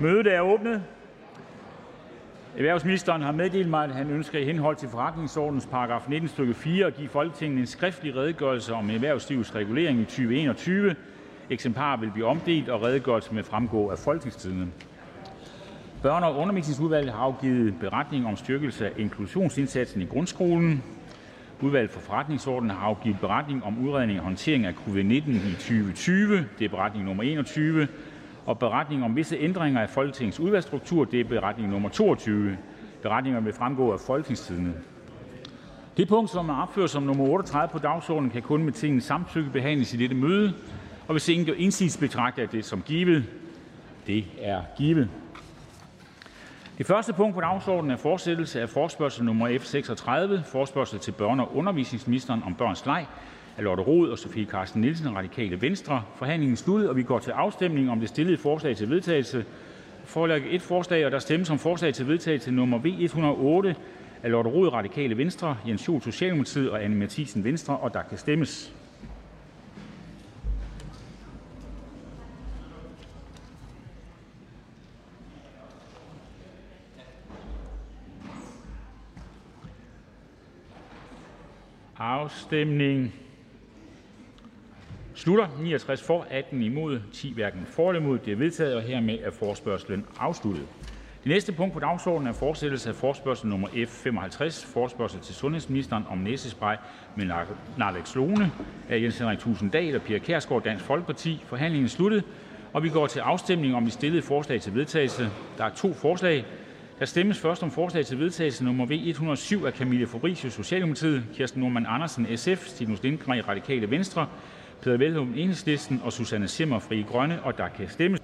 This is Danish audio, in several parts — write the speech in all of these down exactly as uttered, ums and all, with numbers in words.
Mødet er åbnet. Erhvervsministeren har meddelt mig, at han ønsker i henhold til forretningsordenens paragraf nitten stykke fire at give Folketinget en skriftlig redegørelse om erhvervslivets regulering i tyve enogtyve. Eksemplarer vil blive omdelt, og redegørelsen vil fremgå af Folketingstidende. Børne- og Undervisningsudvalget har afgivet beretning om styrkelse af inklusionsindsatsen i grundskolen. Udvalget for forretningsordenen har afgivet beretning om udredning og håndtering af covid nitten i tyve tyve. Det er beretning nummer enogtyve. Og beretning om visse ændringer af Folketingets udvalgsstruktur. Det er beretning nummer toogtyve. Beretningerne vil fremgå af Folketingstidende. Det punkt, som er opført som nummer otteogtredive på dagsordenen, kan kun med Tingets samtykke behandles i dette møde. Og hvis ingen gør indsigelse, betragter jeg det som givet. Det er givet. Det første punkt på dagsordenen er fortsættelse af forespørgsel nummer F seksogtredive, forespørgsel til børne- og undervisningsministeren om børns leg af Lotte Rod og Sofie Carsten Nielsen, Radikale Venstre. Forhandlingen er sluttet, og vi går til afstemning om det stillede forslag til vedtagelse. Foreligger et forslag, og der stemmes om forslag til vedtagelse nummer V et hundrede og otte af Lotte Rod, Radikale Venstre, Jens Joel, Socialdemokratiet og Anne Matthiesen, Venstre, og der kan stemmes. Afstemning slutter. niogtres for, atten imod, ti hverken for eller imod. Det er vedtaget, og hermed er forespørgslen afsluttet. Det næste punkt på dagsordenen er fortsættelse af forespørgsel nummer F femoghalvtreds, forespørgsel til sundhedsministeren om næsespray med naloxone af Jens Henrik Thulesen Dahl og Pia Kjærsgaard, Dansk Folkeparti. Forhandlingen er sluttet, og vi går til afstemning om det stillede forslag til vedtagelse. Der er to forslag. Der stemmes først om forslag til vedtagelse nummer V et hundrede og syv af Camilla Fabricius, Socialdemokratiet, Kirsten Normann Andersen, S F, Stinus Lindgreen, Radikale Venstre, Peder Hvelplund, Enhedslisten og Susanne Zimmer, Frie Grønne, og der kan stemmes.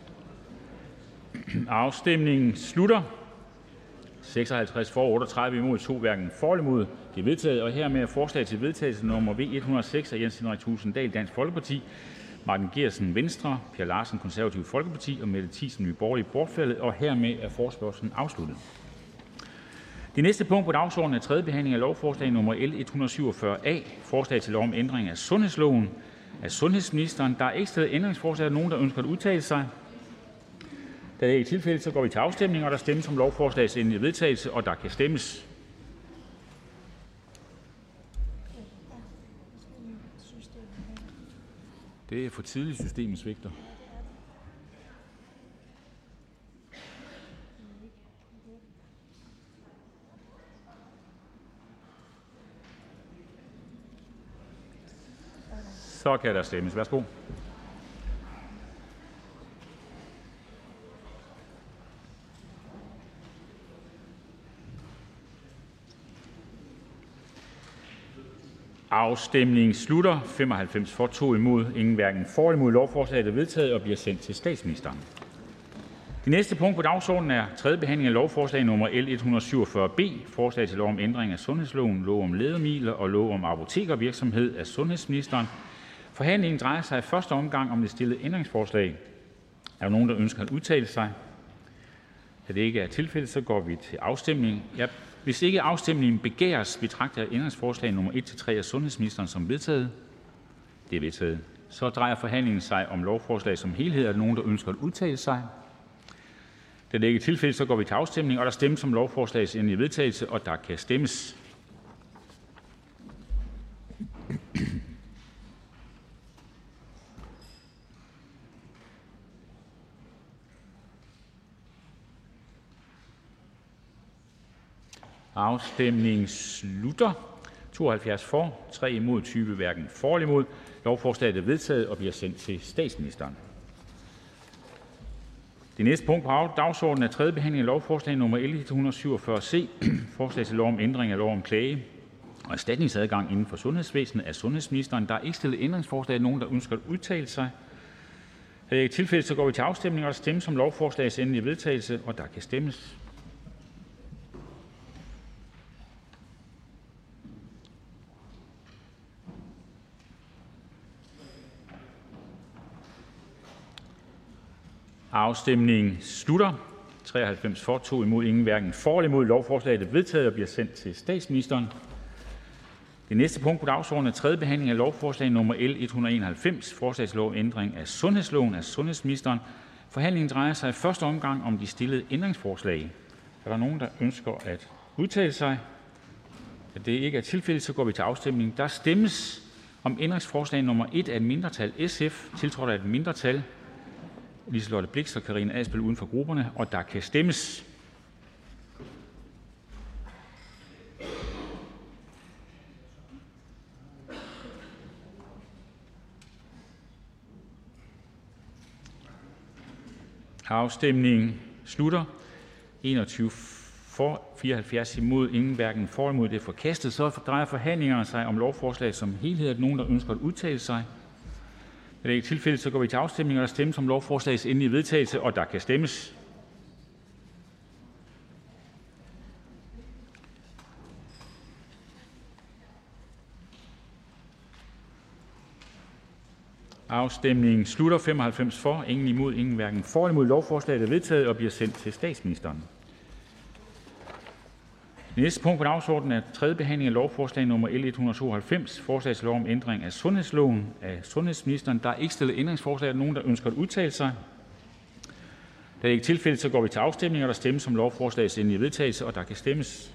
Afstemningen slutter. seksoghalvtreds for, otteogtredive imod, to hverken for eller imod. Det er vedtaget, og hermed er forslag til vedtagelse nummer V et hundrede og seks af Jens Henrik Thulesen Dahl, Dansk Folkeparti, Martin Geertsen, Venstre, Per Larsen, Konservative Folkeparti og Mette Thiesen, Nye Borgerlige, bortfaldet, og hermed er forespørgslen afsluttet. Det næste punkt på dagsordenen er tredje behandling af lovforslag nummer L et hundrede og syvogfyrre A, forslag til lov om ændring af sundhedsloven af sundhedsministeren. Der er ikke stillet ændringsforslag. Er der nogen, der ønsker at udtale sig? Da det er i tilfælde, så går vi til afstemning, og der stemmes om lovforslagets endelige vedtagelse, og der kan stemmes. Det er for tidligt, systemet svigter. Så kan der stemmes. Værsgo. Afstemningen slutter. femoghalvfems for, to imod, ingen hverken for eller imod. Lovforslaget er vedtaget og bliver sendt til statsministeren. Det næste punkt på dagsordenen er tredje behandling af lovforslag nummer L et hundrede og syvogfyrre B, forslag til lov om ændring af sundhedsloven, lov om lægemidler og lov om apotekervirksomhed af sundhedsministeren. Forhandlingen drejer sig i første omgang om det stillede ændringsforslag. Er der nogen, der ønsker at udtale sig? Da det ikke er tilfældet, så går vi til afstemning. Jeg Hvis ikke afstemningen begæres, betragter jeg ændringsforslag nummer et til tre af sundhedsministeren som vedtaget. Det er vedtaget. Så drejer forhandlingen sig om lovforslag som helhed. Er der nogen, der ønsker at udtale sig? Da det ikke er tilfældet, så går vi til afstemning, og der stemmes om lovforslagets endelige vedtagelse, og der kan stemmes. Afstemningen slutter. tooghalvfjerds for, tre imod, tyve hverken for eller imod. Lovforslaget er vedtaget og bliver sendt til statsministeren. Det næste punkt på dagsordenen er tredje behandling af lovforslag nummer L et hundrede og syvogfyrre C, forslag til lov om ændring af lov om klage og erstatningsadgang inden for sundhedsvæsenet af sundhedsministeren. Der er ikke stillet ændringsforslag. Nogen, der ønsker at udtale sig? Da det ikke er tilfældet, så går vi til afstemning, og der stemmes om lovforslagets endelige vedtagelse, og der kan stemmes. Afstemningen slutter. treoghalvfems for, to imod, ingen hverken for eller imod. Lovforslaget er vedtaget og bliver sendt til statsministeren. Det næste punkt på dagsordenen er tredje behandling af lovforslag nummer L et hundrede og enoghalvfems, forslag til lov om ændring af sundhedsloven af sundhedsministeren. Forhandlingen drejer sig i første omgang om de stillede ændringsforslag. Er der nogen, der ønsker at udtale sig? Da det ikke er tilfældet, så går vi til afstemning. Der stemmes om ændringsforslag nummer et af et mindretal S F, tiltrådt af et mindretal Liselott Blixt og Karina Adsbøl uden for grupperne, og der kan stemmes. Afstemningen slutter. enogtyve for, fireoghalvfjerds imod, ingen hverken for imod. Det er forkastet. Så drejer forhandlingerne sig om lovforslaget som helhed. Er der nogen, der ønsker at udtale sig? Da det ikke er tilfældet, så går vi til afstemning, og der stemmes om lovforslagets endelige vedtagelse, og der kan stemmes. Afstemningen slutter. femoghalvfems for, ingen imod, ingen hverken for imod. Lovforslaget er vedtaget og bliver sendt til statsministeren. Det næste punkt på dagsordenen er tredje behandling af lovforslag nummer L et hundrede og tooghalvfems, forslag til lov om ændring af sundhedsloven af sundhedsministeren. Der er ikke stillet ændringsforslag. Er der nogen, der ønsker at udtale sig? Da det ikke er tilfældet, så går vi til afstemning, og der stemmes om lovforslagets endelige vedtagelse, og der kan stemmes.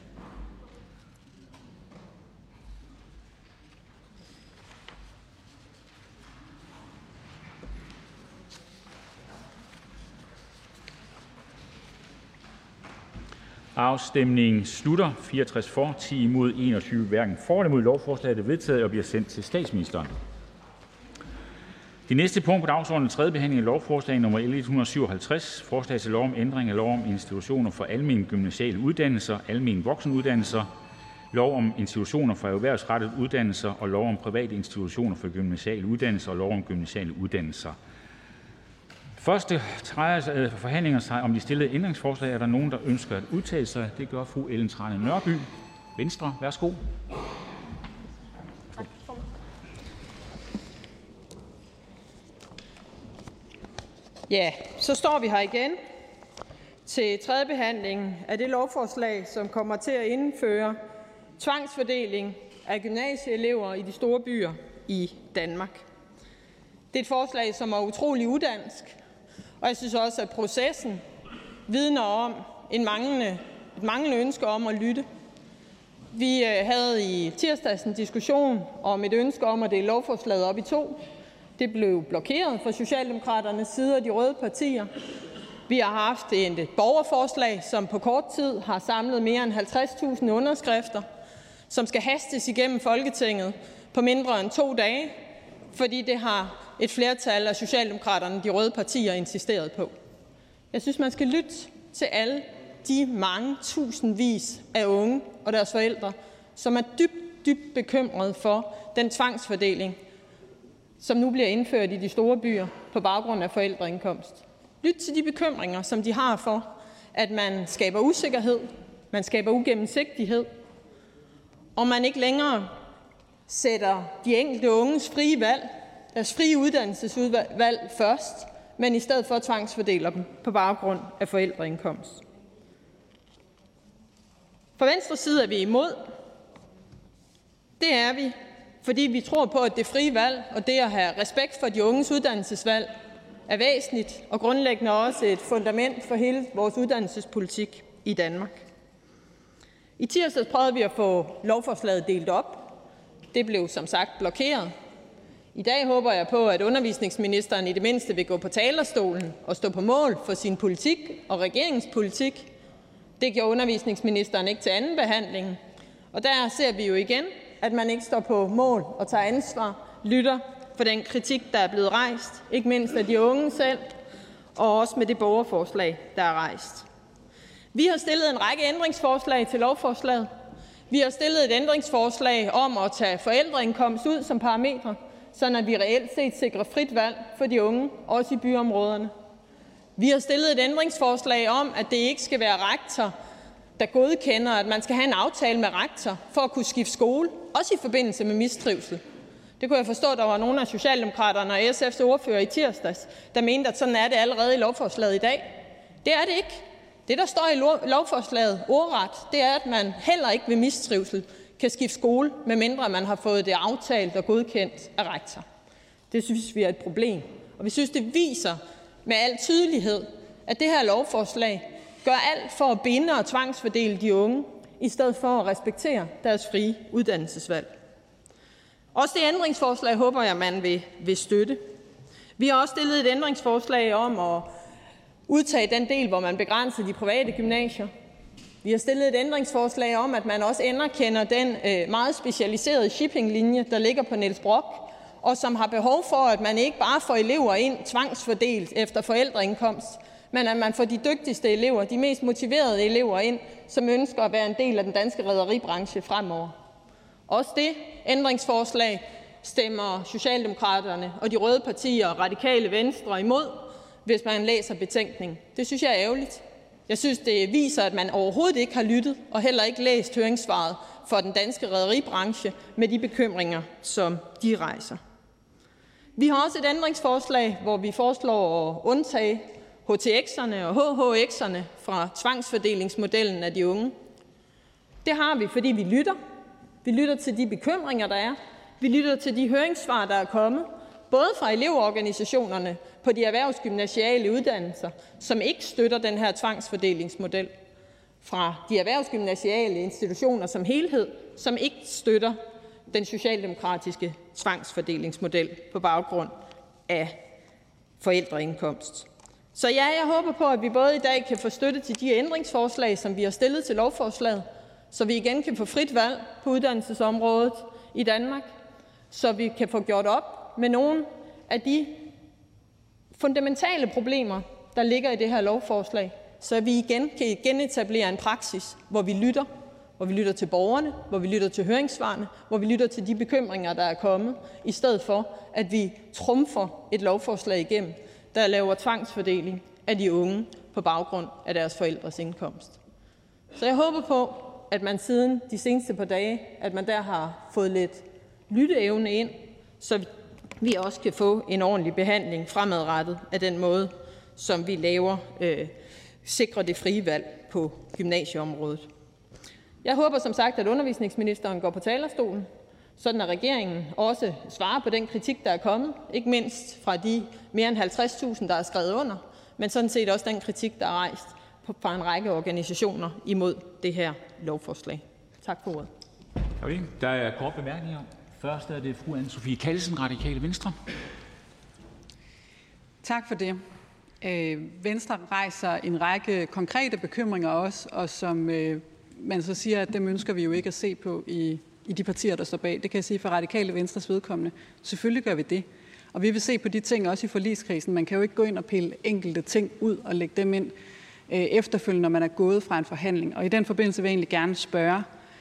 Afstemningen slutter. fireogtres for, ti imod, enogtyve hverken for eller imod. Lovforslaget er vedtaget og bliver sendt til statsministeren. Det næste punkt på dagsordenen er tredje behandling af lovforslag nummer L et hundrede og syvoghalvtreds, forslag til lov om ændring af lov om institutioner for almen gymnasiale uddannelser, almen voksenuddannelser, lov om institutioner for erhvervsrettede uddannelser og lov om private institutioner for gymnasiale uddannelser og lov om gymnasiale uddannelser. Første drejer forhandlinger sig om de stillede ændringsforslag. Er der nogen, der ønsker at udtale sig? Det gør fru Ellen Trane Nørby, Venstre. Værsgo. Ja, så står vi her igen til tredje behandling af det lovforslag, som kommer til at indføre tvangsfordeling af gymnasieelever i de store byer i Danmark. Det er et forslag, som er utrolig udansk, og jeg synes også, at processen vidner om en manglende, et manglende ønske om at lytte. Vi havde i tirsdags en diskussion om et ønske om at dele lovforslaget op i to. Det blev blokeret fra Socialdemokraternes side og de røde partier. Vi har haft et borgerforslag, som på kort tid har samlet mere end halvtreds tusind underskrifter, som skal hastes igennem Folketinget på mindre end to dage, fordi det har et flertal af Socialdemokraterne, de røde partier, insisteret på. Jeg synes, man skal lytte til alle de mange tusindvis af unge og deres forældre, som er dybt, dybt bekymrede for den tvangsfordeling, som nu bliver indført i de store byer på baggrund af forældreindkomst. Lyt til de bekymringer, som de har for, at man skaber usikkerhed, man skaber ugennemsigtighed, og man ikke længere sætter de enkelte unges frie valg, deres frie uddannelsesudvalg først, men i stedet for tvangsfordeler dem på baggrund af forældreindkomst. Fra Venstres side er vi imod. Det er vi, fordi vi tror på, at det frie valg og det at have respekt for de unges uddannelsesvalg er væsentligt og grundlæggende også et fundament for hele vores uddannelsespolitik i Danmark. I tirsdags prøvede vi at få lovforslaget delt op. Det blev som sagt blokeret. I dag håber jeg på, at undervisningsministeren i det mindste vil gå på talerstolen og stå på mål for sin politik og regeringens politik. Det gjorde undervisningsministeren ikke til anden behandling. Og der ser vi jo igen, at man ikke står på mål og tager ansvar, lytter for den kritik, der er blevet rejst, ikke mindst af de unge selv, og også med det borgerforslag, der er rejst. Vi har stillet en række ændringsforslag til lovforslaget. Vi har stillet et ændringsforslag om at tage forældreindkomst ud som parametre, så vi reelt set sikrer frit valg for de unge, også i byområderne. Vi har stillet et ændringsforslag om, at det ikke skal være rektor, der godkender, at man skal have en aftale med rektor for at kunne skifte skole, også i forbindelse med mistrivsel. Det kunne jeg forstå, at der var nogle af Socialdemokraterne og S F's ordfører i tirsdags, der mente, at sådan er det allerede i lovforslaget i dag. Det er det ikke. Det, der står i lovforslaget ordret, det er, at man heller ikke ved mistrivsel kan skifte skole, medmindre man har fået det aftalt og godkendt af rektor. Det synes vi er et problem. Og vi synes, det viser med al tydelighed, at det her lovforslag gør alt for at binde og tvangsfordele de unge, i stedet for at respektere deres frie uddannelsesvalg. Også det ændringsforslag håber jeg, man vil, vil støtte. Vi har også stillet et ændringsforslag om at udtage den del, hvor man begrænser de private gymnasier. Vi har stillet et ændringsforslag om, at man også anerkender den øh, meget specialiserede shippinglinje, der ligger på Niels Brock, og som har behov for, at man ikke bare får elever ind tvangsfordelt efter forældreindkomst, men at man får de dygtigste elever, de mest motiverede elever ind, som ønsker at være en del af den danske rederibranche fremover. Også det ændringsforslag stemmer Socialdemokraterne og de røde partier og Radikale Venstre imod, hvis man læser betænkningen. Det synes jeg er ærgerligt. Jeg synes, det viser, at man overhovedet ikke har lyttet og heller ikke læst høringssvaret for den danske rederibranche med de bekymringer, som de rejser. Vi har også et ændringsforslag, hvor vi foreslår at undtage H T X'erne og H H X'erne fra tvangsfordelingsmodellen af de unge. Det har vi, fordi vi lytter. Vi lytter til de bekymringer, der er. Vi lytter til de høringssvar, der er kommet, både fra elevorganisationerne på de erhvervsgymnasiale uddannelser, som ikke støtter den her tvangsfordelingsmodel, fra de erhvervsgymnasiale institutioner som helhed, som ikke støtter den socialdemokratiske tvangsfordelingsmodel på baggrund af forældreindkomst. Så ja, jeg håber på, at vi både i dag kan få støtte til de ændringsforslag, som vi har stillet til lovforslaget, så vi igen kan få frit valg på uddannelsesområdet i Danmark, så vi kan få gjort op med nogle af de fundamentale problemer, der ligger i det her lovforslag, så vi igen kan genetablere en praksis, hvor vi lytter, hvor vi lytter til borgerne, hvor vi lytter til høringssvarene, hvor vi lytter til de bekymringer, der er kommet, i stedet for, at vi trumfer et lovforslag igennem, der laver tvangsfordeling af de unge på baggrund af deres forældres indkomst. Så jeg håber på, at man siden de seneste par dage, at man der har fået lidt lytteevne ind, så vi også kan få en ordentlig behandling fremadrettet af den måde, som vi laver, øh, sikrer det frie valg på gymnasieområdet. Jeg håber som sagt, at undervisningsministeren går på talerstolen, sådan at regeringen også svarer på den kritik, der er kommet, ikke mindst fra de mere end halvtreds tusind, der er skrevet under, men sådan set også den kritik, der er rejst fra en række organisationer imod det her lovforslag. Tak for ordet. Okay. Der er kort bemærkninger. Først er det fru Anne-Sophie Callesen, Radikale Venstre. Tak for det. Venstre rejser en række konkrete bekymringer også, og som man så siger, at dem ønsker vi jo ikke at se på i, i de partier, der står bag. Det kan jeg sige for Radikale Venstres vedkommende. Selvfølgelig gør vi det. Og vi vil se på de ting også i forligskrisen. Man kan jo ikke gå ind og pille enkelte ting ud og lægge dem ind øh, efterfølgende, når man er gået fra en forhandling. Og i den forbindelse vil jeg egentlig gerne spørge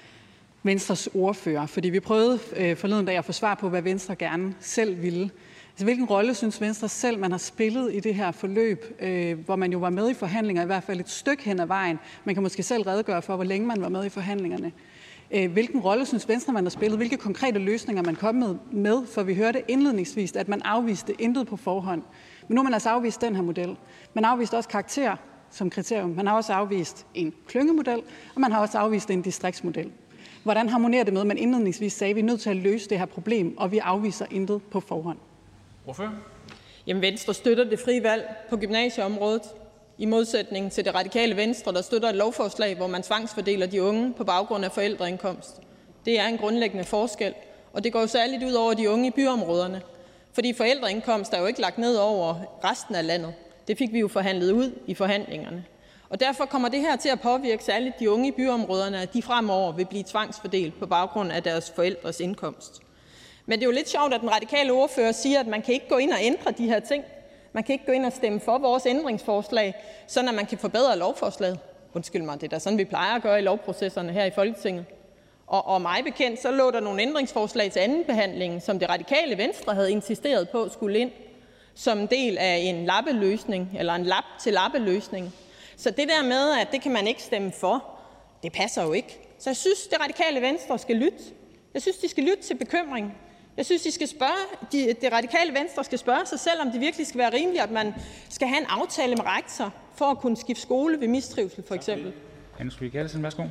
Venstres ordfører, fordi vi prøvede øh, forleden dag at få svar på, hvad Venstre gerne selv ville. Altså, hvilken rolle synes Venstre selv, man har spillet i det her forløb, øh, hvor man jo var med i forhandlinger, i hvert fald et stykke hen ad vejen. Man kan måske selv redegøre for, hvor længe man var med i forhandlingerne. Øh, hvilken rolle synes Venstre, man har spillet? Hvilke konkrete løsninger man kommet med? For vi hørte indledningsvis, at man afviste intet på forhånd. Men nu har man altså afvist den her model. Man afviste også karakter som kriterium. Man har også afvist en klyngemodel, og man har også afvist en distriktsmodel. Hvordan harmonerer det med, at man indledningsvis sagde, at vi er nødt til at løse det her problem, og vi afviser intet på forhånd? Hvorfor? Jamen, Venstre støtter det frie valg på gymnasieområdet, i modsætning til det radikale Venstre, der støtter et lovforslag, hvor man tvangsfordeler de unge på baggrund af forældreindkomst. Det er en grundlæggende forskel, og det går jo særligt ud over de unge i byområderne, fordi forældreindkomst er jo ikke lagt ned over resten af landet. Det fik vi jo forhandlet ud i forhandlingerne. Og derfor kommer det her til at påvirke særligt de unge i byområderne, at de fremover vil blive tvangsfordelt på baggrund af deres forældres indkomst. Men det er jo lidt sjovt, at den radikale ordfører siger, at man kan ikke gå ind og ændre de her ting. Man kan ikke gå ind og stemme for vores ændringsforslag, sådan at man kan forbedre lovforslaget. Undskyld mig, det er da sådan, vi plejer at gøre i lovprocesserne her i Folketinget. Og, og mig bekendt, så lå der nogle ændringsforslag til anden behandling, som det radikale Venstre havde insisteret på skulle ind, som en del af en lappeløsning, eller en lap til lappeløsning. Så det der med, at det kan man ikke stemme for, det passer jo ikke. Så jeg synes, det radikale Venstre skal lytte. Jeg synes, de skal lytte til bekymringen. Jeg synes, de skal spørge, de, det radikale Venstre skal spørge sig selv, om det virkelig skal være rimeligt, at man skal have en aftale med rektor for at kunne skifte skole ved mistrivsel, for eksempel. Anne-Sophie Callesen, værsgo.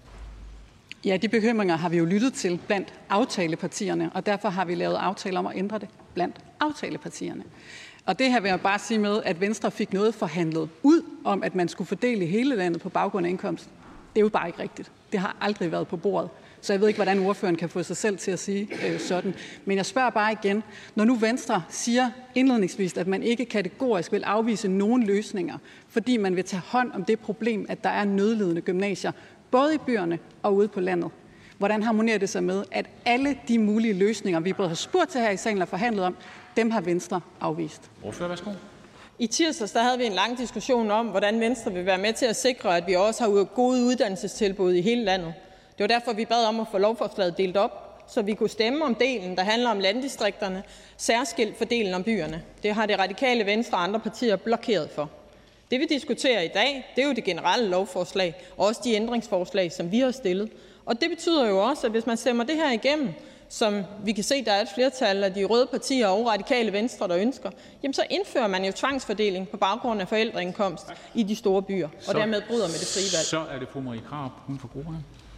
Ja, de bekymringer har vi jo lyttet til blandt aftalepartierne, og derfor har vi lavet aftaler om at ændre det blandt aftalepartierne. Og det her vil jeg bare sige med, at Venstre fik noget forhandlet ud om, at man skulle fordele hele landet på baggrund af indkomst. Det er jo bare ikke rigtigt. Det har aldrig været på bordet. Så jeg ved ikke, hvordan ordføreren kan få sig selv til at sige øh, sådan. Men jeg spørger bare igen, når nu Venstre siger indledningsvis, at man ikke kategorisk vil afvise nogen løsninger, fordi man vil tage hånd om det problem, at der er nødlidende gymnasier, både i byerne og ude på landet. Hvordan harmonerer det sig med, at alle de mulige løsninger, vi både har spurgt til her i salen og forhandlet om, dem har Venstre afvist? Ordfører, værsgo. I tirsdags der havde vi en lang diskussion om, hvordan Venstre vil være med til at sikre, at vi også har gode uddannelsestilbud i hele landet. Det var derfor, vi bad om at få lovforslaget delt op, så vi kunne stemme om delen, der handler om landdistrikterne, særskilt for delen om byerne. Det har det radikale Venstre og andre partier blokeret for. Det vi diskuterer i dag, det er jo det generelle lovforslag, og også de ændringsforslag, som vi har stillet. Og det betyder jo også, at hvis man stemmer det her igennem, som vi kan se, der er et flertal af de røde partier og radikale Venstre, der ønsker, jamen så indfører man jo tvangsfordeling på baggrund af forældreindkomst i de store byer, og så, dermed bryder med det frie valg. Så er det fru Marie Krarup, hun for grupperne.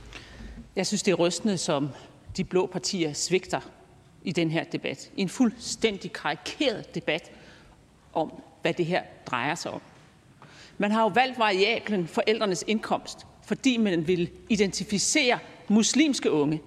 Jeg synes, det er rystende, som de blå partier svigter i den her debat. En fuldstændig karikeret debat om, hvad det her drejer sig om. Man har jo valgt variablen forældrenes indkomst, fordi man vil identificere muslimske unge.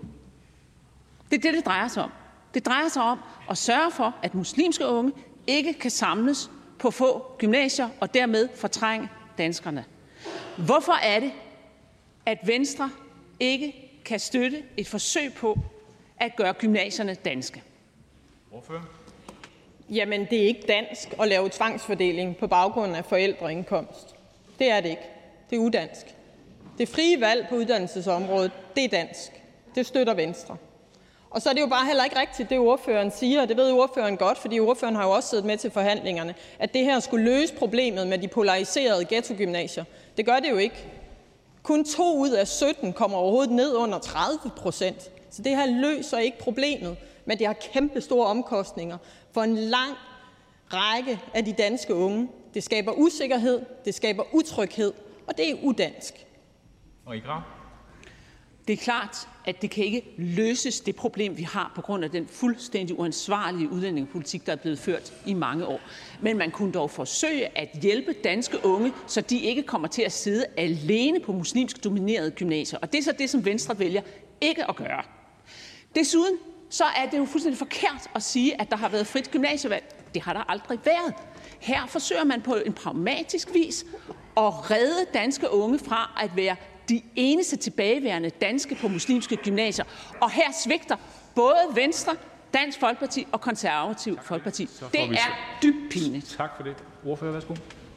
Det er det, det drejer sig om. Det drejer sig om at sørge for, at muslimske unge ikke kan samles på få gymnasier og dermed fortrænge danskerne. Hvorfor er det, at Venstre ikke kan støtte et forsøg på at gøre gymnasierne danske? Ordfører? Jamen, det er ikke dansk at lave tvangsfordeling på baggrund af forældreindkomst. Det er det ikke. Det er udansk. Det frie valg på uddannelsesområdet, det er dansk. Det støtter Venstre. Og så er det jo bare heller ikke rigtigt, det ordføreren siger, og det ved ordføreren godt, fordi ordføreren har jo også siddet med til forhandlingerne, at det her skulle løse problemet med de polariserede ghettogymnasier. Det gør det jo ikke. Kun to ud af sytten kommer overhovedet ned under tredive procent. Så det her løser ikke problemet, men det har kæmpe store omkostninger for en lang række af de danske unge. Det skaber usikkerhed, det skaber utryghed, og det er udansk. Og i grav? Det er klart, at det kan ikke løses, det problem, vi har på grund af den fuldstændig uansvarlige udlændingepolitik, der er blevet ført i mange år. Men man kunne dog forsøge at hjælpe danske unge, så de ikke kommer til at sidde alene på muslimsk dominerede gymnasier. Og det er så det, som Venstre vælger ikke at gøre. Desuden så er det jo fuldstændig forkert at sige, at der har været frit gymnasievalg. Det har der aldrig været. Her forsøger man på en pragmatisk vis at redde danske unge fra at være de eneste tilbageværende danske på muslimske gymnasier. Og her svigter både Venstre, Dansk Folkeparti og Konservativ Folkeparti. Det er dybt pinligt. Tak for det. Ordfører, værsgo.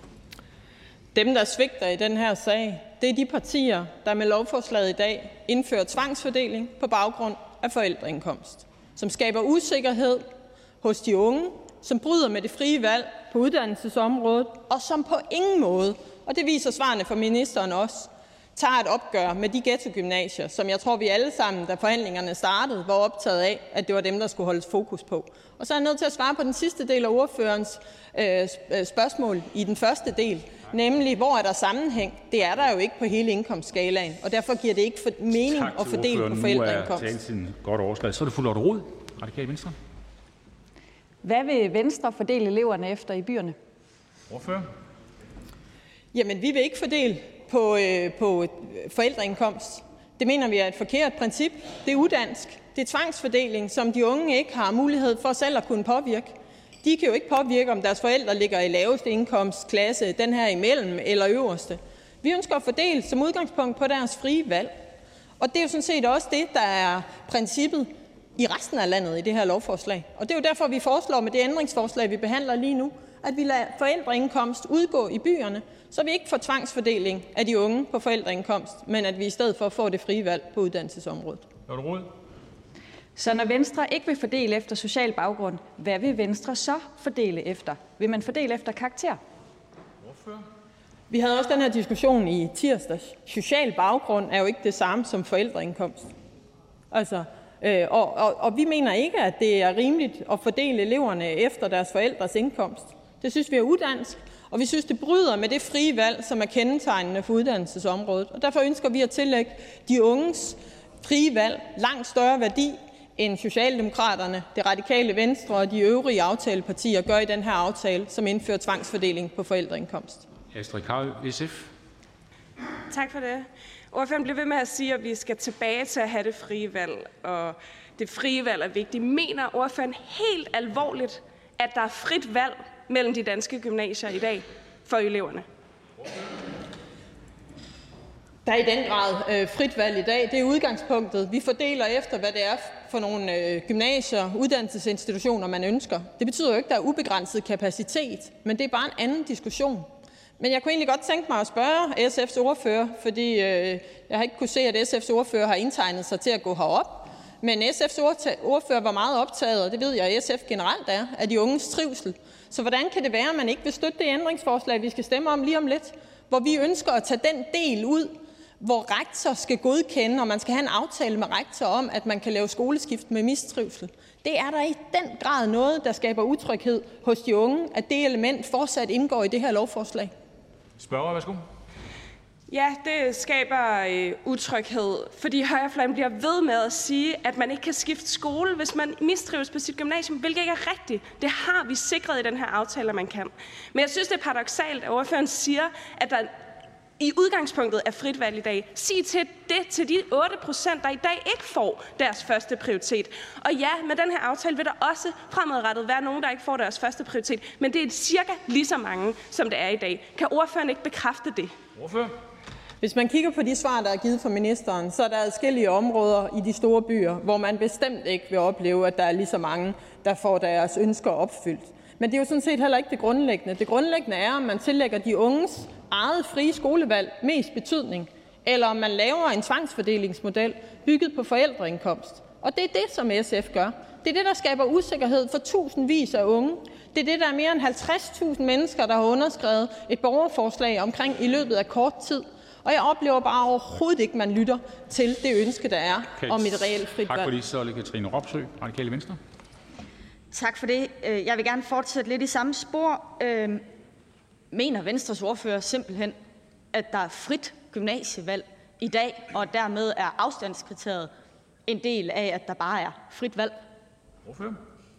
Dem, der svigter i den her sag, det er de partier, der med lovforslaget i dag indfører tvangsfordeling på baggrund af forældreindkomst, som skaber usikkerhed hos de unge, som bryder med det frie valg på uddannelsesområdet, og som på ingen måde, og det viser svarene fra ministeren også, tager et opgør med de ghettogymnasier, som jeg tror, vi alle sammen, da forhandlingerne startede, var optaget af, at det var dem, der skulle holdes fokus på. Og så er jeg nødt til at svare på den sidste del af ordførerens øh, spørgsmål i den første del, nemlig hvor er der sammenhæng? Det er der jo ikke på hele indkomstskalaen, og derfor giver det ikke for mening at fordele på forældreindkomst. Nu er taletiden godt overskredet. Så er det fru Lotte Rod, Radikale Venstre. Hvad vil Venstre fordele eleverne efter i byerne? Ordfører? Jamen, vi vil ikke fordele på, øh, på forældreindkomst. Det mener vi er et forkert princip. Det er udansk. Det er tvangsfordeling, som de unge ikke har mulighed for selv at kunne påvirke. De kan jo ikke påvirke, om deres forældre ligger i laveste indkomstklasse, den her imellem eller øverste. Vi ønsker at fordele som udgangspunkt på deres frie valg. Og det er jo sådan set også det, der er princippet i resten af landet i det her lovforslag. Og det er jo derfor, vi foreslår med det ændringsforslag, vi behandler lige nu, at vi lader forældreindkomst udgå i byerne, så vi ikke får tvangsfordeling af de unge på forældreindkomst, men at vi i stedet for får det frie valg på uddannelsesområdet. Lotte Rod. Så når Venstre ikke vil fordele efter social baggrund, hvad vil Venstre så fordele efter? Vil man fordele efter karakter? Ordfører. Vi havde også den her diskussion i tirsdags. Social baggrund er jo ikke det samme som forældreindkomst. Altså, øh, og, og, og vi mener ikke, at det er rimeligt at fordele eleverne efter deres forældres indkomst. Det synes vi er udansk, og vi synes, det bryder med det frie valg, som er kendetegnende for uddannelsesområdet. Og derfor ønsker vi at tillægge de unges frie valg langt større værdi, end Socialdemokraterne, Det Radikale Venstre og de øvrige aftalepartier gør i den her aftale, som indfører tvangsfordeling på forældreindkomst. Astrid Carøe, S F. Tak for det. Ordføreren bliver ved med at sige, at vi skal tilbage til at have det frie valg, og det frie valg er vigtigt. Mener ordføreren helt alvorligt, at der er frit valg mellem de danske gymnasier i dag for eleverne? Der er i den grad øh, frit valg i dag. Det er udgangspunktet. Vi fordeler efter, hvad det er for nogle øh, gymnasier, uddannelsesinstitutioner, man ønsker. Det betyder jo ikke, at der er ubegrænset kapacitet, men det er bare en anden diskussion. Men jeg kunne egentlig godt tænke mig at spørge S F's ordfører, fordi øh, jeg har ikke kunne se, at S F's ordfører har indtegnet sig til at gå herop. Men S F's ordfører var meget optaget, og det ved jeg, at S F generelt er, af de unges trivsel. Så hvordan kan det være, at man ikke vil støtte det ændringsforslag, vi skal stemme om lige om lidt, hvor vi ønsker at tage den del ud, hvor rektor skal godkende, og man skal have en aftale med rektor om, at man kan lave skoleskift med mistrivsel. Det er der i den grad noget, der skaber utryghed hos de unge, at det element fortsat indgår i det her lovforslag. Spørger, værsgo. Ja, det skaber øh, utryghed, fordi højrefløjen bliver ved med at sige, at man ikke kan skifte skole, hvis man mistrives på sit gymnasium, hvilket ikke er rigtigt. Det har vi sikret i den her aftale, at man kan. Men jeg synes, det er paradoksalt, at ordføreren siger, at der i udgangspunktet er frit valg i dag. Sig til det til de otte procent, der i dag ikke får deres første prioritet. Og ja, med den her aftale vil der også fremadrettet være nogen, der ikke får deres første prioritet. Men det er cirka lige så mange, som det er i dag. Kan ordføreren ikke bekræfte det? Ordfører? Hvis man kigger på de svar, der er givet fra ministeren, så er der adskillige områder i de store byer, hvor man bestemt ikke vil opleve, at der er lige så mange, der får deres ønsker opfyldt. Men det er jo sådan set heller ikke det grundlæggende. Det grundlæggende er, om man tillægger de unges eget frie skolevalg mest betydning, eller om man laver en tvangsfordelingsmodel bygget på forældreindkomst. Og det er det, som S F gør. Det er det, der skaber usikkerhed for tusindvis af unge. Det er det, der er mere end halvtreds tusind mennesker, der har underskrevet et borgerforslag omkring i løbet af kort tid. Og jeg oplever bare overhovedet ikke, at man lytter til det ønske, der er om et reelt frit valg. Tak for det. Så er det Katrine Robsøe, Radikale Venstre. Tak for det. Jeg vil gerne fortsætte lidt i samme spor. Mener Venstres ordfører simpelthen, at der er frit gymnasievalg i dag, og dermed er afstandskriteriet en del af, at der bare er frit valg? Ordfører?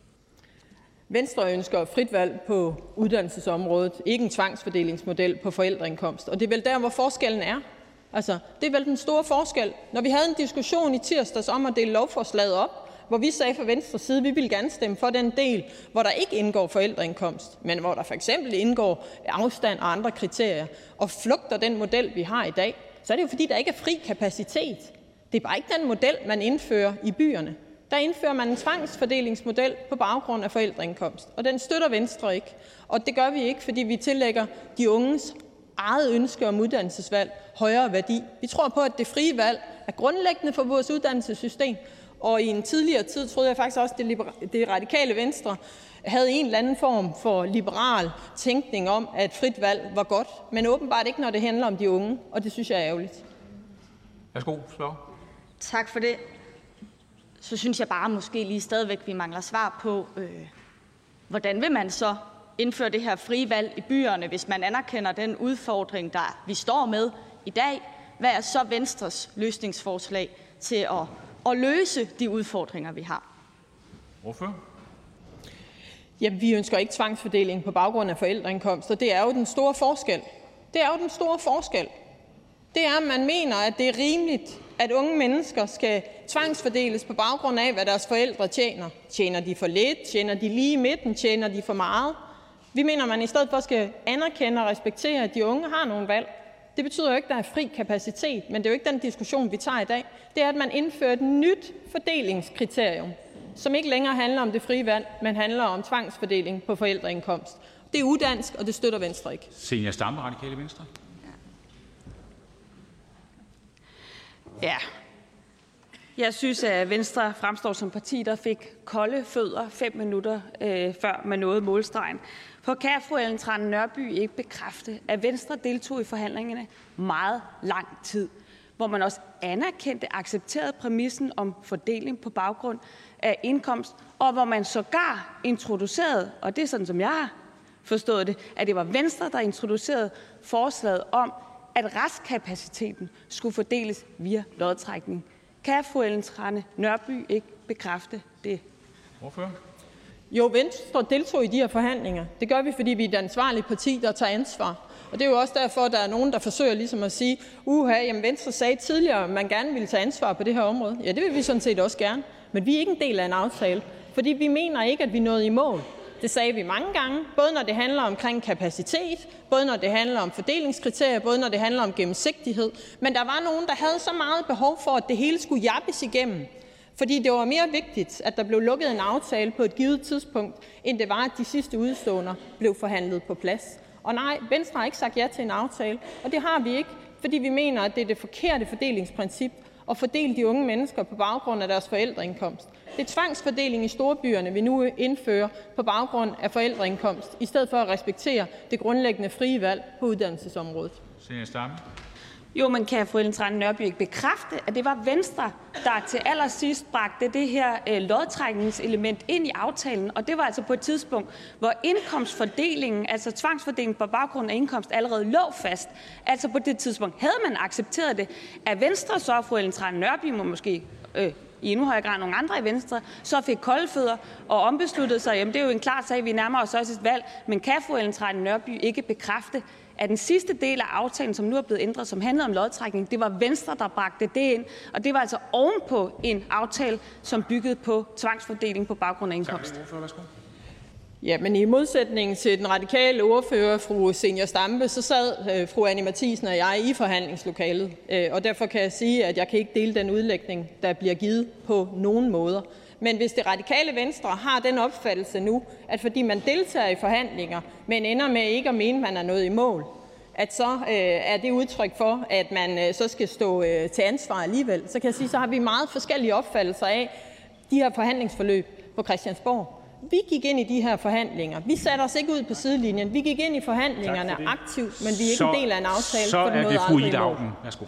Venstre ønsker frit valg på uddannelsesområdet, ikke en tvangsfordelingsmodel på forældreindkomst. Og det er vel der, hvor forskellen er. Altså, det er vel den store forskel. Når vi havde en diskussion i tirsdags om at dele lovforslaget op, hvor vi sagde fra Venstres side, at vi vil gerne stemme for den del, hvor der ikke indgår forældreindkomst, men hvor der for eksempel indgår afstand og andre kriterier, og flugter den model, vi har i dag, så er det jo fordi, der ikke er fri kapacitet. Det er bare ikke den model, man indfører i byerne. Der indfører man en tvangsfordelingsmodel på baggrund af forældreindkomst, og den støtter Venstre ikke. Og det gør vi ikke, fordi vi tillægger de unges eget ønske om uddannelsesvalg højere værdi. Vi tror på, at det frie valg er grundlæggende for vores uddannelsessystem, og i en tidligere tid troede jeg faktisk også, at det radikale Venstre havde en eller anden form for liberal tænkning om, at frit valg var godt, men åbenbart ikke, når det handler om de unge, og det synes jeg er ærgerligt. Værsgo, spørger. Tak for det. Så synes jeg bare måske lige stadigvæk, vi mangler svar på, øh, hvordan vil man så indføre det her frie valg i byerne, hvis man anerkender den udfordring, der vi står med i dag? Hvad er så Venstres løsningsforslag til at, at løse de udfordringer, vi har? Ordfører? Jamen, vi ønsker ikke tvangsfordeling på baggrund af forældreindkomst, og det er jo den store forskel. Det er jo den store forskel. Det er, at man mener, at det er rimeligt, at unge mennesker skal tvangsfordeles på baggrund af, hvad deres forældre tjener. Tjener de for lidt? Tjener de lige i midten? Tjener de for meget? Vi mener, at man i stedet for skal anerkende og respektere, at de unge har nogle valg. Det betyder jo ikke, at der er fri kapacitet, men det er jo ikke den diskussion, vi tager i dag. Det er, at man indfører et nyt fordelingskriterium, som ikke længere handler om det frie valg, men handler om tvangsfordeling på forældreindkomst. Det er udansk, og det støtter Venstre ikke. Zenia Stampe, Radikale Venstre. Ja. Jeg synes, at Venstre fremstår som parti, der fik kolde fødder fem minutter øh, før man nåede målstregen. For kan fru Ellen Trane Nørby ikke bekræfte, at Venstre deltog i forhandlingerne meget lang tid, hvor man også anerkendte og accepterede præmissen om fordeling på baggrund af indkomst, og hvor man sågar introducerede, og det er sådan, som jeg har forstået det, at det var Venstre, der introducerede forslaget om, at restkapaciteten skulle fordeles via lodtrækning. Kan fru Ellen Trane Nørby ikke bekræfte det? Hvorfor? Jo, Venstre deltog i de her forhandlinger. Det gør vi, fordi vi er et ansvarligt parti, der tager ansvar. Og det er jo også derfor, at der er nogen, der forsøger ligesom at sige, uha, jamen Venstre sagde tidligere, at man gerne ville tage ansvar på det her område. Ja, det vil vi sådan set også gerne. Men vi er ikke en del af en aftale, fordi vi mener ikke, at vi nåede i mål. Det sagde vi mange gange, både når det handler omkring kapacitet, både når det handler om fordelingskriterier, både når det handler om gennemsigtighed. Men der var nogen, der havde så meget behov for, at det hele skulle jappes igennem. Fordi det var mere vigtigt, at der blev lukket en aftale på et givet tidspunkt, end det var, at de sidste udståender blev forhandlet på plads. Og nej, Venstre har ikke sagt ja til en aftale, og det har vi ikke, fordi vi mener, at det er det forkerte fordelingsprincip at fordele de unge mennesker på baggrund af deres forældreindkomst. Det er tvangsfordeling i storbyerne, vi nu indfører på baggrund af forældreindkomst, i stedet for at respektere det grundlæggende frie valg på uddannelsesområdet. Jo, men kan fru Ellen Trane Nørby ikke bekræfte, at det var Venstre, der til allersidst bragte det her øh, lodtrækningselement ind i aftalen, og det var altså på et tidspunkt, hvor indkomstfordelingen, altså tvangsfordelingen på baggrund af indkomst, allerede lå fast. Altså på det tidspunkt havde man accepteret det. At Venstre så, fru Ellen Trane Nørby må måske øh, i endnu højere grad nogle andre i Venstre, så fik kolde fødder og ombesluttede sig, jamen det er jo en klar sag, vi nærmer os også et valg, men kan fru Ellen Trane Nørby ikke bekræfte, at den sidste del af aftalen, som nu er blevet ændret, som handlede om lodtrækning, det var Venstre, der bragte det ind, og det var altså ovenpå en aftale, som byggede på tvangsfordeling på baggrund af indkomst. Ja, men i modsætning til den radikale ordfører, fru Zenia Stampe, så sad øh, fru Anni Matthiesen og jeg i forhandlingslokalet, øh, og derfor kan jeg sige, at jeg kan ikke dele den udlægning, der bliver givet på nogen måder. Men hvis det radikale Venstre har den opfattelse nu, at fordi man deltager i forhandlinger, men ender med ikke at mene, at man er nået i mål, at så øh, er det udtryk for, at man øh, så skal stå øh, til ansvar alligevel, så kan jeg sige, så har vi meget forskellige opfattelser af de her forhandlingsforløb på Christiansborg. Vi gik ind i de her forhandlinger. Vi satte os ikke ud på sidelinjen. Vi gik ind i forhandlingerne aktivt, men vi er ikke så, en del af en aftale. Så er det fru Ida Auken. Værsgo.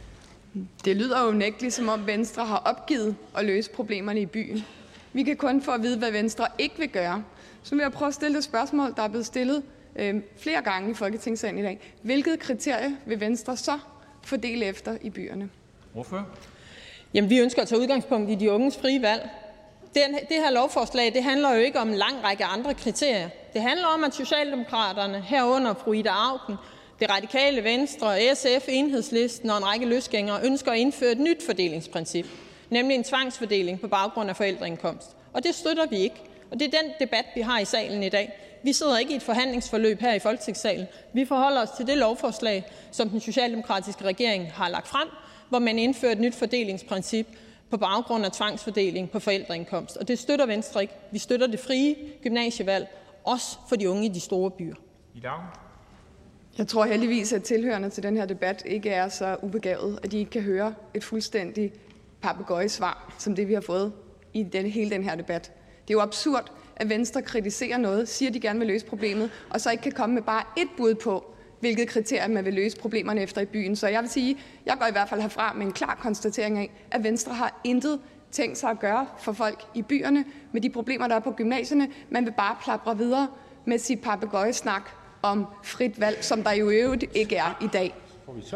Det lyder jo nægteligt, som om Venstre har opgivet at løse problemerne i byen. Vi kan kun få at vide, hvad Venstre ikke vil gøre. Så vil jeg prøve at stille et spørgsmål, der er blevet stillet øh, flere gange i Folketingssalen i dag. Hvilket kriterie vil Venstre så fordele efter i byerne? Hvorfor? Jamen, vi ønsker at tage udgangspunkt i de unges frie valg. Det her lovforslag det handler jo ikke om en lang række andre kriterier. Det handler om, at Socialdemokraterne, herunder fru Ida Auken, det radikale Venstre, S F, Enhedslisten og en række løsgængere ønsker at indføre et nyt fordelingsprincip, nemlig en tvangsfordeling på baggrund af forældreindkomst. Og det støtter vi ikke. Og det er den debat, vi har i salen i dag. Vi sidder ikke i et forhandlingsforløb her i Folketingssalen. Vi forholder os til det lovforslag, som den socialdemokratiske regering har lagt frem, hvor man indfører et nyt fordelingsprincip på baggrund af tvangsfordeling på forældreindkomst. Og det støtter Venstre ikke. Vi støtter det frie gymnasievalg, også for de unge i de store byer. I dag? Jeg tror heldigvis, at tilhørende til den her debat ikke er så ubegavet, at de ikke kan høre et fuldstændig papegøjesvar, som det vi har fået i den, hele den her debat. Det er jo absurd, at Venstre kritiserer noget, siger, de gerne vil løse problemet, og så ikke kan komme med bare ét bud på, hvilket kriterie man vil løse problemerne efter i byen. Så jeg vil sige, jeg går i hvert fald herfra med en klar konstatering af, at Venstre har intet tænkt sig at gøre for folk i byerne med de problemer, der er på gymnasierne. Man vil bare plapre videre med sit papegøjesnak om frit valg, som der jo i øvrigt ikke er i dag. Får vi så?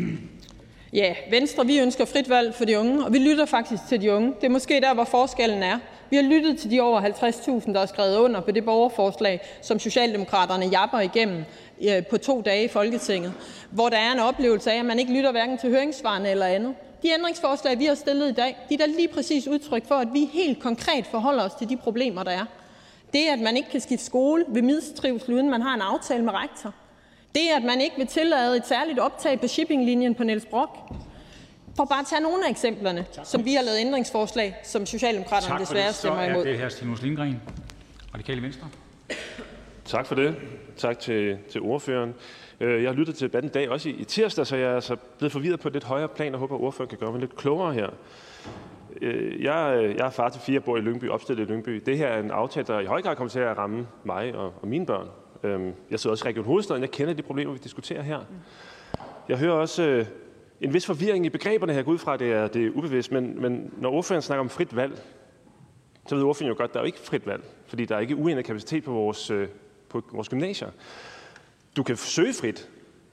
Ja, Venstre, vi ønsker frit valg for de unge, og vi lytter faktisk til de unge. Det er måske der, hvor forskellen er. Vi har lyttet til de over halvtreds tusind, der er skrevet under på det borgerforslag, som Socialdemokraterne japper igennem på to dage i Folketinget, hvor der er en oplevelse af, at man ikke lytter hverken til høringssvarene eller andet. De ændringsforslag, vi har stillet i dag, de er da lige præcis udtryk for, at vi helt konkret forholder os til de problemer, der er. Det, at man ikke kan skifte skole ved mistrivsel, uden man har en aftale med rektor. Det, at man ikke vil tillade et særligt optag på shippinglinjen på Niels Brock. For bare at tage nogle af eksemplerne, som vi har lavet ændringsforslag, som Socialdemokraterne desværre stemmer imod. Tak for det. Så er det her Stinus Lindgreen, Radikale Venstre. Tak for det. Tak til, til ordføreren. Jeg har lyttet til debatten i dag, også i, i tirsdag, så jeg er altså blevet forvirret på et lidt højere plan, og håber, at ordføreren kan gøre mig lidt klogere her. Jeg, jeg er far til fire, bor i Lyngby, opstillet i Lyngby. Det her er en aftale, der i høj grad kommer til at ramme mig og, og mine børn. Jeg sidder også i Region Hovedstaden. Jeg kender de problemer, vi diskuterer her. Jeg hører også en vis forvirring i begreberne her, går ud fra, at det er, det er ubevidst. Men, men når ordføreren snakker om frit valg, så ved ordføreren jo godt, at der er jo ikke frit valg, fordi der er ikke uendet kapacitet på vores, på vores gymnasier. Du kan søge frit,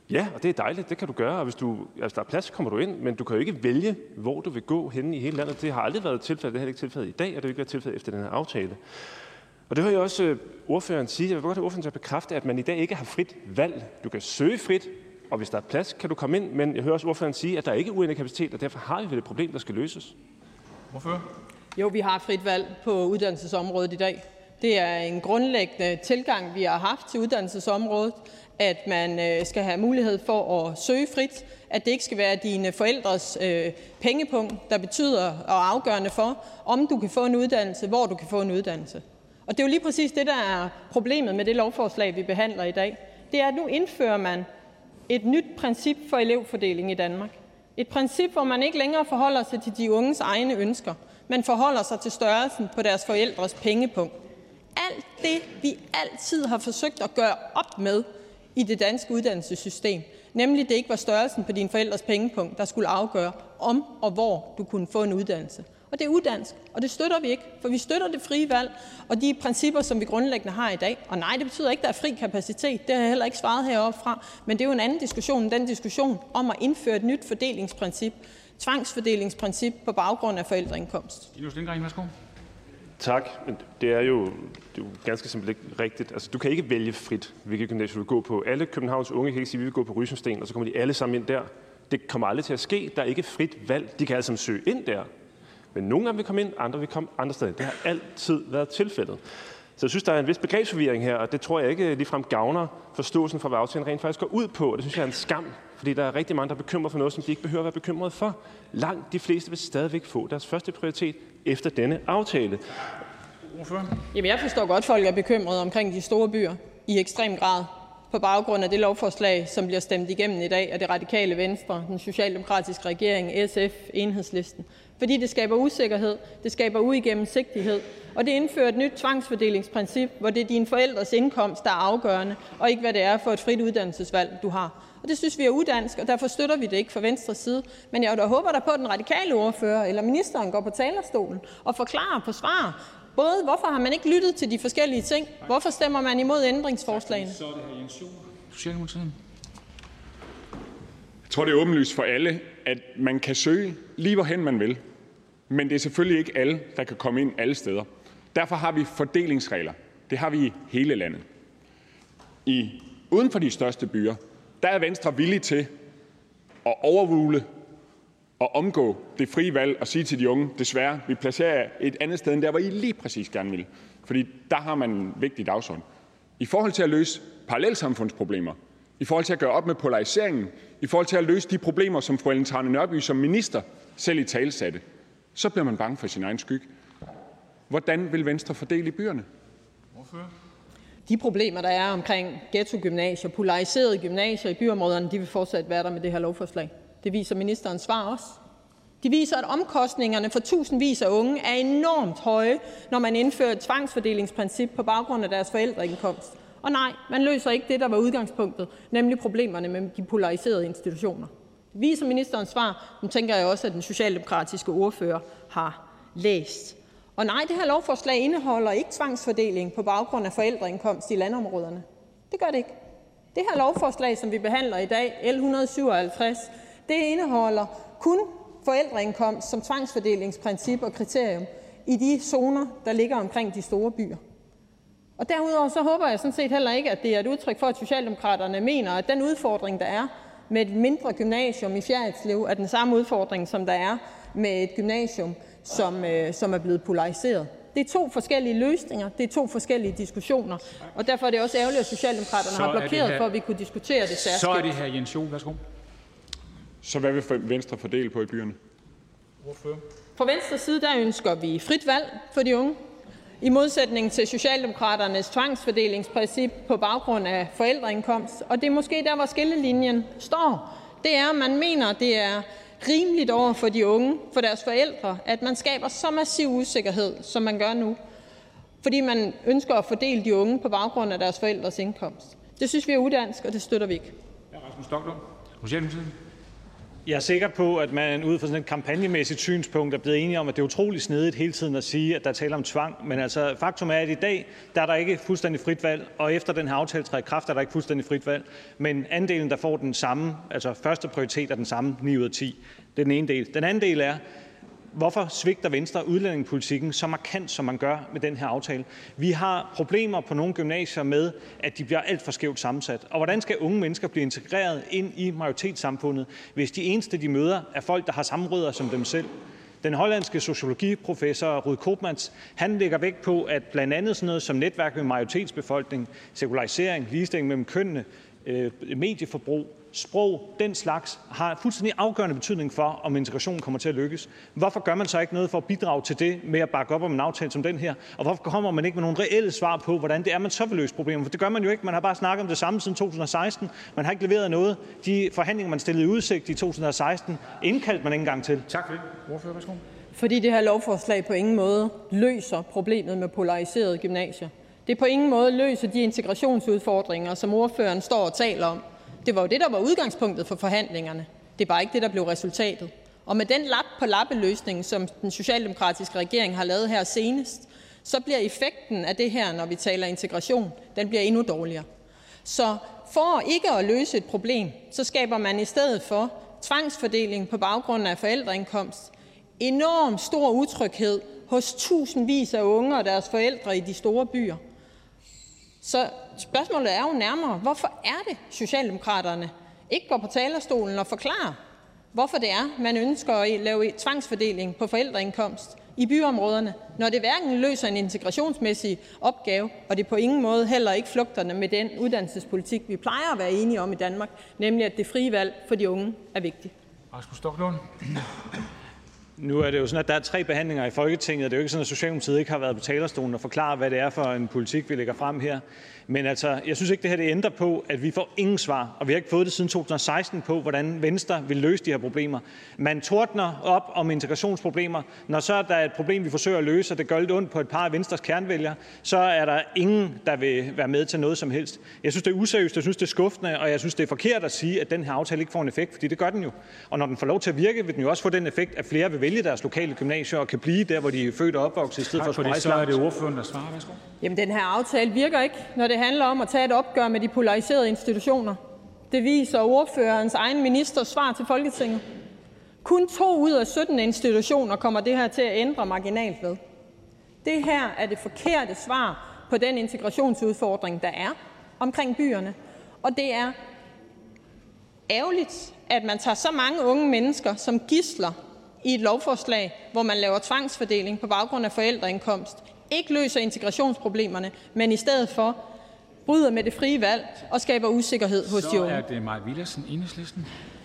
Ja, og det er dejligt. Det kan du gøre, og hvis du, altså, der er plads, kommer du ind, men du kan jo ikke vælge, hvor du vil gå henne i hele landet. Det har aldrig været tilfældet, det har ikke tilfældet i dag, og det vil ikke være tilfældet efter den her aftale. Og det hører jeg også ordføreren sige. Jeg vil godt have ordføreren til at bekræfte, at man i dag ikke har frit valg. Du kan søge frit, og hvis der er plads, kan du komme ind, men jeg hører også ordføreren sige, at der ikke er uendelig kapacitet, og derfor har vi et problem, der skal løses. Ordfører? Jo, vi har frit valg på uddannelsesområdet i dag. Det er en grundlæggende tilgang, vi har haft til uddannelsesområdet, at man skal have mulighed for at søge frit, at det ikke skal være dine forældres øh, pengepunkt, der betyder og afgørende for, om du kan få en uddannelse, hvor du kan få en uddannelse. Og det er jo lige præcis det, der er problemet med det lovforslag, vi behandler i dag. Det er, at nu indfører man et nyt princip for elevfordeling i Danmark. Et princip, hvor man ikke længere forholder sig til de unges egne ønsker, men forholder sig til størrelsen på deres forældres pengepunkt. Alt det, vi altid har forsøgt at gøre op med i det danske uddannelsessystem, nemlig det ikke var størrelsen på dine forældres pengepunkt, der skulle afgøre, om og hvor du kunne få en uddannelse. Og det er udansk, og det støtter vi ikke, for vi støtter det frie valg og de principper, som vi grundlæggende har i dag. Og nej, det betyder ikke, at der er fri kapacitet. Det har jeg heller ikke svaret heroppe fra. Men det er jo en anden diskussion end den diskussion om at indføre et nyt fordelingsprincip, tvangsfordelingsprincip på baggrund af forældreindkomst. Linus Lindgren, værsgo. Tak, men det er jo, det er jo ganske simpelt ikke rigtigt. Altså, du kan ikke vælge frit, hvilket gymnasium du vil gå på. Alle Københavns unge kan ikke sige, at vi vil gå på Rysensten, og så kommer de alle sammen ind der. Det kommer aldrig til at ske. Der er ikke frit valg. De kan alle sammen søge ind der. Men nogle af dem vil komme ind, andre vil komme andre steder. Det har altid været tilfældet. Så jeg synes, der er en vis begrebsforvirring her, og det tror jeg ikke ligefrem gavner forståelsen for, hvad aftalen rent faktisk går ud på. Det synes jeg er en skam, fordi der er rigtig mange, der er bekymret for noget, som de ikke behøver at være bekymret for. Langt de fleste vil stadigvæk få deres første prioritet efter denne aftale. Jamen, jeg forstår godt, at folk er bekymrede omkring de store byer i ekstrem grad på baggrund af det lovforslag, som bliver stemt igennem i dag af det radikale Venstre, den socialdemokratiske regering, S F, Enhedslisten. Fordi det skaber usikkerhed, det skaber uigennemsigtighed, og det indfører et nyt tvangsfordelingsprincip, hvor det er dine forældres indkomst, der er afgørende, og ikke hvad det er for et frit uddannelsesvalg, du har. Og det synes vi er udansk, og derfor støtter vi det ikke fra Venstres side. Men jeg da håber der på, at den radikale ordfører eller ministeren går på talerstolen og forklarer på svar, både hvorfor har man ikke lyttet til de forskellige ting, hvorfor stemmer man imod ændringsforslagene. Så er det her Jens Joel, Socialdemokratiet. Jeg tror, det er åbenlyst for alle, at man kan søge lige hvorhen man vil. Men det er selvfølgelig ikke alle, der kan komme ind alle steder. Derfor har vi fordelingsregler. Det har vi i hele landet. I, uden for de største byer, der er Venstre villig til at overrule og omgå det frie valg og sige til de unge, desværre, vi placerer jer et andet sted end der, hvor I lige præcis gerne vil. Fordi der har man en vigtig dagsorden. I forhold til at løse parallelsamfundsproblemer, i forhold til at gøre op med polariseringen, i forhold til at løse de problemer, som fru Ellen Trane Nørby som minister selv i tale satte, så bliver man bange for sin egen skygge. Hvordan vil Venstre fordele i byerne? De problemer, der er omkring ghetto-gymnasier, polariserede gymnasier i byområderne, de vil fortsat være der med det her lovforslag. Det viser ministerens svar også. De viser, at omkostningerne for tusindvis af unge er enormt høje, når man indfører et tvangsfordelingsprincip på baggrund af deres forældreindkomst. Og nej, man løser ikke det, der var udgangspunktet, nemlig problemerne med de polariserede institutioner. Det viser ministerens svar, nu tænker jeg også, at den socialdemokratiske ordfører har læst. Og nej, det her lovforslag indeholder ikke tvangsfordeling på baggrund af forældreindkomst i landområderne. Det gør det ikke. Det her lovforslag, som vi behandler i dag, L et hundrede og syvoghalvtreds, det indeholder kun forældreindkomst som tvangsfordelingsprincip og kriterium i de zoner, der ligger omkring de store byer. Og derudover så håber jeg sådan set heller ikke, at det er et udtryk for, at Socialdemokraterne mener, at den udfordring, der er med et mindre gymnasium i Fjerritslev, er den samme udfordring, som der er med et gymnasium, som, øh, som er blevet polariseret. Det er to forskellige løsninger, det er to forskellige diskussioner, og derfor er det også ærgerligt, at Socialdemokraterne har blokeret her, for, at vi kunne diskutere det særskilt. Så er det her Jens Joel, værsgo. Så hvad vil Venstre fordele på i byerne? Fra Venstres side der ønsker vi frit valg for de unge. I modsætning til Socialdemokraternes tvangsfordelingsprincip på baggrund af forældreindkomst. Og det er måske der, hvor skillelinjen står. Det er, at man mener, det er rimeligt over for de unge, for deres forældre, at man skaber så massiv usikkerhed, som man gør nu. Fordi man ønsker at fordele de unge på baggrund af deres forældres indkomst. Det synes vi er udansk, og det støtter vi ikke. Ja, Rasmus Stoklund, Socialdemokratiet. Jeg er sikker på, at man ud fra sådan et kampagnemæssigt synspunkt er blevet enige om, at det er utrolig snedigt hele tiden at sige, at der taler om tvang. Men altså, faktum er, at i dag der er der ikke fuldstændig frit valg, og efter den her aftale træder i kraft, er der ikke fuldstændig frit valg. Men andelen, der får den samme, altså første prioritet, er den samme ni ud af ti. Det er den ene del. Den anden del er, hvorfor svigter Venstre udlændingepolitikken så markant, som man gør med den her aftale? Vi har problemer på nogle gymnasier med, at de bliver alt for skævt sammensat. Og hvordan skal unge mennesker blive integreret ind i majoritetssamfundet, hvis de eneste, de møder, er folk, der har samme rødder som dem selv? Den hollandske sociologiprofessor Ruud Koopmans, han lægger vægt på, at blandt andet sådan noget som netværk med majoritetsbefolkning, sekularisering, ligestilling mellem kønnene, øh, medieforbrug, sprog, den slags, har fuldstændig afgørende betydning for, om integrationen kommer til at lykkes. Hvorfor gør man så ikke noget for at bidrage til det med at bakke op om en aftale som den her? Og hvorfor kommer man ikke med nogle reelle svar på, hvordan det er, man så vil løse problemer? For det gør man jo ikke. Man har bare snakket om det samme siden to tusind og seksten. Man har ikke leveret noget. De forhandlinger, man stillede i udsigt i to tusind og seksten, indkaldte man ikke engang til. Tak for det. Ordfører, værsgo. Fordi det her lovforslag på ingen måde løser problemet med polariserede gymnasier. Det på ingen måde løser de integrationsudfordringer, som ordføreren står og taler om. Det var jo det, der var udgangspunktet for forhandlingerne. Det var ikke det, der blev resultatet. Og med den lap på lappeløsning, som den socialdemokratiske regering har lavet her senest, så bliver effekten af det her, når vi taler integration, den bliver endnu dårligere. Så for ikke at løse et problem, så skaber man i stedet for tvangsfordeling på baggrund af forældreindkomst, enorm stor utryghed hos tusindvis af unge og deres forældre i de store byer. Så spørgsmålet er jo nærmere, hvorfor er det, Socialdemokraterne ikke går på talerstolen og forklarer, hvorfor det er, man ønsker at lave tvangsfordeling på forældreindkomst i byområderne, når det hverken løser en integrationsmæssig opgave, og det på ingen måde heller ikke flugterne med den uddannelsespolitik, vi plejer at være enige om i Danmark, nemlig at det frie valg for de unge er vigtigt. Rasmus Stoklund. Nu er det jo sådan, at der er tre behandlinger i Folketinget, og det er jo ikke sådan, at Socialdemokratiet ikke har været på talerstolen og forklare, hvad det er for en politik, vi lægger frem her. Men altså, jeg synes ikke, det her det ændrer på, at vi får ingen svar, og vi har ikke fået det siden to tusind og seksten på, hvordan Venstre vil løse de her problemer. Man tordner op om integrationsproblemer. Når så der er et problem, vi forsøger at løse, og det gør lidt ondt på et par af Venstres kernevælgere, så er der ingen, der vil være med til noget som helst. Jeg synes, det er useriøst, jeg synes, det er skuffende, og jeg synes, det er forkert at sige, at den her aftale ikke får en effekt, fordi det gør den jo. Og når den får lov til at virke, vil den jo også få den effekt, at flere vil vælge deres lokale gymnasier og kan blive der, hvor de er født og opvokset, i stedet for at rejse langt. Tak for det, så er det ordføreren, der svarer. Værsgo. Jamen, den her aftale virker ikke, når det handler om at tage et opgør med de polariserede institutioner. Det viser ordførerens egen ministers svar til Folketinget. Kun to ud af sytten institutioner kommer det her til at ændre marginalt ved. Det her er det forkerte svar på den integrationsudfordring, der er omkring byerne. Og det er ærgerligt, at man tager så mange unge mennesker som gidsler i et lovforslag, hvor man laver tvangsfordeling på baggrund af forældreindkomst, ikke løser integrationsproblemerne, men i stedet for bryder med det frie valg og skaber usikkerhed hos de unge. Så er det Mai Villadsen, Enhedslisten.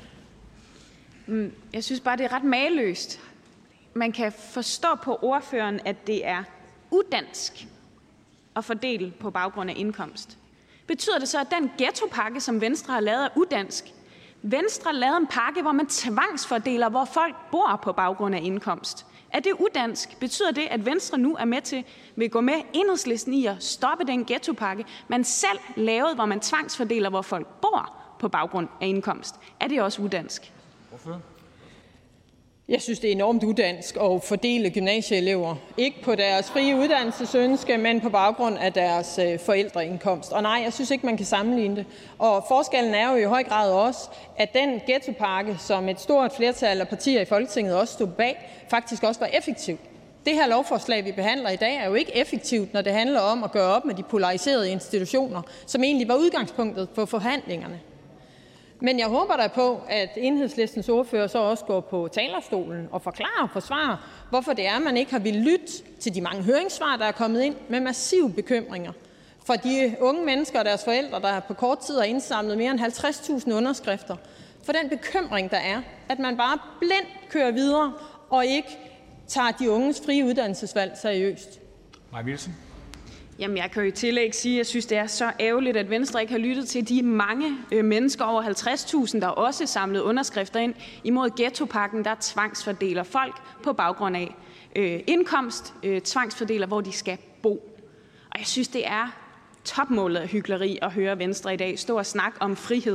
Jeg synes bare, det er ret mageløst. Man kan forstå på ordføreren, at det er udansk at fordele på baggrund af indkomst. Betyder det så, at den ghettopakke, som Venstre har lavet, er udansk? Venstre lavede en pakke, hvor man tvangsfordeler, hvor folk bor på baggrund af indkomst. Er det udansk? Betyder det, at Venstre nu er med til, vil gå med Enhedslisten i at stoppe den ghettopakke, man selv lavede, hvor man tvangsfordeler, hvor folk bor på baggrund af indkomst? Er det også udansk? Hvorfor? Jeg synes, det er enormt udansk at fordele gymnasieelever. Ikke på deres frie uddannelsesønske, men på baggrund af deres forældreindkomst. Og nej, jeg synes ikke, man kan sammenligne det. Og forskellen er jo i høj grad også, at den ghettopakke, som et stort flertal af partier i Folketinget også stod bag, faktisk også var effektiv. Det her lovforslag, vi behandler i dag, er jo ikke effektivt, når det handler om at gøre op med de polariserede institutioner, som egentlig var udgangspunktet for forhandlingerne. Men jeg håber da på, at Enhedslistens ordfører så også går på talerstolen og forklarer og forsvarer, hvorfor det er, man ikke har villet lytte til de mange høringssvar, der er kommet ind med massive bekymringer fra de unge mennesker og deres forældre, der på kort tid har indsamlet mere end halvtreds tusind underskrifter. For den bekymring, der er, at man bare blindt kører videre og ikke tager de unges frie uddannelsesvalg seriøst. Mai Villadsen. Jamen, jeg kan jo i tillæg sige, at jeg synes, det er så ærgerligt, at Venstre ikke har lyttet til de mange øh, mennesker, over halvtreds tusind, der også samlede underskrifter ind imod ghettopakken, der tvangsfordeler folk på baggrund af øh, indkomst, øh, tvangsfordeler, hvor de skal bo. Og jeg synes, det er topmålet af hykleri at høre Venstre i dag stå og snakke om frihed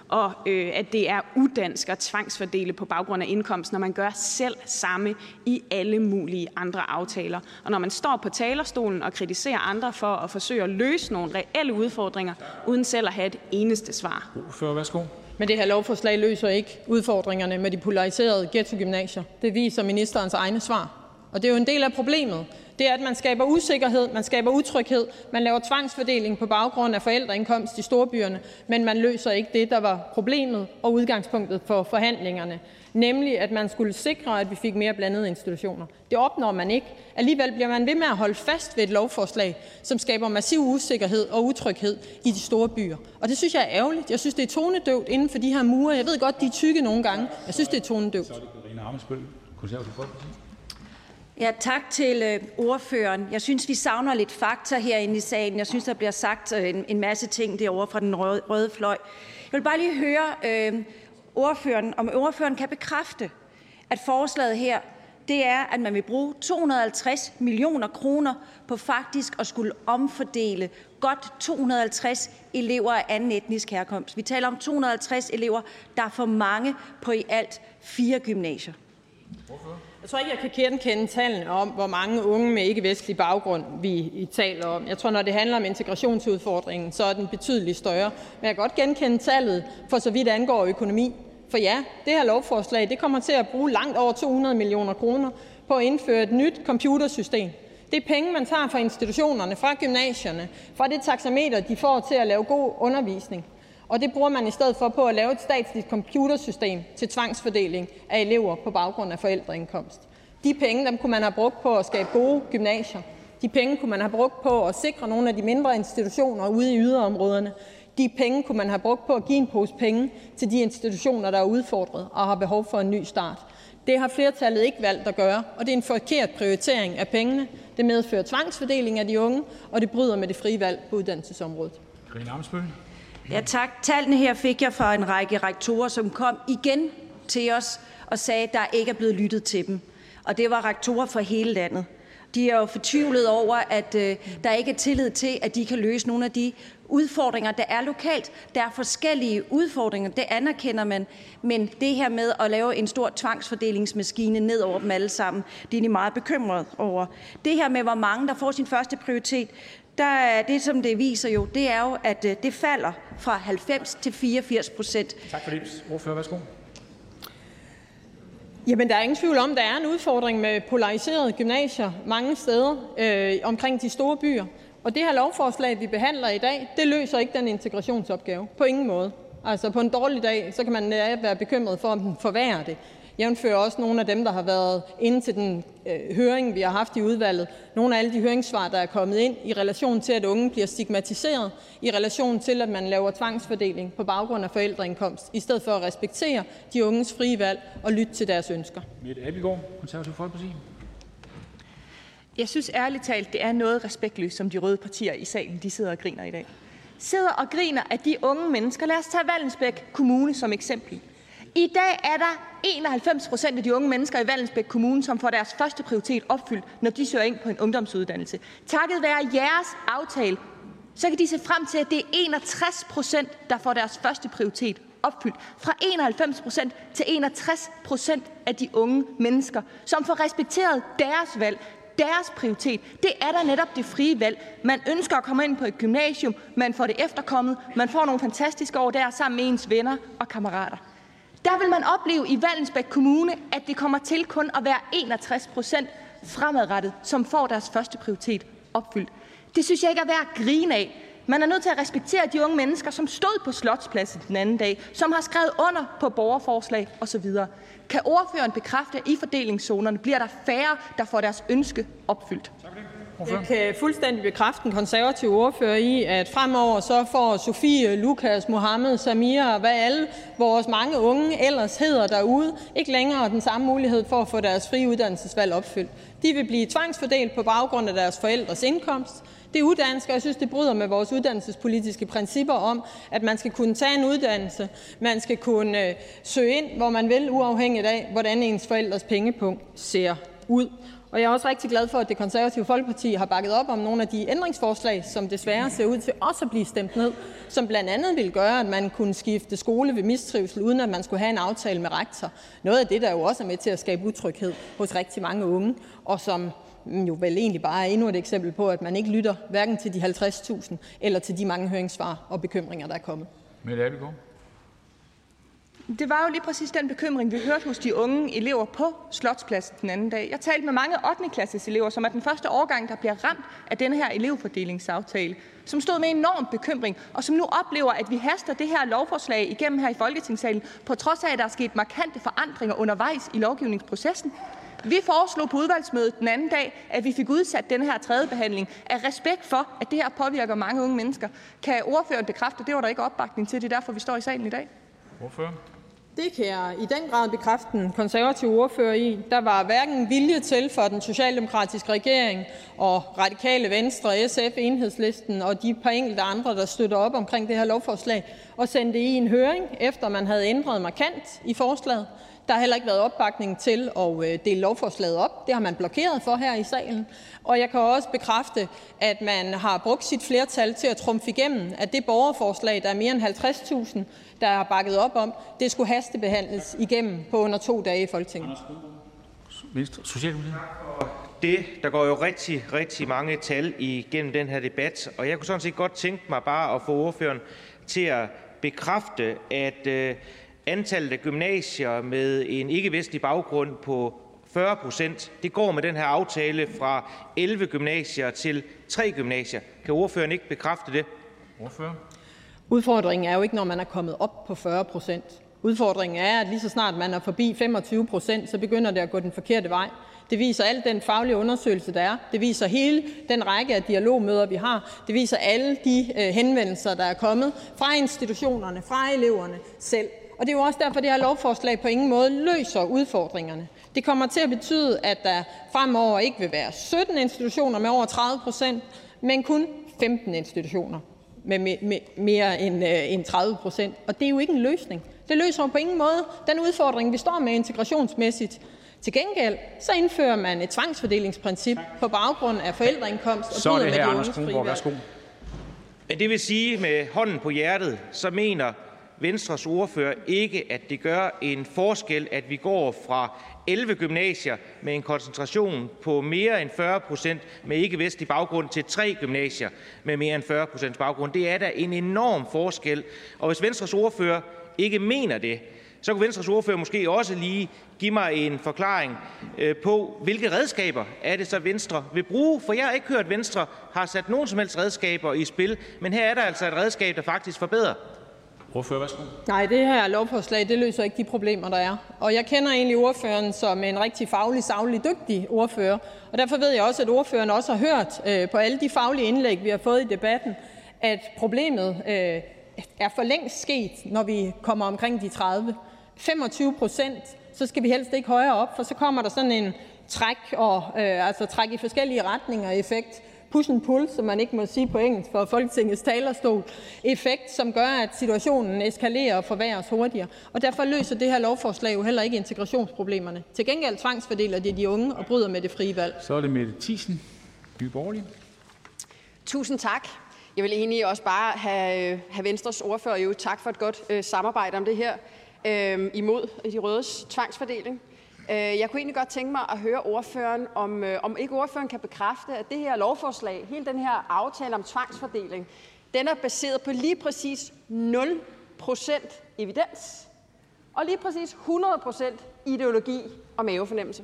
og øh, at det er udansk at tvangsfordele på baggrund af indkomst, når man gør selv samme i alle mulige andre aftaler. Og når man står på talerstolen og kritiserer andre for at forsøge at løse nogle reelle udfordringer, uden selv at have et eneste svar. Ordfører, værsgo. Men det her lovforslag løser ikke udfordringerne med de polariserede ghettogymnasier. Det viser ministerens egne svar. Og det er jo en del af problemet. Det er, at man skaber usikkerhed, man skaber utryghed, man laver tvangsfordeling på baggrund af forældreindkomst i storbyerne, men man løser ikke det, der var problemet og udgangspunktet for forhandlingerne, nemlig at man skulle sikre, at vi fik mere blandede institutioner. Det opnår man ikke. Alligevel bliver man ved med at holde fast ved et lovforslag, som skaber massiv usikkerhed og utryghed i de store byer. Og det synes jeg er ærgerligt. Jeg synes, det er tonedøvt inden for de her mure. Jeg ved godt, de er tykke nogle gange. Jeg synes, det er tonedøvt. Så er det Karina Ammitzbøll, Konservative Folkeparti. Ja, tak til øh, ordføreren. Jeg synes, vi savner lidt fakta herinde i salen. Jeg synes, der bliver sagt øh, en, en masse ting derovre fra den røde, røde fløj. Jeg vil bare lige høre øh, ordføreren, om ordføreren kan bekræfte, at forslaget her, det er, at man vil bruge to hundrede og halvtreds millioner kroner på faktisk at skulle omfordele godt to hundrede og halvtreds elever af anden etnisk herkomst. Vi taler om to hundrede og halvtreds elever, der er for mange på i alt fire gymnasier. Jeg tror ikke, jeg kan genkende tallene om, hvor mange unge med ikke-vestlig baggrund vi taler om. Jeg tror, når det handler om integrationsudfordringen, så er den betydeligt større. Men jeg kan godt genkende tallet for så vidt angår økonomi. For ja, det her lovforslag det kommer til at bruge langt over to hundrede millioner kroner på at indføre et nyt computersystem. Det er penge, man tager fra institutionerne, fra gymnasierne, fra det taxameter, de får til at lave god undervisning. Og det bruger man i stedet for på at lave et statsligt computersystem til tvangsfordeling af elever på baggrund af forældreindkomst. De penge dem kunne man have brugt på at skabe gode gymnasier. De penge kunne man have brugt på at sikre nogle af de mindre institutioner ude i yderområderne. De penge kunne man have brugt på at give en pose penge til de institutioner, der er udfordret og har behov for en ny start. Det har flertallet ikke valgt at gøre, og det er en forkert prioritering af pengene. Det medfører tvangsfordeling af de unge, og det bryder med det frie valg på uddannelsesområdet. Karina Ammitzbøll. Ja, tak. Tallene her fik jeg fra en række rektorer, som kom igen til os og sagde, at der ikke er blevet lyttet til dem. Og det var rektorer fra hele landet. De er jo fortvivlet over, at øh, der ikke er tillid til, at de kan løse nogle af de udfordringer, der er lokalt. Der er forskellige udfordringer, det anerkender man. Men det her med at lave en stor tvangsfordelingsmaskine ned over dem alle sammen, det er de meget bekymret over. Det her med, hvor mange der får sin første prioritet, der er det, som det viser jo, det er jo, at øh, det falder fra halvfems til fireogfirs procent. Tak for det. Ordfører, værsgo. Jamen, der er ingen tvivl om, at der er en udfordring med polariserede gymnasier mange steder øh, omkring de store byer. Og det her lovforslag, vi behandler i dag, det løser ikke den integrationsopgave. På ingen måde. Altså på en dårlig dag, så kan man være bekymret for, om den forværrer det. Jævnfører også nogle af dem, der har været inde til den øh, høring, vi har haft i udvalget. Nogle af alle de høringssvar, der er kommet ind i relation til, at unge bliver stigmatiseret, i relation til, at man laver tvangsfordeling på baggrund af forældreindkomst, i stedet for at respektere de unges frie valg og lytte til deres ønsker. Mette Abildgaard, Konservative Folkeparti. Jeg synes ærligt talt, det er noget respektløst, som de røde partier i salen de sidder og griner i dag. Sidder og griner af de unge mennesker. Lad os tage Vallensbæk Kommune som eksempel. I dag er der enoghalvfems procent af de unge mennesker i Vallensbæk Kommune, som får deres første prioritet opfyldt, når de søger ind på en ungdomsuddannelse. Takket være jeres aftale, så kan de se frem til, at det er enogtres procent, der får deres første prioritet opfyldt. Fra enoghalvfems procent til enogtres procent af de unge mennesker, som får respekteret deres valg, deres prioritet. Det er der netop det frie valg. Man ønsker at komme ind på et gymnasium, man får det efterkommet, man får nogle fantastiske år der sammen med ens venner og kammerater. Der vil man opleve i Vallensbæk Kommune, at det kommer til kun at være enogtres procent fremadrettet, som får deres første prioritet opfyldt. Det synes jeg ikke er værd at grine af. Man er nødt til at respektere de unge mennesker, som stod på Slotspladsen den anden dag, som har skrevet under på borgerforslag osv. Kan ordføreren bekræfte, at i fordelingszonerne bliver der færre, der får deres ønske opfyldt? Jeg kan fuldstændig bekræfte den konservative ordfører i, at fremover så får Sofie, Lukas, Mohammed, Samir og hvad alle vores mange unge ellers hedder derude, ikke længere den samme mulighed for at få deres frie uddannelsesvalg opfyldt. De vil blive tvangsfordelt på baggrund af deres forældres indkomst. Det er udansk, og jeg synes, det bryder med vores uddannelsespolitiske principper om, at man skal kunne tage en uddannelse, man skal kunne øh, søge ind, hvor man vil, uafhængigt af, hvordan ens forældres pengepunkt ser ud. Og jeg er også rigtig glad for, at Det Konservative Folkeparti har bakket op om nogle af de ændringsforslag, som desværre ser ud til også at blive stemt ned, som blandt andet vil gøre, at man kunne skifte skole ved mistrivsel, uden at man skulle have en aftale med rektor. Noget af det, der jo også er med til at skabe utryghed hos rigtig mange unge, og som jo vel egentlig bare er endnu et eksempel på, at man ikke lytter hverken til de halvtreds tusind eller til de mange høringssvar og bekymringer, der er kommet. Mette Abildgaard. Det var jo lige præcis den bekymring, vi hørte hos de unge elever på Slotspladsen den anden dag. Jeg talte med mange ottende klasses elever, som er den første årgang, der bliver ramt af denne her elevfordelingsaftale, som stod med enorm bekymring, og som nu oplever, at vi haster det her lovforslag igennem her i Folketingssalen, på trods af, at der er sket markante forandringer undervejs i lovgivningsprocessen. Vi foreslog på udvalgsmødet den anden dag, at vi fik udsat den her tredje behandling af respekt for, at det her påvirker mange unge mennesker. Kan ordføreren bekræfte, at det var der ikke opbakning til? Det er derfor, vi står i salen i dag. Ordfører? Det kan jeg i den grad bekræfte den konservative ordfører i. Der var hverken vilje til for den socialdemokratiske regering og Radikale Venstre, S F, Enhedslisten og de par enkelte andre, der støtter op omkring det her lovforslag, og sende det i en høring, efter man havde ændret markant i forslaget. Der har heller ikke været opbakning til at dele lovforslaget op. Det har man blokeret for her i salen. Og jeg kan også bekræfte, at man har brugt sit flertal til at trumfe igennem, at det borgerforslag, der er mere end halvtreds tusind, der har bakket op om, det skulle hastebehandles igennem på under to dage i Folketinget. Det, der går jo rigtig, rigtig mange tal igennem den her debat, og jeg kunne sådan set godt tænke mig bare at få ordføreren til at bekræfte, at øh, antallet af gymnasier med en ikke-vestlig baggrund på fyrre procent, det går med den her aftale fra elleve gymnasier til tre gymnasier. Kan ordføreren ikke bekræfte det? Ordfører? Udfordringen er jo ikke, når man er kommet op på fyrre procent. Udfordringen er, at lige så snart man er forbi femogtyve procent, så begynder det at gå den forkerte vej. Det viser al den faglige undersøgelse, der er. Det viser hele den række af dialogmøder, vi har. Det viser alle de øh, henvendelser, der er kommet fra institutionerne, fra eleverne selv. Og det er jo også derfor, at det her lovforslag på ingen måde løser udfordringerne. Det kommer til at betyde, at der fremover ikke vil være sytten institutioner med over tredive procent, men kun femten institutioner med mere end tredive procent. Og det er jo ikke en løsning. Det løser jo på ingen måde den udfordring, vi står med integrationsmæssigt. Til gengæld så indfører man et tvangsfordelingsprincip på baggrund af forældreindkomst og bryder med de unges frie valg. Men det vil sige, med hånden på hjertet, så mener Venstres ordfører ikke, at det gør en forskel, at vi går fra elleve gymnasier med en koncentration på mere end fyrre procent med ikke-vestlig baggrund til tre gymnasier med mere end fyrre procent baggrund. Det er da en enorm forskel. Og hvis Venstres ordfører ikke mener det, så kunne Venstres ordfører måske også lige give mig en forklaring på, hvilke redskaber er det så, Venstre vil bruge. For jeg har ikke hørt, at Venstre har sat nogen som helst redskaber i spil, men her er der altså et redskab, der faktisk forbedrer. Ordfører, værsgo. Nej, det her lovforslag, det løser ikke de problemer, der er. Og jeg kender egentlig ordføreren som en rigtig faglig, saglig, dygtig ordfører. Og derfor ved jeg også, at ordføreren også har hørt øh, på alle de faglige indlæg, vi har fået i debatten, at problemet øh, er for længst sket, når vi kommer omkring de tredive. femogtyve procent, så skal vi helst ikke højere op, for så kommer der sådan en træk, og, øh, altså træk i forskellige retninger effekt. Push and pull, som man ikke må sige på engelsk for Folketingets talerstol, effekt, som gør, at situationen eskalerer og forværres hurtigere. Og derfor løser det her lovforslag jo heller ikke integrationsproblemerne. Til gengæld tvangsfordeler det de unge og bryder med det frie valg. Så er det Mette Thiesen, Nye Borgerlige. Tusind tak. Jeg vil egentlig også bare have, have Venstres ordfører jo tak for et godt øh, samarbejde om det her øh, imod de rødes tvangsfordeling. Jeg kunne egentlig godt tænke mig at høre ordføreren, om, om ikke ordføreren kan bekræfte, at det her lovforslag, hele den her aftale om tvangsfordeling, den er baseret på lige præcis nul procent evidens og lige præcis hundrede procent ideologi og mavefornemmelse.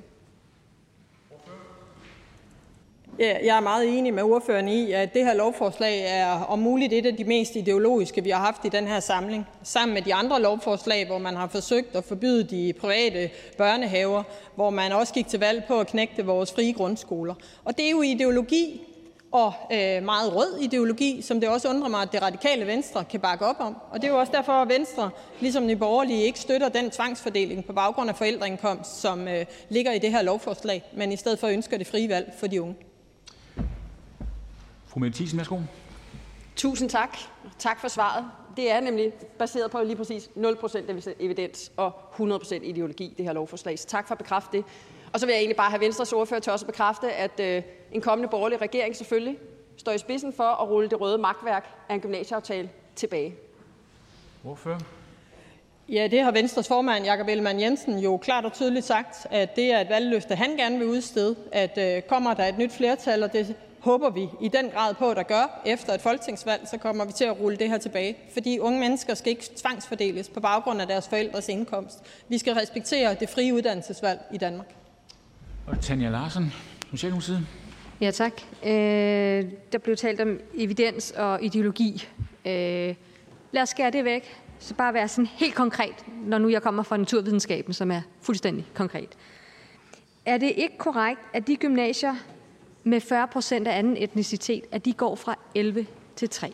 Jeg er meget enig med ordføreren i, at det her lovforslag er om muligt et af de mest ideologiske, vi har haft i den her samling. Sammen med de andre lovforslag, hvor man har forsøgt at forbyde de private børnehaver, hvor man også gik til valg på at knægte vores frie grundskoler. Og det er jo ideologi, og øh, meget rød ideologi, som det også undrer mig, at det radikale Venstre kan bakke op om. Og det er jo også derfor, at Venstre, ligesom Nye Borgerlige, ikke støtter den tvangsfordeling på baggrund af forældreindkomst, som øh, ligger i det her lovforslag, men i stedet for ønsker det frie valg for de unge. Fru Mette Thiesen, værsgo. Tusind tak. Tak for svaret. Det Det er nemlig baseret på lige præcis nul procent evidens og hundrede procent ideologi, det her lovforslag. Så tak for at bekræfte det. Og så vil jeg egentlig bare have Venstres ordfører til også at bekræfte, at øh, en kommende borgerlig regering selvfølgelig står i spidsen for at rulle det røde magtværk af en gymnasieaftale tilbage. Ordfører? Ja, det har Venstres formand, Jakob Ellemann-Jensen, jo klart og tydeligt sagt, at det er et valgløfte, han gerne vil udstede, at øh, kommer der et nyt flertal, og det håber vi i den grad på, at der gør efter et folketingsvalg, så kommer vi til at rulle det her tilbage. Fordi unge mennesker skal ikke tvangsfordeles på baggrund af deres forældres indkomst. Vi skal respektere det frie uddannelsesvalg i Danmark. Og Tanja Larsson, Socialdemokratiet. Ja, tak. Øh, der blev talt om evidens og ideologi. Øh, lad os skære det væk. Så bare være sådan helt konkret, når nu jeg kommer fra naturvidenskaben, som er fuldstændig konkret. Er det ikke korrekt, at de gymnasier med fyrre procent af anden etnicitet, at de går fra elleve til tre?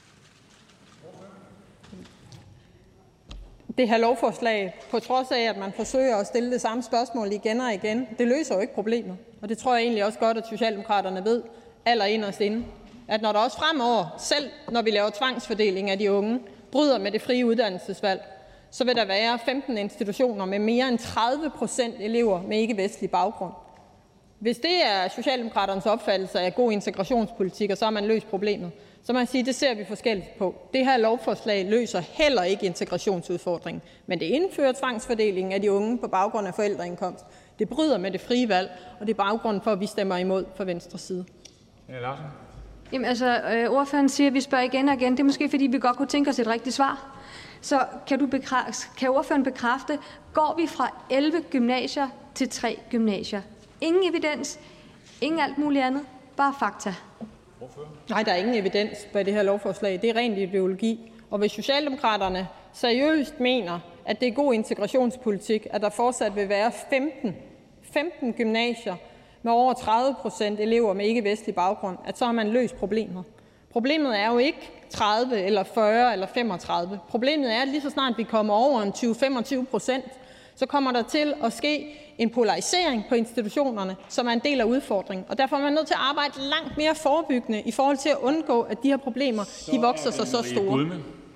Det her lovforslag, på trods af, at man forsøger at stille det samme spørgsmål igen og igen, det løser jo ikke problemet. Og det tror jeg egentlig også godt, at Socialdemokraterne ved allerinderst inde. At når der også fremover, selv når vi laver tvangsfordeling af de unge, bryder med det frie uddannelsesvalg, så vil der være femten institutioner med mere end tredive procent elever med ikke-vestlig baggrund. Hvis det er Socialdemokraternes opfattelse af god integrationspolitik, og så har man løst problemet, så må jeg sige, at det ser vi forskelligt på. Det her lovforslag løser heller ikke integrationsudfordringen, men det indfører tvangsfordelingen af de unge på baggrund af forældreindkomst. Det bryder med det frie valg, og det er baggrunden for, at vi stemmer imod fra Venstres side. Ja, Larsen. Jamen altså, øh, ordføreren siger, at vi spørger igen og igen. Det er måske, fordi vi godt kunne tænke os et rigtigt svar. Så kan, du bekræfte, kan ordføreren bekræfte, går vi fra elleve gymnasier til tre gymnasier? Ingen evidens, ingen alt muligt andet, bare fakta. Nej, der er ingen evidens bag det her lovforslag. Det er rent ideologi. Og hvis Socialdemokraterne seriøst mener, at det er god integrationspolitik, at der fortsat vil være femten, femten gymnasier med over tredive procent elever med ikke-vestlig baggrund, at så har man løst problemet. Problemet er jo ikke tredive eller fyrre eller femogtredive. Problemet er, at lige så snart vi kommer over en tyve til femogtyve procent, så kommer der til at ske en polarisering på institutionerne, som er en del af udfordringen. Og derfor er man nødt til at arbejde langt mere forebyggende i forhold til at undgå, at de her problemer de vokser sig så store.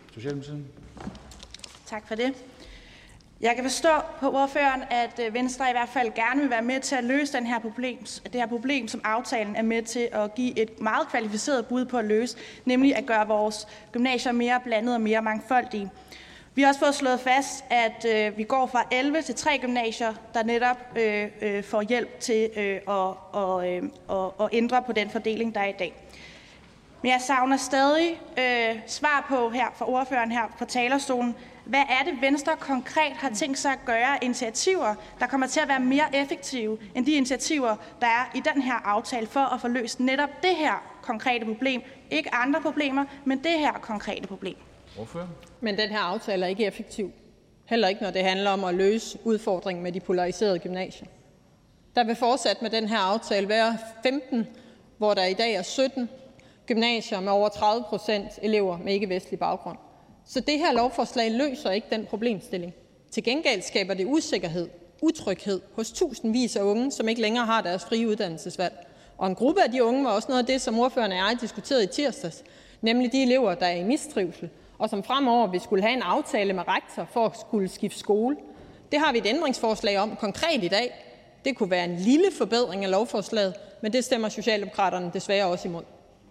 Tak for det. Jeg kan forstå på ordføreren, at Venstre i hvert fald gerne vil være med til at løse den her problem, det her problem, som aftalen er med til at give et meget kvalificeret bud på at løse, nemlig at gøre vores gymnasier mere blandet og mere mangfoldige. Vi har også fået slået fast, at øh, vi går fra elleve til tre gymnasier, der netop øh, øh, får hjælp til øh, at, og, øh, og, og ændre på den fordeling, der er i dag. Men jeg savner stadig øh, svar på her fra ordføreren her på talerstolen. Hvad er det, Venstre konkret har tænkt sig at gøre initiativer, der kommer til at være mere effektive end de initiativer, der er i den her aftale for at få løst netop det her konkrete problem? Ikke andre problemer, men det her konkrete problem. Hvorfor? Men den her aftale er ikke effektiv. Heller ikke, når det handler om at løse udfordringen med de polariserede gymnasier. Der vil fortsat med den her aftale være femten, hvor der i dag er sytten gymnasier med over tredive procent elever med ikke-vestlig baggrund. Så det her lovforslag løser ikke den problemstilling. Til gengæld skaber det usikkerhed, utryghed hos tusindvis af unge, som ikke længere har deres frie uddannelsesvalg. Og en gruppe af de unge var også noget af det, som ordføreren og jeg diskuterede i tirsdags, nemlig de elever, der er i mistrivsel, og som fremover vil skulle have en aftale med rektor for at skulle skifte skole. Det har vi et ændringsforslag om konkret i dag. Det kunne være en lille forbedring af lovforslaget, men det stemmer Socialdemokraterne desværre også imod.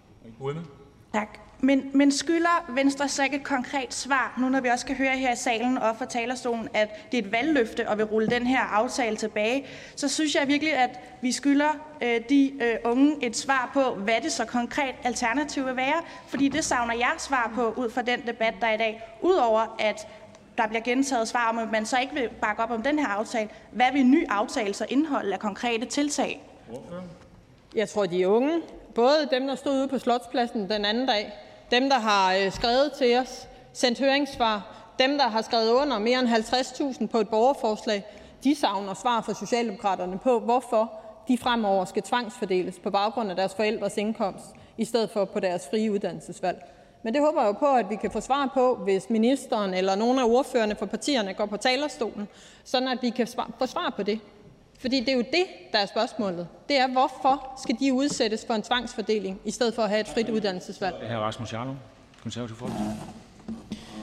Tak. Men, men skylder Venstre så ikke et konkret svar, nu når vi også kan høre her i salen og fra talerstolen, at det er et valgløfte og vil rulle den her aftale tilbage, så synes jeg virkelig, at vi skylder øh, de øh, unge et svar på, hvad det så konkret alternativ vil være. Fordi det savner jeg svar på ud fra den debat, der er i dag. Udover at der bliver gentaget svar om, at man så ikke vil bakke op om den her aftale. Hvad vil en ny aftale så indeholde af konkrete tiltag? Jeg tror, de unge, både dem, der stod ude på Slotspladsen den anden dag, dem, der har skrevet til os, sendt høringssvar, dem, der har skrevet under mere end halvtreds tusind på et borgerforslag, de savner svar fra Socialdemokraterne på, hvorfor de fremover skal tvangsfordeles på baggrund af deres forældres indkomst, i stedet for på deres frie uddannelsesvalg. Men det håber jeg jo på, at vi kan få svar på, hvis ministeren eller nogle af ordførerne for partierne går på talerstolen, sådan at vi kan få svar på det. Fordi det er jo det, der er spørgsmålet. Det er, hvorfor skal de udsættes for en tvangsfordeling, i stedet for at have et frit uddannelsesvalg? Hr. Rasmus Jarlov, Konservative Folkeparti.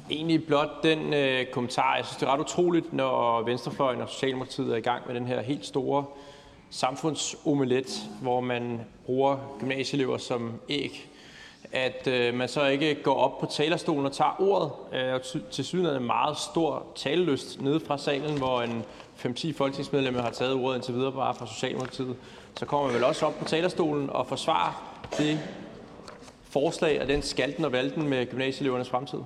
Egentlig blot den øh, kommentar. Jeg synes, det er ret utroligt, når Venstrefløjen og Socialdemokratiet er i gang med den her helt store samfundsomelet, hvor man bruger gymnasieelever som æg, at øh, man så ikke går op på talerstolen og tager ordet. Øh, til synligheden en meget stor talelyst nede fra salen, hvor en fem ti folketingsmedlemmer har taget ordet indtil videre bare fra Socialdemokratiet. Så kommer man vel også op på talerstolen og forsvarer det forslag og den skalten og valten med gymnasieelevernes fremtid.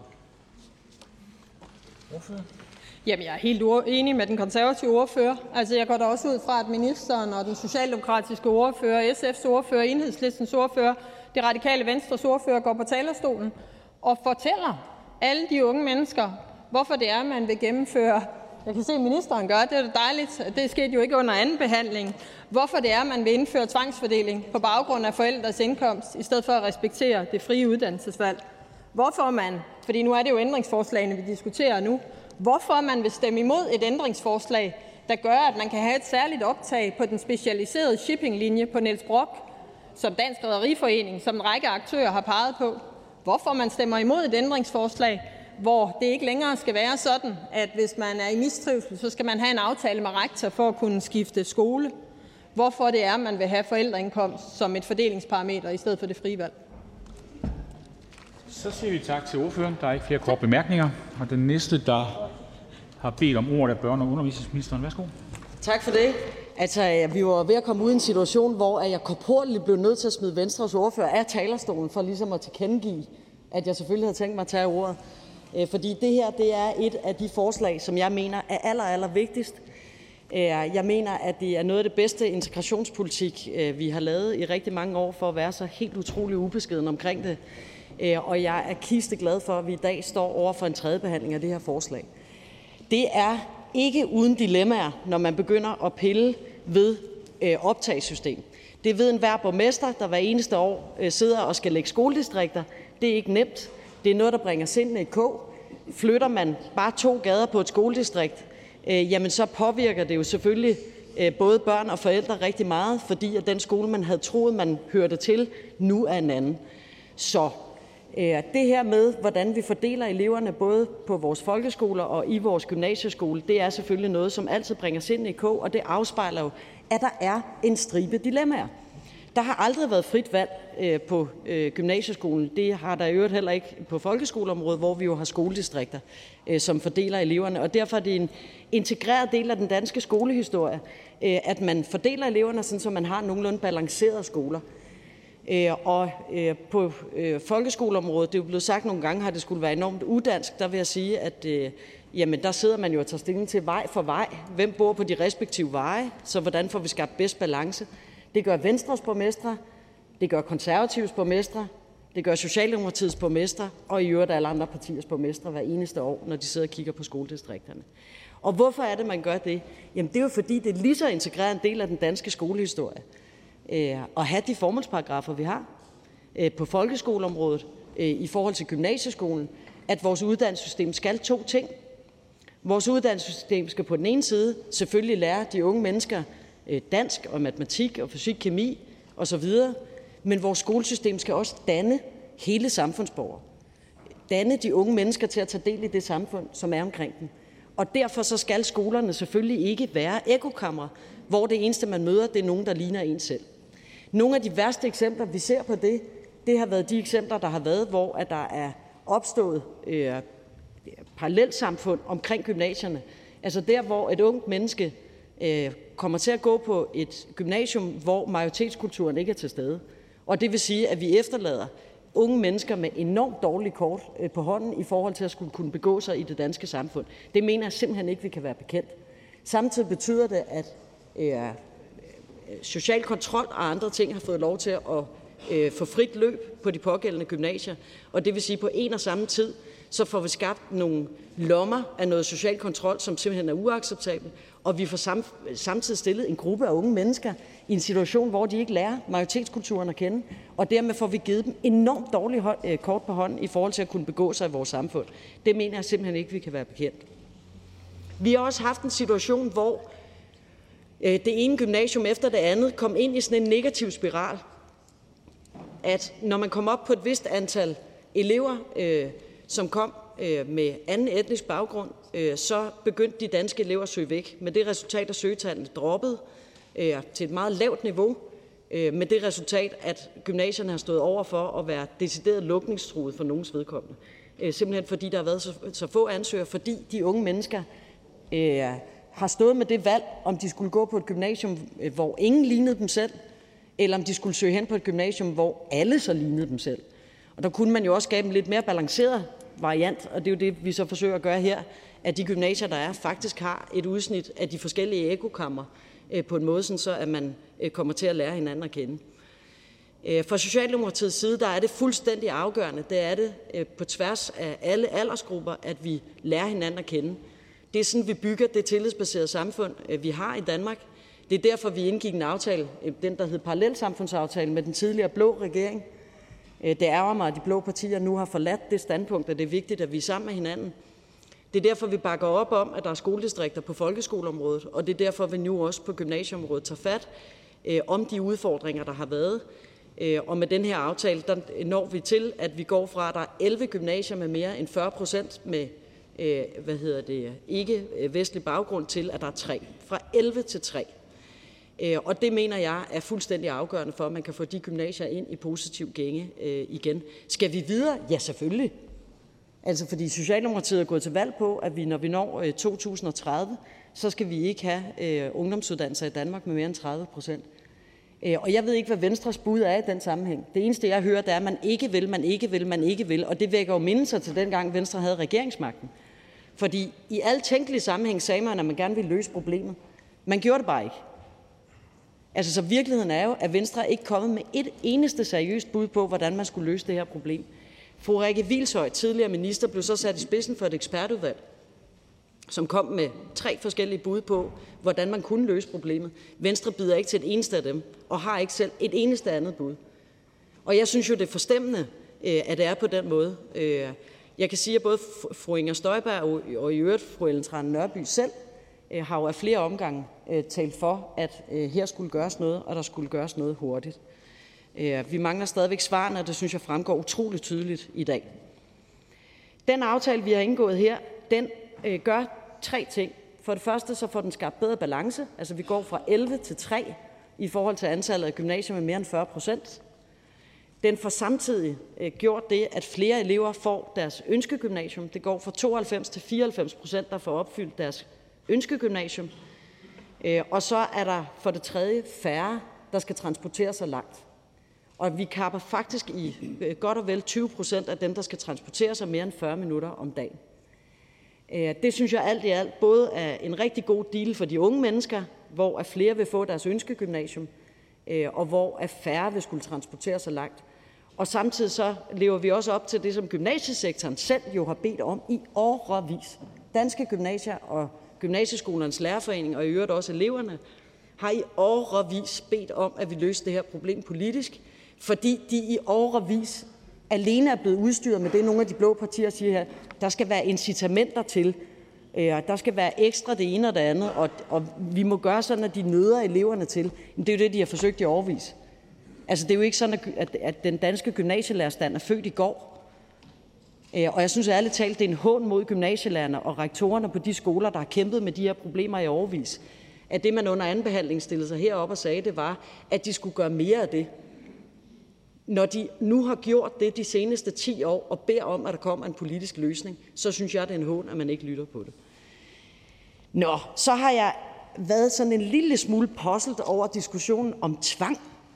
Jamen, jeg er helt enig med den konservative ordfører. Altså, jeg går da også ud fra, at ministeren og den socialdemokratiske ordfører, S F's ordfører, Enhedslistens ordfører, det radikale Venstres ordfører går på talerstolen og fortæller alle de unge mennesker, hvorfor det er, man vil gennemføre. Jeg kan se, at ministeren gør det. Det er da dejligt. Det skete jo ikke under anden behandling. Hvorfor det er, man vil indføre tvangsfordeling på baggrund af forældres indkomst, i stedet for at respektere det frie uddannelsesvalg. Hvorfor man, fordi nu er det jo ændringsforslagene, vi diskuterer nu, hvorfor man vil stemme imod et ændringsforslag, der gør, at man kan have et særligt optag på den specialiserede shippinglinje på Niels Brock, som Dansk Rederiforening, som en række aktører har peget på. Hvorfor man stemmer imod et ændringsforslag, hvor det ikke længere skal være sådan, at hvis man er i mistrivsel, så skal man have en aftale med rektor for at kunne skifte skole. Hvorfor det er, man vil have forældreindkomst som et fordelingsparameter i stedet for det frie valg. Så siger vi tak til ordføreren. Der er ikke flere korte bemærkninger. Og den næste, der har bedt om ordet, er børne- og undervisningsministeren. Værsgo. Tak for det. Altså, vi var ved at komme ud i en situation, hvor jeg korporligt blev nødt til at smide Venstres ordfører af talerstolen, for ligesom at tilkendegive, at jeg selvfølgelig havde tænkt mig at tage ordet. Fordi det her, det er et af de forslag, som jeg mener er aller, aller vigtigst. Jeg mener, at det er noget af det bedste integrationspolitik, vi har lavet i rigtig mange år, for at være så helt utrolig ubeskeden omkring det. Og jeg er kisteglad for, at vi i dag står over for en tredje behandling af det her forslag. Det er ikke uden dilemmaer, når man begynder at pille ved optagssystem. Det ved enhver borgmester, der hver eneste år sidder og skal lægge skoledistrikter. Det er ikke nemt. Det er noget, der bringer sindene i kog. Flytter man bare to gader på et skoledistrikt, øh, jamen så påvirker det jo selvfølgelig øh, både børn og forældre rigtig meget, fordi at den skole, man havde troet, man hørte til, nu er en anden. Så øh, det her med, hvordan vi fordeler eleverne både på vores folkeskoler og i vores gymnasieskole, det er selvfølgelig noget, som altid bringer sindene i kog, og det afspejler jo, at der er en stribe dilemmaer. Der har aldrig været frit valg øh, på øh, gymnasieskolen. Det har der i øvrigt heller ikke på folkeskoleområdet, hvor vi jo har skoledistrikter, øh, som fordeler eleverne. Og derfor er det en integreret del af den danske skolehistorie, øh, at man fordeler eleverne, sådan, så man har nogenlunde balancerede skoler. Øh, og øh, på øh, folkeskoleområdet, det er jo blevet sagt nogle gange, har det skulle være enormt udansk. Der vil jeg sige, at øh, jamen, der sidder man jo og tager stilling til vej for vej. Hvem bor på de respektive veje? Så hvordan får vi skabt bedst balance? Det gør Venstres borgmestre, det gør Konservatives borgmestre, det gør Socialdemokratiets borgmestre, og i øvrigt alle andre partiers borgmestre hver eneste år, når de sidder og kigger på skoledistrikterne. Og hvorfor er det, man gør det? Jamen det er jo fordi, det er lige så integreret en del af den danske skolehistorie øh, at have de formålsparagrafer, vi har øh, på folkeskoleområdet øh, i forhold til gymnasieskolen, at vores uddannelsessystem skal to ting. Vores uddannelsessystem skal på den ene side selvfølgelig lære de unge mennesker dansk og matematik og fysik, kemi osv., men vores skolesystem skal også danne hele samfundsborgere. Danne de unge mennesker til at tage del i det samfund, som er omkring dem. Og derfor så skal skolerne selvfølgelig ikke være ekokamre, hvor det eneste, man møder, det er nogen, der ligner en selv. Nogle af de værste eksempler, vi ser på det, det har været de eksempler, der har været, hvor at der er opstået øh, parallelsamfund omkring gymnasierne. Altså der, hvor et ungt menneske øh, kommer til at gå på et gymnasium, hvor majoritetskulturen ikke er til stede. Og det vil sige, at vi efterlader unge mennesker med enormt dårlige kort på hånden i forhold til at skulle kunne begå sig i det danske samfund. Det mener jeg simpelthen ikke, vi kan være bekendt. Samtidig betyder det, at øh, social kontrol og andre ting har fået lov til at øh, få frit løb på de pågældende gymnasier. Og det vil sige, at på en og samme tid, så får vi skabt nogle lommer af noget social kontrol, som simpelthen er uacceptabelt, og vi får sam, samtidig stillet en gruppe af unge mennesker i en situation, hvor de ikke lærer majoritetskulturen at kende, og dermed får vi givet dem enormt dårlige hold, øh, kort på hånden i forhold til at kunne begå sig i vores samfund. Det mener jeg simpelthen ikke, vi kan være bekendt. Vi har også haft en situation, hvor øh, det ene gymnasium efter det andet kom ind i sådan en negativ spiral, at når man kom op på et vist antal elever, øh, som kom øh, med anden etnisk baggrund, øh, så begyndte de danske elever at søge væk. Med det resultat, at søgetallene droppede øh, til et meget lavt niveau, øh, med det resultat, at gymnasierne har stået over for at være decideret lukningstruet for nogens vedkommende. Øh, simpelthen fordi der har været så, så få ansøgere, fordi de unge mennesker øh, har stået med det valg, om de skulle gå på et gymnasium, øh, hvor ingen lignede dem selv, eller om de skulle søge hen på et gymnasium, hvor alle så lignede dem selv. Og der kunne man jo også skabe en lidt mere balanceret variant, og det er jo det, vi så forsøger at gøre her, at de gymnasier, der er, faktisk har et udsnit af de forskellige ekokammer øh, på en måde, sådan så at man øh, kommer til at lære hinanden at kende. Øh, fra Socialdemokratiets side, der er det fuldstændig afgørende, det er det øh, på tværs af alle aldersgrupper, at vi lærer hinanden at kende. Det er sådan, vi bygger det tillidsbaserede samfund, øh, vi har i Danmark. Det er derfor, vi indgik en aftale, øh, den der hed Parallelsamfundsaftalen, med den tidligere blå regering. Det ærger mig, at de blå partier nu har forladt det standpunkt, at det er vigtigt, at vi er sammen med hinanden. Det er derfor, vi bakker op om, at der er skoledistrikter på folkeskoleområdet, og det er derfor, vi nu også på gymnasieområdet tager fat øh, om de udfordringer, der har været. Øh, og med den her aftale, der når vi til, at vi går fra, at der er elleve gymnasier med mere end fyrre procent med øh, hvad hedder det, ikke-vestlig baggrund, til at der er tre. Fra elleve til tre. Og det mener jeg er fuldstændig afgørende for, at man kan få de gymnasier ind i positiv gænge øh, igen. Skal vi videre? Ja, selvfølgelig. Altså fordi Socialdemokratiet er gået til valg på, at vi, når vi når øh, to tusind og tredive, så skal vi ikke have øh, ungdomsuddannelser i Danmark med mere end tredive procent. Øh, og jeg ved ikke, hvad Venstres bud er i den sammenhæng. Det eneste, jeg hører, det er, at man ikke vil, man ikke vil, man ikke vil. Og det vækker jo mindelser til dengang Venstre havde regeringsmagten. Fordi i alle tænkelige sammenhæng sagde man, at man gerne ville løse problemet. Man gjorde det bare ikke. Altså, så virkeligheden er jo, at Venstre ikke er kommet med et eneste seriøst bud på, hvordan man skulle løse det her problem. Fru Rikke Hvilshøj, tidligere minister, blev så sat i spidsen for et ekspertudvalg, som kom med tre forskellige bud på, hvordan man kunne løse problemet. Venstre bider ikke til et eneste af dem, og har ikke selv et eneste andet bud. Og jeg synes jo, det er forstemmende, at det er på den måde. Jeg kan sige, at både fru Inger Støjberg og i øvrigt fru Ellen Trane Nørby selv har jo af flere omgange talt for, at her skulle gøres noget, og der skulle gøres noget hurtigt. Vi mangler stadigvæk svarene, og det synes jeg fremgår utroligt tydeligt i dag. Den aftale, vi har indgået her, den gør tre ting. For det første så får den skabt bedre balance, altså vi går fra elleve til tre i forhold til antallet af gymnasier med mere end fyrre procent. Den får samtidig gjort det, at flere elever får deres ønskegymnasium. Det går fra tooghalvfems til fireoghalvfems procent, der får opfyldt deres ønskegymnasium. Og så er der for det tredje færre, der skal transportere sig langt. Og vi kapper faktisk i godt og vel tyve procent af dem, der skal transportere sig mere end fyrre minutter om dagen. Det synes jeg alt i alt både er en rigtig god deal for de unge mennesker, hvor at flere vil få deres ønskegymnasium, og hvor at færre vil skulle transportere sig langt. Og samtidig så lever vi også op til det, som gymnasiesektoren selv jo har bedt om i årevis. Danske gymnasier og Gymnasieskolernes Lærerforening og i øvrigt også eleverne har i årevis bedt om, at vi løser det her problem politisk, fordi de i årevis alene er blevet udstyret med det, nogle af de blå partier siger her. Der skal være incitamenter til, øh, der skal være ekstra det ene og det andet, og, og vi må gøre sådan, at de nøder eleverne til. Men det er jo det, de har forsøgt i årevis. Altså det er jo ikke sådan, at, at den danske gymnasielærerstand er født i går. Og jeg synes ærligt talt, det er en hån mod gymnasielærerne og rektorerne på de skoler, der har kæmpet med de her problemer i årevis. At det, man under anden behandling stillede sig herop og sagde, det var, at de skulle gøre mere af det. Når de nu har gjort det de seneste ti år og beder om, at der kommer en politisk løsning, så synes jeg, det er en hån, at man ikke lytter på det. Nå, så har jeg været sådan en lille smule puzzlet over diskussionen om tvang.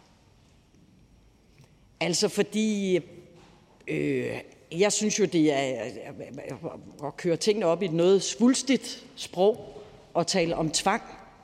Altså fordi... Øh, Jeg synes jo, det er at køre tingene op i et noget svulstigt sprog og tale om tvang.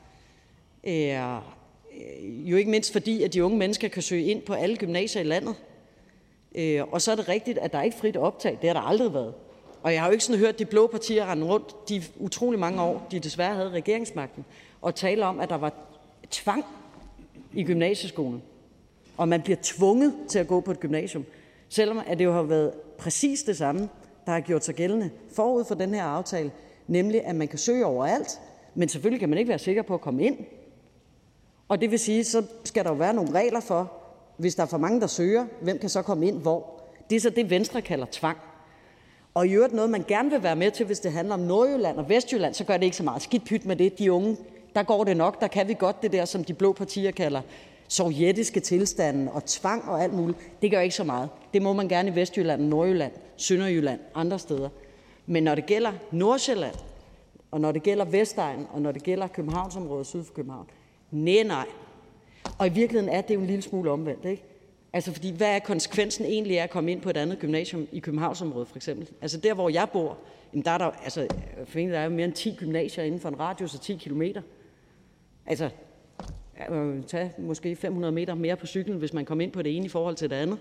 Jo ikke mindst fordi, at de unge mennesker kan søge ind på alle gymnasier i landet. Og så er det rigtigt, at der ikke er frit optag. Det har der aldrig været. Og jeg har jo ikke sådan hørt de blå partier rende rundt de utrolig mange år, de desværre havde regeringsmagten, og tale om, at der var tvang i gymnasieskolen. Og man bliver tvunget til at gå på et gymnasium. Selvom at det jo har været præcis det samme, der har gjort sig gældende forud for den her aftale, nemlig at man kan søge overalt, men selvfølgelig kan man ikke være sikker på at komme ind. Og det vil sige, så skal der jo være nogle regler for, hvis der er for mange, der søger, hvem kan så komme ind hvor. Det er så det, Venstre kalder tvang. Og i øvrigt noget, man gerne vil være med til, hvis det handler om Nordjylland og Vestjylland, så gør det ikke så meget skidt pyt med det. De unge, der går det nok, der kan vi godt det der, som de blå partier kalder sovjetiske tilstande og tvang og alt muligt. Det gør ikke så meget. Det må man gerne i Vestjylland, Nordjylland, Sønderjylland, andre steder. Men når det gælder Nordsjælland, og når det gælder Vestegn, og når det gælder Københavnsområdet syd for København, nej, nej. Og i virkeligheden er det jo en lille smule omvendt, ikke? Altså, fordi hvad er konsekvensen egentlig af at komme ind på et andet gymnasium i Københavnsområdet, for eksempel? Altså, der hvor jeg bor, jamen, der er der, altså, for der er jo mere end ti gymnasier inden for en radius af ti kilometer. Altså, jeg vil tage måske fem hundrede meter mere på cyklen, hvis man kommer ind på det ene i forhold til det andet.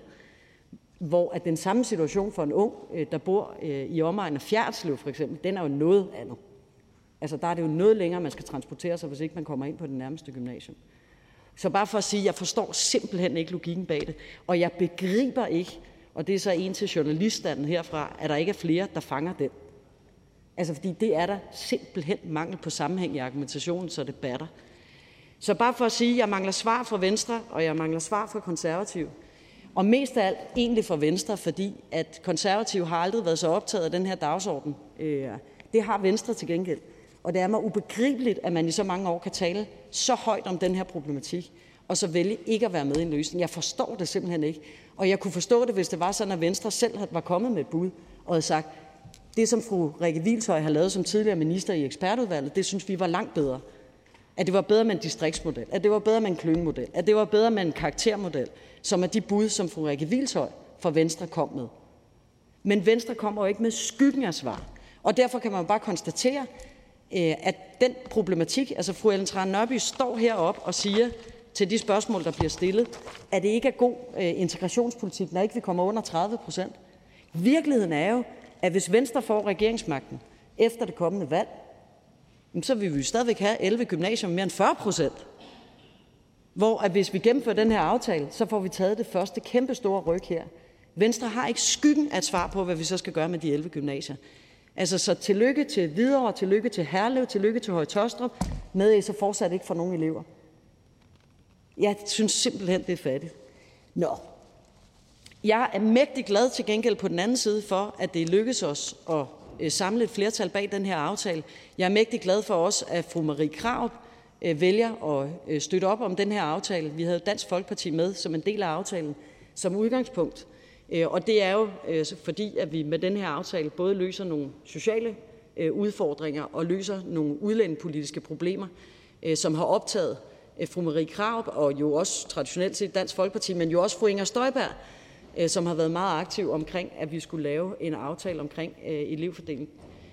Hvor at den samme situation for en ung, der bor i omegnen af Fjerritslev, for eksempel, den er jo noget andet. Altså, der er det jo noget længere, man skal transportere sig, hvis ikke man kommer ind på det nærmeste gymnasium. Så bare for at sige, at jeg forstår simpelthen ikke logikken bag det, og jeg begriber ikke, og det er så en til journaliststanden herfra, at der ikke er flere, der fanger den. Altså, fordi det er der simpelthen mangel på sammenhæng i argumentationen, så det batter. Så bare for at sige, at jeg mangler svar fra Venstre, og jeg mangler svar fra Konservative. Og mest af alt egentlig fra Venstre, fordi at Konservative har aldrig været så optaget af den her dagsorden. Det har Venstre til gengæld. Og det er mig ubegribeligt, at man i så mange år kan tale så højt om den her problematik, og så vælge ikke at være med i en løsning. Jeg forstår det simpelthen ikke. Og jeg kunne forstå det, hvis det var sådan, at Venstre selv var kommet med et bud, og havde sagt, det som fru Rikke Hvilshøj har lavet som tidligere minister i ekspertudvalget, det synes vi var langt bedre. At det var bedre med en distriktsmodel, at det var bedre med en klyngemodel, at det var bedre med en karaktermodel, som er de bud, som fru Rikke Hvilshøj fra Venstre kom med. Men Venstre kommer jo ikke med skyggen af svar. Og derfor kan man bare konstatere, at den problematik, altså fru Ellen Trane Nørby står heroppe og siger til de spørgsmål, der bliver stillet, at det ikke er god integrationspolitik, når ikke vi kommer under tredive procent. Virkeligheden er jo, at hvis Venstre får regeringsmagten efter det kommende valg, så vil vi jo stadigvæk have elleve gymnasier med mere end fyrre procent. Hvor at hvis vi gennemfører den her aftale, så får vi taget det første kæmpe store ryg her. Venstre har ikke skyggen af et svar på, hvad vi så skal gøre med de elleve gymnasier. Altså, så tillykke til Hvidovre, tillykke til Herlev, tillykke til Høje Taastrup, med at I så fortsat ikke får nogen elever. Jeg synes simpelthen, det er fattigt. Nå. Jeg er mægtig glad til gengæld på den anden side for, at det lykkes os at øh, samle et flertal bag den her aftale. Jeg er mægtig glad for også, at fru Marie Krarup øh, vælger at øh, støtte op om den her aftale. Vi havde Dansk Folkeparti med som en del af aftalen som udgangspunkt. Og det er jo fordi, at vi med den her aftale både løser nogle sociale udfordringer og løser nogle udlændingepolitiske problemer, som har optaget fru Marie Krarup og jo også traditionelt set Dansk Folkeparti, men jo også fru Inger Støjberg, som har været meget aktiv omkring, at vi skulle lave en aftale omkring elevfordeling.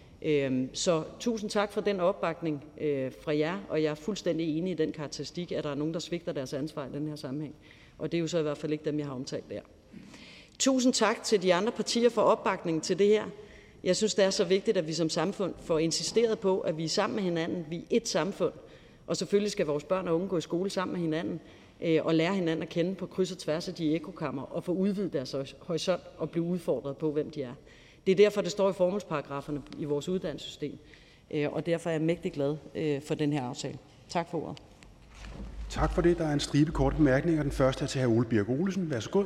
Så tusind tak for den opbakning fra jer, og jeg er fuldstændig enig i den karakteristik, at der er nogen, der svigter deres ansvar i den her sammenhæng. Og det er jo så i hvert fald ikke dem, jeg har omtalt der. Tusind tak til de andre partier for opbakningen til det her. Jeg synes, det er så vigtigt, at vi som samfund får insisteret på, at vi er sammen med hinanden. Vi er et samfund, og selvfølgelig skal vores børn og unge gå i skole sammen med hinanden og lære hinanden at kende på kryds og tværs af de ekokammer og få udvidet deres horisont og blive udfordret på, hvem de er. Det er derfor, det står i formålsparagraferne i vores uddannelsessystem, og derfor er jeg mægtig glad for den her aftale. Tak for ordet. Tak for det. Der er en stribe korte bemærkninger. Den første er til hr. Ole Birk Olesen. Værsgo.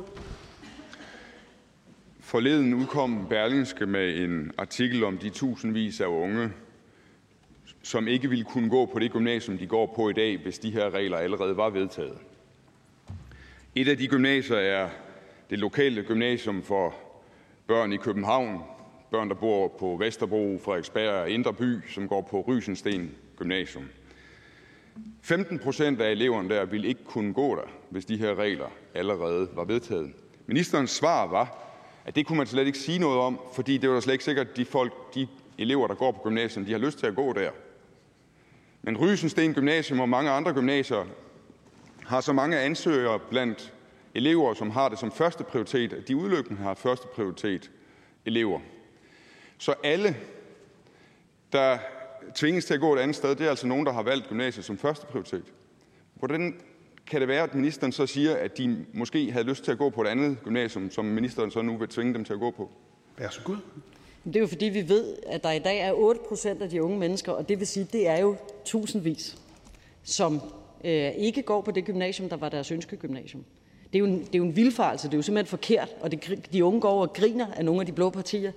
Forleden udkom Berlingske med en artikel om de tusindvis af unge, som ikke ville kunne gå på det gymnasium, de går på i dag, hvis de her regler allerede var vedtaget. Et af de gymnasier er det lokale gymnasium for børn i København, børn, der bor på Vesterbro, Frederiksberg og Indre By, som går på Rysensten Gymnasium. femten procent af eleverne der ville ikke kunne gå der, hvis de her regler allerede var vedtaget. Ministerens svar var, at det kunne man slet ikke sige noget om, fordi det var slet ikke sikkert, at de, folk, de elever, der går på gymnasiet, de har lyst til at gå der. Men Rysensten Gymnasium og mange andre gymnasier har så mange ansøgere blandt elever, som har det som første prioritet, at de udelukkende har første prioritet elever. Så alle, der tvinges til at gå et andet sted, det er altså nogen, der har valgt gymnasiet som første prioritet. Hvordan kan det være, at ministeren så siger, at de måske havde lyst til at gå på et andet gymnasium, som ministeren så nu vil tvinge dem til at gå på? Værsgo. Det er jo fordi, vi ved, at der i dag er otte procent af de unge mennesker, og det vil sige, det er jo tusindvis, som øh, ikke går på det gymnasium, der var deres ønskegymnasium. Det er jo en, det er jo en vildfarelse, det er jo simpelthen forkert, og det, de unge går og griner af nogle af de blå partier,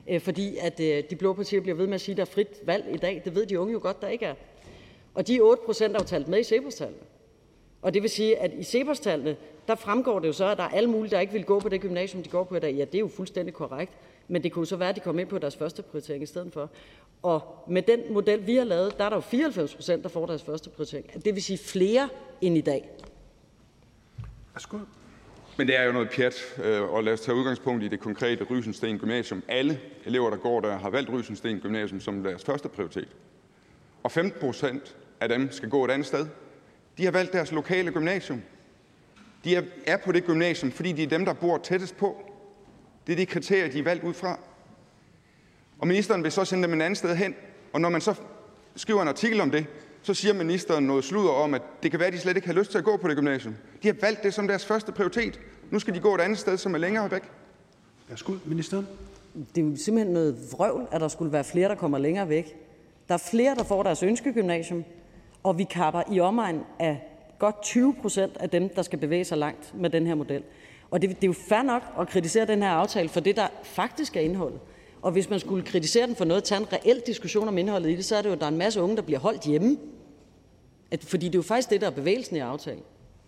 fordi at de blå partier bliver ved med at sige, at der er frit valg i dag. Det ved de unge jo godt, der ikke er. Og de otte procent er jo talt med i CEPOS-tallene. Og det vil sige, at i CEPOS-tallene, der fremgår det jo så, at der er alle mulige, der ikke vil gå på det gymnasium, de går på i dag. Ja, det er jo fuldstændig korrekt. Men det kunne så være, at de kom ind på deres første prioritering i stedet for. Og med den model, vi har lavet, der er der jo fireoghalvfems procent, der får deres første prioritering. Det vil sige flere end i dag. Værsgo. Men det er jo noget pjat, og lad os tage udgangspunkt i det konkrete Rysensten Gymnasium. Alle elever, der går der, har valgt Rysensten Gymnasium som deres første prioritet. Og femten procent af dem skal gå et andet sted. De har valgt deres lokale gymnasium. De er på det gymnasium, fordi de er dem, der bor tættest på. Det er de kriterier, de er valgt ud fra. Og ministeren vil så sende dem en anden sted hen, og når man så skriver en artikel om det, så siger ministeren noget sludder om, at det kan være, at de slet ikke har lyst til at gå på det gymnasium. De har valgt det som deres første prioritet. Nu skal de gå et andet sted, som er længere væk. Værsgo, ministeren. Det er jo simpelthen noget vrøvl, at der skulle være flere, der kommer længere væk. Der er flere, der får deres ønskegymnasium, og vi kapper i omegn af godt tyve procent af dem, der skal bevæge sig langt med den her model. Og det, det er jo fair nok at kritisere den her aftale for det, der faktisk er indholdet. Og hvis man skulle kritisere den for noget, tage en reel diskussion om indholdet i det, så er det jo, at der er en masse unge, der bliver holdt hjemme. At, fordi det er jo faktisk det, der er bevægelsen i aftalen.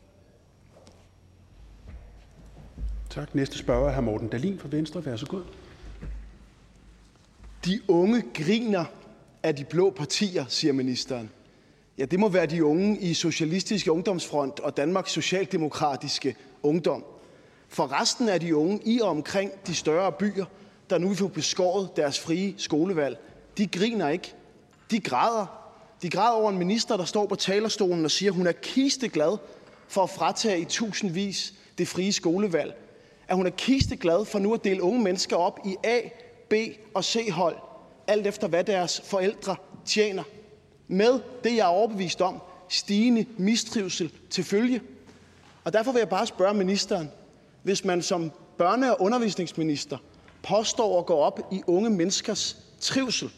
Tak. Næste spørger er hr. Morten Dahlin fra Venstre. Vær så god. De unge griner af de blå partier, siger ministeren. Ja, det må være de unge i Socialistisk Ungdomsfront og Danmarks Socialdemokratiske Ungdom. For resten af de unge i og omkring de større byer, der nu vil få beskåret deres frie skolevalg, de griner ikke. De græder. De græder over en minister, der står på talerstolen og siger, at hun er kisteglad for at fratage i tusindvis det frie skolevalg. At hun er kisteglad for nu at dele unge mennesker op i A, B og C-hold, alt efter hvad deres forældre tjener. Med det, jeg er overbevist om, stigende mistrivsel til følge. Og derfor vil jeg bare spørge ministeren, hvis man som børne- og undervisningsminister påstår at gå op i unge menneskers trivsel,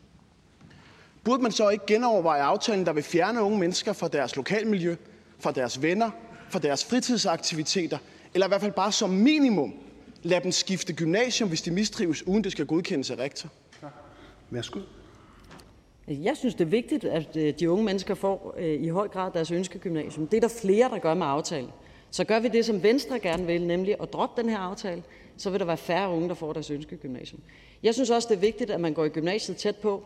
burde man så ikke genoverveje aftalen, der vil fjerne unge mennesker fra deres lokalmiljø, fra deres venner, fra deres fritidsaktiviteter, eller i hvert fald bare som minimum lade dem skifte gymnasium, hvis de mistrives, uden det skal godkendes af rektor? Værsgo. Jeg synes, det er vigtigt, at de unge mennesker får i høj grad deres ønskegymnasium. Det er der flere, der gør med aftalen. Så gør vi det, som Venstre gerne vil, nemlig at droppe den her aftale, så vil der være færre unge, der får deres ønskegymnasium. Jeg synes også, det er vigtigt, at man går i gymnasiet tæt på.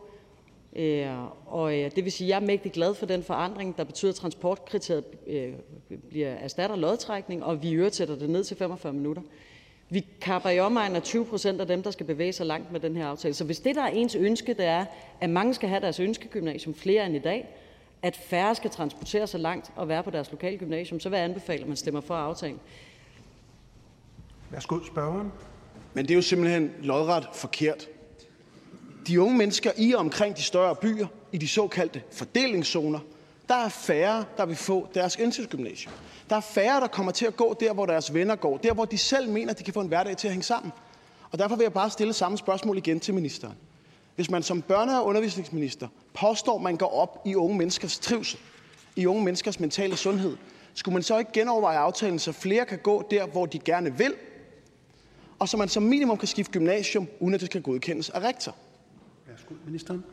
Og det vil sige, at jeg er mægtig glad for den forandring, der betyder, at transportkriteriet bliver erstatter lodtrækning, og vi i øvrigt sætter det ned til femogfyrre minutter. Vi kapper i omegn af tyve procent af dem, der skal bevæge sig langt med den her aftale. Så hvis det, der er ens ønske, det er, at mange skal have deres ønskegymnasium flere end i dag, at færre skal transportere sig langt og være på deres lokale gymnasium, så vil jeg anbefale, at man stemmer for aftalen. Værsgo, spørgeren. Men det er jo simpelthen lodret forkert. De unge mennesker i og omkring de større byer, i de såkaldte fordelingszoner, der er færre, der vil få deres ønskegymnasium. Der er færre, der kommer til at gå der, hvor deres venner går, der, hvor de selv mener, de kan få en hverdag til at hænge sammen. Og derfor vil jeg bare stille samme spørgsmål igen til ministeren. Hvis man som børne- og undervisningsminister påstår, man går op i unge menneskers trivsel, i unge menneskers mentale sundhed, skulle man så ikke genoverveje aftalen, så flere kan gå der, hvor de gerne vil, og så man som minimum kan skifte gymnasium, uden at det skal godkendes af rektor? Værsgo, ministeren.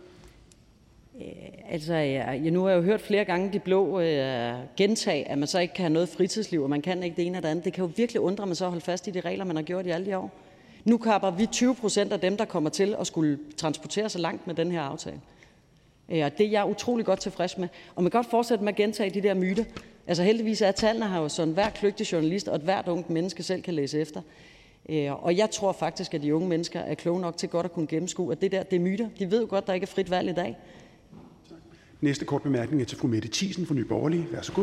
Altså, jeg, nu har jeg jo hørt flere gange de blå øh, gentage, at man så ikke kan have noget fritidsliv, og man kan ikke det ene eller det andet. Det kan jo virkelig undre, at man så holder fast i de regler, man har gjort i alle de år. Nu kapper vi tyve procent af dem, der kommer til at skulle transportere sig langt med den her aftale. Og det er jeg utrolig godt tilfreds med. Og man kan godt fortsætte med at gentage de der myter. Altså heldigvis er tallene her jo sådan, hver kløgtig journalist og et hvert ungt menneske selv kan læse efter. Og jeg tror faktisk, at de unge mennesker er kloge nok til godt at kunne gennemskue, at det der, det er myter. De ved jo godt, at der ikke er frit valg i dag. Næste kort bemærkning er til fru Mette Thiesen fra Nye Borgerlige. Vær så god.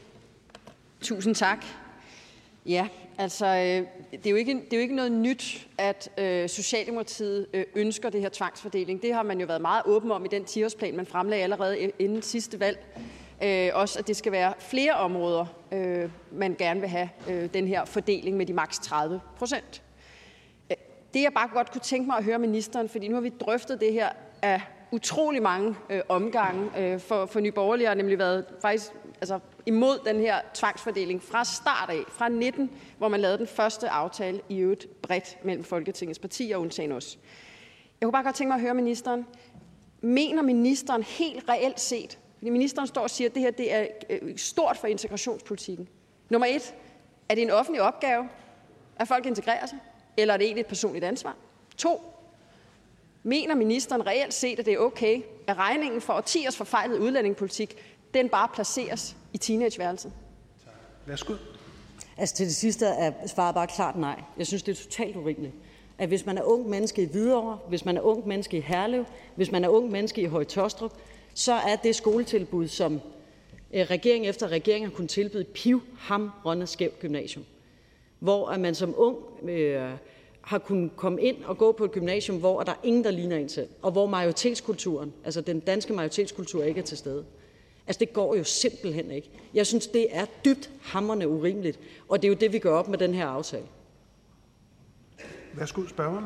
Tusind tak. Ja, altså, det er jo ikke, det er jo ikke noget nyt, at øh, Socialdemokratiet øh, ønsker det her tvangsfordeling. Det har man jo været meget åben om i den ti-årsplan, man fremlagde allerede inden sidste valg. Øh, også, at det skal være flere områder, øh, man gerne vil have øh, den her fordeling med de maks tredive procent. Det, jeg bare godt kunne tænke mig at høre ministeren, fordi nu har vi drøftet det her af utrolig mange øh, omgange øh, for, for Nye Borgerlige, har nemlig været faktisk altså, imod den her tvangsfordeling fra start af, fra nitten, hvor man lavede den første aftale i øvrigt bredt mellem Folketingets partier, undtagen os. Jeg kunne bare godt tænke mig at høre ministeren. Mener ministeren helt reelt set, fordi ministeren står og siger, at det her det er stort for integrationspolitikken. Nummer et, er det en offentlig opgave, at folk integrerer sig, eller er det egentlig et personligt ansvar? To, mener ministeren reelt set, at det er okay, at regningen for årtiers forfejlede udlændingepolitik, den bare placeres i teenageværelset? Værsgo. Altså til det sidste er svaret bare klart nej. Jeg synes, det er totalt urimeligt. At hvis man er ung menneske i Hvidovre, hvis man er ung menneske i Herlev, hvis man er ung menneske i Høje Taastrup, så er det skoletilbud, som regering efter regering har kunnet tilbyde, et pivhamrende skævt gymnasium. Hvor at man som ung øh, har kunnet komme ind og gå på et gymnasium, hvor der er ingen, der ligner en selv, og hvor majoritetskulturen, altså den danske majoritetskultur, ikke er til stede. Altså det går jo simpelthen ikke. Jeg synes, det er dybt hamrende urimeligt, og det er jo det, vi gør op med den her aftale. Værsgo, spørgeren.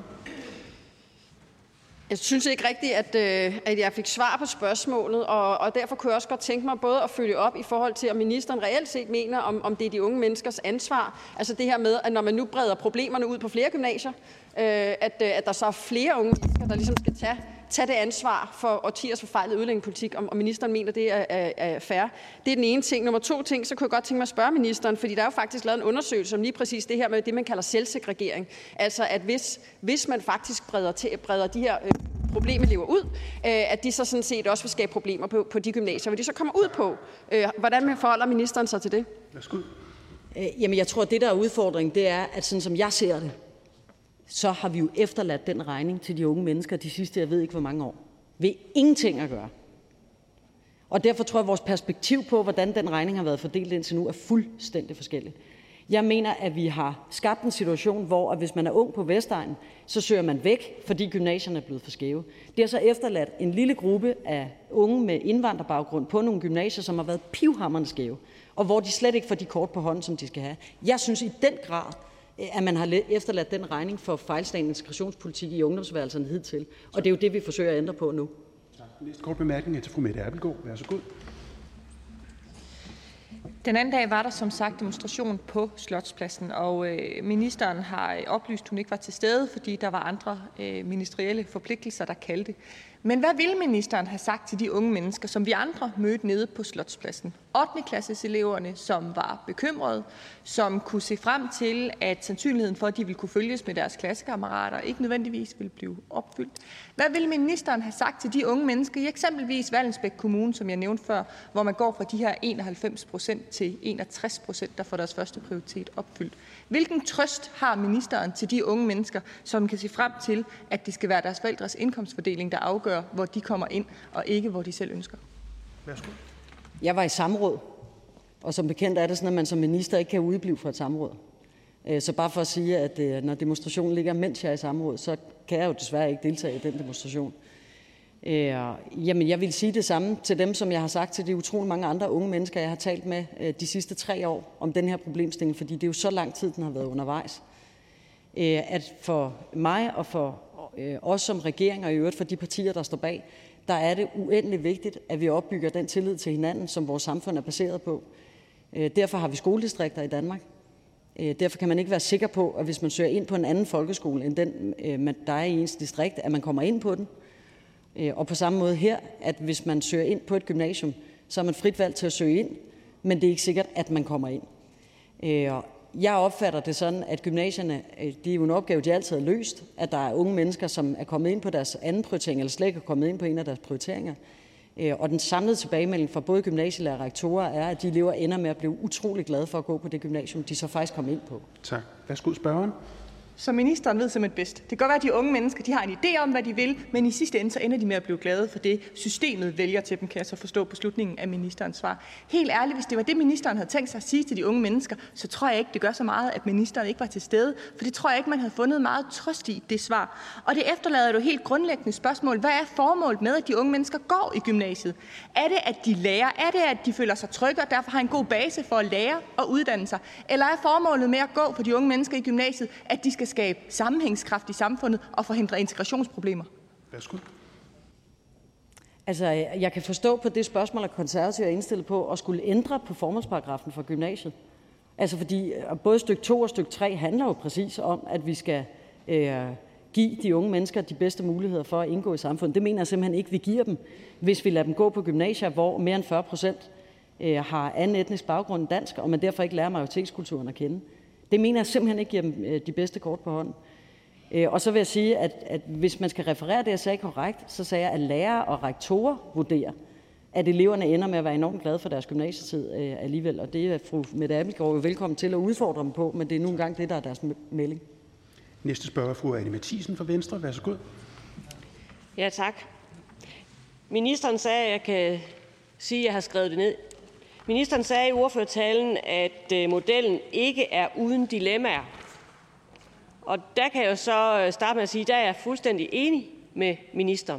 Jeg synes ikke rigtigt, at, øh, at jeg fik svar på spørgsmålet, og, og derfor kunne jeg også godt tænke mig både at følge op i forhold til, om ministeren reelt set mener, om, om det er de unge menneskers ansvar. Altså det her med, at når man nu breder problemerne ud på flere gymnasier, øh, at, at der så er flere unge mennesker, der ligesom skal tage, tage det ansvar for årtiers forfejlede udlændingepolitik, om, om ministeren mener, det er, er, er fair. Det er den ene ting. Nummer to ting, så kunne jeg godt tænke mig at spørge ministeren, fordi der er jo faktisk lavet en undersøgelse om lige præcis det her med det, man kalder selvsegregering. Altså at hvis, hvis man faktisk breder, til, breder de her øh, problemelever ud, øh, at de så sådan set også vil skabe problemer på, på de gymnasier, hvor de så kommer ud på. Øh, hvordan forholder ministeren sig til det? Værsgo. Øh, jamen jeg tror, at det der er udfordringen, det er, at sådan som jeg ser det, så har vi jo efterladt den regning til de unge mennesker de sidste, jeg ved ikke hvor mange år, ved ingenting at gøre. Og derfor tror jeg, at vores perspektiv på, hvordan den regning har været fordelt indtil nu, er fuldstændig forskelligt. Jeg mener, at vi har skabt en situation, hvor at hvis man er ung på Vestegnen, så søger man væk, fordi gymnasierne er blevet for skæve. Det har så efterladt en lille gruppe af unge med indvandrerbaggrund på nogle gymnasier, som har været pivhamrende skæve, og hvor de slet ikke får de kort på hånden, som de skal have. Jeg synes i den grad, at man har efterladt den regning for fejlslagen integrationspolitik i ungdomsværelserne hidtil. Og det er jo det, vi forsøger at ændre på nu. Tak. Næste kort bemærkning er til fru Mette Abildgaard. Værsgo. Den anden dag var der som sagt demonstration på Slotspladsen, og øh, ministeren har oplyst, at hun ikke var til stede, fordi der var andre øh, ministerielle forpligtelser, der kaldte. Men hvad ville ministeren have sagt til de unge mennesker, som vi andre mødte nede på Slotspladsen? ottende klasses eleverne, som var bekymrede, som kunne se frem til, at sandsynligheden for, at de ville kunne følges med deres klassekammerater, ikke nødvendigvis ville blive opfyldt. Hvad ville ministeren have sagt til de unge mennesker i eksempelvis Vallensbæk Kommune, som jeg nævnte før, hvor man går fra de her enoghalvfems procent til enogtres procent, der får deres første prioritet opfyldt? Hvilken trøst har ministeren til de unge mennesker, som kan se frem til, at det skal være deres forældres indkomstfordeling, der afgør, hvor de kommer ind, og ikke hvor de selv ønsker? Værsgo. Jeg var i samråd, og som bekendt er det sådan, at man som minister ikke kan udeblive fra et samråd. Så bare for at sige, at når demonstrationen ligger, mens jeg er i samråd, så kan jeg jo desværre ikke deltage i den demonstration. Jamen, jeg vil sige det samme til dem, som jeg har sagt til de utrolig mange andre unge mennesker, jeg har talt med de sidste tre år om den her problemstilling, fordi det er jo så lang tid, den har været undervejs. At for mig og for os som regering, og i øvrigt for de partier, der står bag, der er det uendelig vigtigt, at vi opbygger den tillid til hinanden, som vores samfund er baseret på. Derfor har vi skoledistrikter i Danmark. Derfor kan man ikke være sikker på, at hvis man søger ind på en anden folkeskole, end den, der er i ens distrikt, at man kommer ind på den. Og på samme måde her, at hvis man søger ind på et gymnasium, så er man frit valgt til at søge ind, men det er ikke sikkert, at man kommer ind. Jeg opfatter det sådan, at gymnasierne, det er jo en opgave, de altid har løst, at der er unge mennesker, som er kommet ind på deres anden prioritering, eller slet ikke er kommet ind på en af deres prioriteringer. Og den samlede tilbagemelding fra både gymnasielærer og rektorer er, at de elever ender med at blive utrolig glade for at gå på det gymnasium, de så faktisk kom ind på. Tak. Værsgo, spørgeren. Så ministeren ved simpelthen bedst. Det kan godt være, at de unge mennesker de har en idé om, hvad de vil, men i sidste ende så ender de med at blive glade for det, systemet vælger til dem, kan jeg så forstå på slutningen af ministerens svar. Helt ærligt, hvis det var det, ministeren havde tænkt sig at sige til de unge mennesker, så tror jeg ikke, det gør så meget, at ministeren ikke var til stede, for det tror jeg ikke, man havde fundet meget trøst i, det svar. Og det efterlader jo helt grundlæggende spørgsmål. Hvad er formålet med, at de unge mennesker går i gymnasiet? Er det, at de lærer? Er det, at de føler sig trygge og derfor har en god base for at lære og uddanne sig? Eller er formålet med at gå for de unge mennesker i gymnasiet, at de skal skabe sammenhængskraft i samfundet og forhindre integrationsproblemer? Værsgo. Altså, jeg kan forstå på det spørgsmål, at Konservative er indstillet på at skulle ændre på formålsparagraffen for gymnasiet. Altså, fordi både stykke to og stykke tre handler jo præcis om, at vi skal øh, give de unge mennesker de bedste muligheder for at indgå i samfundet. Det mener jeg simpelthen ikke, vi giver dem, hvis vi lader dem gå på gymnasier, hvor mere end fyrre procent har anden etnisk baggrund end dansk, og man derfor ikke lærer majoritetskulturen at kende. Det mener jeg simpelthen ikke giver dem de bedste kort på hånden. Og så vil jeg sige, at, at hvis man skal referere det, jeg sagde korrekt, så sagde jeg, at lærere og rektorer vurderer, at eleverne ender med at være enormt glade for deres gymnasietid øh, alligevel. Og det er fru Mette Abildgaard jo velkommen til at udfordre dem på, men det er nu engang det, der er deres melding. Næste spørger er fru Anne Matthiesen fra Venstre. Værsgo. Ja, tak. Ministeren sagde, at jeg kan sige, at jeg har skrevet det ned. Ministeren sagde i ordførertalen, at modellen ikke er uden dilemmaer. Og der kan jeg jo så starte med at sige, at der er jeg fuldstændig enig med ministeren.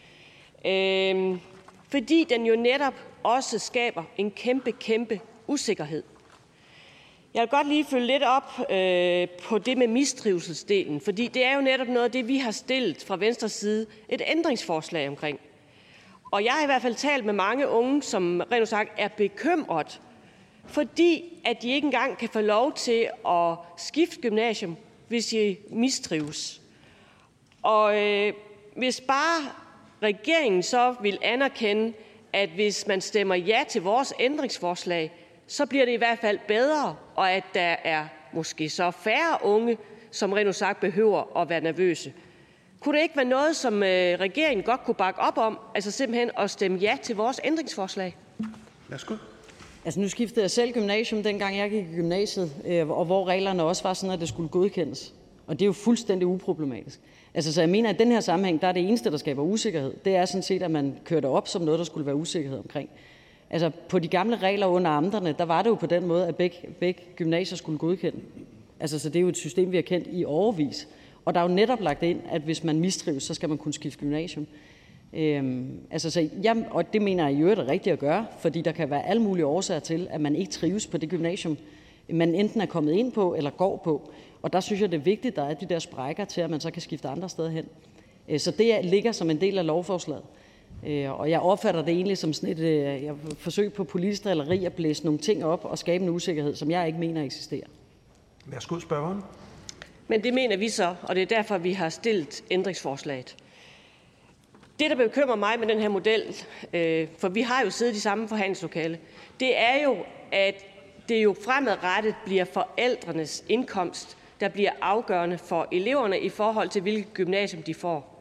Øhm, fordi den jo netop også skaber en kæmpe, kæmpe usikkerhed. Jeg vil godt lige følge lidt op øh, på det med mistrivselsdelen, fordi det er jo netop noget af det, vi har stillet fra Venstres side et ændringsforslag omkring. Og jeg har i hvert fald talt med mange unge, som rent sagt er bekymret, fordi at de ikke engang kan få lov til at skifte gymnasium, hvis de mistrives. Og øh, hvis bare regeringen så vil anerkende, at hvis man stemmer ja til vores ændringsforslag, så bliver det i hvert fald bedre, og at der er måske så færre unge, som rent sagt behøver at være nervøse. Kunne det ikke være noget, som øh, regeringen godt kunne bakke op om, altså simpelthen at stemme ja til vores ændringsforslag? Værsgo. Altså nu skiftede jeg selv gymnasium, dengang jeg gik i gymnasiet, øh, og hvor reglerne også var sådan, at det skulle godkendes. Og det er jo fuldstændig uproblematisk. Altså så jeg mener, at i den her sammenhæng, der er det eneste, der skaber usikkerhed. Det er sådan set, at man kørte op som noget, der skulle være usikkerhed omkring. Altså på de gamle regler under amterne, der var det jo på den måde, at begge, begge gymnasier skulle godkende. Altså så det er jo et system, vi har kendt i årevis. Og der er jo netop lagt ind, at hvis man mistrives, så skal man kunne skifte gymnasium. Øhm, altså så jeg, og det mener jeg i øvrigt er rigtigt at gøre, fordi der kan være alle mulige årsager til, at man ikke trives på det gymnasium, man enten er kommet ind på eller går på. Og der synes jeg, det er vigtigt, at der er de der sprækker til, at man så kan skifte andre steder hen. Så det ligger som en del af lovforslaget. Og jeg opfatter det egentlig som sådan et jeg forsøg på politisk drilleri at blæse nogle ting op og skabe en usikkerhed, som jeg ikke mener eksisterer. Værsgo, spørgeren. Men det mener vi så, og det er derfor, vi har stillet ændringsforslaget. Det, der bekymrer mig med den her model, øh, for vi har jo siddet i samme forhandlingslokale, det er jo, at det jo fremadrettet bliver forældrenes indkomst, der bliver afgørende for eleverne i forhold til, hvilket gymnasium de får.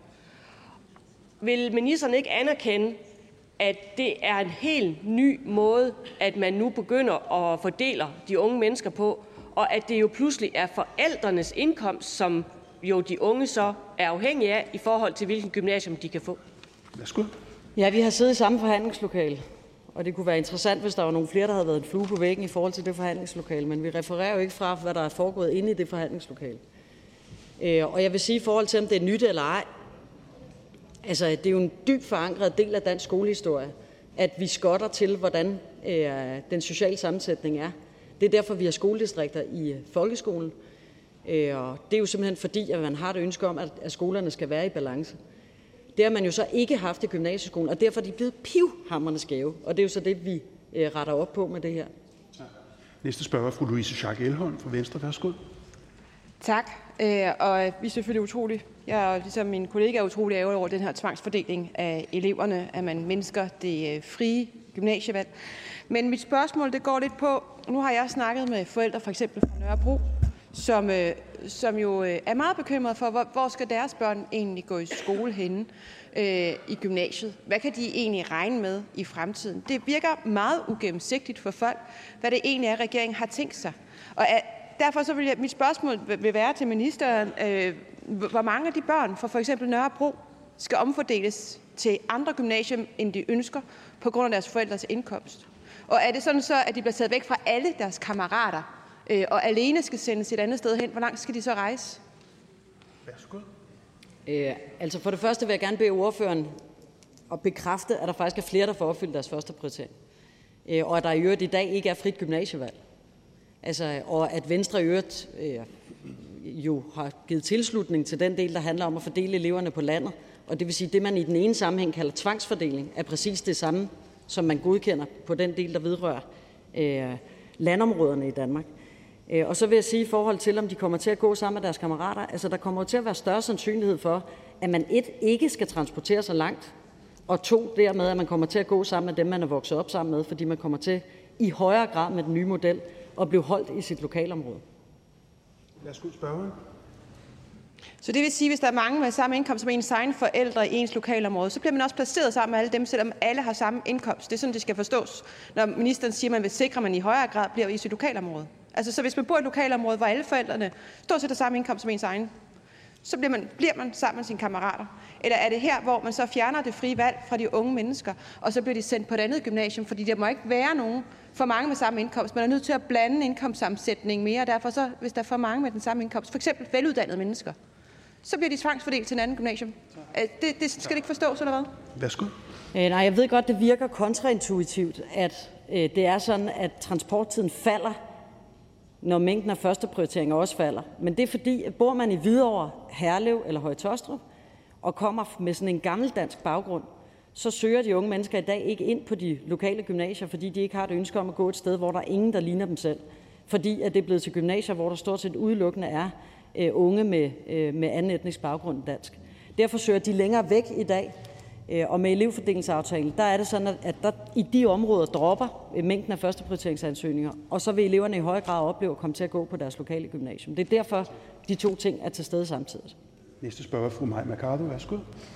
Vil ministeren ikke anerkende, at det er en helt ny måde, at man nu begynder at fordele de unge mennesker på, og at det jo pludselig er forældrenes indkomst, som jo de unge så er afhængige af i forhold til, hvilken gymnasium de kan få? Værsgo. Ja, vi har siddet i samme forhandlingslokale, og det kunne være interessant, hvis der var nogle flere, der havde været en flue på væggen i forhold til det forhandlingslokale, men vi refererer jo ikke fra, hvad der er foregået inde i det forhandlingslokale. Og jeg vil sige i forhold til, om det er nyt eller ej, altså det er jo en dybt forankret del af dansk skolehistorie, at vi skotter til, hvordan øh, den sociale sammensætning er. Det er derfor, vi har skoledistrikter i folkeskolen, øh, og det er jo simpelthen fordi, at man har et ønske om, at, at skolerne skal være i balance. Det har man jo så ikke haft i gymnasieskolen, og derfor er de blevet pivhamrende skæve, og det er jo så det, vi øh, retter op på med det her. Næste spørger er fru Louise Schack Elholm fra Venstre. Værsgo. Tak, øh, og vi er selvfølgelig utrolig, jeg ligesom min kollega er utrolig ærgerlig over den her tvangsfordeling af eleverne, at man mindsker det øh, frie gymnasievalg. Men mit spørgsmål, det går lidt på, nu har jeg snakket med forældre for eksempel fra Nørrebro, som, øh, som jo øh, er meget bekymrede for, hvor, hvor skal deres børn egentlig gå i skole henne øh, i gymnasiet? Hvad kan de egentlig regne med i fremtiden? Det virker meget ugennemsigtigt for folk, hvad det egentlig er, regeringen har tænkt sig. Og er, derfor så vil jeg, mit spørgsmål vil være til ministeren, øh, hvor mange af de børn fra for eksempel Nørrebro skal omfordeles til andre gymnasium, end de ønsker, på grund af deres forældres indkomst? Og er det sådan så, at de bliver taget væk fra alle deres kammerater, øh, og alene skal sendes et andet sted hen? Hvor langt skal de så rejse? Værsgo. Øh, altså for det første vil jeg gerne bede ordføreren at bekræfte, at der faktisk er flere, der får opfyldt deres første prioritering. Øh, og at der i øvrigt i dag ikke er frit gymnasievalg. Altså, og at Venstre i øvrigt øh, jo har givet tilslutning til den del, der handler om at fordele eleverne på landet. Og det vil sige, at det man i den ene sammenhæng kalder tvangsfordeling, er præcis det samme, som man godkender på den del, der vedrører øh, landområderne i Danmark. Og så vil jeg sige i forhold til, om de kommer til at gå sammen med deres kammerater, altså der kommer til at være større sandsynlighed for, at man et, ikke skal transportere sig langt, og to, dermed, at man kommer til at gå sammen med dem, man er vokset op sammen med, fordi man kommer til i højere grad med den nye model at blive holdt i sit lokalområde. Værsgo, spørgeren. Så det vil sige, at hvis der er mange med samme indkomst som ens egne forældre i ens lokalområde, så bliver man også placeret sammen med alle dem, selvom alle har samme indkomst. Det er sådan, det skal forstås, når ministeren siger, at man vil sikre, at man i højere grad bliver i sit lokalområde. Altså, så hvis man bor i et lokalområde, hvor alle forældrene stort set har samme indkomst som ens egen, så bliver man, bliver man sammen med sine kammerater. Eller er det her, hvor man så fjerner det frie valg fra de unge mennesker, og så bliver de sendt på et andet gymnasium, fordi der må ikke være nogen for mange med samme indkomst. Man er nødt til at blande indkomstsammensætning mere, og derfor så, hvis der er for mange med den samme indkomst, for eksempel veluddannede mennesker, så bliver de tvangsfordelt til en anden gymnasium. Det, det skal det ikke forstås, eller hvad? Værsgo. Øh, nej, jeg ved godt, det virker kontraintuitivt, at øh, det er sådan, at transporttiden falder, når mængden af førsteprioriteringer også falder. Men det er fordi, at bor man i Hvidovre, Herlev eller Høje Taastrup, og kommer med sådan en gammeldansk baggrund, så søger de unge mennesker i dag ikke ind på de lokale gymnasier, fordi de ikke har et ønske om at gå et sted, hvor der er ingen, der ligner dem selv. Fordi at det er blevet til gymnasier, hvor der stort set udelukkende er øh, unge med, øh, med anden etnisk baggrund end dansk. Derfor søger de længere væk i dag, øh, og med elevfordelingsaftalen, der er det sådan, at der i de områder dropper øh, mængden af førsteprioriteringsansøgninger, og så vil eleverne i høj grad opleve at komme til at gå på deres lokale gymnasium. Det er derfor, de to ting er til stede samtidig. Næste spørger er fru Mai Mercado. Værsgo.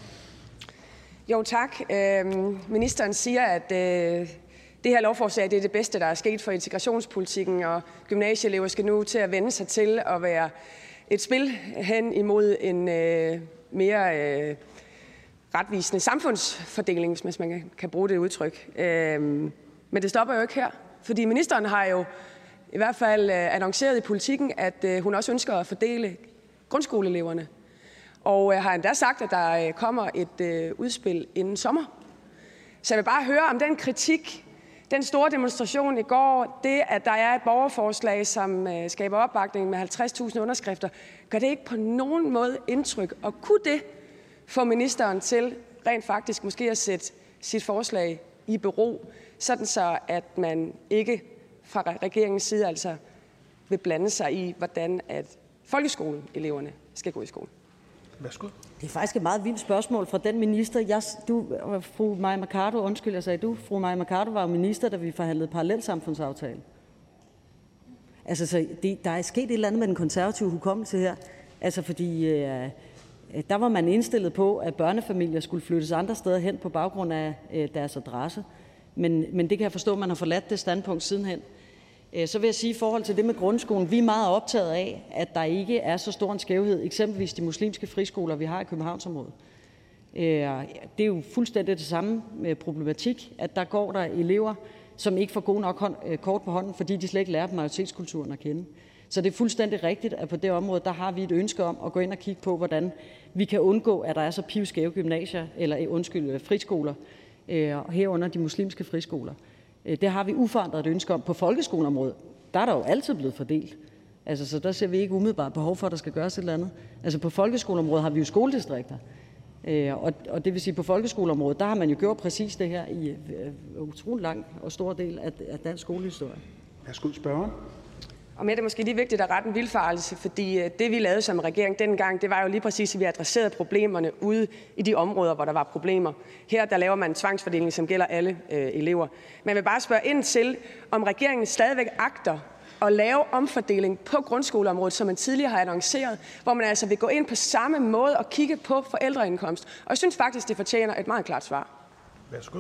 Jo, tak. Øhm, ministeren siger, at øh, det her lovforslag det er det bedste, der er sket for integrationspolitikken, og gymnasieelever skal nu til at vende sig til at være et spil hen imod en øh, mere øh, retvisende samfundsfordeling, hvis man kan, kan bruge det udtryk. Øhm, men det stopper jo ikke her, fordi ministeren har jo i hvert fald øh, annonceret i politikken, at øh, hun også ønsker at fordele grundskoleeleverne. Og øh, har endda sagt, at der øh, kommer et øh, udspil inden sommer. Så jeg vil bare høre om den kritik, den store demonstration i går, det at der er et borgerforslag, som øh, skaber opbakning med halvtreds tusind underskrifter, gør det ikke på nogen måde indtryk? Og kunne det få ministeren til rent faktisk måske at sætte sit forslag i bero, sådan så at man ikke fra regeringens side altså vil blande sig i, hvordan at folkeskoleeleverne skal gå i skole? Værsgo. Det er faktisk et meget vildt spørgsmål fra den minister. Jeg, du, fru Mai Mercado, undskyld, jeg sagde du. Fru Mai Mercado var jo minister, da vi forhandlede parallelsamfundsaftale. Altså, så det, der er sket et eller andet med den konservative hukommelse her. Altså, fordi øh, der var man indstillet på, at børnefamilier skulle flyttes andre steder hen på baggrund af øh, deres adresse. Men, men det kan jeg forstå, at man har forladt det standpunkt sidenhen. Så vil jeg sige i forhold til det med grundskolen, vi er meget optaget af, at der ikke er så stor en skævhed, eksempelvis de muslimske friskoler, vi har i Københavnsområdet. Det er jo fuldstændig det samme problematik, at der går der elever, som ikke får god nok hånd, kort på hånden, fordi de slet ikke lærer majoritetskulturen at kende. Så det er fuldstændig rigtigt, at på det område, der har vi et ønske om at gå ind og kigge på, hvordan vi kan undgå, at der er så pivskæve gymnasier, eller undskyld, friskoler, herunder de muslimske friskoler. Det har vi uforandret et ønske om. På folkeskoleområdet, der er der jo altid blevet fordelt. Altså, så der ser vi ikke umiddelbart behov for, at der skal gøres et eller andet. Altså på folkeskoleområdet har vi jo skoledistrikter. Og, og det vil sige, at på folkeskoleområdet, der har man jo gjort præcis det her i uh, utrolig lang og stor del af, af dansk skolehistorie. Værsgo, spørgeren. Og med det er måske lige vigtigt at rette en vildfarelse, fordi det vi lavede som regering dengang, det var jo lige præcis, at vi adresserede problemerne ude i de områder, hvor der var problemer. Her der laver man en tvangsfordeling, som gælder alle øh, elever. Men jeg vil bare spørge ind til, om regeringen stadigvæk agter at lave omfordeling på grundskoleområdet, som man tidligere har annonceret, hvor man altså vil gå ind på samme måde og kigge på forældreindkomst. Og jeg synes faktisk, det fortjener et meget klart svar. Værsgo.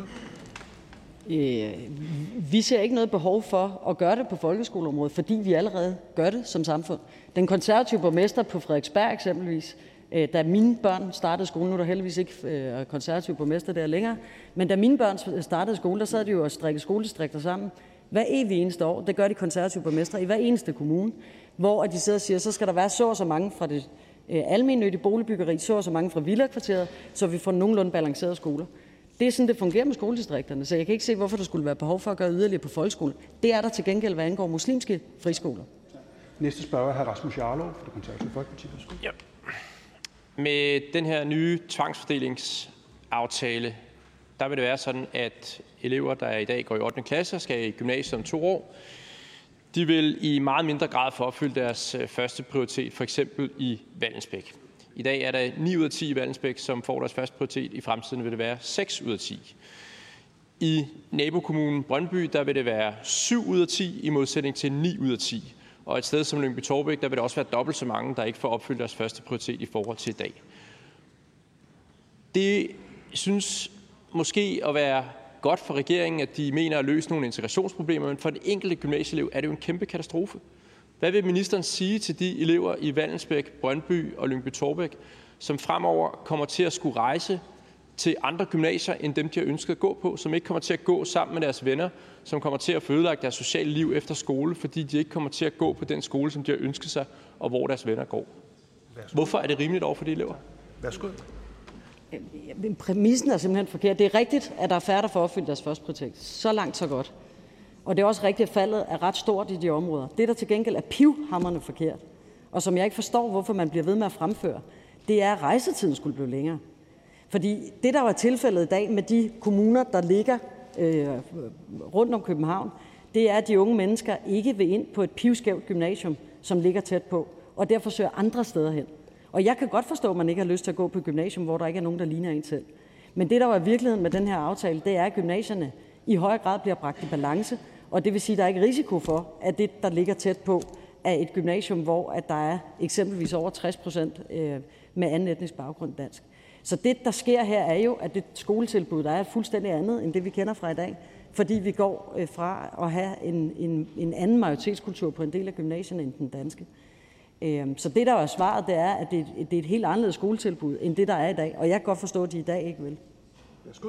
Øh, vi ser ikke noget behov for at gøre det på folkeskoleområdet, fordi vi allerede gør det som samfund. Den konservative borgmester på Frederiksberg eksempelvis, øh, da mine børn startede skolen, nu er der heldigvis ikke øh, konservative borgmester der længere, men da mine børn startede skole, der sad de jo og strikkede skoledistrikter sammen. Hver evig eneste år, det gør de konservative borgmestre i hver eneste kommune, hvor de sidder og siger, så skal der være så og så mange fra det øh, almennyttige boligbyggeri, så og så mange fra villakvarteret, så vi får nogenlunde balancerede skoler. Det er sådan, det fungerer med skoledistrikterne, så jeg kan ikke se, hvorfor der skulle være behov for at gøre yderligere på folkeskolen. Det er der til gengæld, hvad angår muslimske friskoler. Næste spørger er hr. Rasmus Jarlov fra Det Konservative Folkeparti. Ja. Med den her nye tvangsfordelingsaftale, der vil det være sådan, at elever, der i dag går i ottende klasse, skal i gymnasiet om to år. De vil i meget mindre grad få opfyldt deres første prioritet, for eksempel i Vallensbæk. I dag er der ni ud af ti i Vallensbæk, som får deres første prioritet. I fremtiden vil det være seks ud af ti. I nabokommunen Brøndby, der vil det være syv ud af ti i modsætning til ni ud af ti. Og et sted som Lyngby-Taarbæk, der vil det også være dobbelt så mange, der ikke får opfyldt deres første prioritet i forhold til i dag. Det synes måske at være godt for regeringen, at de mener at løse nogle integrationsproblemer, men for det enkelte gymnasieelev er det jo en kæmpe katastrofe. Hvad vil ministeren sige til de elever i Vallensbæk, Brøndby og Lyngby-Taarbæk, som fremover kommer til at skulle rejse til andre gymnasier, end dem de har ønsket at gå på, som ikke kommer til at gå sammen med deres venner, som kommer til at få ødelagt deres sociale liv efter skole, fordi de ikke kommer til at gå på den skole, som de har ønsket sig, og hvor deres venner går? Hvorfor er det rimeligt over for de elever? Værsgo. Præmissen er simpelthen forkert. Det er rigtigt, at der er færre, der får opfyldt deres første projekt. Så langt, så godt. Og det er også rigtigt, at faldet er ret stort i de områder. Det, der til gengæld er pivhamrende forkert, og som jeg ikke forstår, hvorfor man bliver ved med at fremføre, det er, at rejsetiden skulle blive længere. Fordi det, der var tilfældet i dag med de kommuner, der ligger øh, rundt om København, det er, at de unge mennesker ikke vil ind på et pivskævt gymnasium, som ligger tæt på, og derfor søger andre steder hen. Og jeg kan godt forstå, at man ikke har lyst til at gå på et gymnasium, hvor der ikke er nogen, der ligner en selv. Men det, der var virkeligheden med den her aftale, det er, at gymnasierne i højere grad bliver bragt i balance, og det vil sige, at der er ikke risiko for, at det, der ligger tæt på, er et gymnasium, hvor at der er eksempelvis over tres procent med anden etnisk baggrund dansk. Så det, der sker her, er jo, at det skoletilbud, der er fuldstændig andet, end det, vi kender fra i dag, fordi vi går fra at have en, en, en anden majoritetskultur på en del af gymnasierne end den danske. Så det, der er svaret, det er, at det, det er et helt anderledes skoletilbud, end det, der er i dag. Og jeg kan godt forstå, at de i dag ikke vil. Værsgo.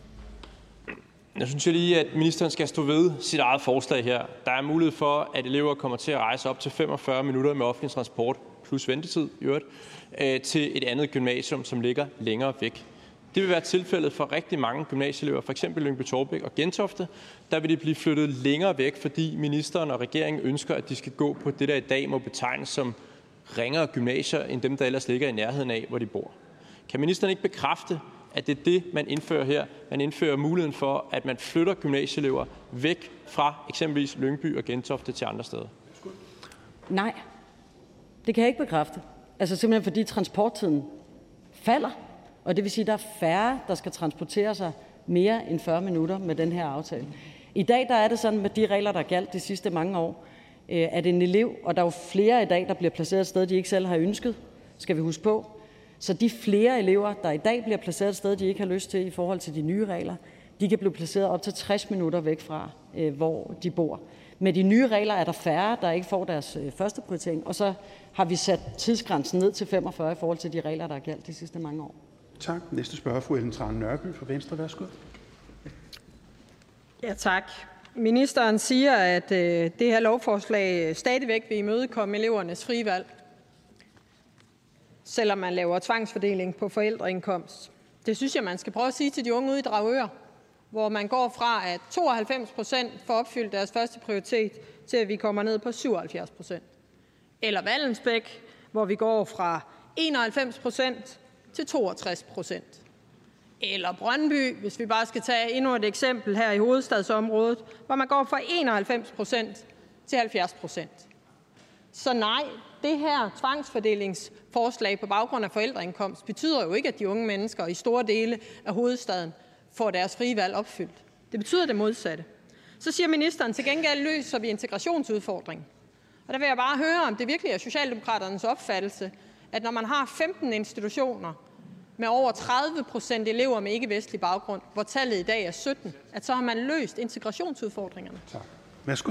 Jeg synes jo lige, at ministeren skal stå ved sit eget forslag her. Der er mulighed for, at elever kommer til at rejse op til femogfyrre minutter med offentlig transport, plus ventetid i øvrigt, til et andet gymnasium, som ligger længere væk. Det vil være tilfældet for rigtig mange gymnasieelever, f.eks. Lyngby-Taarbæk og Gentofte. Der vil de blive flyttet længere væk, fordi ministeren og regeringen ønsker, at de skal gå på det, der i dag må betegnes som ringere gymnasier, end dem, der ellers ligger i nærheden af, hvor de bor. Kan ministeren ikke bekræfte, at det er det, man indfører her? Man indfører muligheden for, at man flytter gymnasieelever væk fra eksempelvis Lyngby og Gentofte til andre steder. Nej, det kan jeg ikke bekræfte. Altså simpelthen fordi transporttiden falder, og det vil sige, at der er færre, der skal transportere sig mere end fyrre minutter med den her aftale. I dag der er det sådan med de regler, der galt de sidste mange år, at en elev, og der er jo flere i dag, der bliver placeret et sted, de ikke selv har ønsket, skal vi huske på. Så de flere elever, der i dag bliver placeret et sted, de ikke har lyst til i forhold til de nye regler, de kan blive placeret op til tres minutter væk fra, hvor de bor. Med de nye regler er der færre, der ikke får deres første prioritering, og så har vi sat tidsgrænsen ned til femogfyrre i forhold til de regler, der er galt de sidste mange år. Tak. Næste spørger, fru Ellen Trane Nørby fra Venstre. Værsgo. Ja, tak. Ministeren siger, at øh, det her lovforslag stadigvæk vil imødekomme elevernes frie valg, selvom man laver tvangsfordeling på forældreindkomst. Det synes jeg, man skal prøve at sige til de unge ude i Dragør, hvor man går fra, at tooghalvfems procent får opfyldt deres første prioritet, til at vi kommer ned på syvoghalvfjerds procent. Eller Vallensbæk, hvor vi går fra enoghalvfems procent til toogtres procent. Eller Brøndby, hvis vi bare skal tage endnu et eksempel her i hovedstadsområdet, hvor man går fra enoghalvfems procent til halvfjerds procent. Så nej, det her tvangsfordelingsforslag på baggrund af forældreindkomst betyder jo ikke, at de unge mennesker i store dele af hovedstaden får deres frie valg opfyldt. Det betyder det modsatte. Så siger ministeren, til gengæld løser vi integrationsudfordringen. Og der vil jeg bare høre, om det virkelig er Socialdemokraternes opfattelse, at når man har femten institutioner med over tredive procent elever med ikke-vestlig baggrund, hvor tallet i dag er sytten, at så har man løst integrationsudfordringerne. Tak. Værsgo.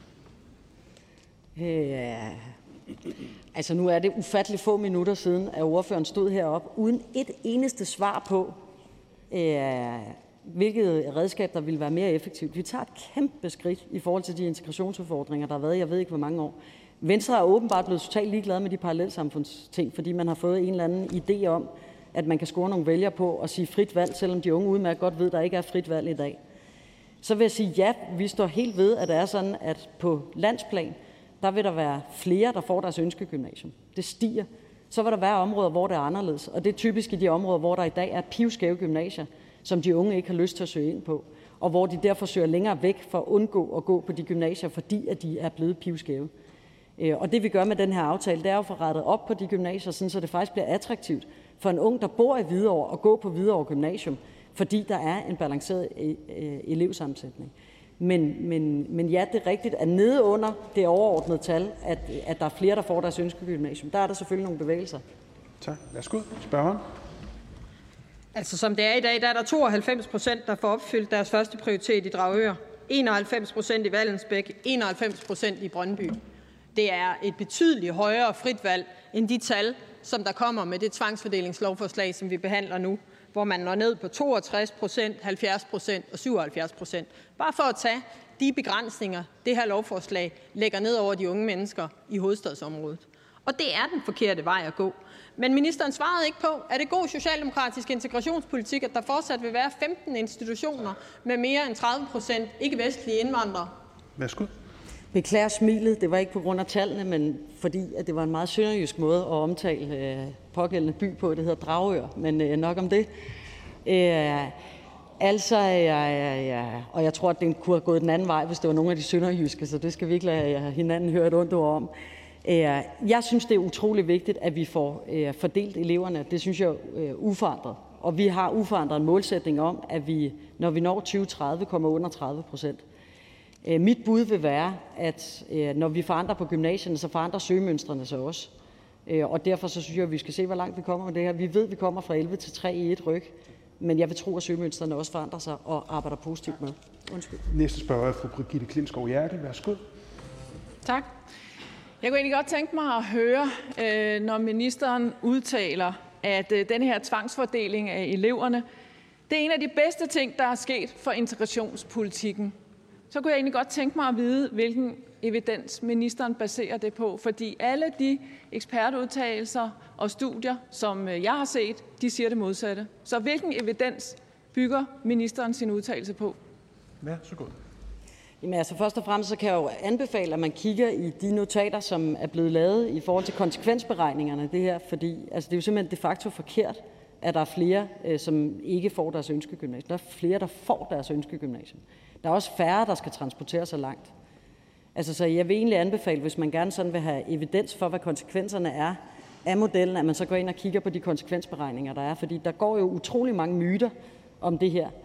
Ja. Altså nu er det ufattelig få minutter siden, at ordføreren stod heroppe uden et eneste svar på, øh, hvilket redskab, der ville være mere effektivt. Vi tager et kæmpe skridt i forhold til de integrationsudfordringer, der har været, jeg ved ikke hvor mange år. Venstre er åbenbart blevet totalt ligeglade med de parallelsamfundsting, fordi man har fået en eller anden idé om, at man kan score nogle vælgere på og sige frit valg, selvom de unge udmærket godt ved, at der ikke er frit valg i dag. Så vil jeg sige, ja, vi står helt ved, at det er sådan, at på landsplan, der vil der være flere, der får deres ønskegymnasium. Det stiger. Så vil der være områder, hvor det er anderledes, og det er typisk i de områder, hvor der i dag er pivskæve gymnasier, som de unge ikke har lyst til at søge ind på. og hvor de derfor søger længere væk for at undgå at gå på de gymnasier, fordi at de er blevet pivskæve. Og det vi gør med den her aftale, det er jo at få rettet op på de gymnasier, sådan så det faktisk bliver attraktivt for en ung, der bor i Hvidovre, at gå på Hvidovre Gymnasium, fordi der er en balanceret elevsammensætning. Men, men, men ja, det er rigtigt, at nede under det overordnede tal, at, at der er flere, der får deres ønskegymnasium, der er der selvfølgelig nogle bevægelser. Tak. Værsgo. Spørgeren. Altså som det er i dag, der er der tooghalvfems procent, der får opfyldt deres første prioritet i Dragør, enoghalvfems procent i Vallensbæk, enoghalvfems procent i Brøndby. Det er et betydeligt højere frit valg end de tal, som der kommer med det tvangsfordelingslovforslag, som vi behandler nu, hvor man når ned på toogtres procent, halvfjerds procent og syvoghalvfjerds procent. Bare for at tage de begrænsninger, det her lovforslag lægger ned over de unge mennesker i hovedstadsområdet. Og det er den forkerte vej at gå. Men ministeren svarede ikke på, er det god socialdemokratisk integrationspolitik, at der fortsat vil være femten institutioner med mere end tredive procent ikke-vestlige indvandrere? Værsgo. Beklager smilet. Det var ikke på grund af tallene, men fordi at det var en meget sønderjysk måde at omtale øh, pågældende by på. Det hedder Dragør, men øh, nok om det. Øh, altså, ja, ja, ja. Og jeg tror, at den kunne have gået den anden vej, hvis det var nogle af de sønderjyske, så det skal vi ikke lade hinanden høre et ondt ord om. Øh, jeg synes, det er utrolig vigtigt, at vi får øh, fordelt eleverne. Det synes jeg er øh, uforandret. Og vi har uforandret en målsætning om, at vi, når vi når tyve tredive, kommer under tredive procent. Mit bud vil være, at når vi forandrer på gymnasierne, så forandrer søgemønstrene sig også. Og derfor så synes jeg, at vi skal se, hvor langt vi kommer med det her. Vi ved, at vi kommer fra elleve til tre i et ryg, men jeg vil tro, at søgemønstrene også forandrer sig og arbejder positivt med. Undskyld. Næste spørger er fru Brigitte Klintskov Jerkel. Værsgo. Tak. Jeg kunne egentlig godt tænke mig at høre, når ministeren udtaler, at den her tvangsfordeling af eleverne, det er en af de bedste ting, der er sket for integrationspolitikken. Så kunne jeg egentlig godt tænke mig at vide, hvilken evidens ministeren baserer det på. Fordi alle de ekspertudtalelser og studier, som jeg har set, de siger det modsatte. Så hvilken evidens bygger ministeren sin udtalelse på? Ja, så godt. Jamen altså først og fremmest så kan jeg jo anbefale, at man kigger i de notater, som er blevet lavet i forhold til konsekvensberegningerne. Det her, fordi altså, det er jo simpelthen de facto forkert, at der er flere, øh, som ikke får deres ønskegymnasium. Der er flere, der får deres ønskegymnasium. Der er også færre, der skal transportere sig langt. Altså, så jeg vil egentlig anbefale, hvis man gerne sådan vil have evidens for, hvad konsekvenserne er af modellen, at man så går ind og kigger på de konsekvensberegninger, der er. Fordi der går jo utrolig mange myter om det her.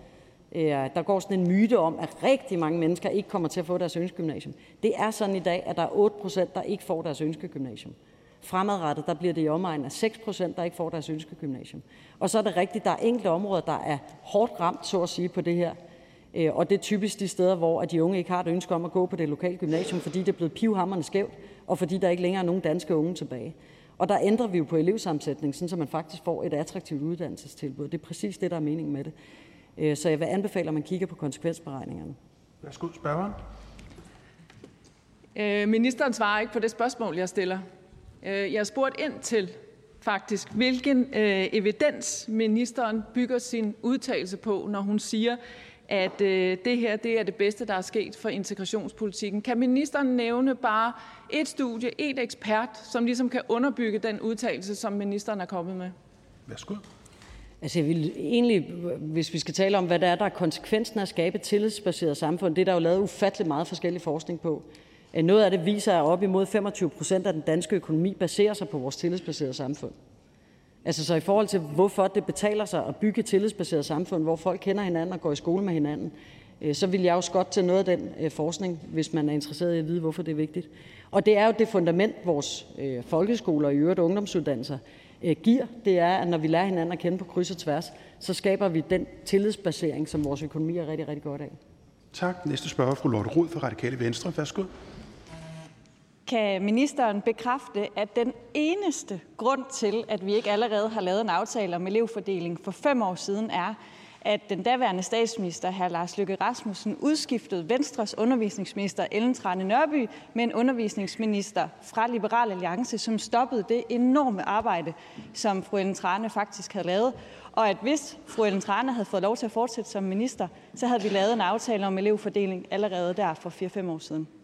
Der går sådan en myte om, at rigtig mange mennesker ikke kommer til at få deres ønskegymnasium. Det er sådan i dag, at der er otte procent, der ikke får deres ønskegymnasium. Fremadrettet, der bliver det i omegnen af seks procent, der ikke får deres ønskegymnasium. Og så er det rigtigt, der er enkelte områder, der er hårdt ramt, så at sige, på det her. Og det er typisk de steder, hvor de unge ikke har et ønske om at gå på det lokale gymnasium, fordi det er blevet pivhamrende skævt, og fordi der ikke længere er nogen danske unge tilbage. Og der ændrer vi jo på elevsammensætningen, sådan så man faktisk får et attraktivt uddannelsestilbud. Det er præcis det, der er meningen med det. Så jeg vil anbefale, at man kigger på konsekvensberegningerne. Værsgo, spørgeren. Øh, ministeren svarer ikke på det spørgsmål, jeg stiller. Jeg har spurgt ind til faktisk, hvilken øh, evidens ministeren bygger sin udtalelse på, når hun siger, at øh, det her det er det bedste, der er sket for integrationspolitikken. Kan ministeren nævne bare et studie, et ekspert, som ligesom kan underbygge den udtalelse, som ministeren er kommet med? Værsgo. Altså jeg vil egentlig, hvis vi skal tale om, hvad der er, der er konsekvensen af at skabe et tillidsbaseret samfund, det er der jo lavet ufattelig meget forskellig forskning på. Noget af det viser, at op imod femogtyve procent af den danske økonomi baserer sig på vores tillidsbaserede samfund. Altså så i forhold til, hvorfor det betaler sig at bygge et tillidsbaseret samfund, hvor folk kender hinanden og går i skole med hinanden, så vil jeg også godt til noget af den forskning, hvis man er interesseret i at vide, hvorfor det er vigtigt. Og det er jo det fundament, vores folkeskoler og i øvrigt ungdomsuddannelser giver. Det er, at når vi lærer hinanden at kende på kryds og tværs, så skaber vi den tillidsbasering, som vores økonomi er rigtig, rigtig godt af. Tak. Næste spørger er fru Lotte Rod fra Radikale Venstre. Værsgo. Kan ministeren bekræfte, at den eneste grund til, at vi ikke allerede har lavet en aftale om elevfordeling for fem år siden, er, at den daværende statsminister, hr. Lars Løkke Rasmussen, udskiftede Venstres undervisningsminister Ellen Trane Nørby med en undervisningsminister fra Liberal Alliance, som stoppede det enorme arbejde, som fru Ellen Trane faktisk havde lavet. Og at hvis fru Ellen Trane havde fået lov til at fortsætte som minister, så havde vi lavet en aftale om elevfordeling allerede der for fire fem år siden.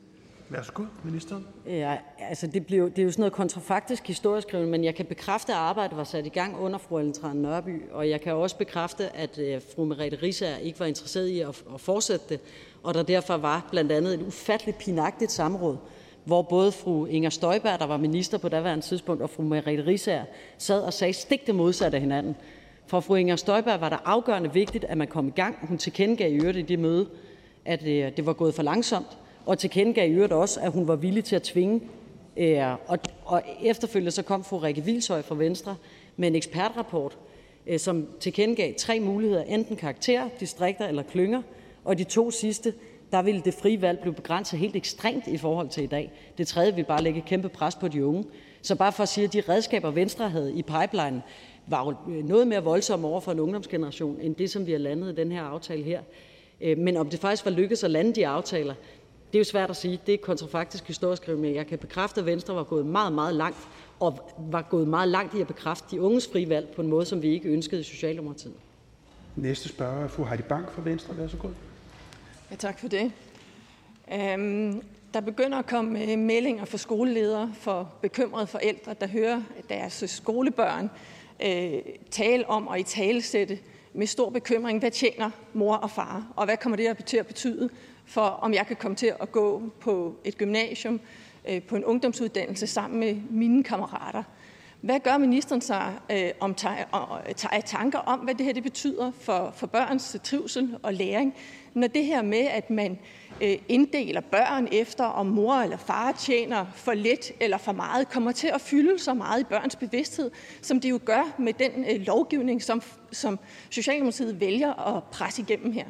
Værsgo, ministeren. Ja, altså det, blev, det er jo sådan noget kontrafaktisk historieskrivning, men jeg kan bekræfte, at arbejdet var sat i gang under fru Ellen Trane Nørby, og jeg kan også bekræfte, at øh, fru Merete Riisager ikke var interesseret i at, at fortsætte det, og der derfor var blandt andet et ufatteligt pinagtigt samråd, hvor både fru Inger Støjberg, der var minister på daværende tidspunkt, og fru Merete Riisager sad og sagde stik det modsatte af hinanden. For fru Inger Støjberg var det afgørende vigtigt, at man kom i gang. Hun tilkendegav i øvrigt i det møde, at øh, det var gået for langsomt, og tilkendegav i øvrigt også, at hun var villig til at tvinge. Øh, og, og efterfølgende så kom fru Rikke Hvilshøj fra Venstre med en ekspertrapport, øh, som tilkendegav tre muligheder, enten karakterer, distrikter eller klynger, og de to sidste, der ville det frie valg blive begrænset helt ekstremt i forhold til i dag. Det tredje ville bare lægge et kæmpe pres på de unge. Så bare for at sige, at de redskaber, Venstre havde i pipeline, var jo noget mere voldsomme over for en ungdomsgeneration, end det, som vi har landet i den her aftale her. Men om det faktisk var lykkedes at lande de aftaler, det er jo svært at sige. Det er kontrafaktisk historieskrivning, men jeg kan bekræfte, at Venstre var gået meget, meget langt, og var gået meget langt i at bekræfte de unges frie valg på en måde, som vi ikke ønskede i Socialdemokratiet. Næste spørger er fru Heidi Bank fra Venstre. Værsgo. Ja, tak for det. Um, der begynder at komme meldinger fra skoleledere, for bekymrede forældre, der hører deres skolebørn uh, tale om og i talesætte med stor bekymring, hvad tjener mor og far, og hvad kommer det til at betyde for, om jeg kan komme til at gå på et gymnasium, uh, på en ungdomsuddannelse sammen med mine kammerater. Hvad gør ministeren sig øh, om tager tanker om, hvad det her det betyder for, for børns trivsel og læring, når det her med, at man øh, inddeler børn efter, om mor eller far tjener for lidt eller for meget, kommer til at fylde så meget i børns bevidsthed, som det jo gør med den øh, lovgivning, som, som Socialdemokratiet vælger at presse igennem her?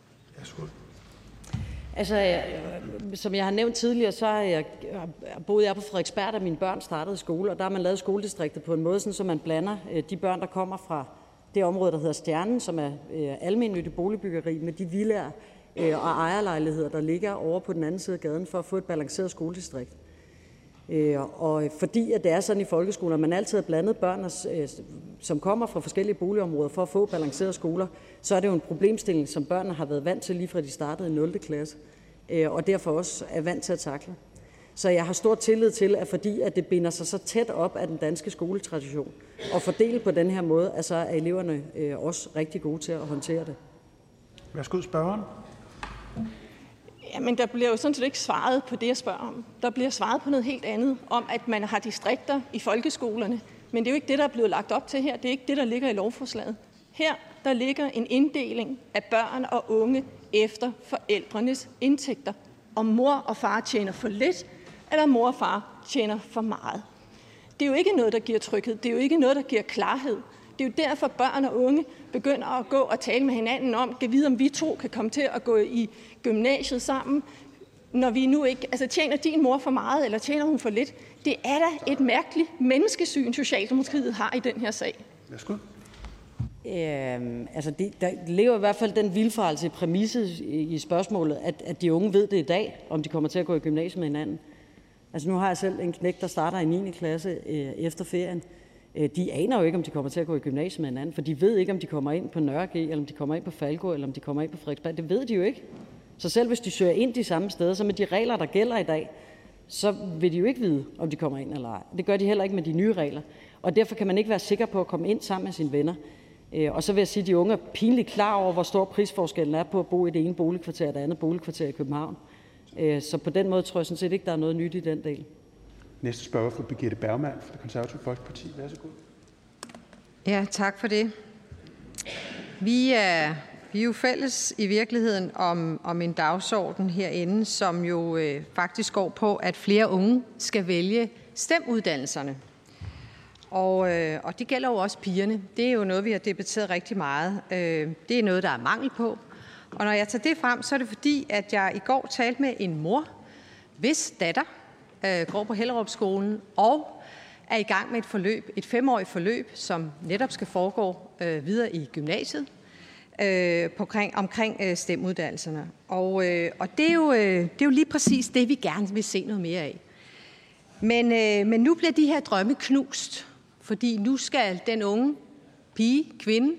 Altså, som jeg har nævnt tidligere, så har jeg boet jeg på Frederiksberg, da mine børn startede i skole, og der har man lavet skoledistriktet på en måde, sådan, så man blander de børn, der kommer fra det område, der hedder Stjernen, som er almennyttig boligbyggeri, med de villaer og ejerlejligheder, der ligger over på den anden side af gaden, for at få et balanceret skoledistrikt. Og fordi at det er sådan i folkeskolen, at man altid har blandet børn, som kommer fra forskellige boligområder, for at få balancerede skoler, så er det jo en problemstilling, som børnene har været vant til, lige fra de startede i nul klasse, og derfor også er vant til at takle. Så jeg har stor tillid til, at fordi at det binder sig så tæt op af den danske skoletradition, og fordele på den her måde, at så er eleverne også rigtig gode til at håndtere det. Værsgo, spørgeren. Jamen, der bliver jo sådan set ikke svaret på det, jeg spørger om. Der bliver svaret på noget helt andet, om at man har distrikter i folkeskolerne. Men det er jo ikke det, der er blevet lagt op til her. Det er ikke det, der ligger i lovforslaget. Her, der ligger en inddeling af børn og unge efter forældrenes indtægter. Om mor og far tjener for lidt, eller mor og far tjener for meget. Det er jo ikke noget, der giver tryghed. Det er jo ikke noget, der giver klarhed. Det er jo derfor, børn og unge begynder at gå og tale med hinanden om, kan vide, om vi to kan komme til at gå i gymnasiet sammen, når vi nu ikke, altså tjener din mor for meget, eller tjener hun for lidt? Det er da et mærkeligt menneskesyn, Socialdemokratiet har i den her sag. Værsgo. Øhm, altså det, der ligger i hvert fald den vildfarelse i præmisset i, i spørgsmålet, at, at de unge ved det i dag, om de kommer til at gå i gymnasiet med hinanden. Altså nu har jeg selv en knægt, der starter i niende klasse øh, efter ferien. De aner jo ikke, om de kommer til at gå i gymnasiet med hinanden, for de ved ikke, om de kommer ind på Nørre G, eller om de kommer ind på Falko, eller om de kommer ind på Frederiksberg. Det ved de jo ikke. Så selv hvis de søger ind de samme steder, så med de regler, der gælder i dag, så vil de jo ikke vide, om de kommer ind eller ej. Det gør de heller ikke med de nye regler. Og derfor kan man ikke være sikker på at komme ind sammen med sine venner. Og så vil jeg sige, at de unge er pinligt klar over, hvor stor prisforskellen er på at bo i det ene boligkvarter og det andet boligkvarter i København. Så på den måde tror jeg sådan set ikke, der er noget nyt i den del. Næste spørger for Birgitte Bergman fra Det Konservative Folkeparti. Værsgo. Ja, tak for det. Vi er, vi er jo fælles i virkeligheden om, om en dagsorden herinde, som jo øh, faktisk går på, at flere unge skal vælge STEM-uddannelserne. Og, øh, og det gælder jo også pigerne. Det er jo noget, vi har debatteret rigtig meget. Øh, det er noget, der er mangel på. Og når jeg tager det frem, så er det fordi, at jeg i går talte med en mor, hvis datter øh, går på Hellerupskolen og er i gang med et forløb, et femårigt forløb, som netop skal foregå øh, videre i gymnasiet øh, på, omkring, omkring øh, STEM-uddannelserne. Og, øh, og det, er jo, øh, det er jo lige præcis det, vi gerne vil se noget mere af. Men, øh, men nu bliver de her drømme knust, fordi nu skal den unge pige, kvinde,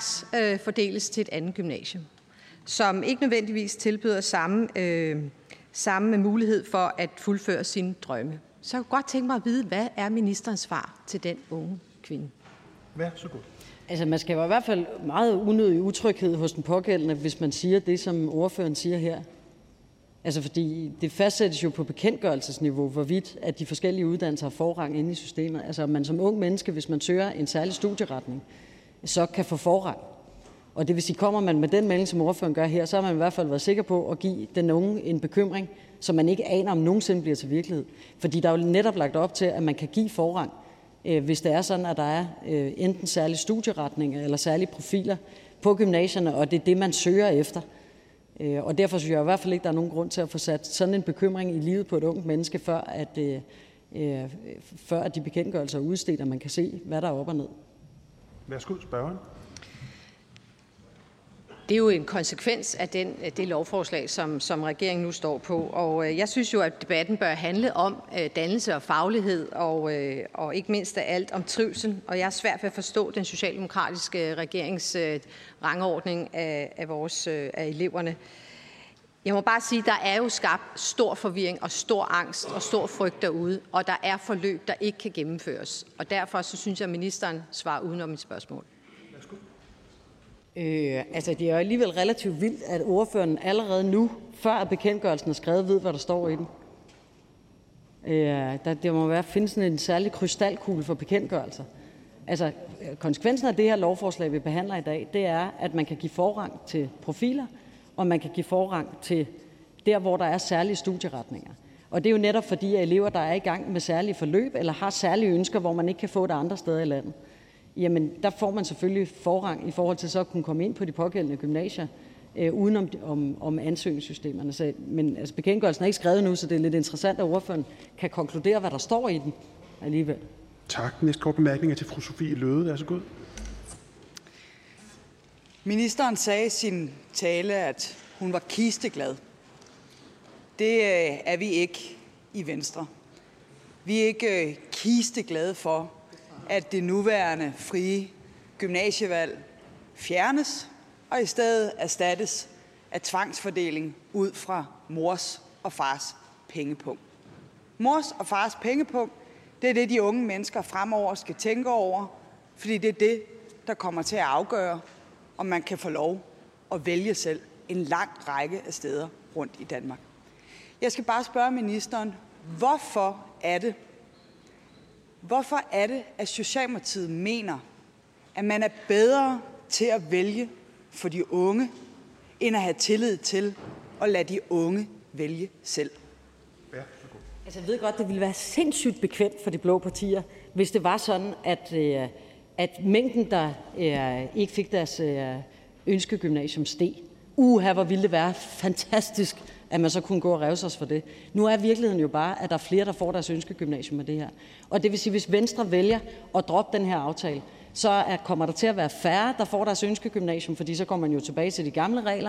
tvangsfordeles øh, til et andet gymnasium, som ikke nødvendigvis tilbyder samme, øh, samme mulighed for at fuldføre sine drømme. Så jeg kunne godt tænke mig at vide, hvad er ministerens svar til den unge kvinde? Vær så god. Altså, man skal jo i hvert fald meget unødig utryghed hos den pågældende, hvis man siger det, som ordføreren siger her. Altså, fordi det fastsættes jo på bekendtgørelsesniveau, hvorvidt at de forskellige uddannelser har forrang inde i systemet. Altså, om man som ung menneske, hvis man søger en særlig studieretning, så kan få forrang. Og det vil sige, kommer man med den melding, som ordføreren gør her, så har man i hvert fald været sikker på at give den unge en bekymring, som man ikke aner, om nogensinde bliver til virkelighed. Fordi der er jo netop lagt op til, at man kan give forrang, hvis det er sådan, at der er enten særlige studieretninger eller særlige profiler på gymnasierne, og det er det, man søger efter. Og derfor synes jeg i hvert fald ikke, der er nogen grund til at få sat sådan en bekymring i livet på et ungt menneske, før at, øh, før at de bekendtgørelser er udstedt, og man kan se, hvad der er op og ned. Værsgo, spørgeren. Det er jo en konsekvens af den, det lovforslag, som, som regeringen nu står på. Og jeg synes jo, at debatten bør handle om dannelse og faglighed, og, og ikke mindst af alt om trivsel. Og jeg er svært ved at forstå den socialdemokratiske regerings rangordning af, af, vores, af eleverne. Jeg må bare sige, at der er jo skabt stor forvirring og stor angst og stor frygt derude, og der er forløb, der ikke kan gennemføres. Og derfor så synes jeg, at ministeren svarer udenom mit spørgsmål. Øh, altså, det er jo alligevel relativt vildt, at ordføreren allerede nu, før bekendtgørelsen er skrevet, ved, hvad der står i den. Øh, der, der må være finde sådan en særlig krystalkugle for bekendtgørelser. Altså, konsekvensen af det her lovforslag, vi behandler i dag, det er, at man kan give forrang til profiler, og man kan give forrang til der, hvor der er særlige studieretninger. Og det er jo netop fordi, at elever, der er i gang med særlige forløb, eller har særlige ønsker, hvor man ikke kan få det andre steder i landet, jamen der får man selvfølgelig forrang i forhold til så at kunne komme ind på de pågældende gymnasier, øh, uden om, om, om ansøgningssystemerne. Så, men altså, bekendtgørelsen er ikke skrevet nu, så det er lidt interessant, at ordføreren kan konkludere, hvad der står i den alligevel. Tak. Næste kort bemærkning er til fru Sophie Løhde. Værsgo. God. Ministeren sagde i sin tale, at hun var kisteglad. Det øh, er vi ikke i Venstre. Vi er ikke øh, kisteglade for, at det nuværende frie gymnasievalg fjernes og i stedet erstattes af tvangsfordeling ud fra mors og fars pengepunkt. Mors og fars pengepunkt, det er det, de unge mennesker fremover skal tænke over, fordi det er det, der kommer til at afgøre, om man kan få lov at vælge selv en lang række af steder rundt i Danmark. Jeg skal bare spørge ministeren, hvorfor er det, Hvorfor er det, at Socialdemokratiet mener, at man er bedre til at vælge for de unge, end at have tillid til at lade de unge vælge selv? Ja, altså, jeg ved godt, det ville være sindssygt bekvemt for de blå partier, hvis det var sådan, at, øh, at mængden, der øh, ikke fik deres øh, ønskegymnasium, steg. Uha, hvor ville det være fantastisk, at man så kunne gå og revse os for det. Nu er virkeligheden jo bare, at der er flere, der får deres ønskegymnasium med det her. Og det vil sige, hvis Venstre vælger at droppe den her aftale, så er, kommer der til at være færre, der får deres ønskegymnasium, fordi så kommer man jo tilbage til de gamle regler.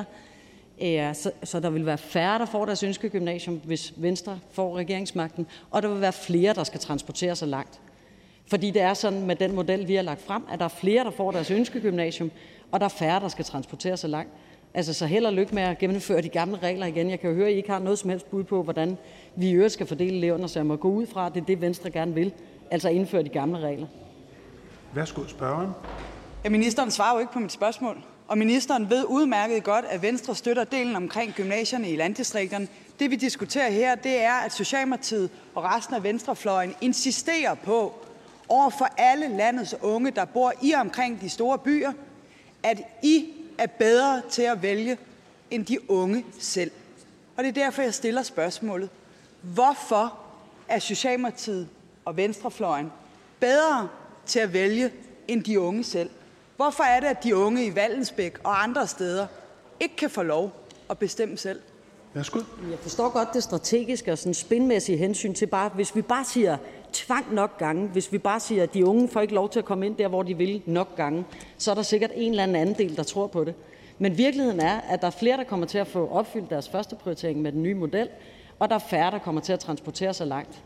Ja, så, så der vil være færre, der får deres ønskegymnasium, hvis Venstre får regeringsmagten, og der vil være flere, der skal transportere sig langt. Fordi det er sådan med den model, vi har lagt frem, at der er flere, der får deres ønskegymnasium, og der er færre, der skal transportere sig langt. Altså, så held og lykke med at gennemføre de gamle regler igen. Jeg kan jo høre, at I ikke har noget som helst bud på, hvordan vi i øvrigt skal fordele eleverne, så jeg må gå ud fra, at det er det, Venstre gerne vil. Altså indføre de gamle regler. Værsgo, spørgeren. Ja, ministeren svarer jo ikke på mit spørgsmål. Og ministeren ved udmærket godt, at Venstre støtter delen omkring gymnasierne i landdistrikterne. Det vi diskuterer her, det er, at Socialdemokratiet og resten af venstrefløjen insisterer på, over for alle landets unge, der bor i omkring de store byer, at I er bedre til at vælge end de unge selv. Og det er derfor, jeg stiller spørgsmålet. Hvorfor er Socialdemokratiet og venstrefløjen bedre til at vælge end de unge selv? Hvorfor er det, at de unge i Vallensbæk og andre steder ikke kan få lov at bestemme selv? Værsgo. Jeg forstår godt det strategiske og sådan spinmæssige hensyn til bare, hvis vi bare siger tvang nok gange, hvis vi bare siger, at de unge får ikke lov til at komme ind der, hvor de vil nok gange, så er der sikkert en eller anden andel, der tror på det. Men virkeligheden er, at der er flere, der kommer til at få opfyldt deres første prioritering med den nye model, og der er færre, der kommer til at transportere sig langt.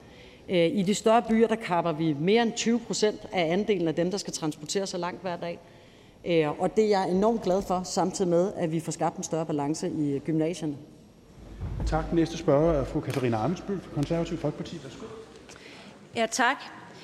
I de større byer, der kapper vi mere end tyve procent af andelen af dem, der skal transportere sig langt hver dag. Og det er jeg enormt glad for, samtidig med, at vi får skabt en større balance i gymnasierne. Tak. Næste spørger er fru Katarina Ammitzbøll fra Konservative Folkeparti. Værsgo. Ja, tak.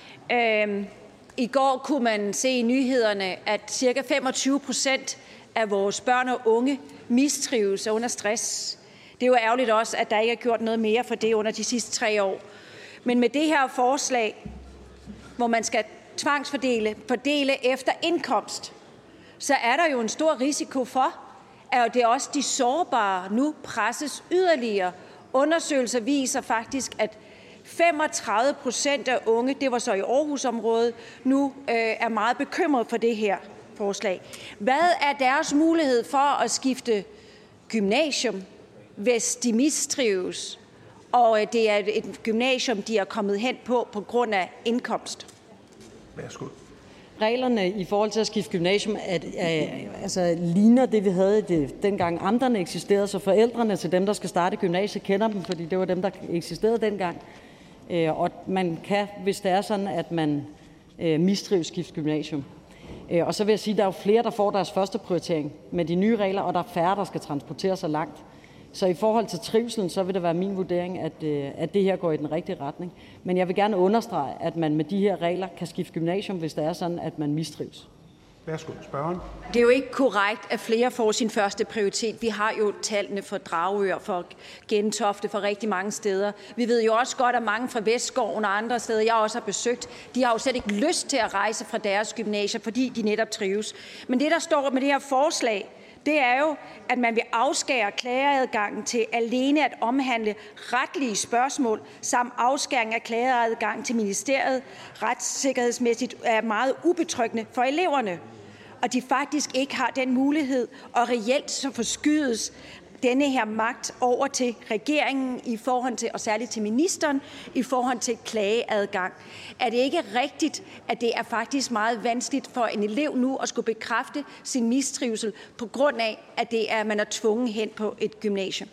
Øhm, I går kunne man se i nyhederne, at cirka femogtyve procent af vores børn og unge mistrives under stress. Det er jo ærgerligt også, at der ikke er gjort noget mere for det under de sidste tre år. Men med det her forslag, hvor man skal tvangsfordele fordele efter indkomst, så er der jo en stor risiko for, at det også de sårbare nu presses yderligere. Undersøgelser viser faktisk, at femogtredive procent af unge, det var så i Aarhusområdet, nu øh, er meget bekymret for det her forslag. Hvad er deres mulighed for at skifte gymnasium, hvis de mistrives, og øh, det er et gymnasium, de er kommet hen på på grund af indkomst? Værsgo. Reglerne i forhold til at skifte gymnasium at, at, altså, ligner det, vi havde det, dengang amterne eksisterede, så forældrene til dem, der skal starte gymnasiet, kender dem, fordi det var dem, der eksisterede dengang. Øh, og man kan, hvis det er sådan, at man øh, mistrives, skifte gymnasium. Øh, og så vil jeg sige, at der er jo flere, der får deres første prioritering med de nye regler, og der er færre, der skal transportere sig langt. Så i forhold til trivselen, så vil det være min vurdering, at, at det her går i den rigtige retning. Men jeg vil gerne understrege, at man med de her regler kan skifte gymnasium, hvis det er sådan, at man mistrives. Værsgo, spørgeren. Det er jo ikke korrekt, at flere får sin første prioritet. Vi har jo tallene for Dragør, for Gentofte, for rigtig mange steder. Vi ved jo også godt, at mange fra Vestskoven og andre steder, jeg også har besøgt, de har jo slet ikke lyst til at rejse fra deres gymnasier, fordi de netop trives. Men det, der står med det her forslag, det er jo, at man vil afskære klageadgangen til alene at omhandle retlige spørgsmål, samt afskæring af klageadgangen til ministeriet retssikkerhedsmæssigt er meget ubetryggende for eleverne. Og de faktisk ikke har den mulighed, og reelt så forskydes denne her magt over til regeringen i forhold til, og særligt til ministeren, i forhold til klageadgang. Er det ikke rigtigt, at det er faktisk meget vanskeligt for en elev nu at skulle bekræfte sin mistrivsel på grund af, at det er, at man er tvunget hen på et gymnasium?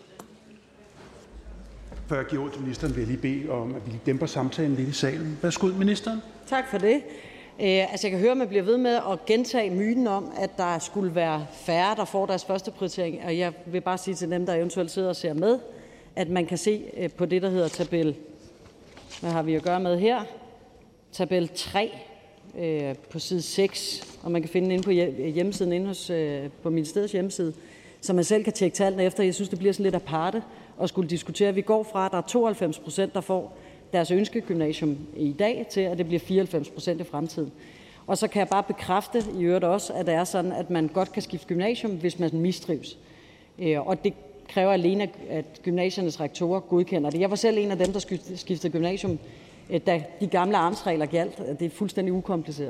Før jeg giver ordet til ministeren, vil jeg lige bede om, at vi dæmper samtalen lidt i salen. Værsgo, ministeren. Tak for det. Øh, altså jeg kan høre, at man bliver ved med at gentage myten om, at der skulle være færre, der får deres første prioritering. Og jeg vil bare sige til dem, der eventuelt sidder og ser med, at man kan se øh, på det, der hedder tabel. Hvad har vi at gøre med her? Tabel tre øh, på side seks, og man kan finde den inde på hjemmesiden, inde hos, øh, på ministeriets hjemmeside, så man selv kan tjekke tallene efter. Jeg synes, det bliver sådan lidt aparte at skulle diskutere. Vi går fra, at der er tooghalvfems procent, der får deres ønskegymnasium i dag, til at det bliver fireoghalvfems procent i fremtiden. Og så kan jeg bare bekræfte i øvrigt også, at det er sådan, at man godt kan skifte gymnasium, hvis man mistrives. Og det kræver alene, at gymnasiernes rektorer godkender det. Jeg var selv en af dem, der skiftede gymnasium, da de gamle armsregler gjaldt. Det er fuldstændig ukompliceret.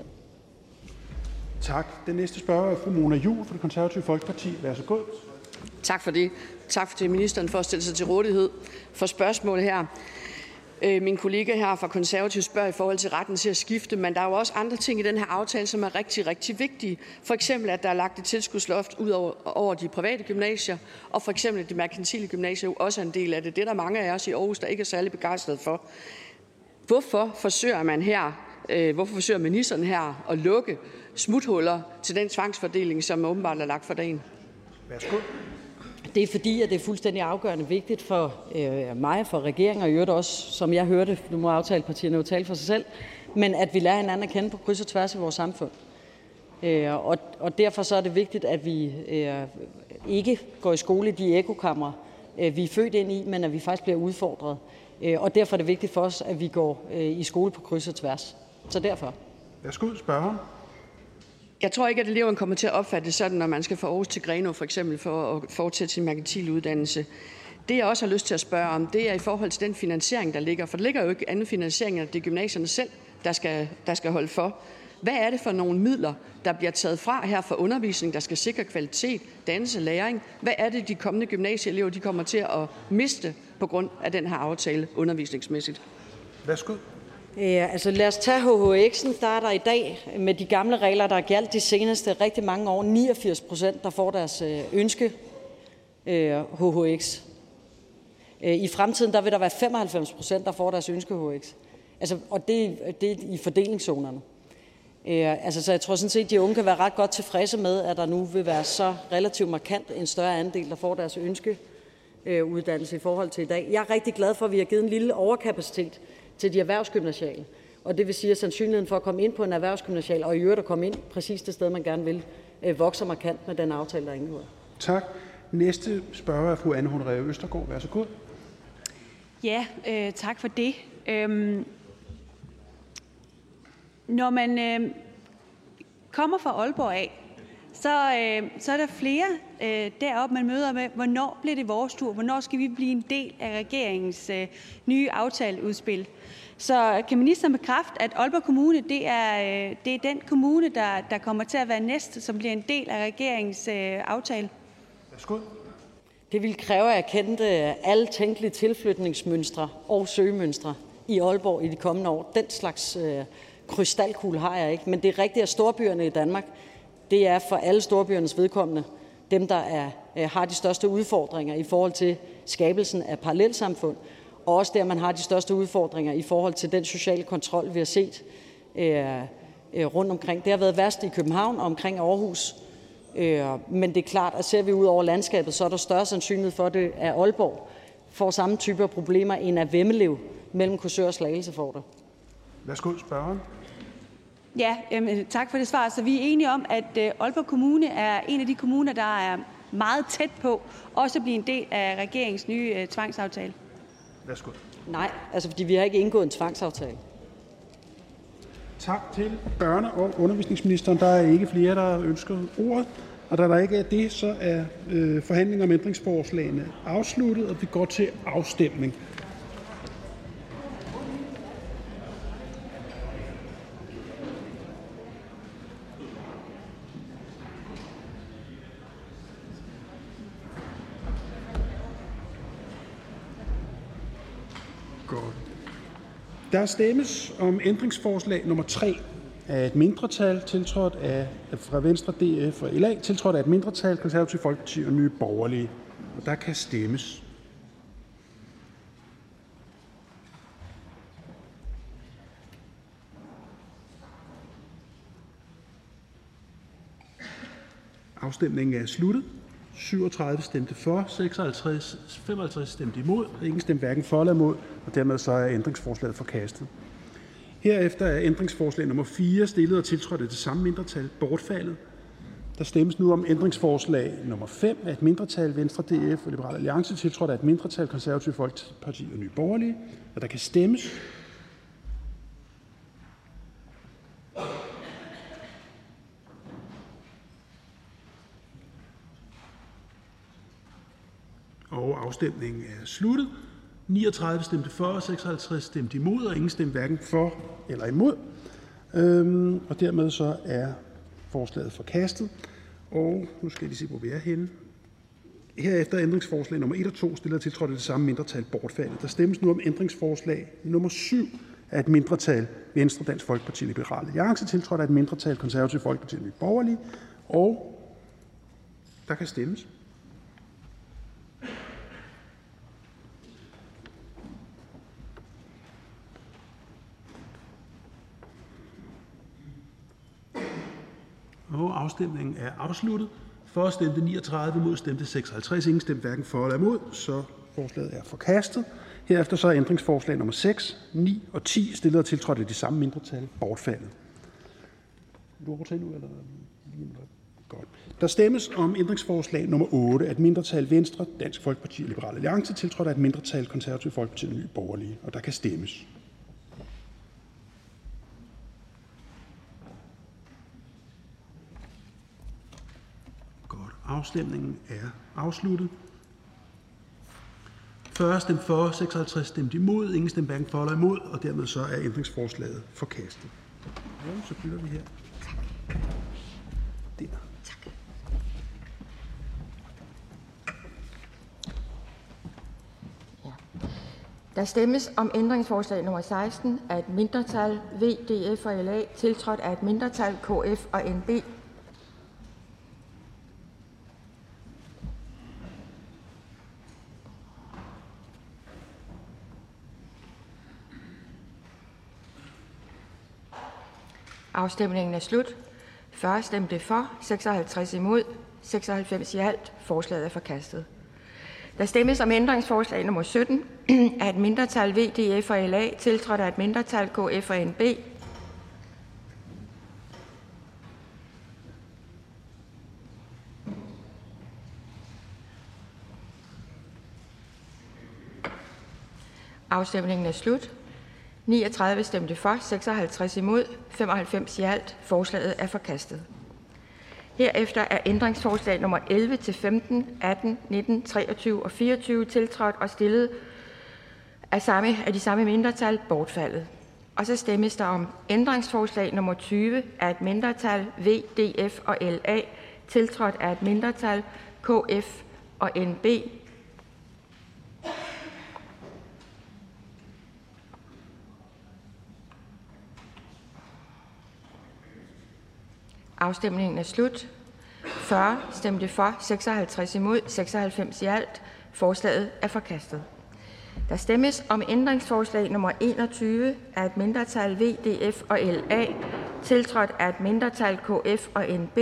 Tak. Den næste spørger er fru Mona Juul fra Det Konservative Folkeparti. Værsgo. Tak for det. Tak til ministeren for at stille sig til rådighed for spørgsmålet her. Min kollega her fra Konservative spørger i forhold til retten til at skifte, men der er jo også andre ting i den her aftale, som er rigtig, rigtig vigtige. For eksempel, at der er lagt et tilskudsloft ud over, over de private gymnasier, og for eksempel, at de merkantile gymnasier jo også er en del af det. Det er der mange af os i Aarhus, der ikke er særlig begejstrede for. Hvorfor forsøger man her, øh, hvorfor forsøger ministeren her at lukke smuthuller til den tvangsfordeling, som åbenbart er lagt for dagen? Værsgo. Det er fordi, at det er fuldstændig afgørende vigtigt for øh, mig, for regeringen, og i øvrigt også, som jeg hørte, nu må aftalepartierne jo tale for sig selv, men at vi lærer hinanden at kende på kryds og tværs i vores samfund. Øh, og, og derfor så er det vigtigt, at vi øh, ikke går i skole i de ekokamre, øh, vi er født ind i, men at vi faktisk bliver udfordret. Øh, og derfor er det vigtigt for os, at vi går øh, i skole på kryds og tværs. Så derfor. Værsgo, spørgeren. Jeg tror ikke, at eleverne kommer til at opfatte det sådan, når man skal fra Aarhus til Grenaa for eksempel for at fortsætte sin merkantil uddannelse. Det jeg også har lyst til at spørge om, det er i forhold til den finansiering, der ligger. For der ligger jo ikke anden finansiering, end det er gymnasierne selv, der skal, der skal holde for. Hvad er det for nogle midler, der bliver taget fra her for undervisning, der skal sikre kvalitet, dannelse, læring? Hvad er det, de kommende gymnasieelever de kommer til at miste på grund af den her aftale undervisningsmæssigt? Værsgo. Ja, altså lad os tage H H X'en. Der er der i dag med de gamle regler, der er gjaldt de seneste rigtig mange år, niogfirs procent, der får deres øh, ønske øh, H H X. Øh, I fremtiden der vil der være femoghalvfems procent, der får deres ønske H H X. Altså, og det, det er i fordelingszonerne. Øh, altså, så jeg tror sådan set, at de unge kan være ret godt tilfredse med, at der nu vil være så relativt markant en større andel, der får deres ønske uddannelse i forhold til i dag. Jeg er rigtig glad for, at vi har givet en lille overkapacitet til de erhvervsgymnasiale. Og det vil sige, at sandsynligheden for at komme ind på en erhvervsgymnasial, og i øvrigt at komme ind præcis det sted, man gerne vil, vokser markant med den aftale, der er indgået. Tak. Næste spørger er fru Anne Honoré Østergaard. Vær så god. Ja, øh, tak for det. Øhm, når man øh, kommer fra Aalborg af, så, øh, så er der flere øh, deroppe, man møder med, hvornår bliver det vores tur? Hvornår skal vi blive en del af regeringens øh, nye aftaleudspil? Så kan ministeren bekræfte, at Aalborg Kommune det er, øh, det er den kommune, der, der kommer til at være næste, som bliver en del af regeringens øh, aftale? Værsgo. Det vil kræve, at jeg kendte alle tænkelige tilflytningsmønstre og søgemønstre i Aalborg i de kommende år. Den slags øh, krystalkugle har jeg ikke. Men det er rigtigt, at storbyerne i Danmark, det er for alle storbyernes vedkommende dem, der er, øh, har de største udfordringer i forhold til skabelsen af parallelsamfund. Og også der, man har de største udfordringer i forhold til den sociale kontrol, vi har set øh, øh, rundt omkring. Det har været værst i København og omkring Aarhus. Øh, men det er klart, at ser vi ud over landskabet, så er der større sandsynlighed for, det, at Aalborg får samme type af problemer, end at Vemmelev mellem Korsør og Slagelse får det. Værsgo, spørgeren. Ja, jamen, tak for det svar. Så vi er enige om, at øh, Aalborg Kommune er en af de kommuner, der er meget tæt på også at blive en del af regeringens nye øh, tvangsaftale. Værsgo. Nej, altså fordi vi har ikke indgået en tvangsaftale. Tak til børne- og undervisningsministeren. Der er ikke flere, der ønsker ordet. Og da der ikke er det, så er øh, forhandlingen om ændringsforslagene afsluttet, og vi går til afstemning. Godt. Der stemmes om ændringsforslag nummer tre af et mindretal, tiltrådt af fra Venstre, D F og L A, tiltrådt af et mindretal, Konservative Folkeparti og Nye Borgerlige. Og der kan stemmes. Afstemningen er sluttet. syvogtredive stemte for, seksoghalvtreds, femoghalvtreds stemte imod, og ingen stemte hverken for eller imod, og dermed så er ændringsforslaget forkastet. Herefter er ændringsforslag nummer fire, stillet og tiltrådt af det samme mindretal, bortfaldet. Der stemmes nu om ændringsforslag nummer fem af et mindretal, Venstre, D F og Liberal Alliance, tiltrådt af et mindretal, Konservative Folkeparti og Nye Borgerlige, og der kan stemmes. Og afstemningen er sluttet. niogtredive stemte for, seksoghalvtreds stemte imod, og ingen stemte hverken for eller imod. Øhm, og dermed så er forslaget forkastet. Og nu skal jeg se, hvor vi er henne. Herefter er ændringsforslag nummer et og to, stillet og tiltrådt af det samme mindretal, bortfaldet. Der stemmes nu om ændringsforslag nummer syv af et mindretal, Venstre, Dansk Folkeparti, Liberal Alliance, tiltrådt af et mindretal, Konservative Folkeparti og Nye Borgerlige. Og der kan stemmes. Og afstemningen er afsluttet. For stemte niogtredive, mod stemte seksoghalvtreds, ingen stemte hverken for eller imod, så forslaget er forkastet. Herefter så er ændringsforslag nummer seks, ni og ti, stillet og tiltrådt af de samme mindretal, bortfaldet. Vil du overtage nu, eller? Godt. Der stemmes om ændringsforslag nummer otte af et mindretal, Venstre, Dansk Folkeparti og Liberal Alliance, tiltrådt af et mindretal, Konservative Folkeparti og Nye Borgerlige, og der kan stemmes. Afstemningen er afsluttet. fyrre stemte for, seksoghalvtreds stemte imod, ingen stemte hverken for eller imod, og dermed så er ændringsforslaget forkastet. Ja, så bytter vi her. Tak. Der. Tak. Ja. Der stemmes om ændringsforslag nummer seksten af et mindretal, V, D F og L A, tiltrådt af et mindretal, K F og N B. Afstemningen er slut. fyrre stemte for, seksoghalvtreds imod, seksoghalvfems i alt. Forslaget er forkastet. Der stemmes om ændringsforslag nummer sytten af et mindretal V, D F og L A, tiltrådt af et mindretal K F og N B. Afstemningen er slut. niogtredive stemte for, seksoghalvtreds imod, femoghalvfems i alt. Forslaget er forkastet. Herefter er ændringsforslag nummer elleve til femten, atten, nitten, treogtyve og fireogtyve tiltrådt og stillet af, samme, af de samme mindretal bortfaldet. Og så stemmes der om ændringsforslag nummer tyve af et mindretal V, D F og L A, tiltrådt af et mindretal K F og N B. Afstemningen er slut. fyrre stemte for, seksoghalvtreds imod, seksoghalvfems i alt. Forslaget er forkastet. Der stemmes om ændringsforslag nummer enogtyve af et mindretal V, D F og L A, tiltrådt af et mindretal K F og N B.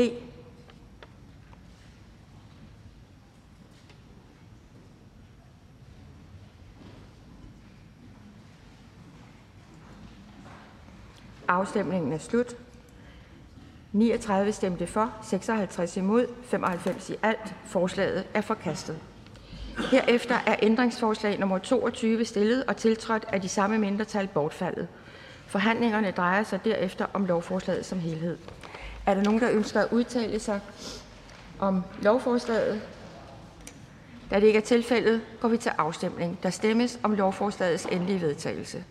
Afstemningen er slut. niogtredive stemte for, seksoghalvtreds imod, femoghalvfems i alt. Forslaget er forkastet. Herefter er ændringsforslag nummer toogtyve stillet og tiltrådt af de samme mindretal bortfaldet. Forhandlingerne drejer sig derefter om lovforslaget som helhed. Er der nogen, der ønsker at udtale sig om lovforslaget? Da det ikke er tilfældet, går vi til afstemning. Der stemmes om lovforslagets endelige vedtagelse.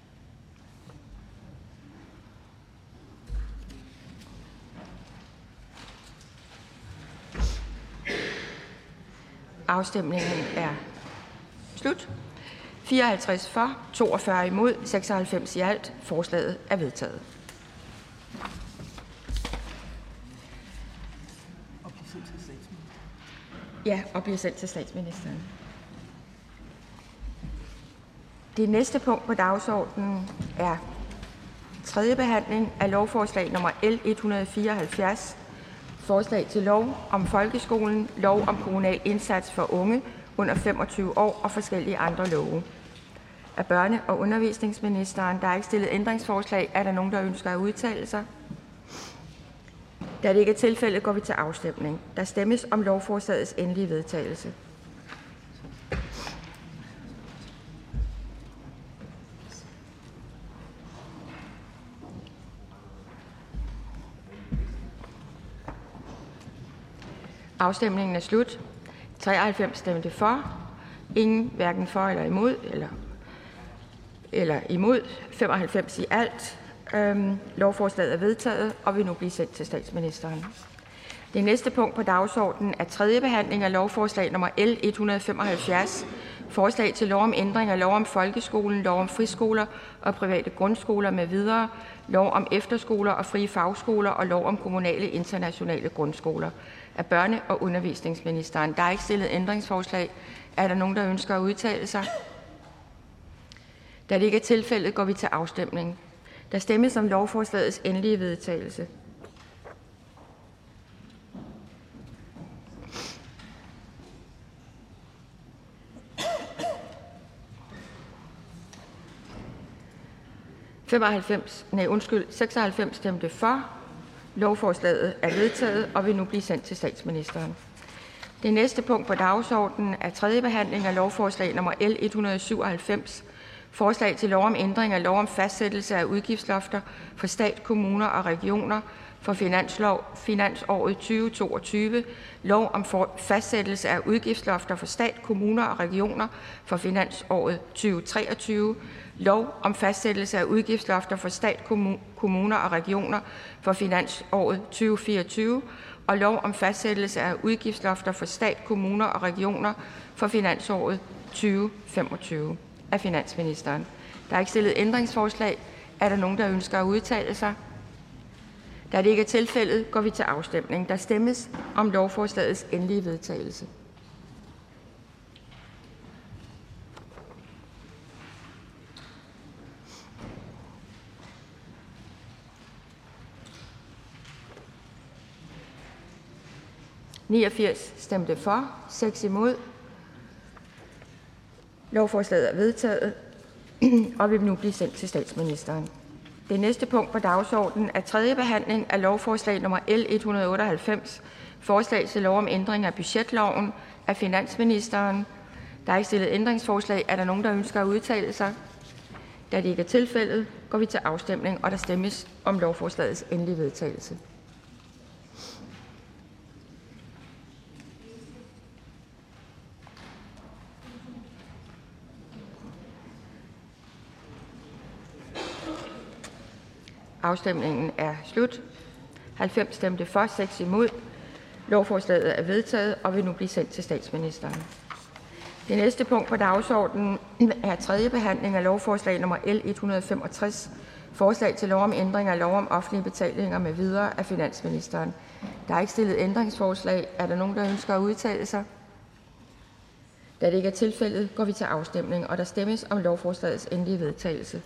Afstemningen er slut. fireoghalvtreds for, toogfyrre imod, seksoghalvfems i alt. Forslaget er vedtaget. Ja, og bliver sendt til statsministeren. Det næste punkt på dagsordenen er tredje behandling af lovforslag nummer L et hundrede og fireoghalvfjerds. Forslag til lov om folkeskolen, lov om kommunal indsats for unge under femogtyve år og forskellige andre love. Af børne- og undervisningsministeren. Der er ikke stillet ændringsforslag. Er der nogen, der ønsker at udtale sig? Da det ikke er tilfældet, går vi til afstemning. Der stemmes om lovforslagets endelige vedtagelse. Afstemningen er slut. treoghalvfems stemte for. Ingen, hverken for eller imod, eller, eller imod. femoghalvfems i alt. Øhm, lovforslaget er vedtaget og vil nu blive sendt til statsministeren. Det næste punkt på dagsordenen er tredje behandling af lovforslag nummer L et hundrede og femoghalvfjerds. Forslag til lov om ændring af lov om folkeskolen, lov om friskoler og private grundskoler med videre, lov om efterskoler og frie fagskoler og lov om kommunale internationale grundskoler. Af børne- og undervisningsministeren. Der er ikke stillet ændringsforslag. Er der nogen, der ønsker at udtale sig? Da det ikke er tilfældet, går vi til afstemning. Der stemmes om lovforslagets endelige vedtagelse. femoghalvfems, nej undskyld, seksoghalvfems stemte for. Lovforslaget er vedtaget og vil nu blive sendt til statsministeren. Det næste punkt på dagsordenen er tredje behandling af lovforslag nummer L et hundrede og syvoghalvfems. Forslag til lov om ændring af lov om fastsættelse af udgiftslofter for stat, kommuner og regioner for finanslov, finansåret tyve toogtyve, lov om for fastsættelse af udgiftslofter for stat, kommuner og regioner for finansåret tyve treogtyve, lov om fastsættelse af udgiftslofter for stat, kommuner og regioner for finansåret tyve fireogtyve og lov om fastsættelse af udgiftslofter for stat, kommuner og regioner for finansåret tyve femogtyve af finansministeren. Der er ikke stillet ændringsforslag. Er der nogen, der ønsker at udtale sig? Da det ikke er tilfældet, går vi til afstemning. Der stemmes om lovforslagets endelige vedtagelse. niogfirs stemte for, seks imod, Lovforslaget er vedtaget og vil nu blive sendt til statsministeren. Det næste punkt på dagsordenen er tredje behandling af lovforslag nummer L et hundrede og otteoghalvfems, forslag til lov om ændring af budgetloven af finansministeren. Der er ikke stillet ændringsforslag. Er der nogen, der ønsker at udtale sig? Da det ikke er tilfældet, går vi til afstemning, og der stemmes om lovforslagets endelige vedtagelse. Afstemningen er slut. halvfems stemte for, seks imod. Lovforslaget er vedtaget og vil nu blive sendt til statsministeren. Det næste punkt på dagsordenen er tredje behandling af lovforslag nummer L et hundrede og femogtres, forslag til lov om ændring af lov om offentlige betalinger med videre af finansministeren. Der er ikke stillet ændringsforslag. Er der nogen, der ønsker at udtale sig? Da det ikke er tilfældet, går vi til afstemning, og der stemmes om lovforslagets endelige vedtagelse.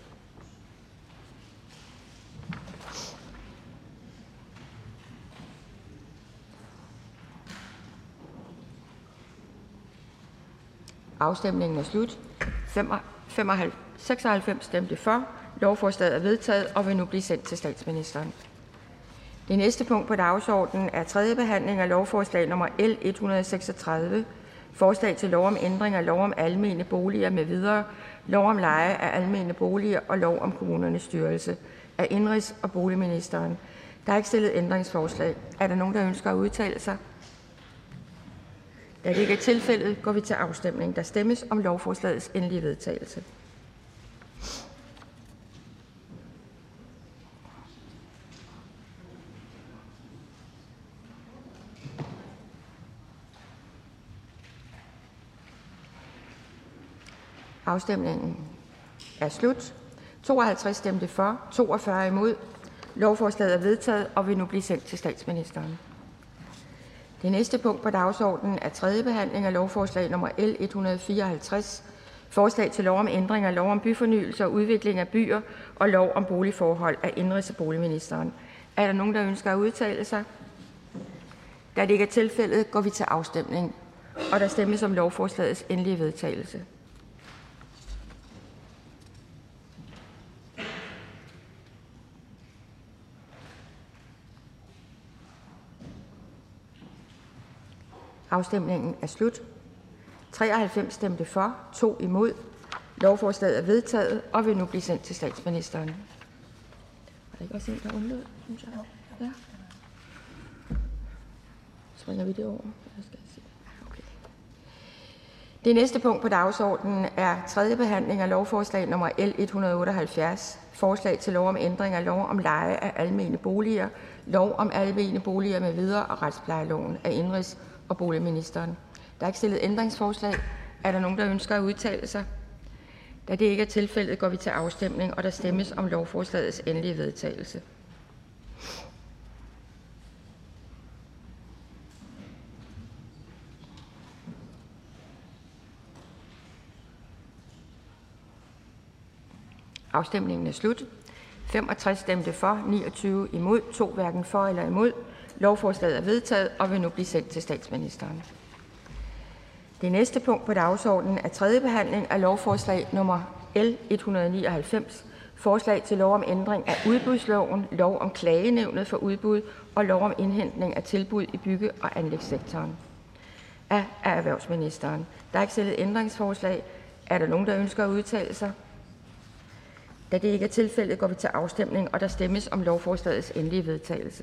Afstemningen er slut. seksoghalvfems stemte for. Lovforslaget er vedtaget og vil nu blive sendt til statsministeren. Det næste punkt på dagsordenen er tredje behandling af lovforslag nummer L et hundrede og seksogtredive, forslag til lov om ændring af lov om almene boliger med videre, lov om leje af almene boliger og lov om kommunernes styrelse af indenrigs- og boligministeren. Der er ikke stillet ændringsforslag. Er der nogen, der ønsker at udtale sig? Da det ikke er tilfældet, går vi til afstemning. Der stemmes om lovforslagets endelige vedtagelse. Afstemningen er slut. tooghalvtreds stemte for, toogfyrre imod. Lovforslaget er vedtaget og vil nu blive sendt til statsministeren. Det næste punkt på dagsordenen er tredje behandling af lovforslag nummer L et hundrede og fireoghalvtreds, forslag til lov om ændring af lov om byfornyelse og udvikling af byer og lov om boligforhold af indenrigs- og boligministeren. Er der nogen, der ønsker at udtale sig? Da det ikke er tilfældet, går vi til afstemning, og der stemmes om lovforslagets endelige vedtagelse. Afstemningen er slut. treoghalvfems stemte for, to imod. Lovforslaget er vedtaget og vil nu blive sendt til statsministeren. Er der ikke også en, der undlod, synes jeg? Ja. Springer vi det over? Okay. Det næste punkt på dagsordenen er tredje behandling af lovforslag nummer L et hundrede og otteoghalvfjerds, forslag til lov om ændring af lov om leje af almene boliger, lov om almene boliger med videre og retsplejeloven af indenrigs- og boligministeren. Der er ikke stillet ændringsforslag. Er der nogen, der ønsker at udtale sig? Da det ikke er tilfældet, går vi til afstemning, og der stemmes om lovforslagets endelige vedtagelse. Afstemningen er slut. femogtres stemte for, niogtyve imod, to hverken for eller imod. Lovforslaget er vedtaget og vil nu blive sendt til statsministeren. Det næste punkt på dagsordenen er tredje behandling af lovforslag nummer L et hundrede og nioghalvfems, forslag til lov om ændring af udbudsloven, lov om klagenævnet for udbud og lov om indhentning af tilbud i bygge- og anlægssektoren af erhvervsministeren. Der er ikke stillet ændringsforslag. Er der nogen, der ønsker at udtale sig? Da det ikke er tilfældet, går vi til afstemning, og der stemmes om lovforslagets endelige vedtagelse.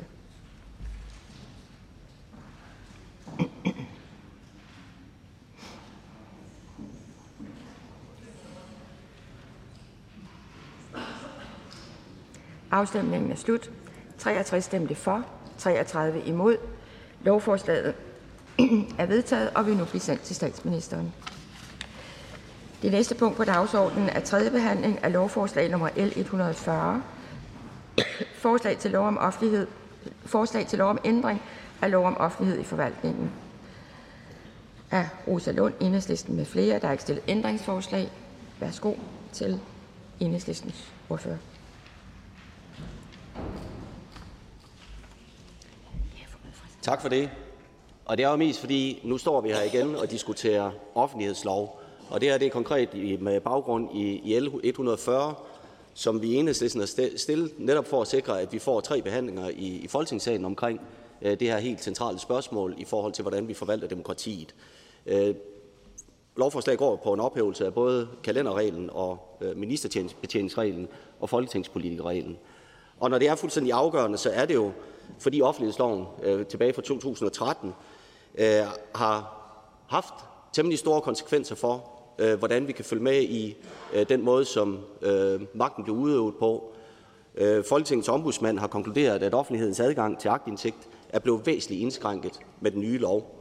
Afstemningen er slut. treogtres stemte for, treogtredive imod. Lovforslaget er vedtaget og vil nu blive sendt til statsministeren. Det næste punkt på dagsordenen er tredje behandling af lovforslag nummer L et hundrede og fyrre. Forslag til lov om offentlighed, forslag til lov om ændring af lov om offentlighed i forvaltningen. Af Rosa Lund, Enhedslisten med flere. Der er ikke stillet ændringsforslag. Værsgo til Enhedslistens ordfører. Tak for det. Og det er jo mest fordi, nu står vi her igen og diskuterer offentlighedslov. Og det her det er konkret med baggrund i, i L et hundrede og fyrre, som vi i Enhedslisten har stillet netop for at sikre, at vi får tre behandlinger i, i Folketingssalen omkring øh, det her helt centrale spørgsmål i forhold til, hvordan vi forvalter demokratiet. Øh, lovforslaget går på en ophævelse af både kalenderreglen og øh, ministerbetjeningsreglen og folketingspolitikerreglen. Og når det er fuldstændig afgørende, så er det jo, fordi offentlighedsloven øh, tilbage fra to tusind og tretten øh, har haft temmelig store konsekvenser for, øh, hvordan vi kan følge med i øh, den måde, som øh, magten bliver udøvet på. Øh, Folketingets ombudsmand har konkluderet, at offentlighedens adgang til aktindsigt er blevet væsentligt indskrænket med den nye lov.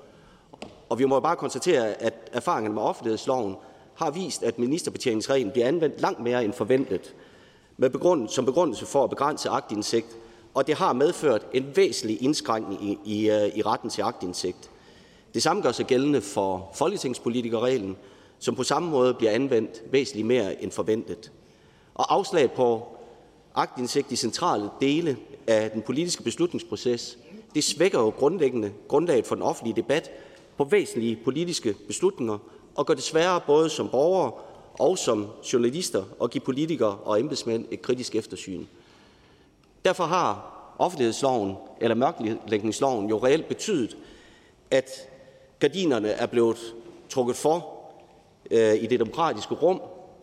Og vi må bare konstatere, at erfaringerne med offentlighedsloven har vist, at ministerbetjeningsreglen bliver anvendt langt mere end forventet, med begrund, som begrundelse for at begrænse aktindsigt, og det har medført en væsentlig indskrænkning i, i, i retten til aktindsigt. Det samme gør sig gældende for folketingspolitikerreglen, som på samme måde bliver anvendt væsentligt mere end forventet. Og afslag på aktindsigt i centrale dele af den politiske beslutningsproces, det svækker jo grundlæggende grundlaget for den offentlige debat på væsentlige politiske beslutninger, og gør det sværere både som borgere og som journalister at give politikere og embedsmænd et kritisk eftersyn. Derfor har offentlighedsloven eller mørklægningsloven jo reelt betydet, at gardinerne er blevet trukket for øh, i det demokratiske rum,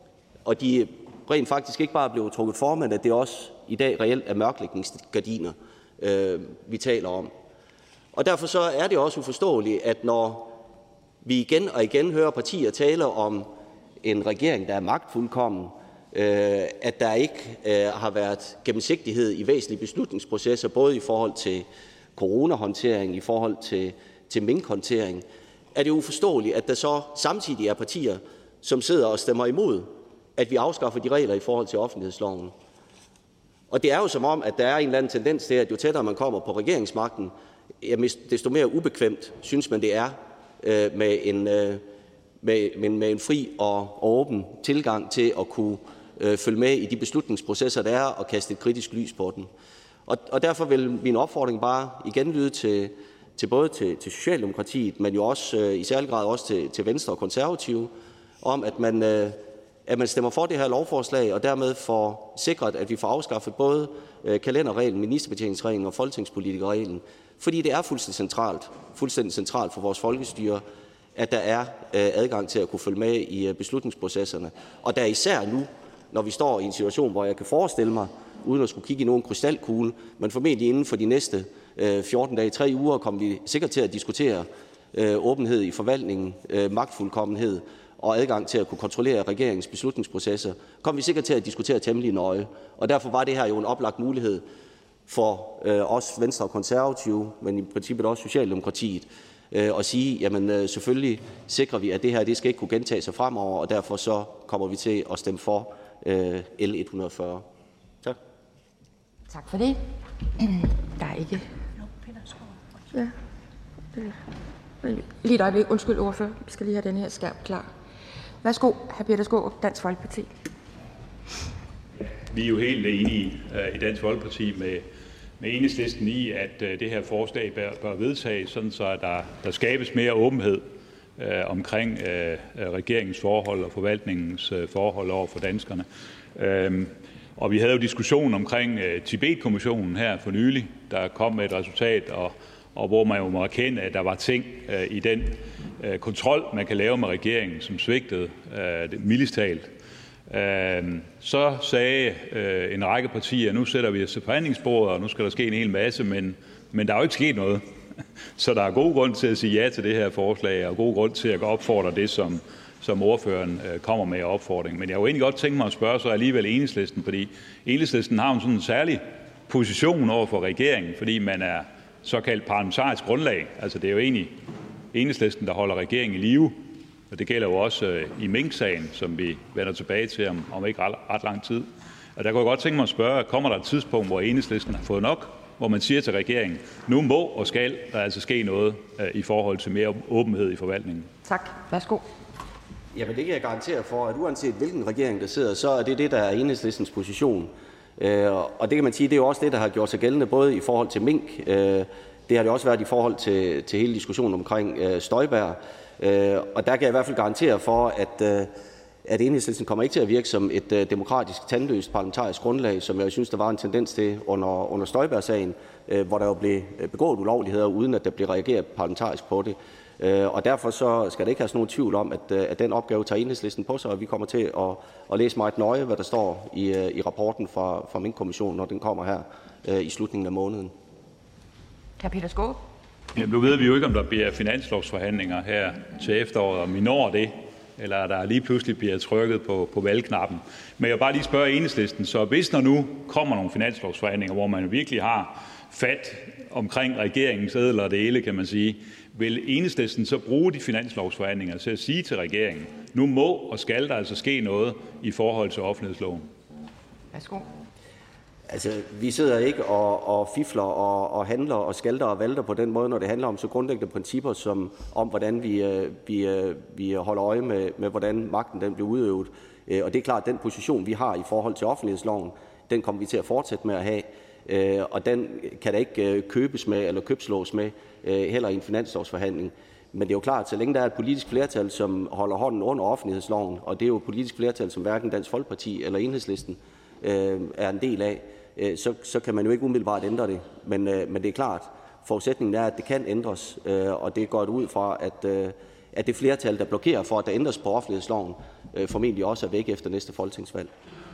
og de rent faktisk ikke bare er blevet trukket for, men at det også i dag reelt er mørklægningsgardiner, øh, vi taler om. Og derfor så er det også uforståeligt, at når vi igen og igen hører partier tale om en regering, der er magtfuldkommen, øh, at der ikke øh, har været gennemsigtighed i væsentlige beslutningsprocesser, både i forhold til coronahåndtering, i forhold til, til minkhåndtering, er det uforståeligt, at der så samtidig er partier, som sidder og stemmer imod, at vi afskaffer de regler i forhold til offentlighedsloven. Og det er jo som om, at der er en eller anden tendens til, at jo tættere man kommer på regeringsmagten, jamen, desto mere ubekvemt synes man, det er øh, med, en, øh, med, med, med en fri og åben tilgang til at kunne øh, følge med i de beslutningsprocesser, der er, og kaste et kritisk lys på den. Og, og derfor vil min opfordring bare igen lyde til, til både til, til Socialdemokratiet, men jo også øh, i særlig grad også til, til Venstre og Konservative, om at man, øh, at man stemmer for det her lovforslag, og dermed får sikret, at vi får afskaffet både øh, kalenderreglen, ministerbetjeningsreglen og folketingspolitikerreglen, fordi det er fuldstændig centralt, fuldstændig centralt for vores folkestyre, at der er øh, adgang til at kunne følge med i øh, beslutningsprocesserne. Og der er især nu, når vi står i en situation, hvor jeg kan forestille mig, uden at skulle kigge i nogen krystalkugle, men formentlig inden for de næste øh, fjorten dage, tre uger, kommer vi sikkert til at diskutere øh, åbenhed i forvaltningen, øh, magtfuldkommenhed og adgang til at kunne kontrollere regeringens beslutningsprocesser, kommer vi sikkert til at diskutere temmelig nøje. Og derfor var det her jo en oplagt mulighed for øh, os Venstre og Konservative, men i princippet også Socialdemokratiet, øh, at sige, jamen øh, selvfølgelig sikrer vi, at det her det skal ikke kunne gentage sig fremover, og derfor så kommer vi til at stemme for øh, L et hundrede og fyrre. Tak. Tak for det. Der er ikke... Ja. Lige et øjeblik. Undskyld, ordfører. Vi skal lige have den her skærm klar. Værsgo, hr. Peter Skaarup, Dansk Folkeparti. Vi er jo helt enige uh, i Dansk Folkeparti med, med Enhedslisten i, at uh, det her forslag bør, bør vedtages, sådan så der, der skabes mere åbenhed uh, omkring uh, regeringens forhold og forvaltningens uh, forhold over for danskerne. Uh, og vi havde jo diskussionen omkring uh, Tibet-kommissionen her for nylig, der kom med et resultat, og, og hvor man jo må erkende, at der var ting uh, i den uh, kontrol, man kan lave med regeringen, som svigtede uh, mildest talt. Så sagde en række partier, nu sætter vi os til forhandlingsbordet, og nu skal der ske en hel masse, men, men der er jo ikke sket noget. Så der er god grund til at sige ja til det her forslag, og god grund til at opfordre det, som, som ordføreren kommer med i opfordring. Men jeg kunne egentlig godt tænke mig at spørge så alligevel Enhedslisten, fordi Enhedslisten har jo sådan en særlig position over for regeringen, fordi man er såkaldt parlamentarisk grundlag. Altså det er jo egentlig Enhedslisten, der holder regeringen i live. Og det gælder jo også øh, i Mink-sagen, som vi vender tilbage til om, om ikke ret, ret lang tid. Og der kunne jeg godt tænke mig at spørge, kommer der et tidspunkt, hvor Enhedslisten har fået nok, hvor man siger til regeringen, nu må og skal der altså ske noget øh, i forhold til mere åbenhed i forvaltningen? Tak. Værsgo. Jamen det kan jeg garantere for, at uanset hvilken regering der sidder, så er det det, der er Enhedslistens position. Øh, og det kan man sige, det er jo også det, der har gjort sig gældende både i forhold til Mink. Øh, Det har det også været i forhold til, til hele diskussionen omkring øh, Støjberg. Øh, og der kan jeg i hvert fald garantere for, at, øh, at Enhedslisten kommer ikke til at virke som et øh, demokratisk tandløst parlamentarisk grundlag, som jeg synes, der var en tendens til under, under Støjberg-sagen, øh, hvor der jo blev begået ulovligheder, uden at der blev reageret parlamentarisk på det. Øh, og derfor så skal der ikke have nogen tvivl om, at, at den opgave tager Enhedslisten på sig, og vi kommer til at, at læse meget nøje, hvad der står i, i rapporten fra, fra Minkkommissionen, når den kommer her øh, i slutningen af måneden. Hr. Peter Skaarup. Jamen, nu ved vi jo ikke, om der bliver finanslovsforhandlinger her til efteråret, om vi når det, eller der lige pludselig bliver trykket på, på valgknappen. Men jeg vil bare lige spørge Enhedslisten, så hvis der nu kommer nogle finanslovsforhandlinger, hvor man virkelig har fat omkring regeringens ædler og dele, kan man sige, vil Enhedslisten så bruge de finanslovsforhandlinger til at sige til regeringen, nu må og skal der altså ske noget i forhold til offentlighedsloven? Værsgo. Altså, vi sidder ikke og, og fifler og, og handler og skalter og valter på den måde, når det handler om så grundlæggende principper som om, hvordan vi, vi, vi holder øje med, med, hvordan magten den bliver udøvet. Og det er klart, at den position, vi har i forhold til offentlighedsloven, den kommer vi til at fortsætte med at have. Og den kan der ikke købes med eller købslås med, heller i en finanslovsforhandling. Men det er jo klart, at så længe der er et politisk flertal, som holder hånden under offentlighedsloven, og det er jo et politisk flertal, som hverken Dansk Folkeparti eller Enhedslisten er en del af, så, så kan man jo ikke umiddelbart ændre det. Men, men det er klart, forudsætningen er, at det kan ændres, og det går ud fra, at, at det flertal, der blokerer for, at der ændres på offentlighedsloven, formentlig også er væk efter næste folketingsvalg.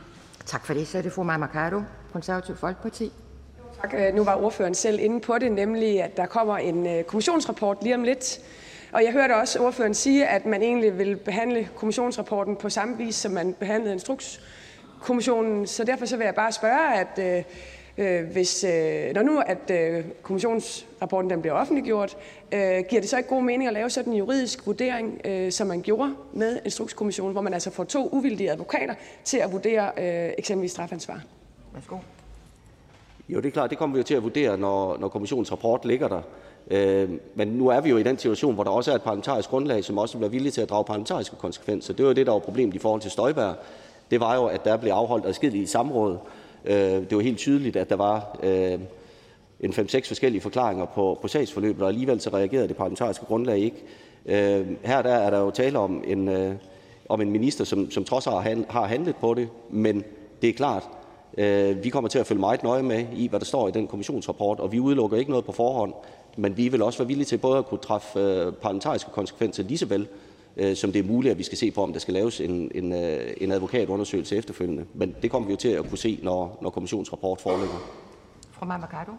Tak for det. Så er det fru Mai Mercado, Konservativ Folkeparti. Tak. Nu var ordføreren selv inde på det, nemlig at der kommer en kommissionsrapport lige om lidt. Og jeg hørte også ordføreren sige, at man egentlig vil behandle kommissionsrapporten på samme vis, som man behandlede Instrukskommissionen. Så derfor så vil jeg bare spørge, at øh, hvis, øh, når nu at øh, kommissionsrapporten den bliver offentliggjort, øh, giver det så ikke god mening at lave sådan en juridisk vurdering, øh, som man gjorde med Instrukskommissionen, hvor man altså får to uvildige advokater til at vurdere øh, eksempelvis strafansvar? Værsgo. Jo, det er klart, det kommer vi jo til at vurdere, når, når kommissionens rapport ligger der. Øh, men nu er vi jo i den situation, hvor der også er et parlamentarisk grundlag, som også bliver villige til at drage parlamentariske konsekvenser. Det var det, der var problemet i forhold til Støjberg. Det var jo, at der blev afholdt adskillige samråd. Øh, det var helt tydeligt, at der var øh, en fem-seks forskellige forklaringer på, på sagsforløbet, og alligevel så reagerede det parlamentariske grundlag ikke. Øh, her der er der jo tale om en, øh, om en minister, som, som trods har, har handlet på det, men det er klart, øh, vi kommer til at følge meget nøje med i, hvad der står i den kommissionsrapport, og vi udelukker ikke noget på forhånd, men vi vil også være villige til både at kunne træffe øh, parlamentariske konsekvenser lige så vel, øh, som det er muligt, at vi skal se på, om der skal laves en, en, øh, en advokatundersøgelse efterfølgende. Men det kommer vi jo til at kunne se, når, når kommissionsrapport foreligger. Fru Mai Mercado.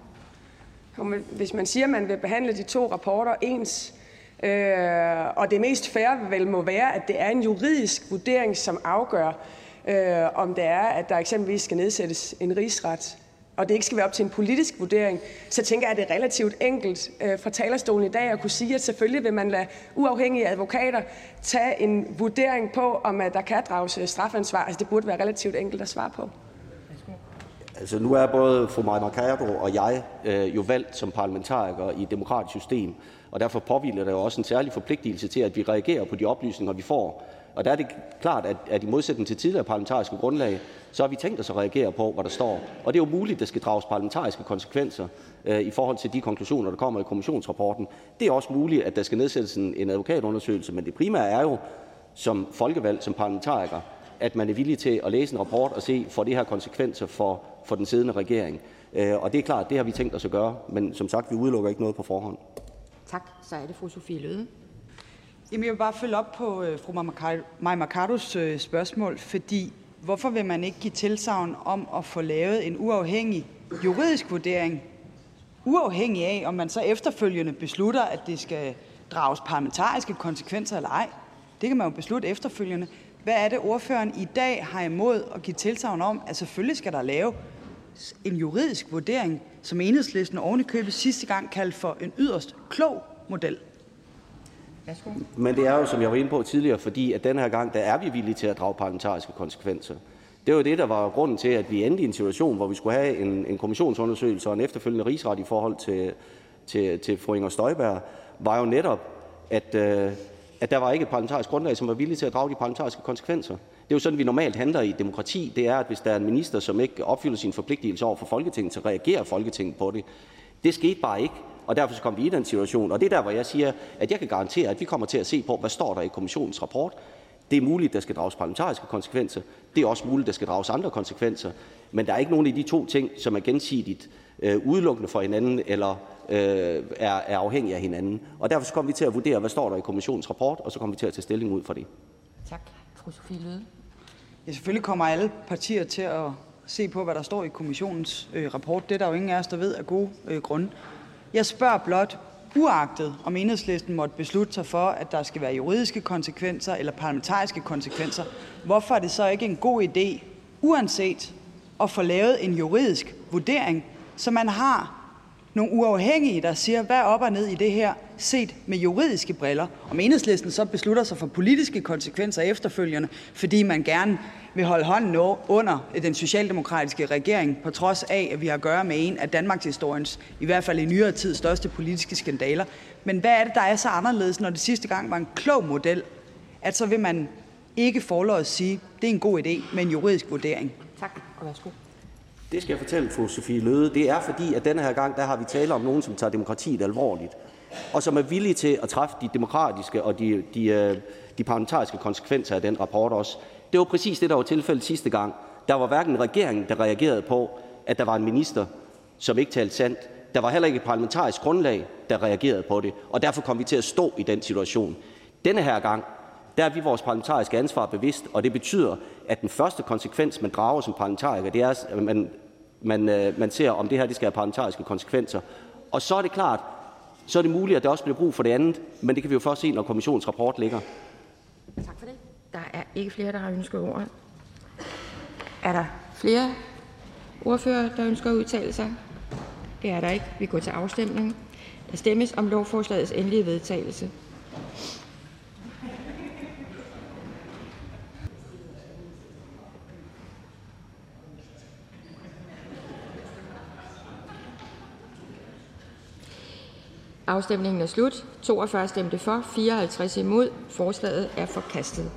Hvis man siger, at man vil behandle de to rapporter ens, øh, og det mest fair vel må være, at det er en juridisk vurdering, som afgør, øh, om det er, at der eksempelvis skal nedsættes en rigsret, og det ikke skal være op til en politisk vurdering, så tænker jeg, at det er relativt enkelt øh, fra talerstolen i dag at kunne sige, at selvfølgelig vil man lade uafhængige advokater tage en vurdering på, om at der kan drages strafansvar. Altså det burde være relativt enkelt at svare på. Altså nu er både fru Mai Mercado og jeg øh, jo valgt som parlamentarikere i et demokratisk system, og derfor påhviler der jo også en særlig forpligtelse til, at vi reagerer på de oplysninger, vi får. Og der er det klart, at, at i modsætning til tidligere parlamentariske grundlag, så har vi tænkt os at reagere på, hvad der står. Og det er jo muligt, at der skal drages parlamentariske konsekvenser øh, i forhold til de konklusioner, der kommer i kommissionsrapporten. Det er også muligt, at der skal nedsættes en, en advokatundersøgelse, men det primære er jo, som folkevalgt, som parlamentariker, at man er villig til at læse en rapport og se, får det her konsekvenser for, for den siddende regering. Øh, og det er klart, det har vi tænkt os at gøre, men som sagt, vi udelukker ikke noget på forhånd. Tak. Så er det fru Sofie Løhde. Jamen, jeg vil bare følge op på øh, fru Mai Mercados øh, spørgsmål, fordi hvorfor vil man ikke give tilsagn om at få lavet en uafhængig juridisk vurdering, uafhængig af, om man så efterfølgende beslutter, at det skal drages parlamentariske konsekvenser eller ej? Det kan man jo beslutte efterfølgende. Hvad er det, ordføreren i dag har imod at give tilsagn om, at selvfølgelig skal der lave en juridisk vurdering, som Enhedslisten ovenikøbet sidste gang kaldte for en yderst klog model? Men det er jo, som jeg var inde på tidligere, fordi at denne her gang, der er vi villige til at drage parlamentariske konsekvenser. Det var det, der var grunden til, at vi endte i en situation, hvor vi skulle have en, en kommissionsundersøgelse og en efterfølgende rigsret i forhold til, til, til fru Inger Støjberg, var jo netop, at, øh, at der var ikke et parlamentarisk grundlag, som var villige til at drage de parlamentariske konsekvenser. Det er jo sådan, vi normalt handler i demokrati. Det er, at hvis der er en minister, som ikke opfylder sine forpligtelser over for Folketinget, så reagerer Folketinget på det. Det skete bare ikke. og derfor kom vi i den situation. Og det er der, hvor jeg siger, at jeg kan garantere, at vi kommer til at se på, hvad står der i kommissionens rapport. Det er muligt, der skal drages parlamentariske konsekvenser. Det er også muligt, der skal drages andre konsekvenser. Men der er ikke nogen af de to ting, som er gensidigt øh, udelukkende for hinanden eller øh, er, er afhængige af hinanden. Og derfor kommer vi til at vurdere, hvad står der i kommissionens rapport, og så kommer vi til at tage stilling ud fra det. Tak. Fru Sophie Løhde. Ja, selvfølgelig kommer alle partier til at se på, hvad der står i kommissionens øh, rapport. Det er der jo ingen af os, der ved af gode øh, grunde. Jeg spørger blot, uagtet om Enhedslisten måtte beslutte sig for, at der skal være juridiske konsekvenser eller parlamentariske konsekvenser, hvorfor er det så ikke en god idé, uanset at få lavet en juridisk vurdering, så man har nogle uafhængige, der siger, hvad er op og ned i det her, set med juridiske briller. Om Enhedslisten så beslutter sig for politiske konsekvenser efterfølgende, fordi man gerne vil holde hånden under den socialdemokratiske regering, på trods af, at vi har at gøre med en af Danmarks historiens, i hvert fald i nyere tid, største politiske skandaler. Men hvad er det, der er så anderledes, når det sidste gang var en klog model, at så vil man ikke forlods sige, at det er en god idé med en juridisk vurdering? Tak, og værsgo. Det skal jeg fortælle fru Sophie Løhde. Det er fordi, at denne her gang, der har vi tale om nogen, som tager demokratiet alvorligt, og som er villige til at træffe de demokratiske og de, de, de parlamentariske konsekvenser af den rapport også. Det var præcis det, der var tilfældet sidste gang. Der var hverken regeringen, der reagerede på, at der var en minister, som ikke talte sandt. Der var heller ikke et parlamentarisk grundlag, der reagerede på det, og derfor kom vi til at stå i den situation. Denne her gang, der er vi vores parlamentariske ansvar bevidst, og det betyder, at den første konsekvens, man drager som parlamentariker, det er, at man, man, man ser, om det her det skal have parlamentariske konsekvenser. Og så er det klart, så er det muligt, at der også bliver brug for det andet, men det kan vi jo først se, når kommissionens rapport ligger. Tak for det. Der er ikke flere, der har ønsket ordet. Er der flere ordfører, der ønsker at udtale sig? Det er der ikke. Vi går til afstemning. Der stemmes om lovforslagets endelige vedtagelse. Afstemningen er slut. toogfyrre stemte for, fireoghalvtreds imod. Forslaget er forkastet.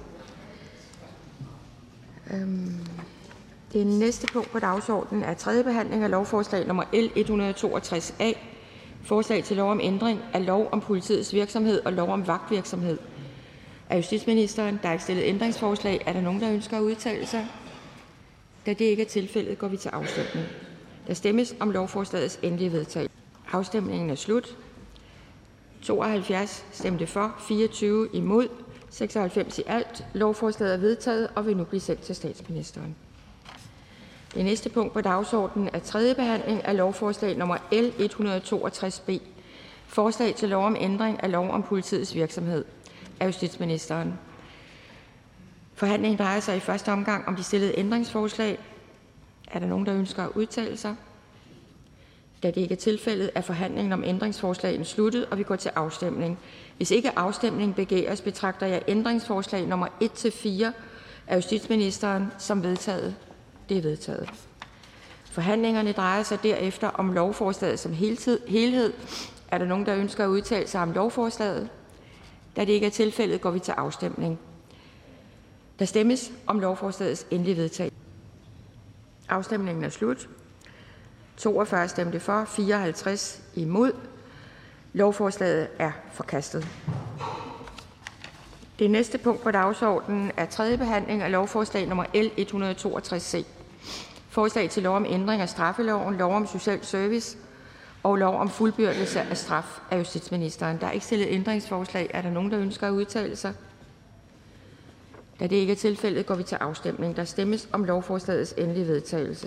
Det næste punkt på dagsordenen er tredje behandling af lovforslag nummer L et hundrede og toogtres A. Forslag til lov om ændring af lov om politiets virksomhed og lov om vagtvirksomhed. Af justitsministeren. Der er ikke stillet ændringsforslag. Er der nogen, der ønsker at udtale sig? Da det ikke er tilfældet, går vi til afstemning. Der stemmes om lovforslagets endelige vedtagelse. Afstemningen er slut. tooghalvfjerds stemte for, fireogtyve imod, seksoghalvfems i alt. Lovforslaget er vedtaget og vil nu blive sendt til statsministeren. Det næste punkt på dagsordenen er tredje behandling af lovforslag nummer L et hundrede og toogtres B. Forslag til lov om ændring af lov om politiets virksomhed. Af justitsministeren. Forhandlingen drejer sig i første omgang om de stillede ændringsforslag. Er der nogen, der ønsker at udtale sig? Da det ikke er tilfældet, er forhandlingen om ændringsforslagene sluttet, og vi går til afstemning. Hvis ikke afstemning begæres, betragter jeg ændringsforslag nummer et til fire af justitsministeren som vedtaget. Det er vedtaget. Forhandlingerne drejer sig derefter om lovforslaget som helhed. Er der nogen, der ønsker at udtale sig om lovforslaget? Da det ikke er tilfældet, går vi til afstemning. Der stemmes om lovforslagets endelige vedtagelse. Afstemningen er slut. toogfyrre stemte for, fireoghalvtreds imod. Lovforslaget er forkastet. Det næste punkt på dagsordenen er tredje behandling af lovforslag nummer L et hundrede og toogtres C. Forslag til lov om ændring af straffeloven, lov om social service og lov om fuldbyrdelse af straf af justitsministeren. Der er ikke stillet ændringsforslag. Er der nogen, der ønsker at udtale sig? Da det ikke er tilfældet, går vi til afstemning. Der stemmes om lovforslagets endelige vedtagelse.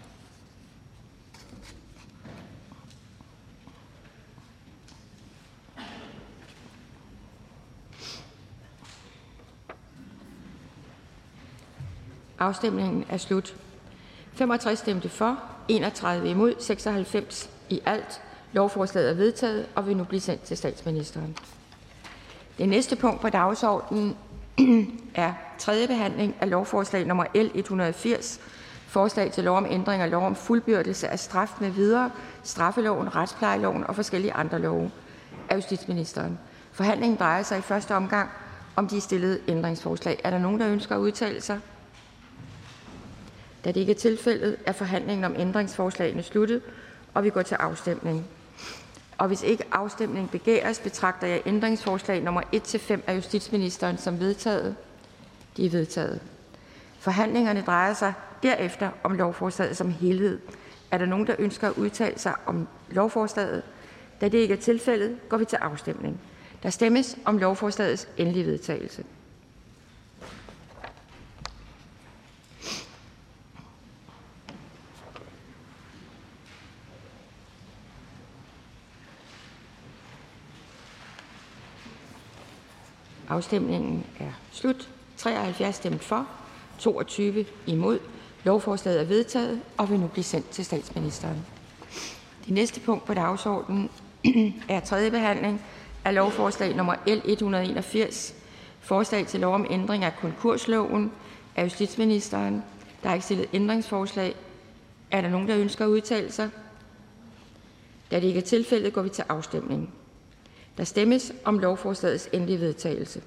Afstemningen er slut. femogtres stemte for, enogtredive imod, seksoghalvfems i alt. Lovforslaget er vedtaget og vil nu blive sendt til statsministeren. Det næste punkt på dagsordenen er tredje behandling af lovforslag nummer L et hundrede og firs. Forslag til lov om ændring af lov om fuldbyrdelse af straf med videre, straffeloven, retsplejeloven og forskellige andre love. Af justitsministeren. Forhandlingen drejer sig i første omgang om de stillede ændringsforslag. Er der nogen, der ønsker at udtale sig? Da det ikke er tilfældet, er forhandlingen om ændringsforslagene sluttet, og vi går til afstemning. Og hvis ikke afstemning begæres, betragter jeg ændringsforslag nummer et til fem af justitsministeren som vedtaget. De er vedtaget. Forhandlingerne drejer sig derefter om lovforslaget som helhed. Er der nogen, der ønsker at udtale sig om lovforslaget? Da det ikke er tilfældet, går vi til afstemning. Der stemmes om lovforslagets endelige vedtagelse. Afstemningen er slut. treoghalvfjerds stemt for, toogtyve imod. Lovforslaget er vedtaget og vil nu blive sendt til statsministeren. Det næste punkt på dagsordenen er tredje behandling af lovforslag nummer L et hundrede og enogfirs. Forslag til lov om ændring af konkursloven af justitsministeren. Der er ikke stillet ændringsforslag. Er der nogen, der ønsker at udtale sig? Da det ikke er tilfældet, går vi til afstemning. Der stemmes om lovforslagets endelige vedtagelse.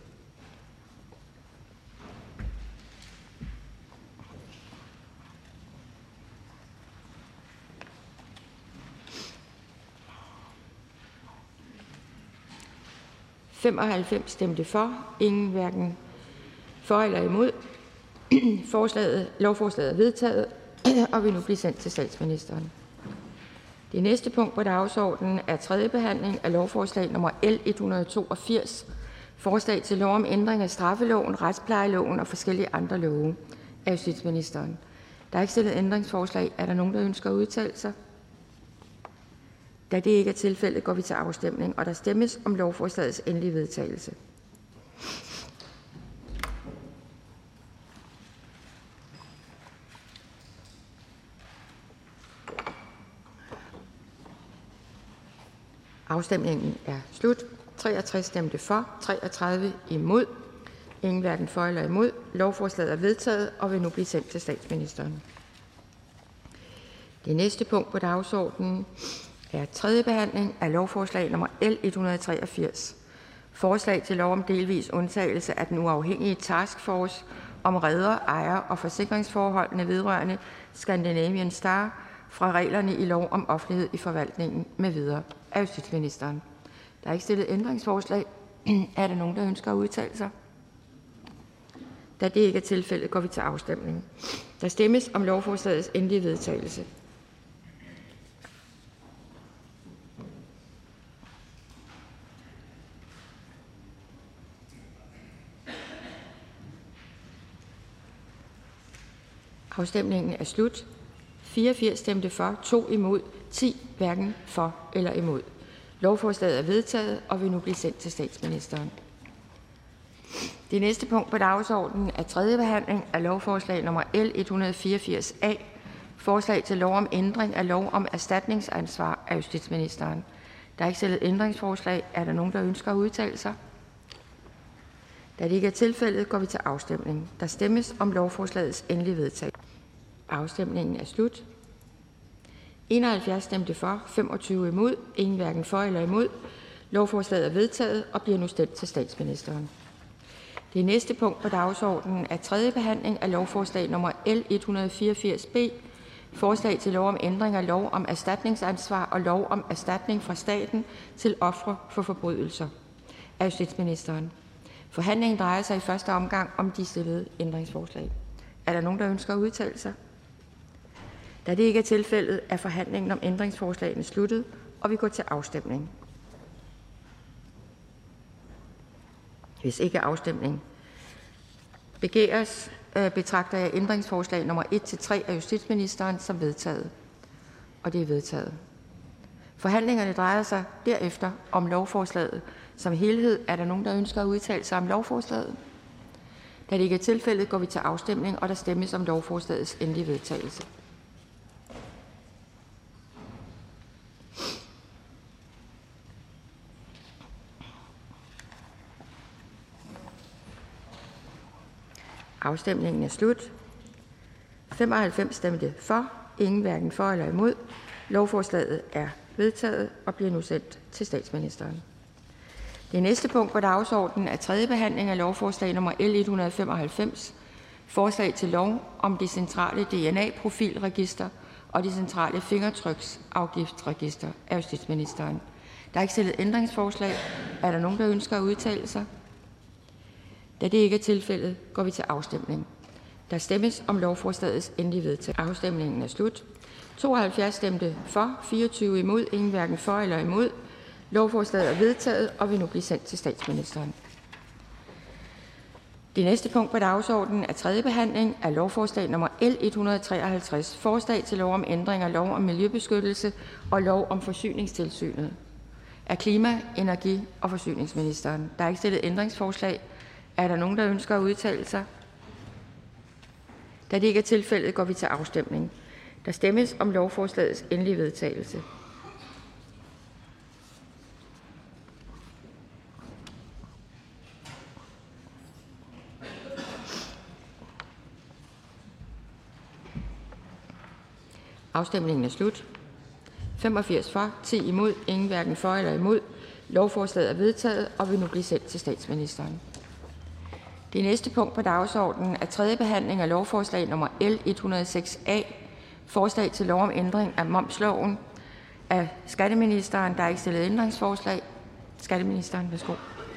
femoghalvfems stemte for, ingen hverken for eller imod. Forslaget, lovforslaget er vedtaget og vil nu blive sendt til statsministeren. Det næste punkt på dagsordenen er tredje behandling af lovforslag nummer L et hundrede og toogfirs. Forslag til lov om ændring af straffeloven, retsplejeloven og forskellige andre love af justitsministeren. Der er ikke stillet ændringsforslag. Er der nogen, der ønsker at udtale sig? Da det ikke er tilfældet, går vi til afstemning, og der stemmes om lovforslagets endelige vedtagelse. Afstemningen er slut. treogtres stemte for, treogtredive imod. Ingen hverken for eller imod. Lovforslaget er vedtaget og vil nu blive sendt til statsministeren. Det næste punkt på dagsordenen er tredje behandling af lovforslag nummer L et hundrede og treogfirs. Forslag til lov om delvis undtagelse af den uafhængige taskforce om reder, ejer og forsikringsforholdene vedrørende Scandinavian Star fra reglerne i lov om offentlighed i forvaltningen med videre af justitsministeren. Der er ikke stillet ændringsforslag. Er der nogen, der ønsker at udtale sig? Da det ikke er tilfældet, går vi til afstemning. Der stemmes om lovforslagets endelige vedtagelse. Afstemningen er slut. fireogfirs stemte for, to imod, ti hverken for eller imod. Lovforslaget er vedtaget og vil nu blive sendt til statsministeren. Det næste punkt på dagsordenen er tredje behandling af lovforslag nummer L et hundrede og fireogfirs A. Forslag til lov om ændring af lov om erstatningsansvar af justitsministeren. Der er ikke stillet ændringsforslag. Er der nogen, der ønsker at udtale sig? Da det ikke er tilfældet, går vi til afstemning. Der stemmes om lovforslagets endelige vedtagelse. Afstemningen er slut. enoghalvfjerds stemte for, femogtyve imod, ingen hverken for eller imod. Lovforslaget er vedtaget og bliver nu stemt til statsministeren. Det næste punkt på dagsordenen er tredje behandling af lovforslag nummer L et hundrede og fireogfirs B. Forslag til lov om ændring af lov om erstatningsansvar og lov om erstatning fra staten til ofre for forbrydelser af justitsministeren. Forhandlingen drejer sig i første omgang om de stillede ændringsforslag. Er der nogen, der ønsker at udtale sig? Da det ikke er tilfældet, er forhandlingen om ændringsforslagene sluttet, og vi går til afstemning. Hvis ikke afstemning begæres, betragter jeg ændringsforslag nummer et til tre af justitsministeren som vedtaget. Og det er vedtaget. Forhandlingerne drejer sig derefter om lovforslaget som helhed. Er der nogen, der ønsker at udtale sig om lovforslaget? Da det ikke er tilfældet, går vi til afstemning, og der stemmes om lovforslagets endelige vedtagelse. Afstemningen er slut. femoghalvfems stemte for, ingen hverken for eller imod. Lovforslaget er vedtaget og bliver nu sendt til statsministeren. Det næste punkt på dagsordenen er tredje behandling af lovforslag nummer L et hundrede og femoghalvfems. Forslag til lov om det centrale D N A-profilregister og det centrale fingertryksafgiftsregister af justitsministeren. Der er ikke stillet ændringsforslag. Er der nogen, der ønsker at udtale sig? Da det ikke er tilfældet, går vi til afstemning. Der stemmes om lovforslagets endelige vedtagelse. Afstemningen er slut. tooghalvfjerds stemte for, fireogtyve imod, ingen hverken for eller imod. Lovforslaget er vedtaget og vil nu blive sendt til statsministeren. Det næste punkt på dagsordenen er tredje behandling af lovforslag nummer L et hundrede og treoghalvtreds. Forslag til lov om ændring af lov om miljøbeskyttelse og lov om forsyningstilsynet. Af klima-, energi- og forsyningsministeren. Der er ikke stillet ændringsforslag. Er der nogen, der ønsker at udtale sig? Da det ikke er tilfældet, går vi til afstemning. Der stemmes om lovforslagets endelige vedtagelse. Afstemningen er slut. femogfirs for, ti imod, ingen hverken for eller imod. Lovforslaget er vedtaget og vil nu blive sendt til statsministeren. Det næste punkt på dagsordenen er tredje behandling af lovforslag nummer L et hundrede og seks A. Forslag til lov om ændring af momsloven. Af skatteministeren. Der er ikke stillet ændringsforslag. Skatteministeren, værsgo.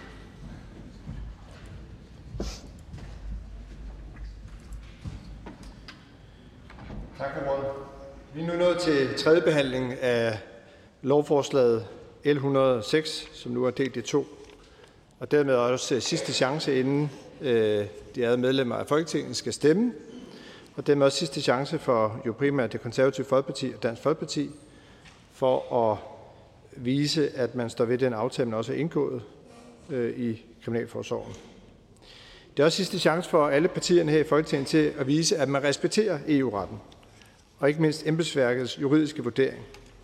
Tak for ordet. Vi er nu nået til tredje behandling af lovforslaget L et hundrede og seks, som nu er delt i to. Og dermed også sidste chance, inden øh, de ærede medlemmer af Folketinget skal stemme. Og dermed også sidste chance for jo primært det konservative Folkeparti og Dansk Folkeparti for at vise, at man står ved den aftale, man også er indgået øh, i Kriminalforsorgen. Det er også sidste chance for alle partierne her i Folketinget til at vise, at man respekterer E U-retten. Og ikke mindst embedsværkets juridiske vurdering.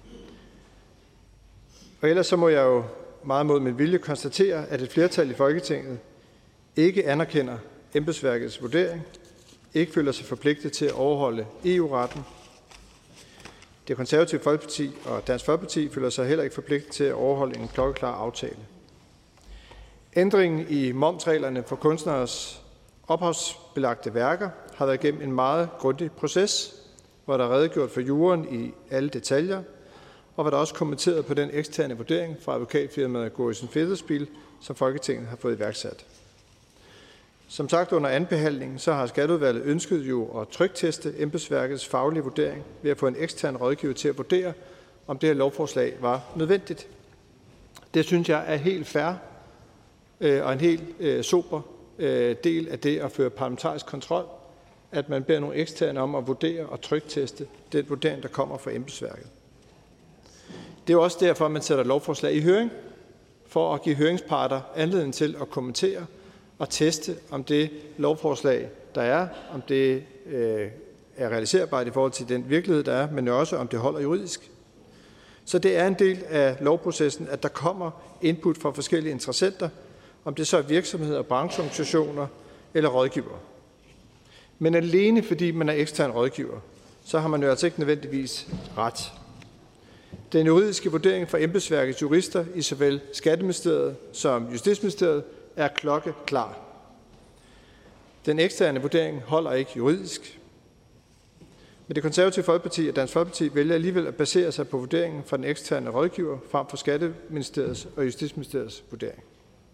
Og ellers så må jeg jo meget mod min vilje konstatere, at et flertal i Folketinget ikke anerkender embedsværkets vurdering, ikke føler sig forpligtet til at overholde E U-retten. Det konservative Folkeparti og Dansk Folkeparti føler sig heller ikke forpligtet til at overholde en klokkeklar aftale. Ændringen i momsreglerne for kunstneres ophavsbelagte værker har været igennem en meget grundig proces, hvor der er redegjort for juraen i alle detaljer, og hvor der også kommenteret på den eksterne vurdering fra advokatfirmaet Gorrissen Federspiel, som Folketinget har fået iværksat. Som sagt under anden behandling, så har Skatteudvalget ønsket jo at trykteste embedsværkets faglige vurdering ved at få en ekstern rådgiver til at vurdere, om det her lovforslag var nødvendigt. Det synes jeg er helt fair øh, og en helt øh, sober øh, del af det at føre parlamentarisk kontrol, at man beder nogle eksterne om at vurdere og trykteste den vurdering, der kommer fra embedsværket. Det er jo også derfor, at man sætter lovforslag i høring, for at give høringsparter anledning til at kommentere og teste, om det lovforslag, der er, om det øh, er realiserbart i forhold til den virkelighed, der er, men også om det holder juridisk. Så det er en del af lovprocessen, at der kommer input fra forskellige interessenter, om det så er virksomheder, brancheorganisationer eller rådgivere. Men alene fordi man er ekstern rådgiver, så har man jo altså ikke nødvendigvis ret. Den juridiske vurdering fra embedsværkets jurister i såvel Skatteministeriet som Justitsministeriet er klokkeklar. Den eksterne vurdering holder ikke juridisk. Men det konservative Folkeparti og Dansk Folkeparti vælger alligevel at basere sig på vurderingen fra den eksterne rådgiver frem for Skatteministeriets og Justitsministeriets vurdering.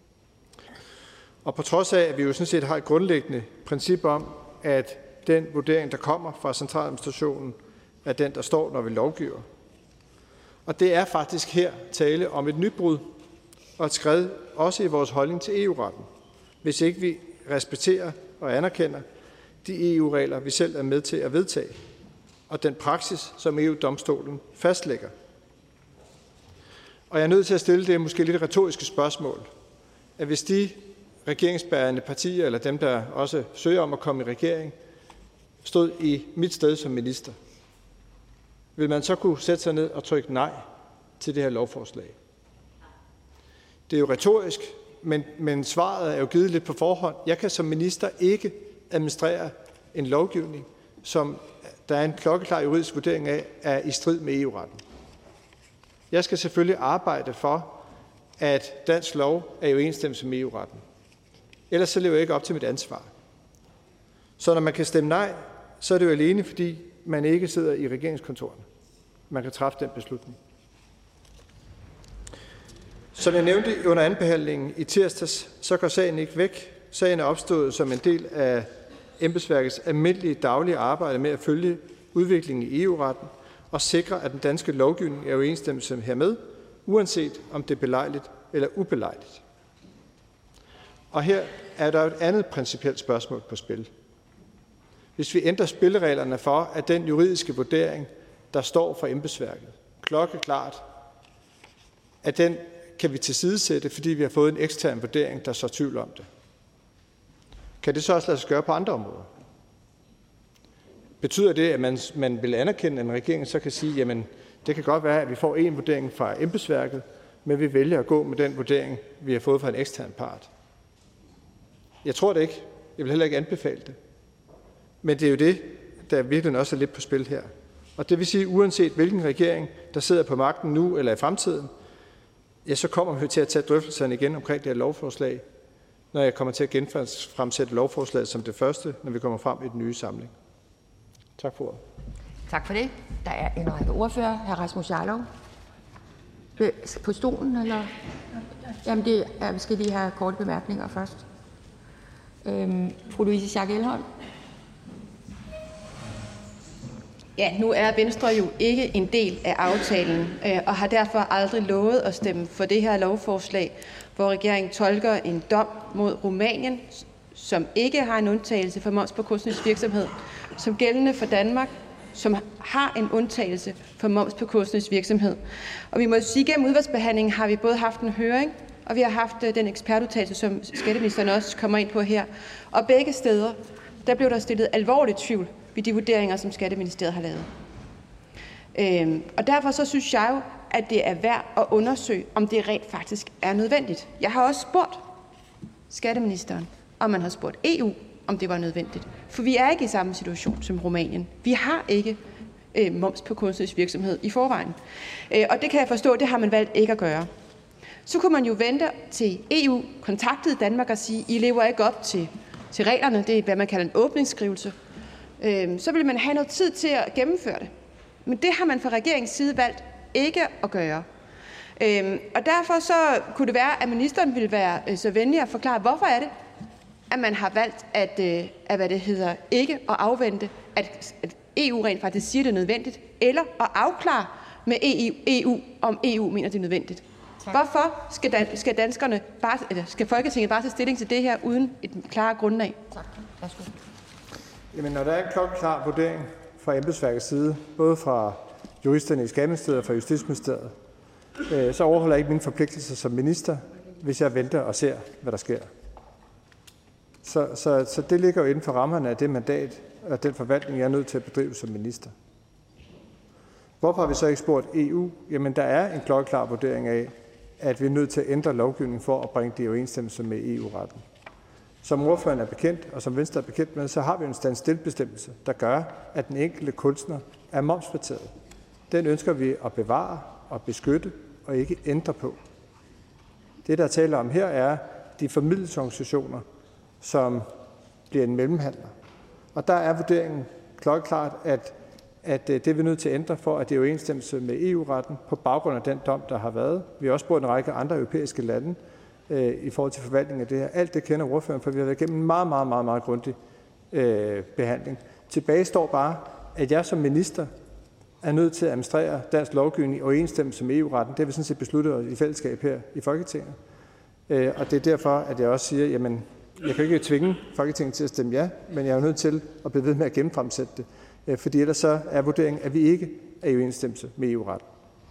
Og på trods af, at vi jo sådan set har et grundlæggende princip om, at den vurdering, der kommer fra centraladministrationen, er den, der står, når vi lovgiver. Og det er faktisk her tale om et nybrud og et skred også i vores holdning til E U-retten, hvis ikke vi respekterer og anerkender de E U-regler, vi selv er med til at vedtage, og den praksis, som E U-domstolen fastlægger. Og jeg er nødt til at stille det måske lidt retoriske spørgsmål, at hvis de regeringsbærende partier, eller dem, der også søger om at komme i regering, stod i mit sted som minister, vil man så kunne sætte sig ned og trykke nej til det her lovforslag? Det er jo retorisk, men, men svaret er jo givet lidt på forhånd. Jeg kan som minister ikke administrere en lovgivning, som der er en klokkeklar juridisk vurdering af, er i strid med E U-retten. Jeg skal selvfølgelig arbejde for, at dansk lov er i overensstemmelse med E U-retten. Ellers så lever jeg ikke op til mit ansvar. Så når man kan stemme nej, så er det jo alene, fordi man ikke sidder i regeringskontorerne. Man kan træffe den beslutning. Som jeg nævnte under andenbehandlingen i tirsdags, så går sagen ikke væk. Sagen er opstået som en del af embedsværkets almindelige daglige arbejde med at følge udviklingen i E U-retten og sikre, at den danske lovgivning er i overensstemmelse hermed, uanset om det er belejligt eller ubelejligt. Og her er der et andet principielt spørgsmål på spil. Hvis vi ændrer spillereglerne for, at den juridiske vurdering, der står for embedsværket, klokkeklart, at den kan vi tilsidesætte, fordi vi har fået en ekstern vurdering, der så tvivl om det. Kan det så også lade sig gøre på andre områder? Betyder det, at man, man vil anerkende, at en regering så kan sige, jamen det kan godt være, at vi får en vurdering fra embedsværket, men vi vælger at gå med den vurdering, vi har fået fra en ekstern part? Jeg tror det ikke. Jeg vil heller ikke anbefale det. Men det er jo det, der virkelig også er lidt på spil her. Og det vil sige, uanset hvilken regering, der sidder på magten nu eller i fremtiden, ja, så kommer vi til at tage drøftelserne igen omkring det her lovforslag, når jeg kommer til at genfremsætte lovforslaget som det første, når vi kommer frem i den nye samling. Tak for ordet. Tak for det. Der er en række ordfører. Hr. Rasmus Jarlov. På stolen, eller? Jamen, det er, vi skal lige have korte bemærkninger først. Øhm, fru Louise Schack Elholm. Ja, nu er Venstre jo ikke en del af aftalen, øh, og har derfor aldrig lovet at stemme for det her lovforslag, hvor regeringen tolker en dom mod Rumænien, som ikke har en undtagelse for moms på kunstnerisk virksomhed, som gældende for Danmark, som har en undtagelse for moms på kunstnerisk virksomhed. Og vi må sige, at gennem udvalgsbehandlingen har vi både haft en høring, og vi har haft den ekspertudtalelse, som skatteministeren også kommer ind på her. Og begge steder, der blev der stillet alvorligt tvivl ved de vurderinger, som Skatteministeriet har lavet. Øhm, og derfor så synes jeg jo, at det er værd at undersøge, om det rent faktisk er nødvendigt. Jeg har også spurgt skatteministeren, om man har spurgt E U, om det var nødvendigt. For vi er ikke i samme situation som Rumænien. Vi har ikke øh, moms på kunstnerisk virksomhed i forvejen. Øh, og det kan jeg forstå, det har man valgt ikke at gøre. Så kunne man jo vente til E U kontaktede Danmark og sige, I lever ikke op til, til reglerne. Det er, hvad man kalder en åbningsskrivelse. Øh, så vil man have noget tid til at gennemføre det. Men det har man fra regeringens side valgt ikke at gøre. Øh, og derfor så kunne det være, at ministeren ville være øh, så venlig at forklare, hvorfor er det, at man har valgt at, øh, at hvad det hedder, ikke at afvente, at, at E U rent faktisk siger, det er nødvendigt, eller at afklare med E U, om E U mener, det er nødvendigt. Tak. Hvorfor skal, dan- skal, danskerne bare, eller skal Folketinget bare tage stilling til det her uden et klart grundlag? Tak. Værsgo. Jamen, når der er en klokkeklar vurdering fra embedsværkets side, både fra juristerne i Skatteministeriet og fra Justitsministeriet, øh, så overholder jeg ikke mine forpligtelser som minister, hvis jeg venter og ser, hvad der sker. Så, så, så det ligger jo inden for rammerne af det mandat og den forvaltning, jeg er nødt til at bedrive som minister. Hvorfor har vi så ikke spurgt E U? Jamen, der er en klokkeklar vurdering af, at vi er nødt til at ændre lovgivningen for at bringe det i overensstemmelse med E U-retten. Som ordføreren er bekendt, og som Venstre er bekendt med, så har vi en standstillbestemmelse, der gør, at den enkelte kunstner er momsfritaget. Den ønsker vi at bevare og beskytte og ikke ændre på. Det, der taler om her, er de formidlingsorganisationer, som bliver en mellemhandler. Og der er vurderingen klokkeklart, at, at det er vi nødt til at ændre for, at det er i overensstemmelse med E U-retten på baggrund af den dom, der har været. Vi har også spurgt en række andre europæiske lande øh, i forhold til forvaltningen af det her. Alt det kender ordføreren, for vi har været igennem en meget, meget, meget, meget grundig øh, behandling. Tilbage står bare, at jeg som minister er nødt til at administrere dansk lovgivning i overensstemmelse med E U-retten. Det har vi sådan set besluttet i fællesskab her i Folketinget. Øh, og det er derfor, at jeg også siger, jamen, jeg kan ikke tvinge Folketinget til at stemme ja, men jeg er nødt til at blive ved med at gennemfremsætte det, fordi ellers så er vurderingen, at vi ikke er i overensstemmelse med E U-retten.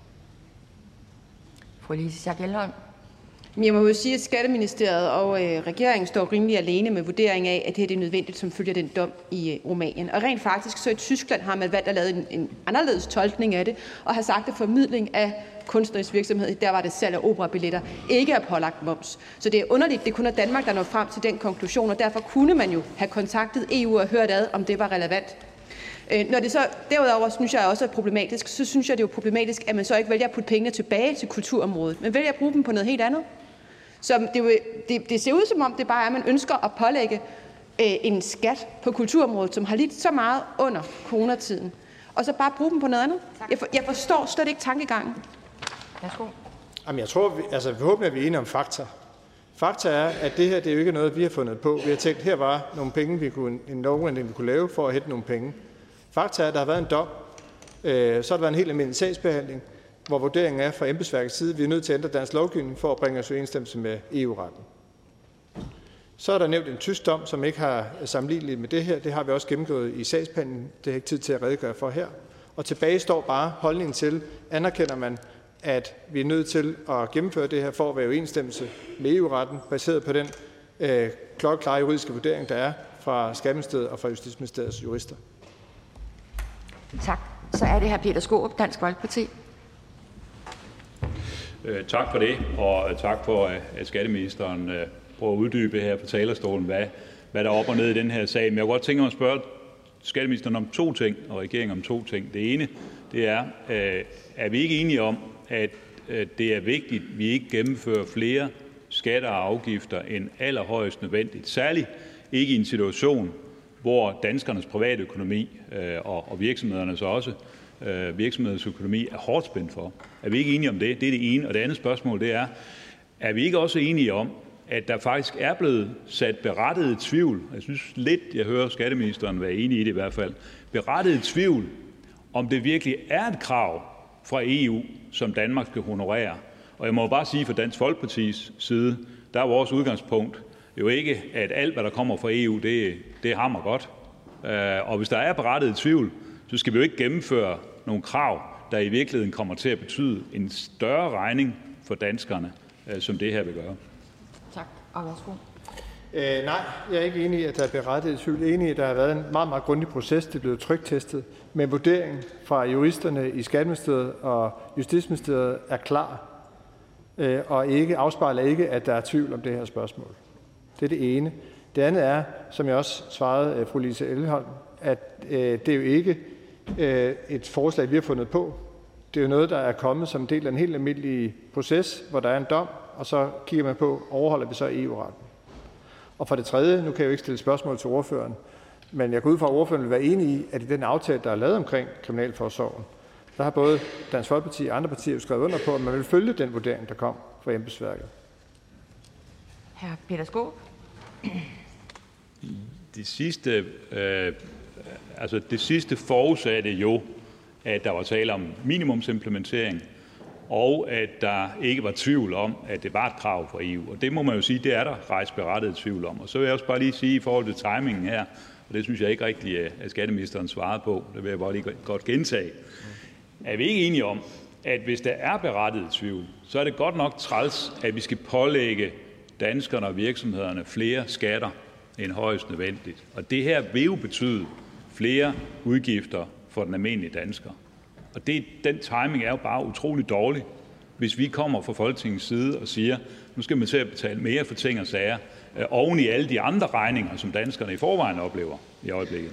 Fru Louise Schack Elholm. Jeg må jo sige, at Skatteministeriet og øh, regeringen står rimelig alene med vurdering af, at det her er nødvendigt, som følger den dom i øh, Rumænien. Og rent faktisk, så i Tyskland har man valgt at lave en, en anderledes tolkning af det, og har sagt, at formidling af kunstnerisk virksomhed, der var det salg af operabilletter, ikke er pålagt moms. Så det er underligt, det kun er Danmark, der når frem til den konklusion, og derfor kunne man jo have kontaktet E U og hørt ad, om det var relevant. Når det så derudover synes jeg også er problematisk, så synes jeg, det er jo problematisk, at man så ikke vælger at putte pengene tilbage til kulturområdet, men vælger at bruge dem på noget helt andet. Så det, jo, det, det ser ud som om, det bare er, at man ønsker at pålægge øh, en skat på kulturområdet, som har lidt så meget under coronatiden, og så bare bruge dem på noget andet. Jeg, for, jeg forstår slet ikke tankegangen. Værsgo. Jamen, jeg tror, vi, altså forhåbentlig er vi enige om fakta. Fakta er, at det her det er jo ikke noget, vi har fundet på. Vi har tænkt, her var nogle penge, vi kunne, en lovændring, vi kunne lave for at hente nogle penge. Fakta er, at der har været en dom. Øh, så har der været en helt almindelig sagsbehandling, hvor vurderingen er fra embedsværkets side, at vi er nødt til at ændre dansk lovgivning for at bringe os i overensstemmelse med E U-retten. Så er der nævnt en tysk dom, som ikke har sammenligneligt med det her. Det har vi også gennemgået i sagsbehandlingen. Det har ikke tid til at redegøre for her. Og tilbage står bare holdningen til, anerkender man, at vi er nødt til at gennemføre det her for at være i overensstemmelse med E U-retten, baseret på den øh, klokkeklare juridiske vurdering, der er fra Skatteministeriet og fra Justitsministeriets jurister. Tak. Så er det hr. Peter Skaarup, Dansk Folkeparti. Øh, tak for det, og tak for, at skatteministeren øh, prøver at uddybe her på talerstolen, hvad, hvad der er op og ned i den her sag. Men jeg kunne godt tænke mig at spørge skatteministeren om to ting, og regeringen om to ting. Det ene, det er, øh, er vi ikke enige om, at øh, det er vigtigt, at vi ikke gennemfører flere skatter og afgifter end allerhøjst nødvendigt. Særligt ikke i en situation, hvor danskernes private økonomi øh, og, og virksomhedernes også øh, virksomheders økonomi er hårdt spændt for. Er vi ikke enige om det? Det er det ene. Og det andet spørgsmål, det er, er vi ikke også enige om, at der faktisk er blevet sat berettiget tvivl, jeg synes lidt, jeg hører skatteministeren være enig i det i hvert fald, berettiget tvivl, om det virkelig er et krav fra E U, som Danmark skal honorere. Og jeg må bare sige fra Dansk Folkepartis side, der er vores udgangspunkt jo ikke, at alt, hvad der kommer fra E U, det, det er hammer godt. Og hvis der er berettiget tvivl, så skal vi jo ikke gennemføre nogle krav, der i virkeligheden kommer til at betyde en større regning for danskerne, som det her vil gøre. Tak, og værsgo. Øh, nej, jeg er ikke enig i, at der er berettiget tvivl. Jeg er enig i, at der har været en meget, meget grundig proces. Det er blevet tryktestet. Men vurderingen fra juristerne i Skatteministeriet og Justitsministeriet er klar, øh, og ikke afspejler ikke, at der er tvivl om det her spørgsmål. Det er det ene. Det andet er, som jeg også svarede øh, fru Lise Elholm, at øh, det er jo ikke øh, et forslag, vi har fundet på. Det er jo noget, der er kommet som en del af en helt almindelig proces, hvor der er en dom, og så kigger man på, overholder vi så E U-retten. Og for det tredje, nu kan jeg jo ikke stille spørgsmål til ordføreren, men jeg går ud fra, at ordføreren vil være enig i, at i den aftale, der er lavet omkring kriminalforsorgen, der har både Dansk Folkeparti og andre partier skrevet under på, at man vil følge den vurdering, der kom fra embedsværket. Hr. Peter Skaarup. Det sidste, øh, altså det sidste forudsatte jo, at der var tale om minimumsimplementering, og at der ikke var tvivl om, at det var et krav fra E U. Og det må man jo sige, det er der rejst berettiget tvivl om. Og så vil jeg også bare lige sige i forhold til timingen her, og det synes jeg ikke rigtig, at skatteministeren svarede på, det vil jeg bare lige godt gentage. Er vi ikke enige om, at hvis der er berettiget tvivl, så er det godt nok træls, at vi skal pålægge danskerne og virksomhederne flere skatter end højst nødvendigt. Og det her vil jo betyde flere udgifter for den almindelige dansker. Og det, den timing er jo bare utrolig dårlig, hvis vi kommer fra Folketingets side og siger, nu skal man til at betale mere for ting og sager, øh, oven i alle de andre regninger, som danskerne i forvejen oplever i øjeblikket.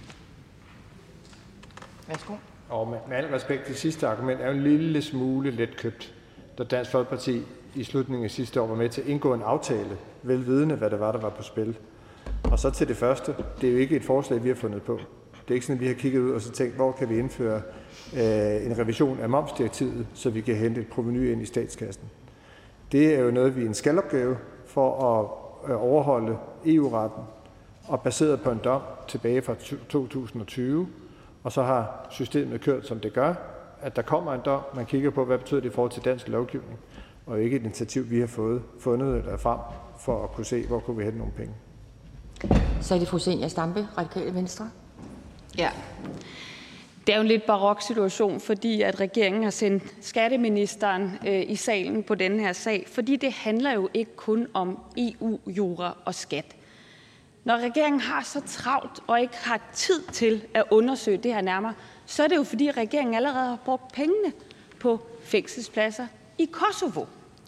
Værsgo. Og med, med al respekt, det sidste argument er jo en lille smule letkøbt, da Dansk Folkeparti i slutningen af sidste år var med til at indgå en aftale, velvidende, hvad det var, der var på spil. Og så til det første, det er jo ikke et forslag, vi har fundet på. Det er ikke sådan, at vi har kigget ud og så tænkt, hvor kan vi indføre øh, en revision af momsdirektivet, så vi kan hente et provenu ind i statskassen. Det er jo noget, vi er en skalopgave for at øh, overholde E U-retten, og baseret på en dom tilbage fra to tusind og tyve. Og så har systemet kørt, som det gør, at der kommer en dom, man kigger på, hvad betyder det i forhold til dansk lovgivning, og ikke et initiativ, vi har fået, fundet eller frem for at kunne se, hvor kunne vi hente nogle penge. Så er det fru Zenia Stampe, Radikale Venstre. Ja. Det er jo en lidt barok situation, fordi at regeringen har sendt skatteministeren øh, i salen på denne her sag, fordi det handler jo ikke kun om E U-jura og skat. Når regeringen har så travlt og ikke har tid til at undersøge det her nærmere, så er det jo fordi regeringen allerede har brugt pengene på fængselspladser i Kosovo.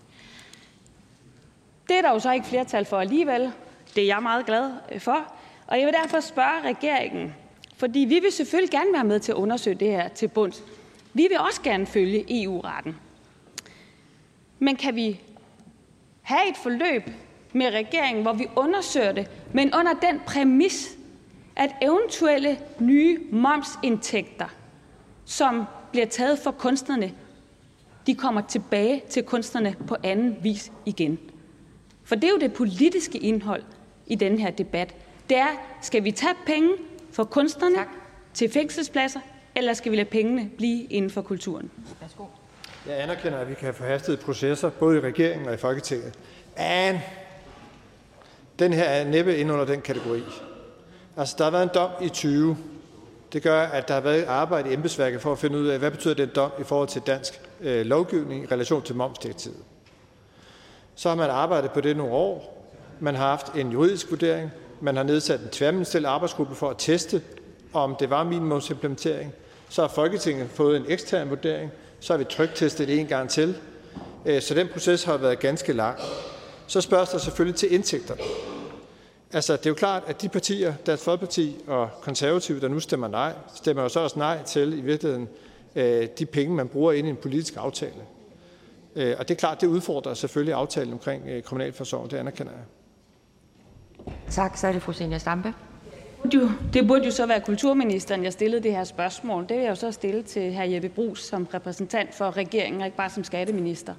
Det er der jo så ikke flertal for alligevel. Det er jeg meget glad for. Og jeg vil derfor spørge regeringen, fordi vi vil selvfølgelig gerne være med til at undersøge det her til bunds. Vi vil også gerne følge E U-retten. Men kan vi have et forløb med regeringen, hvor vi undersøger det, men under den præmis, at eventuelle nye momsindtægter, som bliver taget for kunstnerne, de kommer tilbage til kunstnerne på anden vis igen. For det er jo det politiske indhold i den her debat. Det er, skal vi tage penge fra kunstnerne tak. til fængselspladser, eller skal vi lade pengene blive inden for kulturen? Værsgo. Jeg anerkender, at vi kan have forhastede processer, både i regeringen og i Folketinget. Men den her er næppe ind under den kategori. Altså, der har været en dom i tyve. Det gør, at der har været arbejde i embedsværket for at finde ud af, hvad betyder den dom i forhold til dansk øh, lovgivning i relation til momsdirektivet. Så har man arbejdet på det nogle år. Man har haft en juridisk vurdering. Man har nedsat en tværministeriel arbejdsgruppe for at teste, om det var minimumsimplementering. Så har Folketinget fået en ekstern vurdering. Så har vi tryktestet det en gang til. Så den proces har været ganske lang. Så spørges der selvfølgelig til indtægterne. Altså, det er jo klart, at de partier, Dansk Folkeparti og Konservative, der nu stemmer nej, stemmer jo så også nej til i virkeligheden de penge, man bruger ind i en politisk aftale. Og det er klart, det udfordrer selvfølgelig aftalen omkring kriminalforsorgen. Det anerkender jeg. Tak, så er det fru Zenia Stampe. Det burde jo så være kulturministeren, jeg stillede det her spørgsmål. Det vil jeg jo så stille til hr. Jeppe Bruus som repræsentant for regeringen, og ikke bare som skatteminister.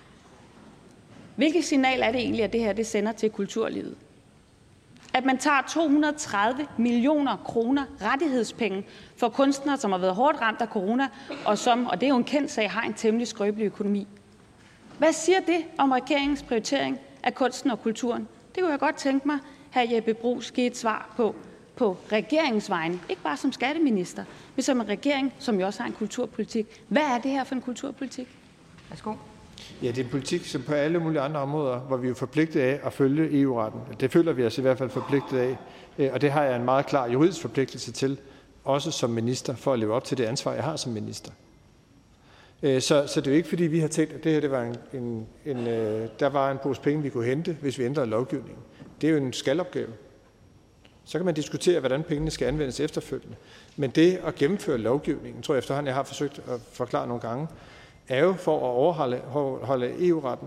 Hvilket signal er det egentlig, at det her det sender til kulturlivet? At man tager to hundrede og tredive millioner kroner rettighedspenge for kunstnere, som har været hårdt ramt af corona, og som, og det er jo en kendt sag, har en temmelig skrøbelig økonomi. Hvad siger det om regeringens prioritering af kunsten og kulturen? Det kunne jeg godt tænke mig, hr. Jeppe Bruus give et svar på, på regeringens vegne. Ikke bare som skatteminister, men som en regering, som jo også har en kulturpolitik. Hvad er det her for en kulturpolitik? Værsgo. Ja, det er en politik, som på alle mulige andre områder, hvor vi er forpligtet af at følge E U-retten. Det føler vi os i hvert fald forpligtet af, og det har jeg en meget klar juridisk forpligtelse til, også som minister, for at leve op til det ansvar, jeg har som minister. Så, så det er jo ikke, fordi vi har tænkt, at det her det var en, en, en, der var en pose penge, vi kunne hente, hvis vi ændrede lovgivningen. Det er jo en skalopgave. Så kan man diskutere, hvordan pengene skal anvendes efterfølgende. Men det at gennemføre lovgivningen, tror jeg efterhånden, jeg har forsøgt at forklare nogle gange, er jo for at overholde E U-retten.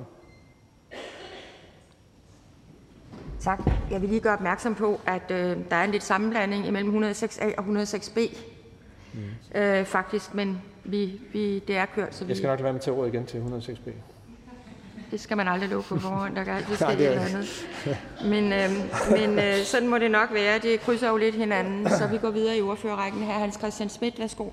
Tak. Jeg vil lige gøre opmærksom på, at øh, der er en lidt sammenblanding imellem et hundrede og seks A og et hundrede og seks B. Mm. Øh, faktisk, men vi, vi, det er kørt, så vi... Jeg skal nok lade være med til ordet igen til et hundrede og seks B. Det skal man aldrig love på forhånd, der kan altid ske et eller andet. Men, øh, men øh, sådan må det nok være. Det krydser jo lidt hinanden, så vi går videre i ordførerrækken. Her Hans Christian Schmidt, værsgo.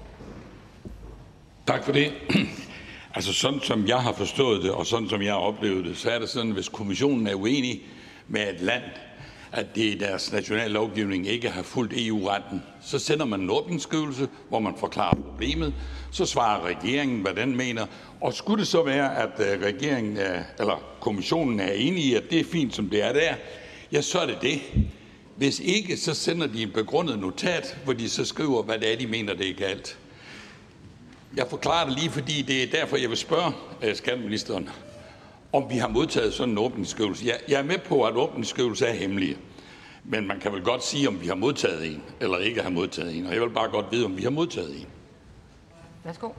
Tak for det. Altså sådan som jeg har forstået det, og sådan som jeg har oplevet det, så er det sådan, hvis kommissionen er uenig med et land, at det i deres nationale lovgivning ikke har fulgt E U-retten, så sender man en åbningsskrivelse, hvor man forklarer problemet, så svarer regeringen, hvad den mener, og skulle det så være, at regeringen er, eller kommissionen er enige i, at det er fint, som det er der, ja, så er det det. Hvis ikke, så sender de en begrundet notat, hvor de så skriver, hvad det er, de mener, det er galt. Jeg forklarer det lige, fordi det er derfor, jeg vil spørge skatteministeren, om vi har modtaget sådan en åbningsskrivelse. Jeg er med på, at åbningsskrivelser er hemmelige, men man kan vel godt sige, om vi har modtaget en, eller ikke har modtaget en, og jeg vil bare godt vide, om vi har modtaget en. Værsgo.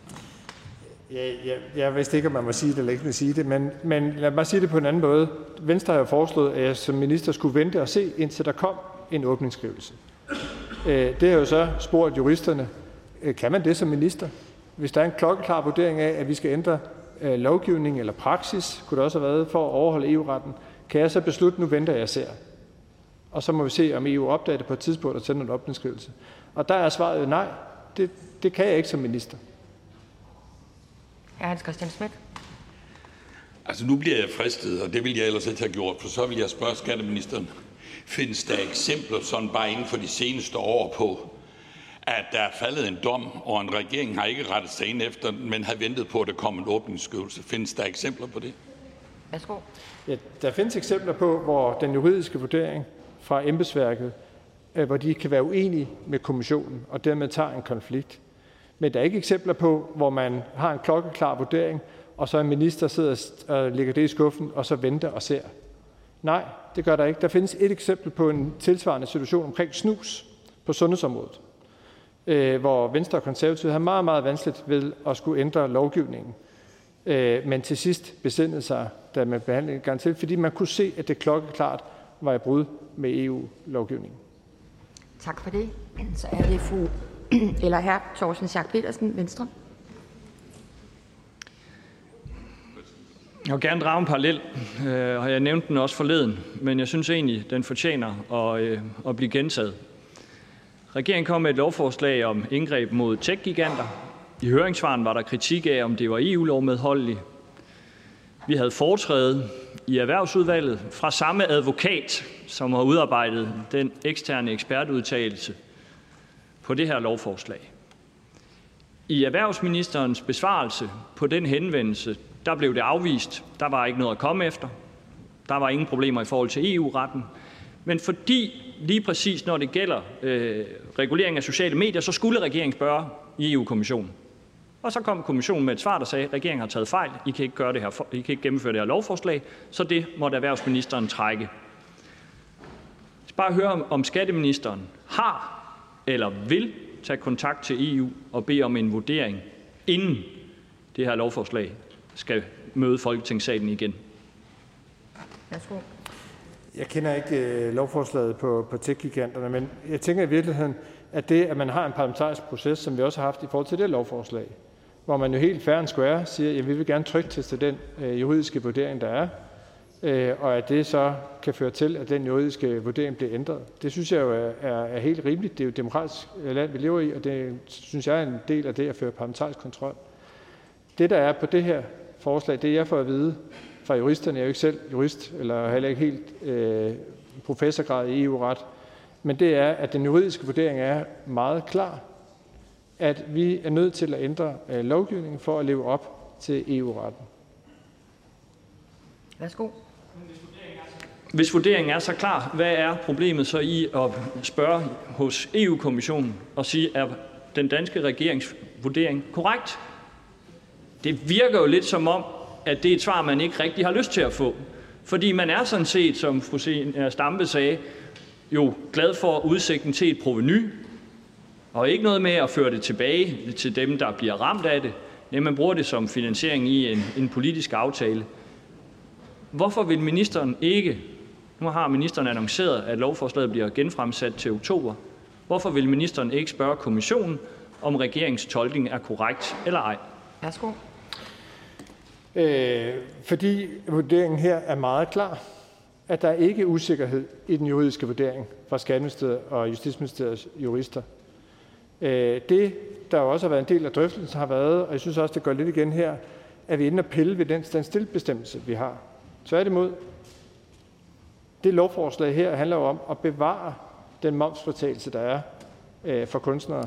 Ja, jeg, jeg vidste ikke, om man må sige det eller ikke vil sige det, men, men lad mig sige det på en anden måde. Venstre har jo foreslået, at jeg som minister skulle vente og se, indtil der kom en åbningsskrivelse. Det har jo så spurgt juristerne, kan man det som minister? Hvis der er en klokkeklar vurdering af, at vi skal ændre lovgivning eller praksis, kunne det også have været for at overholde E U-retten, kan jeg så beslutte, nu venter jeg ser. Og så må vi se, om E U opdager det på et tidspunkt og sender en åbningsskrivelse. Og der er svaret jo nej. Det, det kan jeg ikke som minister. Ja, Hans Christian Schmidt. Altså nu bliver jeg fristet, og det vil jeg ellers ikke have gjort, for så vil jeg spørge skatteministeren. Findes der eksempler sådan bare inden for de seneste år på, at der er faldet en dom, og en regering har ikke rettet sig ind efter, men har ventet på, at der kom en åbningsskrivelse? Findes der eksempler på det? Værsgo. Ja, der findes eksempler på, hvor den juridiske vurdering fra embedsværket, hvor de kan være uenige med kommissionen, og dermed tager en konflikt. Men der er ikke eksempler på, hvor man har en klokkeklar vurdering, og så en minister sidder og lægger det i skuffen, og så venter og ser. Nej, det gør der ikke. Der findes et eksempel på en tilsvarende situation omkring snus på sundhedsområdet, hvor Venstre og Konservative havde meget, meget vanskeligt ved at skulle ændre lovgivningen, men til sidst besindede sig, da man behandlede en gang til, fordi man kunne se, at det klokkeklart var i brud med E U-lovgivningen. Tak for det. Så er det fru eller hr. Torsten Schack Pedersen, Venstre. Jeg vil gerne drage en parallel, og jeg nævnte den også forleden, men jeg synes egentlig, den fortjener at, at blive gentaget. Regeringen kom med et lovforslag om indgreb mod tech-giganter. I høringssvaren var der kritik af, om det var E U-lovmedholdeligt. Vi havde foretræde i Erhvervsudvalget fra samme advokat, som har udarbejdet den eksterne ekspertudtalelse på det her lovforslag. I erhvervsministerens besvarelse på den henvendelse, der blev det afvist. Der var ikke noget at komme efter. Der var ingen problemer i forhold til E U-retten. Men fordi lige præcis når det gælder øh, regulering af sociale medier, så skulle regeringen spørge i E U-kommissionen. Og så kom kommissionen med et svar, der sagde, at regeringen har taget fejl. I kan ikke, gøre det her, I kan ikke gennemføre det her lovforslag, så det måtte erhvervsministeren trække. Jeg skal bare høre, om skatteministeren har eller vil tage kontakt til E U og bede om en vurdering, inden det her lovforslag skal møde Folketingssalen igen. Værsgo. Jeg kender ikke øh, lovforslaget på, på tech-giganterne, men jeg tænker i virkeligheden, at det, at man har en parlamentarisk proces, som vi også har haft i forhold til det lovforslag, hvor man jo helt fair and square siger, at vi vil gerne trykteste den øh, juridiske vurdering, der er, øh, og at det så kan føre til, at den juridiske vurdering bliver ændret. Det synes jeg jo er, er, er helt rimeligt. Det er jo et demokratisk land, vi lever i, og det synes jeg er en del af det at føre parlamentarisk kontrol. Det, der er på det her forslag, det jeg får at vide fra juristerne, jeg er jo ikke selv jurist, eller heller ikke helt øh, professorgrad i E U-ret, men det er, at den juridiske vurdering er meget klar, at vi er nødt til at ændre øh, lovgivningen for at leve op til E U-retten. Værsgo. Hvis vurderingen er så klar, hvad er problemet så i at spørge hos E U-kommissionen og sige, er den danske regerings vurdering korrekt? Det virker jo lidt som om, at det er et svar, man ikke rigtig har lyst til at få. Fordi man er sådan set, som fru Zenia Stampe sagde, jo glad for udsigten til et provenu, og ikke noget med at føre det tilbage til dem, der bliver ramt af det. Nej, man bruger det som finansiering i en, en politisk aftale. Hvorfor vil ministeren ikke, nu har ministeren annonceret, at lovforslaget bliver genfremsat til oktober, hvorfor vil ministeren ikke spørge kommissionen, om regeringens tolkning er korrekt eller ej? Værsgo. Øh, fordi vurderingen her er meget klar, at der ikke er usikkerhed i den juridiske vurdering fra Skatteministeriet og Justitsministeriets jurister. Øh, det, der jo også har været en del af drøftelsen, har været, og jeg synes også, det gør lidt igen her, at vi er inde og pille ved den standstillbestemmelse, vi har. Tværtimod, det lovforslag her handler jo om at bevare den momsfritagelse, der er øh, for kunstnere.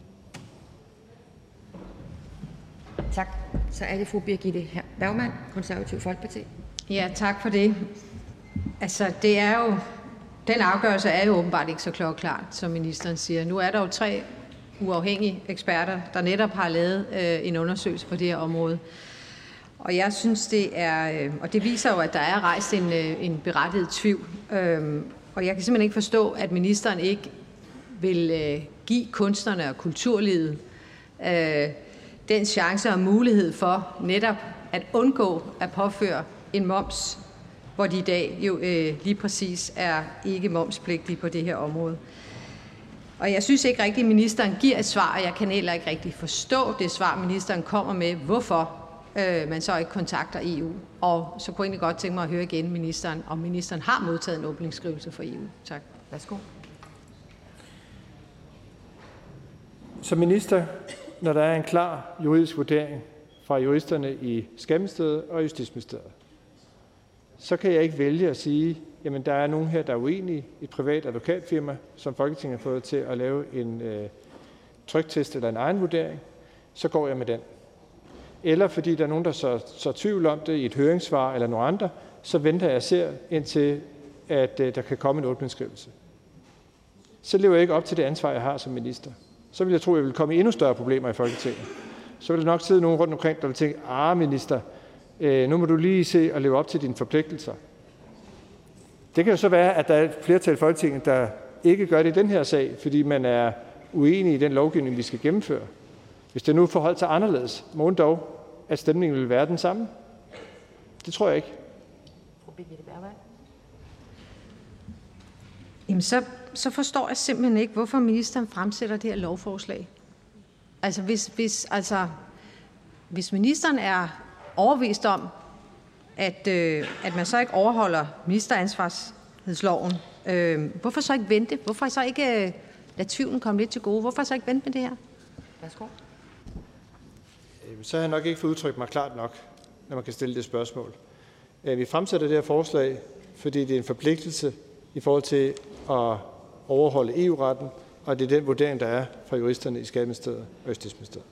Tak. Så er det fru Birgitte Bergman, Konservativ Folkeparti. Ja, tak for det. Altså, det er jo, den afgørelse er jo åbenbart ikke så klokkeklart, som ministeren siger. Nu er der jo tre uafhængige eksperter, der netop har lavet øh, en undersøgelse på det her område. Og jeg synes, det er, øh, og det viser jo, at der er rejst en, øh, en berettiget tvivl. Øh, og jeg kan simpelthen ikke forstå, at ministeren ikke vil øh, give kunstnerne og kulturlivet øh, den chance og mulighed for netop at undgå at påføre en moms, hvor de i dag jo øh, lige præcis er ikke momspligtige på det her område. Og jeg synes ikke rigtigt, at ministeren giver et svar, og jeg kan heller ikke rigtig forstå det svar, ministeren kommer med, hvorfor øh, man så ikke kontakter E U. Og så kunne jeg egentlig godt tænke mig at høre igen ministeren, om ministeren har modtaget en åbningsskrivelse fra E U. Tak. Værsgo. Som minister, når der er en klar juridisk vurdering fra juristerne i Skatteministeriet og Justitsministeriet, så kan jeg ikke vælge at sige, jamen der er nogen her, der er uenige, et privat advokatfirma, som Folketinget har fået til at lave en øh, tryktest eller en egen vurdering, så går jeg med den. Eller fordi der er nogen, der så, så tvivl om det i et høringssvar eller nogle andre, så venter jeg og ser indtil, at øh, der kan komme en åbningsskrivelse. Så lever jeg ikke op til det ansvar, jeg har som minister. Så vil jeg tro, at jeg vil komme i endnu større problemer i Folketinget. Så vil der nok sidde nogen rundt omkring, der vil tænke, ah minister, øh, nu må du lige se og leve op til dine forpligtelser. Det kan jo så være, at der er et flertal i Folketinget, der ikke gør det i den her sag, fordi man er uenig i den lovgivning, vi skal gennemføre. Hvis det nu forholdt sig anderledes, må dog, at stemningen vil være den samme. Det tror jeg ikke. Jamen så, så forstår jeg simpelthen ikke, hvorfor ministeren fremsætter det her lovforslag. Altså hvis, hvis, altså, hvis ministeren er overbevist om, at, øh, at man så ikke overholder ministeransvarsloven, øh, hvorfor så ikke vente? Hvorfor så ikke øh, lade tvivlen komme lidt til gode? Hvorfor så ikke vente med det her? Værsgo. Så har jeg nok ikke fået udtrykt mig klart nok, når man kan stille det spørgsmål. Vi fremsætter det her forslag, fordi det er en forpligtelse i forhold til at overholde E U-retten, og det er den vurdering, der er fra juristerne i Skatteministeriet og Justitsministeriet.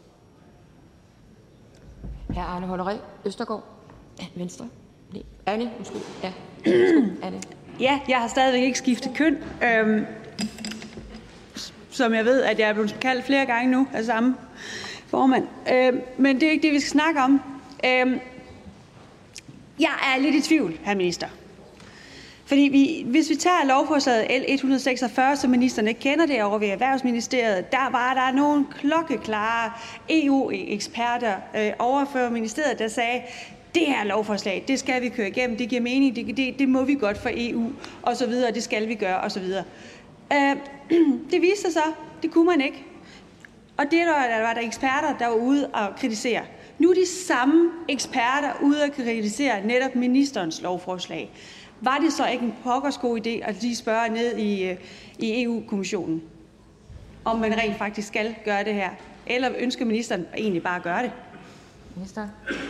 Hr. Arne Hollerød, Østergaard, Venstre. Nej, Anne, undskyld. Ja, Anne. Ja, jeg har stadigvæk ikke skiftet køn, øhm, som jeg ved, at jeg er blevet kaldt flere gange nu af samme formand. Øhm, men det er ikke det, vi skal snakke om. Øhm, jeg er lidt i tvivl, hr. minister. Fordi vi, hvis vi tager lovforslaget L et hundrede seksogfyrre, som ministeren ikke kender det over ved Erhvervsministeriet, der var der nogle klokkeklare E U-eksperter øh, over for ministeriet, der sagde, det her lovforslag, det skal vi køre igennem, det giver mening, det, det, det må vi godt for E U, og så videre, det skal vi gøre, og så videre. Øh, det viste sig så, det kunne man ikke. Og det der, der var der eksperter, der var ude og kritisere. Nu er de samme eksperter ude og kritisere netop ministerens lovforslag. Var det så ikke en pokkers god idé at lige spørge ned i, i E U-kommissionen, om man rent faktisk skal gøre det her? Eller ønsker ministeren egentlig bare at gøre det? Minister.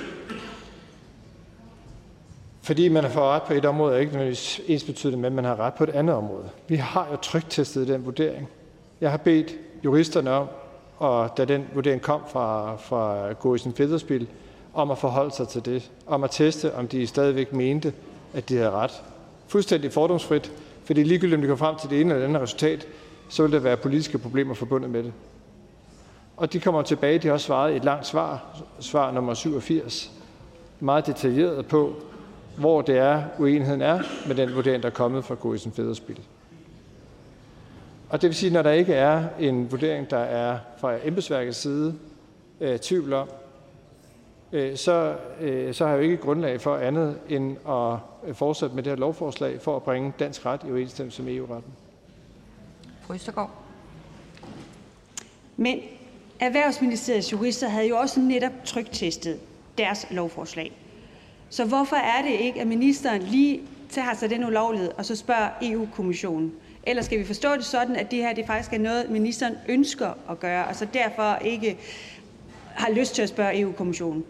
Fordi man har fået ret på et område, er ikke nødvendigvis ensbetydende med, at man har ret på et andet område. Vi har jo tryktestet den vurdering. Jeg har bedt juristerne om, og da den vurdering kom fra, fra Gorrissen Federspiel, om at forholde sig til det, om at teste, om de stadigvæk mente, at de havde ret. Fuldstændig fordomsfrit, fordi ligegyldigt om de går frem til det ene eller andet resultat, så vil der være politiske problemer forbundet med det. Og de kommer tilbage, de har også svaret i et langt svar, svar nummer syvogfirs, meget detaljeret på, hvor det er, uenigheden er med den vurdering, der er kommet fra Gorrissen Federspiel. Og det vil sige, når der ikke er en vurdering, der er fra embedsværkets side øh, tvivl om, øh, så, øh, så har jeg jo ikke grundlag for andet end at fortsætte med det her lovforslag for at bringe dansk ret i overensstemmelse med E U-retten. Fru Østergaard. Men Erhvervsministeriets jurister havde jo også netop tryktestet deres lovforslag. Så hvorfor er det ikke, at ministeren lige tager sig den ulovlighed og så spørger E U-kommissionen? Eller skal vi forstå det sådan, at det her det faktisk er noget, ministeren ønsker at gøre, og så derfor ikke har lyst til at spørge E U-kommissionen?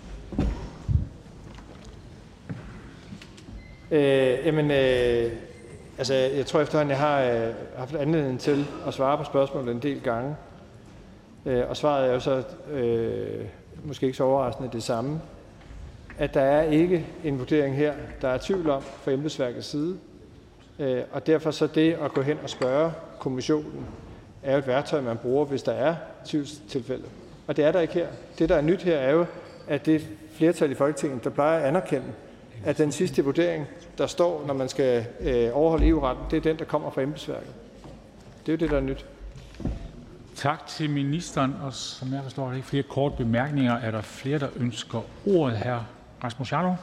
Øh, jamen, øh, altså, jeg tror efterhånden, jeg har øh, haft anledning til at svare på spørgsmålet en del gange. Øh, og svaret er jo så øh, måske ikke så overraskende det samme. At der er ikke en vurdering her, der er tvivl om fra embedsværkets side. Øh, og derfor så det at gå hen og spørge kommissionen, er jo et værktøj, man bruger, hvis der er tvivlstilfælde. Og det er der ikke her. Det, der er nyt her, er jo, at det flertal i Folketinget, der plejer at anerkende, at den sidste vurdering, der står, når man skal øh, overholde E U-retten, det er den, der kommer fra embedsværket. Det er jo det, der er nyt. Tak til ministeren, og som jeg forstår, er der ikke flere korte bemærkninger. Er der flere, der ønsker ordet her? Rasmus Jarlov?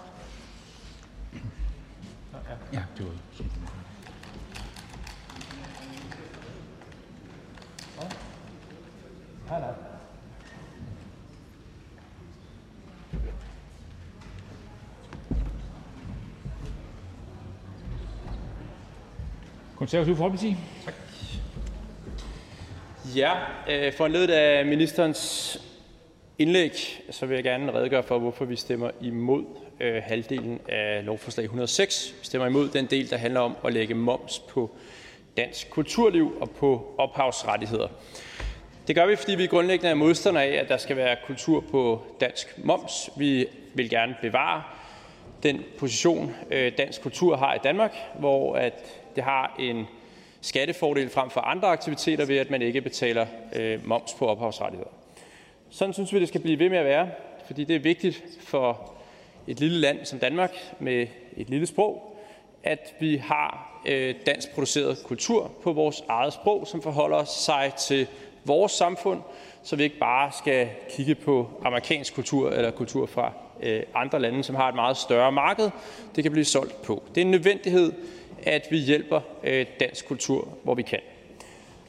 Ja, det var det. Konservative Folkeparti. Tak. Ja, øh, foranlediget af ministerens indlæg, så vil jeg gerne redegøre for, hvorfor vi stemmer imod øh, halvdelen af lovforslag et hundrede og seks. Vi stemmer imod den del, der handler om at lægge moms på dansk kulturliv og på ophavsrettigheder. Det gør vi, fordi vi grundlæggende er modstandere af, at der skal være kultur på dansk moms. Vi vil gerne bevare den position, øh, dansk kultur har i Danmark, hvor at det har en skattefordel frem for andre aktiviteter ved, at man ikke betaler øh, moms på ophavsrettigheder. Sådan synes vi, det skal blive ved med at være, fordi det er vigtigt for et lille land som Danmark med et lille sprog, at vi har øh, dansk produceret kultur på vores eget sprog, som forholder sig til vores samfund, så vi ikke bare skal kigge på amerikansk kultur eller kultur fra øh, andre lande, som har et meget større marked, det kan blive solgt på. Det er en nødvendighed, at vi hjælper øh, dansk kultur, hvor vi kan.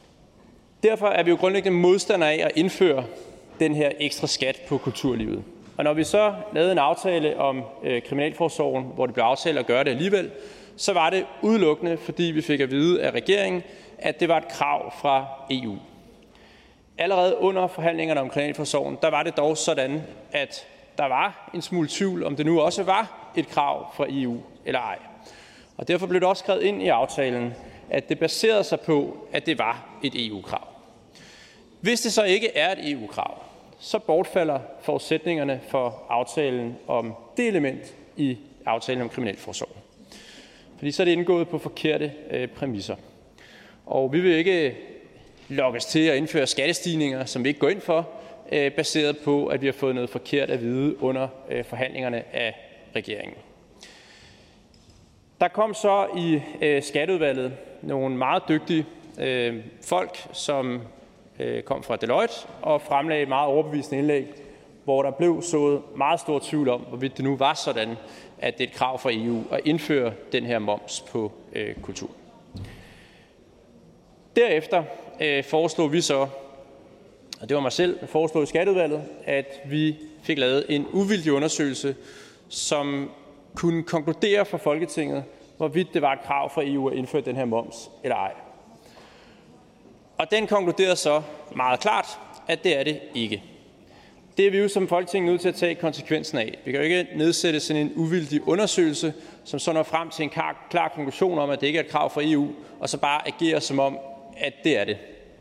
Derfor er vi jo grundlæggende modstandere af at indføre den her ekstra skat på kulturlivet. Og når vi så lavede en aftale om øh, kriminalforsorgen, hvor det blev aftalt at gøre det alligevel, så var det udelukkende, fordi vi fik at vide af regeringen, at det var et krav fra E U. Allerede under forhandlingerne om kriminalforsorgen, der var det dog sådan, at der var en smule tvivl, om det nu også var et krav fra E U eller ej. Og derfor blev det også skrevet ind i aftalen, at det baserede sig på, at det var et E U-krav. Hvis det så ikke er et E U-krav, så bortfalder forudsætningerne for aftalen om det element i aftalen om kriminalforsorgen. Fordi så er det indgået på forkerte øh, præmisser. Og vi vil ikke lokkes til at indføre skattestigninger, som vi ikke går ind for, øh, baseret på, at vi har fået noget forkert at vide under øh, forhandlingerne af regeringen. Der kom så i øh, skatteudvalget nogle meget dygtige øh, folk, som øh, kom fra Deloitte og fremlagde et meget overbevisende indlæg, hvor der blev sået meget stor tvivl om, hvorvidt det nu var sådan, at det er et krav fra E U at indføre den her moms på øh, kultur. Derefter øh, foreslog vi så, og det var mig selv, der foreslog i skatteudvalget, at vi fik lavet en uvildig undersøgelse, som kunne konkludere for Folketinget, hvorvidt det var et krav fra E U at indføre den her moms eller ej. Og den konkluderede så meget klart, at det er det ikke. Det er vi jo som Folketing nødt til at tage konsekvensen af. Vi kan jo ikke nedsætte sådan en uvildig undersøgelse, som så når frem til en klar, klar konklusion om, at det ikke er et krav fra E U, og så bare agere som om, at det er det.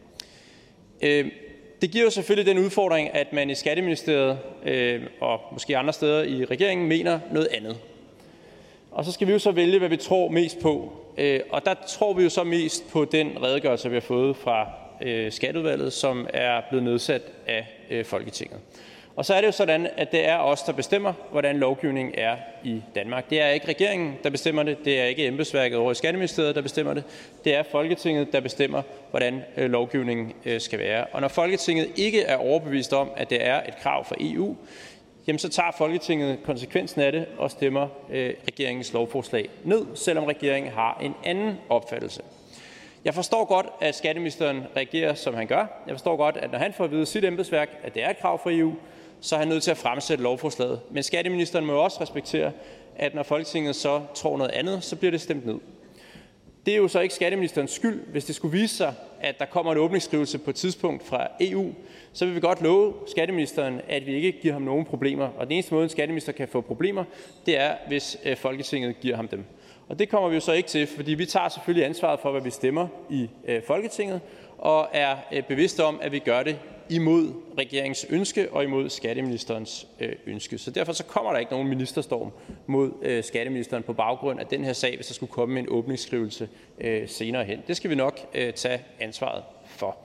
Øh, det giver jo selvfølgelig den udfordring, at man i Skatteministeriet øh, og måske andre steder i regeringen mener noget andet. Og så skal vi jo så vælge, hvad vi tror mest på. Øh, og der tror vi jo så mest på den redegørelse, vi har fået fra øh, Skatteudvalget, som er blevet nedsat af øh, Folketinget. Og så er det jo sådan, at det er os, der bestemmer, hvordan lovgivningen er i Danmark. Det er ikke regeringen, der bestemmer det. Det er ikke embedsværket over i Skatteministeriet, der bestemmer det. Det er Folketinget, der bestemmer, hvordan øh, lovgivningen øh, skal være. Og når Folketinget ikke er overbevist om, at det er et krav fra E U, jamen så tager Folketinget konsekvensen af det og stemmer øh, regeringens lovforslag ned, selvom regeringen har en anden opfattelse. Jeg forstår godt, at skatteministeren reagerer, som han gør. Jeg forstår godt, at når han får at vide af sit embedsværk, at det er et krav fra E U, så er han nødt til at fremsætte lovforslaget. Men skatteministeren må jo også respektere, at når Folketinget så tror noget andet, så bliver det stemt ned. Det er jo så ikke skatteministerens skyld. Hvis det skulle vise sig, at der kommer en åbningsskrivelse på et tidspunkt fra E U, så vil vi godt love skatteministeren, at vi ikke giver ham nogen problemer. Og den eneste måde, en skatteminister kan få problemer, det er, hvis Folketinget giver ham dem. Og det kommer vi jo så ikke til, fordi vi tager selvfølgelig ansvaret for, hvad vi stemmer i Folketinget, og er bevidste om, at vi gør det imod regeringens ønske og imod skatteministerens ønske. Så derfor så kommer der ikke nogen ministerstorm mod skatteministeren på baggrund af den her sag, hvis der skulle komme en åbningsskrivelse senere hen. Det skal vi nok tage ansvaret for.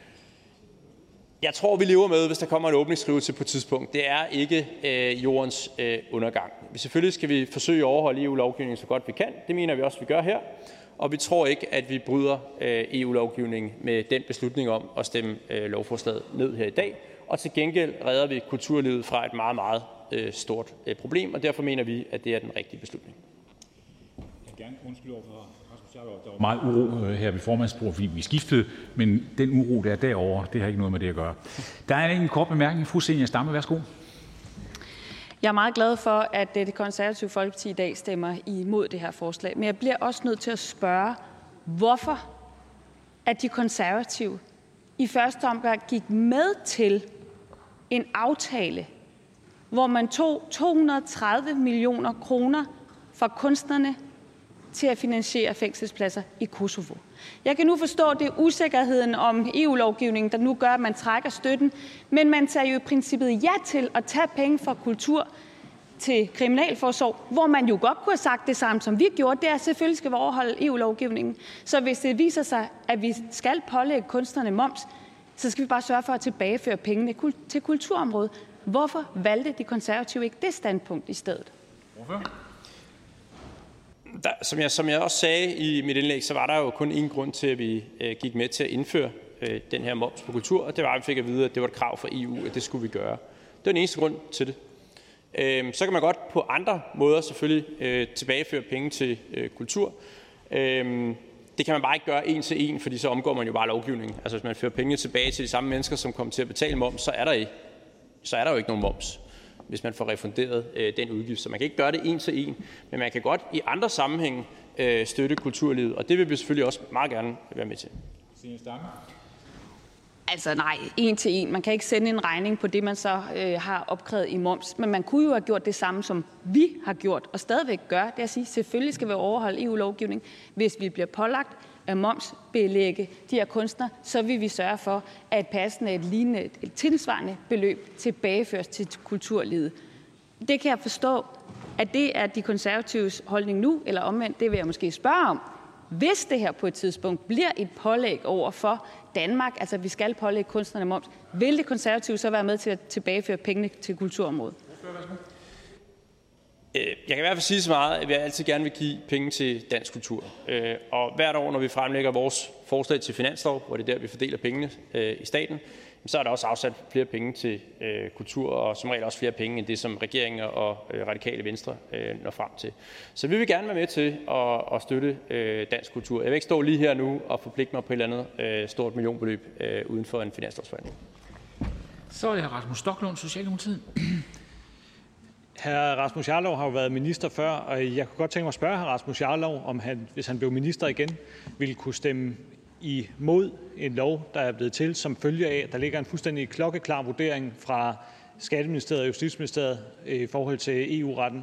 Jeg tror, vi lever med, hvis der kommer en åbningsskrivelse på et tidspunkt. Det er ikke øh, jordens øh, undergang. Vi selvfølgelig skal vi forsøge at overholde E U-lovgivningen så godt vi kan. Det mener vi også, vi gør her. Og vi tror ikke, at vi bryder øh, E U-lovgivningen med den beslutning om at stemme øh, lovforslaget ned her i dag. Og til gengæld redder vi kulturlivet fra et meget, meget øh, stort øh, problem, og derfor mener vi, at det er den rigtige beslutning. Jeg vil gerne undskylde over for Rasmus Jarlov. Der var meget uro her ved formandsbordet, fordi vi skiftede, men den uro, der er derovre, det har ikke noget med det at gøre. Der er en kort bemærkning. Fru Zenia Stampe, værsgo. Jeg er meget glad for, at Det Konservative Folkeparti i dag stemmer imod det her forslag. Men jeg bliver også nødt til at spørge, hvorfor at de konservative i første omgang gik med til en aftale, hvor man tog to hundrede og tredive millioner kroner fra kunstnerne til at finansiere fængselspladser i Kosovo. Jeg kan nu forstå, at det er usikkerheden om E U-lovgivningen, der nu gør, at man trækker støtten, men man tager jo i princippet ja til at tage penge fra kultur til kriminalforsorg, hvor man jo godt kunne have sagt det samme, som vi gjorde, det er, at selvfølgelig skal vi overholde E U-lovgivningen. Så hvis det viser sig, at vi skal pålægge kunstnerne moms, så skal vi bare sørge for at tilbageføre pengene til kulturområdet. Hvorfor valgte de konservative ikke det standpunkt i stedet? Hvorfor? Der, som, jeg, som jeg også sagde i mit indlæg, så var der jo kun én grund til, at vi øh, gik med til at indføre øh, den her moms på kultur, og det var, at vi fik at vide, at det var et krav fra E U, at det skulle vi gøre. Det var den eneste grund til det. Øh, så kan man godt på andre måder selvfølgelig øh, tilbageføre penge til øh, kultur. Øh, det kan man bare ikke gøre en til en, fordi så omgår man jo bare lovgivningen. Altså hvis man fører penge tilbage til de samme mennesker, som kommer til at betale moms, så er der, ikke, så er der jo ikke nogen moms. hvis man får refunderet øh, den udgift. Så man kan ikke gøre det en til en, men man kan godt i andre sammenhænge øh, støtte kulturlivet, og det vil vi selvfølgelig også meget gerne være med til. Altså nej, en til en. Man kan ikke sende en regning på det, man så øh, har opkrævet i moms. Men man kunne jo have gjort det samme, som vi har gjort, og stadigvæk gør. Det er at sige, selvfølgelig skal vi overholde E U-lovgivning. Hvis vi bliver pålagt at momsbelægge de her kunstnere, så vil vi sørge for, at passende et lignende, et tilsvarende beløb tilbageføres til kulturlivet. Det kan jeg forstå, at det er de konservatives holdning nu, eller omvendt, det vil jeg måske spørge om. Hvis det her på et tidspunkt bliver et pålæg over for Danmark, altså vi skal pålægge kunstnerne moms, vil det konservative så være med til at tilbageføre pengene til kulturområdet? Jeg kan i hvert fald sige så meget, at vi altid gerne vil give penge til dansk kultur. Og hvert år, når vi fremlægger vores forslag til finanslov, hvor det er der, vi fordeler pengene i staten, så er der også afsat flere penge til kultur, og som regel også flere penge end det, som regeringen og Radikale Venstre når frem til. Så vi vil gerne være med til at støtte dansk kultur. Jeg vil ikke stå lige her nu og forpligte mig på et eller andet stort millionbeløb uden for en finanslovsforhandling. Så er det Rasmus Stoklund, Socialdemokratiet. Hr. Rasmus Jarlov har jo været minister før, og jeg kunne godt tænke mig at spørge hr. Rasmus Jarlov, om han, hvis han blev minister igen, ville kunne stemme imod en lov, der er blevet til, som følge af, at der ligger en fuldstændig klokkeklar vurdering fra Skatteministeriet og Justitsministeriet i forhold til E U-retten?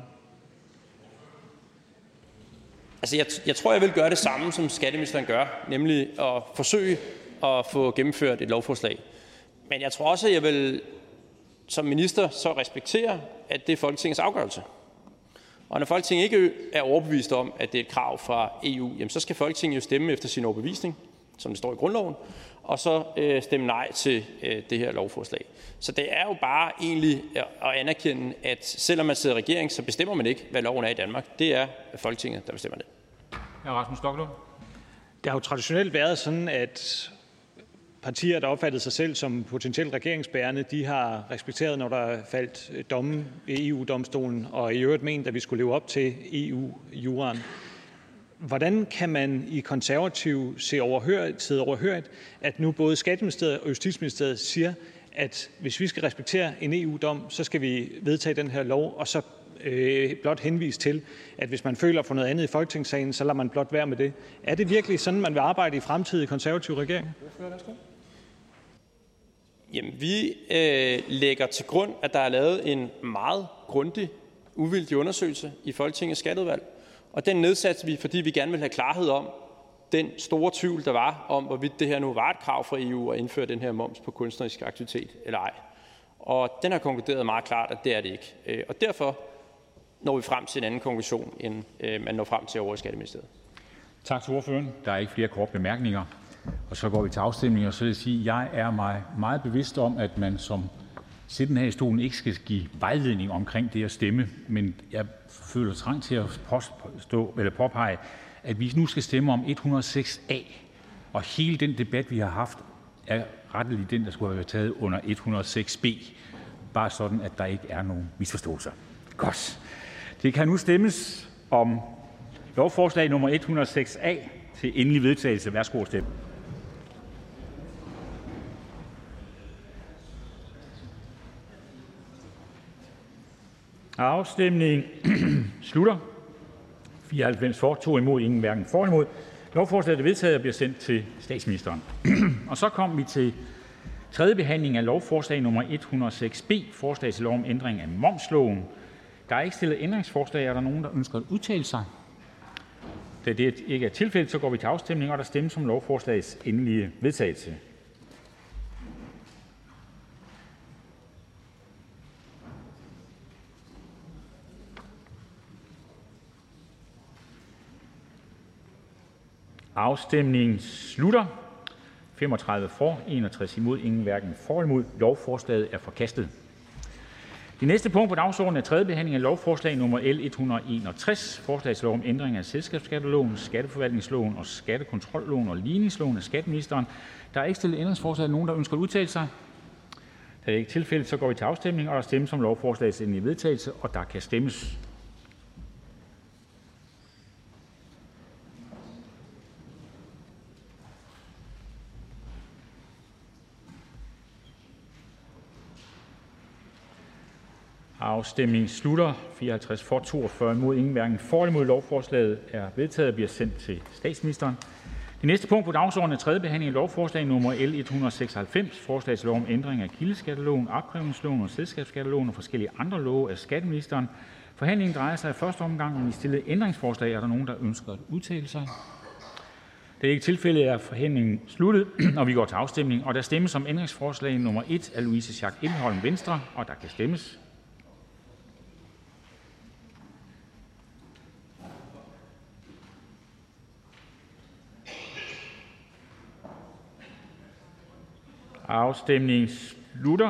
Altså, jeg, jeg tror, jeg vil gøre det samme, som skatteministeren gør, nemlig at forsøge at få gennemført et lovforslag. Men jeg tror også, at jeg vil som minister så respektere, at det er Folketingets afgørelse. Og når Folketinget ikke er overbevist om, at det er et krav fra E U, jamen så skal Folketinget jo stemme efter sin overbevisning, som det står i grundloven, og så øh, stemme nej til øh, det her lovforslag. Så det er jo bare egentlig at anerkende, at selvom man sidder i regering, så bestemmer man ikke, hvad loven er i Danmark. Det er Folketinget, der bestemmer det. Ja, Rasmus Stoklund. Det har jo traditionelt været sådan, at partier, der opfattede sig selv som potentielt regeringsbærende, de har respekteret, når der faldt domme i E U-domstolen, og i øvrigt ment, at vi skulle leve op til E U-juraen. Hvordan kan man i konservativ se overhørt, sidde overhørt, at nu både Skatteministeriet og Justitsministeriet siger, at hvis vi skal respektere en E U-dom, så skal vi vedtage den her lov, og så øh, blot henvise til, at hvis man føler for noget andet i Folketingssalen, så lader man blot være med det. Er det virkelig sådan, man vil arbejde i fremtidige konservative regeringer? Jamen, vi øh, lægger til grund, at der er lavet en meget grundig, uvildig undersøgelse i Folketingets skatteudvalg. Og den nedsatte vi, fordi vi gerne vil have klarhed om den store tvivl, der var om, hvorvidt det her nu var et krav fra E U at indføre den her moms på kunstnerisk aktivitet eller ej. Og den har konkluderet meget klart, at det er det ikke. Og derfor når vi frem til en anden konklusion, end man når frem til over i Skatteministeriet. Tak til ordføreren. Der er ikke flere korte bemærkninger. Og så går vi til afstemning, og så vil jeg sige, at jeg er mig meget bevidst om, at man som siddende her i stolen ikke skal give vejledning omkring det at stemme, men jeg føler trang til at påstå, eller påpege, at vi nu skal stemme om et hundrede og seks A, og hele den debat, vi har haft, er rettelig den, der skulle have været taget under et hundrede og seks B, bare sådan, at der ikke er nogen misforståelser. Godt. Det kan nu stemmes om lovforslag nummer et hundrede og seks A til endelig vedtagelse. Værsgo at stemme. Afstemningen slutter. fireoghalvfems for, to imod, ingen hverken for eller imod. Lovforslaget er vedtaget og bliver sendt til statsministeren. Og så kom vi til tredje behandling af lovforslag nummer et hundrede og seks B, forslag til lov om ændring af momsloven. Der er ikke stillet ændringsforslag. Er der nogen, der ønsker at udtale sig? Da det ikke er tilfældet, så går vi til afstemning, og der stemmes om lovforslagets endelige vedtagelse. Afstemningen slutter. femogtredive for, enogtres imod, ingen hverken for eller imod. Lovforslaget er forkastet. Det næste punkt på dagsordenen er tredje behandling af lovforslag nummer L et hundrede og enogtres, forslag til lov om ændring af selskabsskatteloven, skatteforvaltningsloven og skattekontrolloven og ligningsloven af skatteministeren. Der er ikke stillet ændringsforslag. Nogen, der ønsker at udtale sig? Da det ikke er tilfældet, så går vi til afstemning, og der stemmes om lovforslagets endelige vedtagelse, og der kan stemmes. Afstemningen slutter. fireoghalvtreds for, toogfyrre imod, ingen hverken for eller imod. Lovforslaget er vedtaget og bliver sendt til statsministeren. Det næste punkt på dagsordenen er tredje behandling af lovforslag nummer L et hundrede og seksoghalvfems. Forslag til lov om ændring af kildeskatteloven, opkrævningsloven og selskabsskatteloven og forskellige andre love af skatteministeren. Forhandlingen drejer sig i første omgang om de stillede ændringsforslag. Er der nogen, der ønsker at udtale sig? Det er ikke tilfældet, er forhandlingen sluttet, og vi går til afstemning. Og der stemmes om ændringsforslag nummer et af Louise Schack Elholm, Venstre, og der kan stemmes. Afstemningen slutter.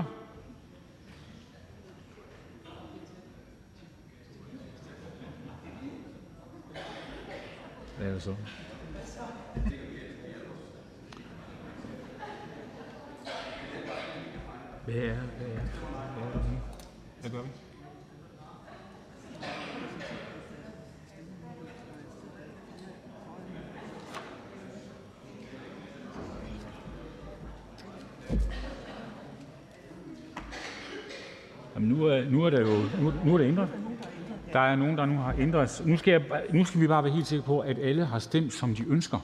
Hvad er det så? Hvad er, hvad er, hvad er det nu? Hvad gør vi? Jamen nu, er, nu er der jo nu, nu er det ændret. Der er nogen, der nu har ændret. Nu skal, jeg, nu skal vi bare være helt sikre på, at alle har stemt, som de ønsker.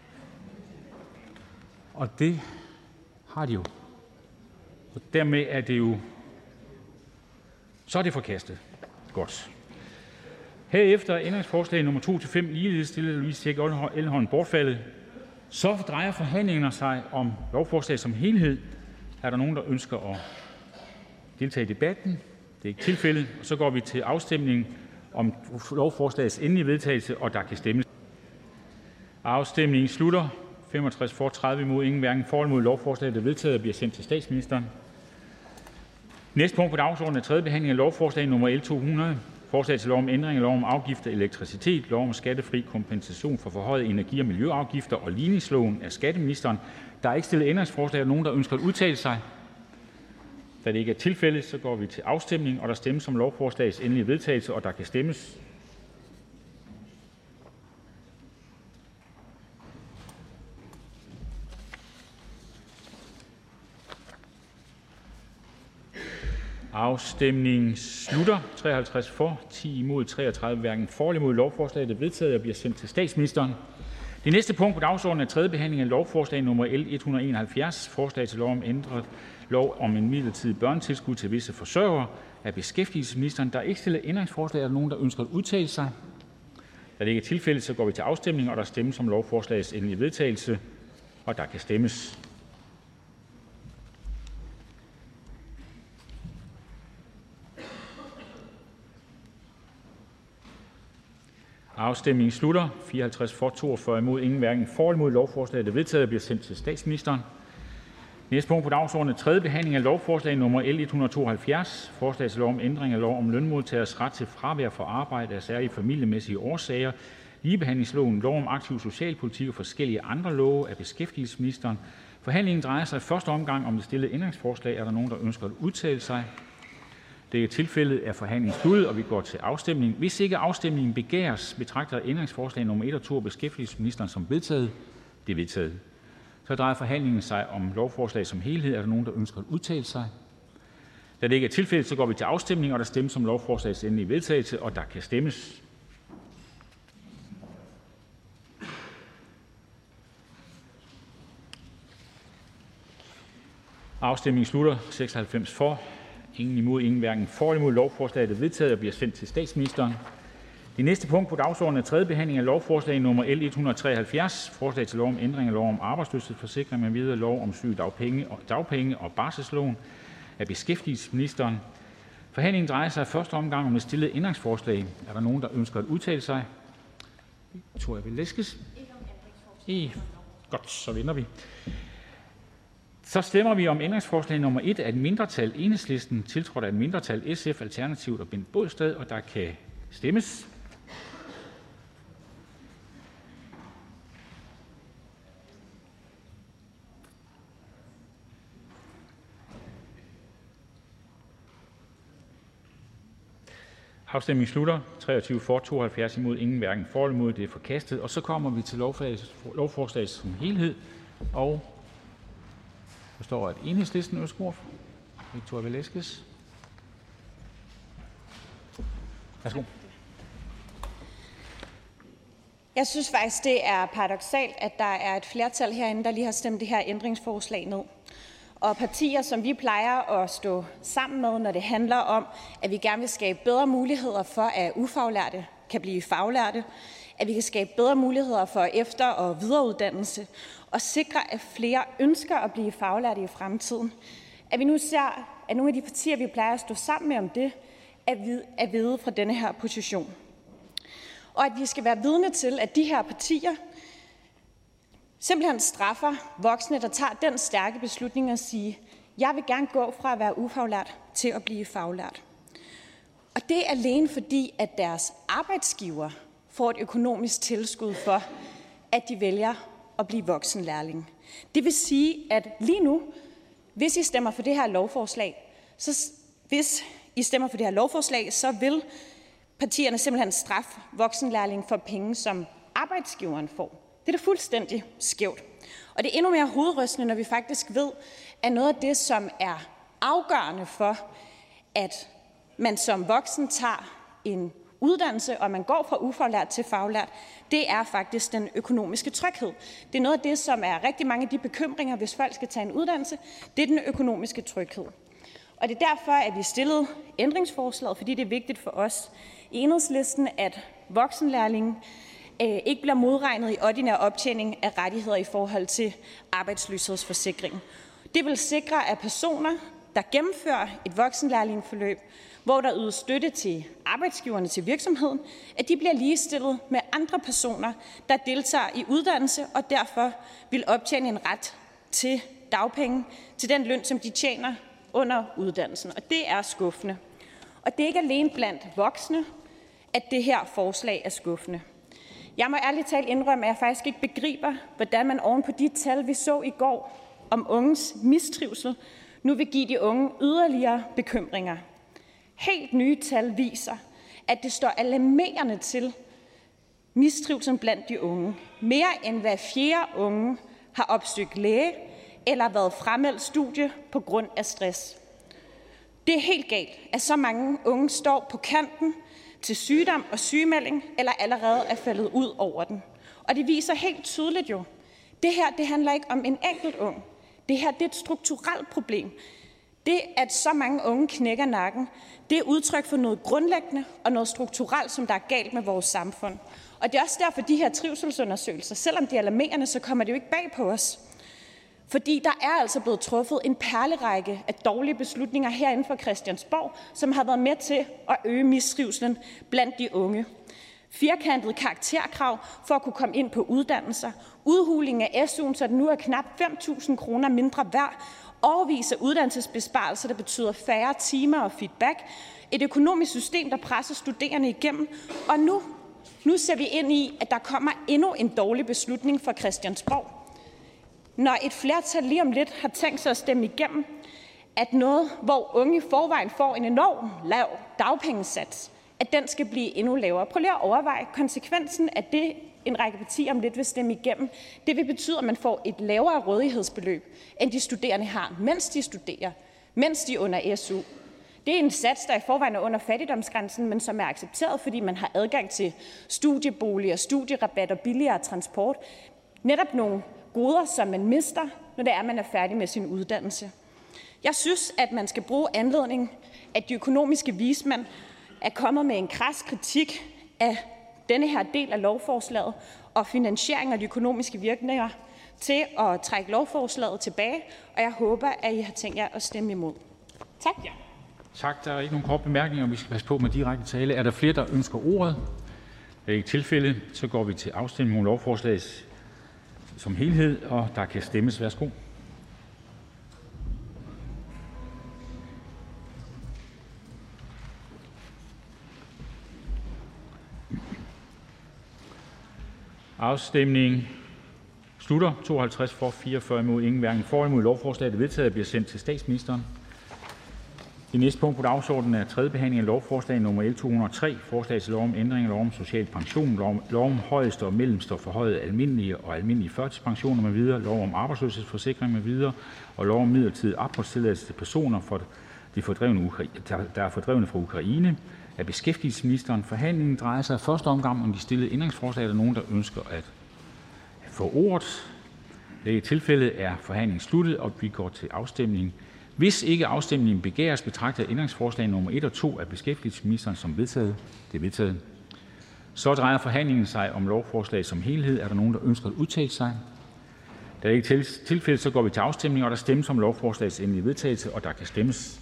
Og det har de jo. Og dermed er det jo, så er det forkastet. Godt. Herefter er ændringsforslag nummer to til fem ligeledes stillet Louise Schack Elholm bortfaldet. Så drejer forhandlingerne sig om lovforslaget som helhed. Er der nogen, der ønsker at deltage i debatten? Det er ikke tilfældet. Og så går vi til afstemning om lovforslagets endelige vedtagelse, og der kan stemmes. Afstemningen slutter. femogtres for, tredive imod, ingen hverken for eller imod. Lovforslaget er vedtaget og bliver sendt til statsministeren. Næste punkt på dagsordenen er tredje behandling af lovforslag nummer L to hundrede. Forslag til lov om ændring af lov om afgift af elektricitet, lov om skattefri kompensation for forhøjede energi- og miljøafgifter og ligningsloven af skatteministeren. Der er ikke stillet ændringsforslag. Er nogen, der ønsker at udtale sig? Da det ikke er tilfældet, så går vi til afstemning, og der stemmes om lovforslagets endelige vedtagelse, og der kan stemmes. Afstemningen slutter. treoghalvtreds for, ti imod, treogtredive hverken for eller imod. Lovforslaget er vedtaget og bliver sendt til statsministeren. Det næste punkt på dagsordenen er tredje behandling af lovforslag nummer L et hundrede og enoghalvfjerds. Forslag til lov om ændret lov om en midlertidig børnetilskud til visse forsørgere af beskæftigelsesministeren. Der er ikke stillet ændringsforslag. Er der nogen, der ønsker at udtale sig? Da det ikke er tilfældet, så går vi til afstemning, og der stemmes om lovforslagets endelige vedtagelse, og der kan stemmes. Afstemningen slutter. fireoghalvtreds for, toogfyrre imod, ingen hverken for eller imod. Lovforslaget er vedtaget og bliver sendt til statsministeren. Næste punkt på dagsordenen er tredje behandling af lovforslag nummer L et hundrede og tooghalvfjerds. Forslag til lov om ændring af lov om lønmodtagers ret til fravær for arbejde af særlige familiemæssige årsager, ligebehandlingsloven, lov om aktiv socialpolitik og forskellige andre love af beskæftigelsesministeren. Forhandlingen drejer sig i første omgang om det stillede ændringsforslag. Er der nogen, der ønsker at udtale sig? Det er tilfældet, er forhandlingen sluttet, og vi går til afstemning. Hvis ikke afstemningen begæres, betragter ændringsforslag nummer et og to af beskæftigelsesministeren som vedtaget. Det er vedtaget. Så drejer forhandlingen sig om lovforslag som helhed. Er der nogen, der ønsker at udtale sig? Da det ikke er tilfældet, så går vi til afstemning, og der stemmes om lovforslagets endelige vedtagelse, og der kan stemmes. Afstemningen slutter. seksoghalvfems for. Ingen imod, ingen hverken for eller imod. Lovforslaget er vedtaget og bliver sendt til statsministeren. Det næste punkt på dagsordenen er tredje behandling af lovforslag nummer L et hundrede og treoghalvfjerds. Forslag til lov om ændring af lov om arbejdsløshedsforsikring med videre, lov om sygedagpenge og dagpenge og barselsloven af beskæftigelsesministeren. Forhandlingen drejer sig i første omgang om det stillede ændringsforslag. Er der nogen, der ønsker at udtale sig? Tror jeg vil læskes. I. Godt, så vender vi. Så stemmer vi om ændringsforslag nummer et af et mindretal Enhedslisten, tiltrådt af et mindretal S F, Alternativet og Bent Bøgsted, og der kan stemmes. Afstemningen slutter. treogtyve for, tooghalvfjerds imod, ingen hverken for eller imod. Det er forkastet. Og så kommer vi til lovforslaget som helhed. Og der står, at Enhedslisten ønsker ord. Victoria Velasquez. Værsgo. Jeg synes faktisk, det er paradoksalt, at der er et flertal herinde, der lige har stemt det her ændringsforslag ned. Og partier, som vi plejer at stå sammen med, når det handler om, at vi gerne vil skabe bedre muligheder for, at ufaglærte kan blive faglærte, at vi kan skabe bedre muligheder for efter- og videreuddannelse, og sikre, at flere ønsker at blive faglærte i fremtiden. At vi nu ser, at nogle af de partier, vi plejer at stå sammen med om det, er vide fra denne her position. Og at vi skal være vidne til, at de her partier simpelthen straffer voksne, der tager den stærke beslutning at sige, jeg vil gerne gå fra at være ufaglært til at blive faglært. Og det er alene fordi, at deres arbejdsgiver får et økonomisk tilskud for, at de vælger at blive voksenlærling. Det vil sige, at lige nu, hvis I stemmer for det her lovforslag, så hvis I stemmer for det her lovforslag, så vil partierne simpelthen straffe voksenlærling for penge, som arbejdsgiveren får. Det er da fuldstændig skævt. Og det er endnu mere hovedrystende, når vi faktisk ved, at noget af det, som er afgørende for, at man som voksen tager en uddannelse, og man går fra ufaglært til faglært, det er faktisk den økonomiske tryghed. Det er noget af det, som er rigtig mange af de bekymringer, hvis folk skal tage en uddannelse, det er den økonomiske tryghed. Og det er derfor, at vi stillede ændringsforslaget, fordi det er vigtigt for os i Enhedslisten, at voksenlærlingen øh, ikke bliver modregnet i ordinær optjening af rettigheder i forhold til arbejdsløshedsforsikring. Det vil sikre, at personer, der gennemfører et voksenlærlingeforløb, hvor der ydes støtte til arbejdsgiverne til virksomheden, at de bliver ligestillet med andre personer, der deltager i uddannelse og derfor vil optjene en ret til dagpenge til den løn, som de tjener under uddannelsen. Og det er skuffende. Og det er ikke alene blandt voksne, at det her forslag er skuffende. Jeg må ærligt talt indrømme, at jeg faktisk ikke begriber, hvordan man oven på de tal, vi så i går om unges mistrivsel, nu vil give de unge yderligere bekymringer. Helt nye tal viser, at det står alarmerende til mistrivsel blandt de unge. Mere end hver fjerde unge har opsøgt læge eller været frameldt studie på grund af stress. Det er helt galt, at så mange unge står på kanten til sygdom og sygemelding, eller allerede er faldet ud over den. Og det viser helt tydeligt jo, det her det handler ikke om en enkelt ung. Det her det er et strukturelt problem. Det, at så mange unge knækker nakken, det er udtryk for noget grundlæggende og noget strukturelt, som der er galt med vores samfund. Og det er også derfor, de her trivselsundersøgelser, selvom de er alarmerende, så kommer det jo ikke bag på os. Fordi der er altså blevet truffet en perlerække af dårlige beslutninger herinde for Christiansborg, som har været med til at øge mistrivselen blandt de unge. Firkantet karakterkrav for at kunne komme ind på uddannelser, udhuling af S U'en, så den nu er knap fem tusind kroner mindre værd, overvis af uddannelsesbesparelser, der betyder færre timer og feedback, et økonomisk system, der presser studerende igennem, og nu, nu ser vi ind i, at der kommer endnu en dårlig beslutning fra Christiansborg. Når et flertal lige om lidt har tænkt sig at stemme igennem, at noget, hvor unge i forvejen får en enorm lav dagpengesats, at den skal blive endnu lavere. Prøv lige at overveje konsekvensen af det, en række partier om lidt vil stemme igennem. Det vil betyde, at man får et lavere rådighedsbeløb, end de studerende har, mens de studerer, mens de er under S U. Det er en sats, der i forvejen er under fattigdomsgrænsen, men som er accepteret, fordi man har adgang til studieboliger, studierabat og billigere transport. Netop nogle goder, som man mister, når det er, man er færdig med sin uddannelse. Jeg synes, at man skal bruge anledningen, at de økonomiske vismænd er kommet med en kras kritik af denne her del af lovforslaget og finansiering af de økonomiske virkninger til at trække lovforslaget tilbage, og jeg håber, at I har tænkt jer at stemme imod. Tak. Ja. Tak. Der er ikke nogen korte bemærkninger, vi skal passe på med direkte tale. Er der flere, der ønsker ordet? Det er ikke tilfældet. Så går vi til afstemning om lovforslaget som helhed, og der kan stemmes. Værsgo. Afstemningen slutter. tooghalvtreds for, fireogfyrre imod, ingen hverken for imod. Lovforslaget er vedtaget og bliver sendt til statsministeren. Det næste punkt på dagsordenen er tredje behandling af lovforslag nummer L to hundrede og tre, forslag til lov om ændring af lov om social pension, lov om, lov om højeste og mellemste og forhøjet almindelige og almindelige førtidspensioner med videre, lov om arbejdsløshedsforsikring med videre og lov om midlertidig opholdstilladelse til personer, for de fordrevne, der er fordrevne fra Ukraine. af beskæftigelsesministeren. Forhandlingen drejer sig i første omgang om de stillede ændringsforslag. Er der nogen, der ønsker at få ordet? I dette tilfælde er forhandlingen sluttet, og vi går til afstemning. Hvis ikke afstemningen begæres, betragter ændringsforslag nummer et og to af beskæftigelsesministeren som vedtaget. Det er vedtaget. Så drejer forhandlingen sig om lovforslaget som helhed. Er der nogen, der ønsker at udtale sig? Da det ikke er tilfældet, så går vi til afstemning, og der stemmes om lovforslagets endelige vedtagelse, og der kan stemmes.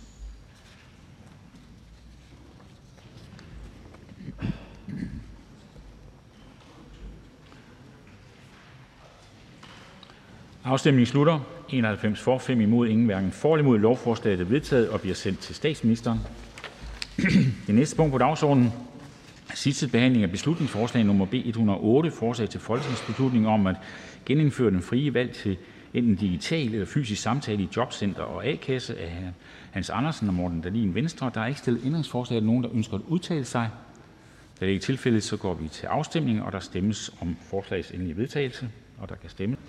Afstemningen slutter. enoghalvfems for, fem imod, ingen hverken for eller imod. Lovforslaget er vedtaget og bliver sendt til statsministeren. Det næste punkt på dagsordenen er sidste behandling af beslutningsforslag nummer B et hundrede og otte, forslag til folketingsbeslutning om at genindføre den frie valg til enten digital eller fysisk samtale i jobcenter og A-kasse af Hans Andersen og Morten Dahlin Venstre. Der er ikke stillet ændringsforslag. Er der nogen, der ønsker at udtale sig? Da det ikke er tilfældet, så går vi til afstemning, og der stemmes om forslagets endelige vedtagelse, og der kan stemmes.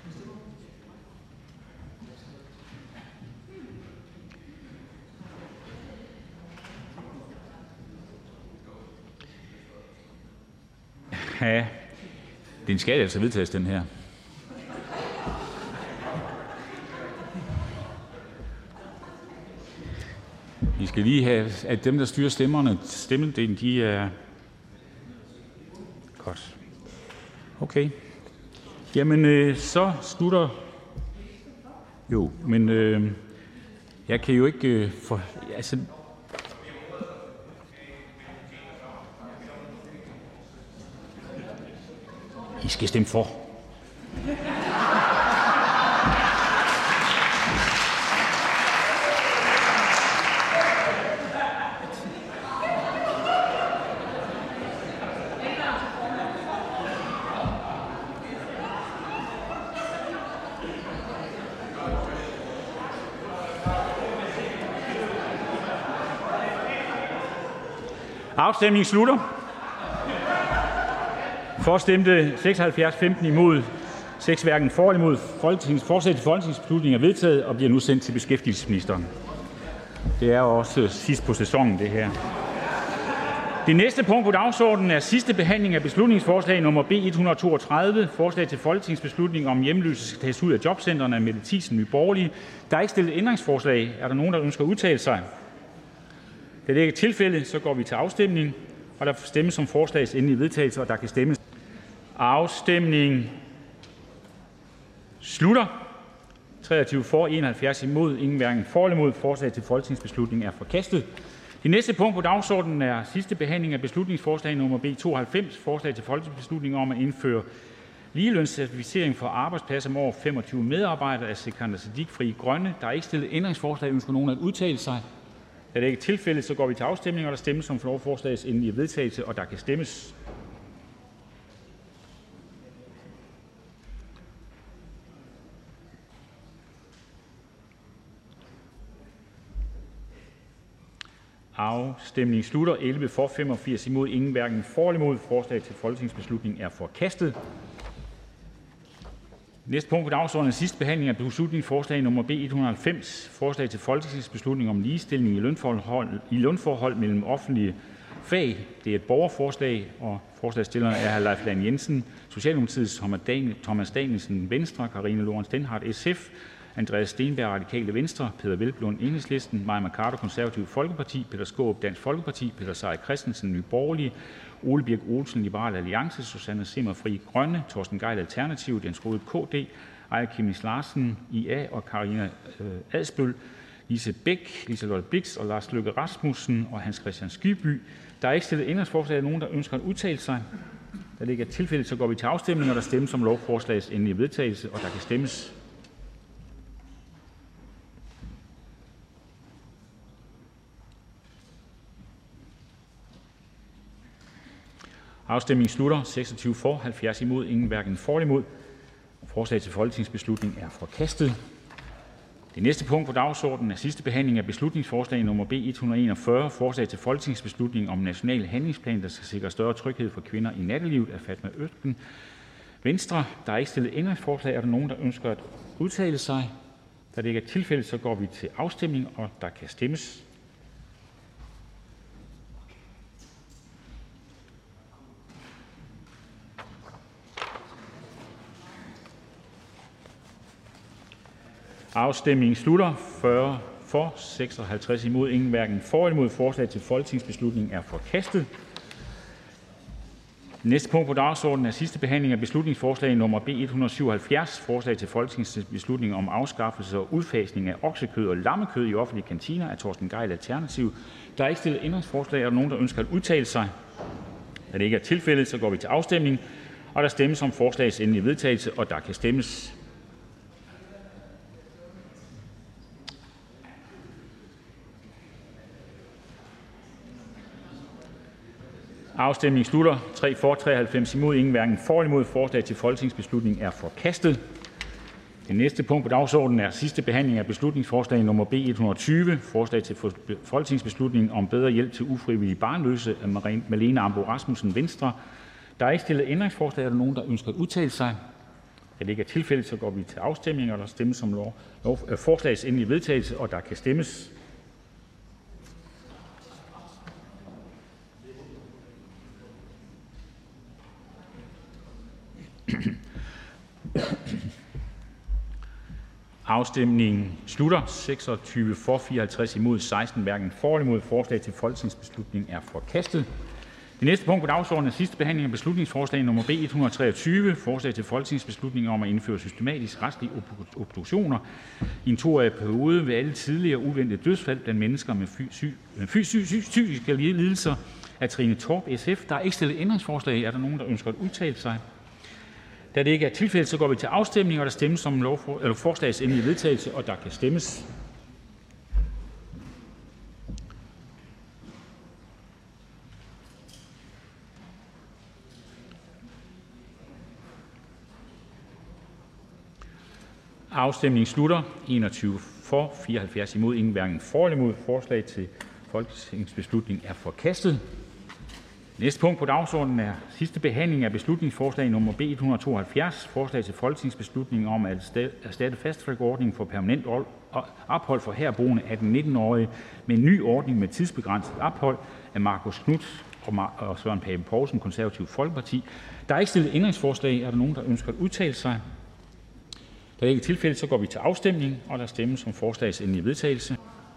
Ja, den skal altså vedtages, den her. Vi skal lige have, at dem, der styrer stemmerne, stemmedelen, de er godt. Okay. Jamen, øh, så slutter. Jo, men øh, jeg kan jo ikke øh, for, altså. I skal stemme for. Afstemningen slutter. For stemte seksoghalvfjerds, femten imod, seks hverken for eller imod. Folketingets forslag til folketingsbeslutning er vedtaget og bliver nu sendt til beskæftigelsesministeren. Det er også sidst på sæsonen, det her. Det næste punkt på dagsordenen er sidste behandling af beslutningsforslag nummer B et hundrede og toogtredive, forslag til folketingsbeslutning om hjemløse skal tages ud af jobcentrene af Mette Thiesen, Nye Borgerlige. Der er ikke stillet ændringsforslag. Er der nogen, der ønsker at udtale sig? Da det ikke er tilfældet, så går vi til afstemning, og der stemmes om forslagets endelige vedtagelse, og der kan stemmes. Afstemningen slutter. treogtyve for, enoghalvfjerds imod, ingen hverken for eller imod. Forslag til folketingsbeslutning er forkastet. Det næste punkt på dagsordenen er sidste behandling af beslutningsforslag nummer B tooghalvfems, forslag til folketingsbeslutning om at indføre ligelønscertificering for arbejdspladser med over femogtyve medarbejdere af Sikander Siddique, Frie Grønne. Der er ikke stillet ændringsforslag. Ønsker nogen at udtale sig? Da det ikke er tilfældet, så går vi til afstemning, og der stemmes om lovforslagets endelige vedtagelse, og der kan stemmes. Afstemningen slutter. elleve for, femogfirs imod, ingen hverken for eller imod. Forslag til folketingsbeslutning er forkastet. Næste punkt på dagsordenen er sidste behandling af beslutningsforslag nummer B et hundrede og halvfems, forslag til folketingsbeslutning om ligestilling i lønforhold, i lønforhold mellem offentlige fag. Det er et borgerforslag, og forslagsstillerne er hr. Leif Lahn Jensen, Socialdemokratiets, Thomas Danielsen, Venstre, Karina Lorentzen Dehnhardt, S F, Andreas Steenberg, Radikale Venstre, Peder Hvelplund, Enhedslisten, Mai Mercado, Konservative Folkeparti, Peter Skaarup, Dansk Folkeparti, Peter Seier Christensen, Nye Borgerlige, Ole Birk Olesen, Liberal Alliance, Susanne Zimmer, Frie Grønne, Torsten Gejl, Alternativet, Jens Rohde, K D, Aaja Chemnitz Larsen, I A og Karina øh, Adsbøl, Lise Bæk, Liselott Blixt og Lars Løkke Rasmussen og Hans Kristian Skibby. Der er ikke stillet ændringsforslag af nogen, der ønsker at udtale sig. Da det ikke er tilfældet, så går vi til afstemning, og der stemmes om lovforslagets endelige vedtagelse, og der kan stemmes. Afstemningen slutter. seksogtyve for, halvfjerds imod, ingen hverken for eller imod. Forslag til folketingsbeslutning er forkastet. Det næste punkt på dagsordenen er sidste behandling af beslutningsforslag nummer B et hundrede og enogfyrre, forslag til folketingsbeslutning om national handlingsplan, der skal sikre større tryghed for kvinder i nattelivet af Fatma Øktem, Venstre. Der er ikke stillet ændringsforslag. Er der nogen, der ønsker at udtale sig? Da det ikke er tilfældet, så går vi til afstemning, og der kan stemmes. Afstemningen slutter. fyrre for, seksoghalvtreds imod, ingen hverken for eller imod. Forslag til folketingsbeslutning er forkastet. Næste punkt på dagsordenen er sidste behandling af beslutningsforslag nummer B et hundrede og syvoghalvfjerds. Forslag til folketingsbeslutning om afskaffelse og udfasning af oksekød og lammekød i offentlige kantiner af Torsten Gejl (Alternativet). Der er ikke stillet ændringsforslag. Er der nogen, der ønsker at udtale sig? Da det ikke er tilfældet, så går vi til afstemning. Og der stemmes om forslagets endelige vedtagelse, og der kan stemmes. Afstemningen slutter. tre for, treoghalvfems imod, ingen hverken for eller imod. Forslag til folketingsbeslutning er forkastet. Det næste punkt på dagsordenen er sidste behandling af beslutningsforslag nummer B et hundrede og tyve. Forslag til folketingsbeslutning om bedre hjælp til ufrivillige barnløse af Marlene Ambo-Rasmussen (Venstre). Der er ikke stillet ændringsforslag. Er der nogen, der ønsker at udtale sig? Da det ikke er tilfældet, så går vi til afstemning, og der stemmes om lov, lov, forslagets endelige vedtagelse, og der kan stemmes. Afstemningen slutter. seksogtyve for, fireoghalvtreds imod, seksten hverken for eller imod. Forslag til folketingsbeslutning er forkastet. Det næste punkt på dagsordenen er sidste behandling af beslutningsforslag nummer B et hundrede og treogtyve. Forslag til folketingsbeslutning om at indføre systematisk retslige obduktioner i en toårig periode ved alle tidligere uventede dødsfald blandt mennesker med fysiske lidelser af Trine Torp (S F). Der er ikke stillet ændringsforslag. Er der nogen, der ønsker at udtale sig? Da det ikke er tilfældet, så går vi til afstemning, og der stemmes om lovfor- eller forslagets endelige vedtagelse, og der kan stemmes. Afstemningen slutter. enogtyve for, fireoghalvfjerds imod, ingen hverken for eller imod. Forslag til folketingsbeslutning er forkastet. Næste punkt på dagsordenen er sidste behandling af beslutningsforslag nummer B et hundrede og tooghalvfjerds. Forslag til folketingsbeslutning om at erstatte fasttrackordningen for permanent ophold for herboende atten til nitten-årige med en ny ordning med tidsbegrænset ophold af Marcus Knuth og Søren Pape Poulsen (Konservative Folkeparti). Der er ikke stillet ændringsforslag. Er der nogen, der ønsker at udtale sig? Da det ikke er tilfældet, så går vi til afstemning, og der stemmes om forslagets endelige vedtagelse.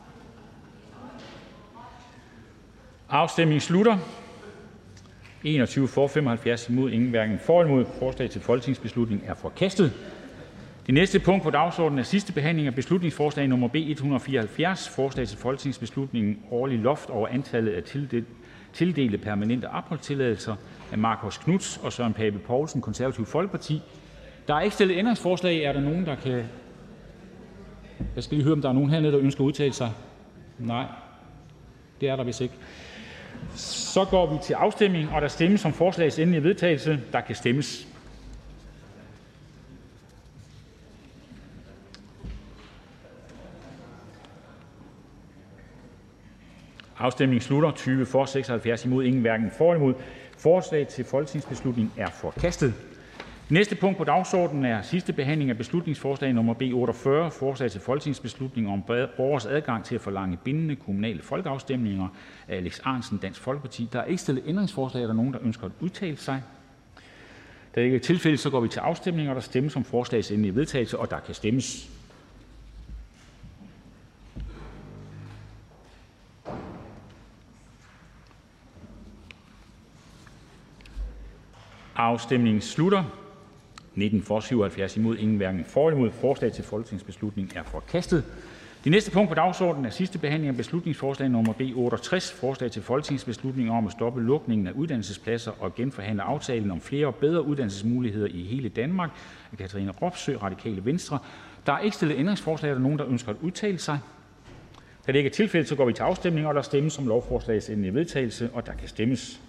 Afstemningen slutter. enogtyve for, femoghalvfjerds imod, ingen hverken for eller imod. Forslag til folketingsbeslutning er forkastet. Det næste punkt på dagsordenen er sidste behandling af beslutningsforslag nummer B et hundrede og fireoghalvfjerds. Forslag til folketingsbeslutning årlig loft over antallet af tildelte permanente opholdstilladelser af Marcus Knuth og Søren Pape Poulsen (Konservative Folkeparti). Der er ikke stillet ændringsforslag. Er der nogen, der kan... Jeg skal lige høre, om der er nogen hernede, der ønsker at udtale sig. Nej, det er der vist ikke. Så går vi til afstemning, og der stemmes om forslagets endelige vedtagelse. Der kan stemmes. Afstemningen slutter. tyve for, seksoghalvfjerds imod, ingen hverken for eller imod. Forslag til folketingsbeslutning er forkastet. Næste punkt på dagsordenen er sidste behandling af beslutningsforslag nummer B otteogfyrre. Forslag til folketingsbeslutning om borgers adgang til at forlange bindende kommunale folkeafstemninger af Alex Ahrendtsen (Dansk Folkeparti). Der er ikke stillet ændringsforslag. Er der nogen, der ønsker at udtale sig? Da det ikke er tilfældet, så går vi til afstemning, og der stemmes om forslagets endelige vedtagelse, og der kan stemmes. Afstemningen slutter. nitten for, syvoghalvfjerds imod, ingen hverken for eller imod. Forslag til folketingsbeslutning er forkastet. Det næste punkt på dagsordenen er sidste behandling af beslutningsforslag nummer B otteogtres. Forslag til folketingsbeslutning om at stoppe lukningen af uddannelsespladser og genforhandle aftalen om flere og bedre uddannelsesmuligheder i hele Danmark af Katrine Robsøe (Radikale Venstre). Der er ikke stillet ændringsforslag. Er der nogen, der ønsker at udtale sig? Da det ikke er tilfældet, så går vi til afstemning, og der stemmes om lovforslagets endelige vedtagelse, og der kan stemmes.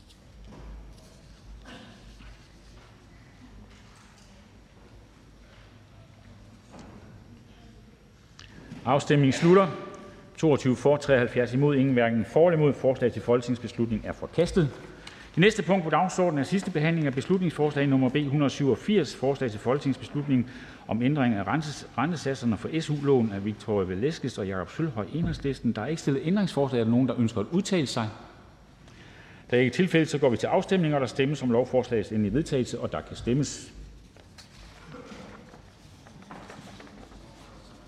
Afstemningen slutter. toogtyve for, treoghalvfjerds imod, ingen hverken for eller imod. Forslag til folketingsbeslutning er forkastet. Det næste punkt på dagsordenen er sidste behandling af beslutningsforslag nummer B et hundrede og syvogfirs. Forslag til folketingsbeslutning om ændring af rentesatserne for S U-lån af Victoria Velasquez og Jakob Sølvhøj (Enhedslisten). Der er ikke stillet ændringsforslag. Er der nogen, der ønsker at udtale sig? Da det ikke er tilfældet, så går vi til afstemning, og der stemmes om lovforslagets endelige vedtagelse, og der kan stemmes.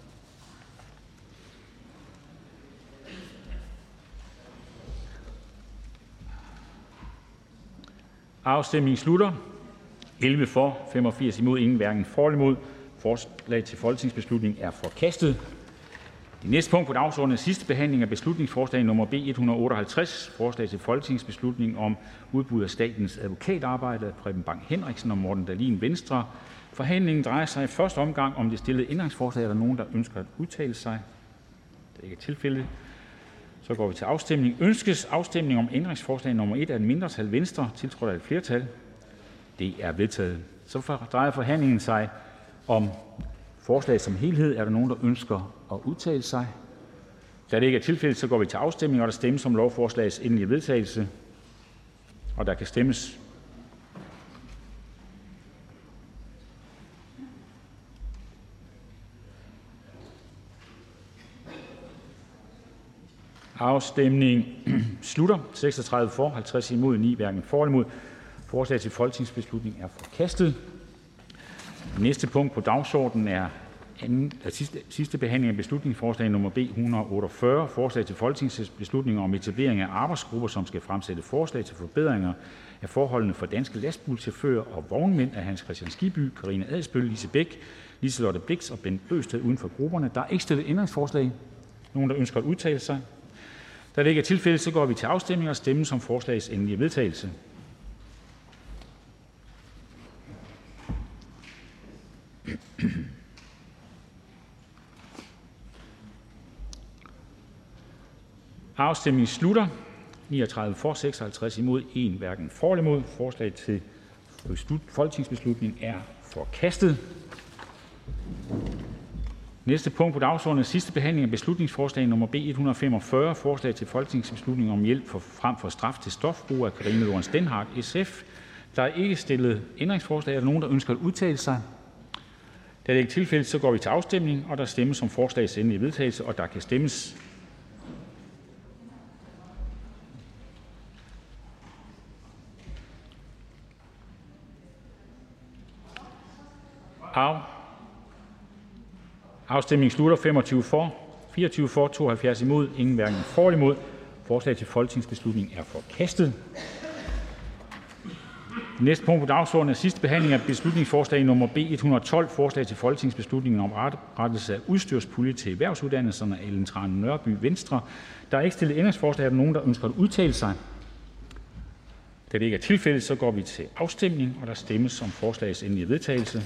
Afstemningen slutter. elleve for, femogfirs imod, ingen hverken for eller imod. Forslag til folketingsbeslutning er forkastet. Det næste punkt på dagsordenen er sidste behandling af beslutningsforslag nummer B et hundrede og otteoghalvtreds. Forslag til folketingsbeslutning om udbud af statens advokatarbejde af Preben Bang Henriksen og Morten Dahlin Venstre. Forhandlingen drejer sig i første omgang om det stillede ændringsforslag. Er der nogen, der ønsker at udtale sig? Det er ikke tilfældet. Så går vi til afstemning. Ønskes afstemning om ændringsforslag nummer et af et mindretal Venstre, tiltrådt af et flertal? Det er vedtaget. Så drejer forhandlingen sig om forslaget som helhed. Er der nogen, der ønsker at udtale sig? Da det ikke er tilfældet, så går vi til afstemning, og der stemmes om lovforslagets endelige vedtagelse. Og der kan stemmes. Afstemning slutter. seksogtredive for, halvtreds imod, ni hverken for eller imod. Forslag til folketingsbeslutning er forkastet. Næste punkt på dagsordenen er anden, sidste, sidste behandling af beslutningsforslag nummer B et hundrede og otteogfyrre. Forslag til folketingsbeslutning om etablering af arbejdsgrupper, som skal fremsætte forslag til forbedringer af forholdene for danske lastbilchauffører og vognmænd af Hans Kristian Skibby, Karina Adsbøl, Lise Bæk, Liselotte Blix og Bent Bøgsted uden for grupperne. Der er ikke stillet ændringsforslag. Nogen, der ønsker at udtale sig? Da det ikke er tilfældet, så går vi til afstemning og stemmer som forslagets endelige vedtagelse. Afstemningen slutter. niogtredive for, seksoghalvtreds imod, en hverken for eller imod. Forslag til folketingsbeslutning er forkastet. Næste punkt på dagsordenen er sidste behandling af beslutningsforslag nummer B et hundrede og femogfyrre. Forslag til folketingsbeslutning om hjælp for, frem for straf til stofbrug af Karina Lorentzen Dehnhardt, S F. Der er ikke stillet ændringsforslag. Er der nogen, der ønsker at udtale sig? Da det ikke er tilfældet, så går vi til afstemning, og der stemmes om forslagets endelige vedtagelse, og der kan stemmes. Af. Afstemningen slutter. femogtyve for, fireogtyve for, tooghalvfjerds imod, ingen hverken for eller imod. Forslag til folketingsbeslutning er forkastet. Næste punkt på dagsordenen er sidste behandling af beslutningsforslag nummer B et hundrede og tolv. Forslag til folketingsbeslutning om oprettelse af udstyrspulje til erhvervsuddannelserne af Ellen Trane Nørby, Venstre. Der er ikke stillet ændringsforslag. Er der nogen, der ønsker at udtale sig? Da det ikke er tilfældet, så går vi til afstemning, og der stemmes om forslagets endelige vedtagelse.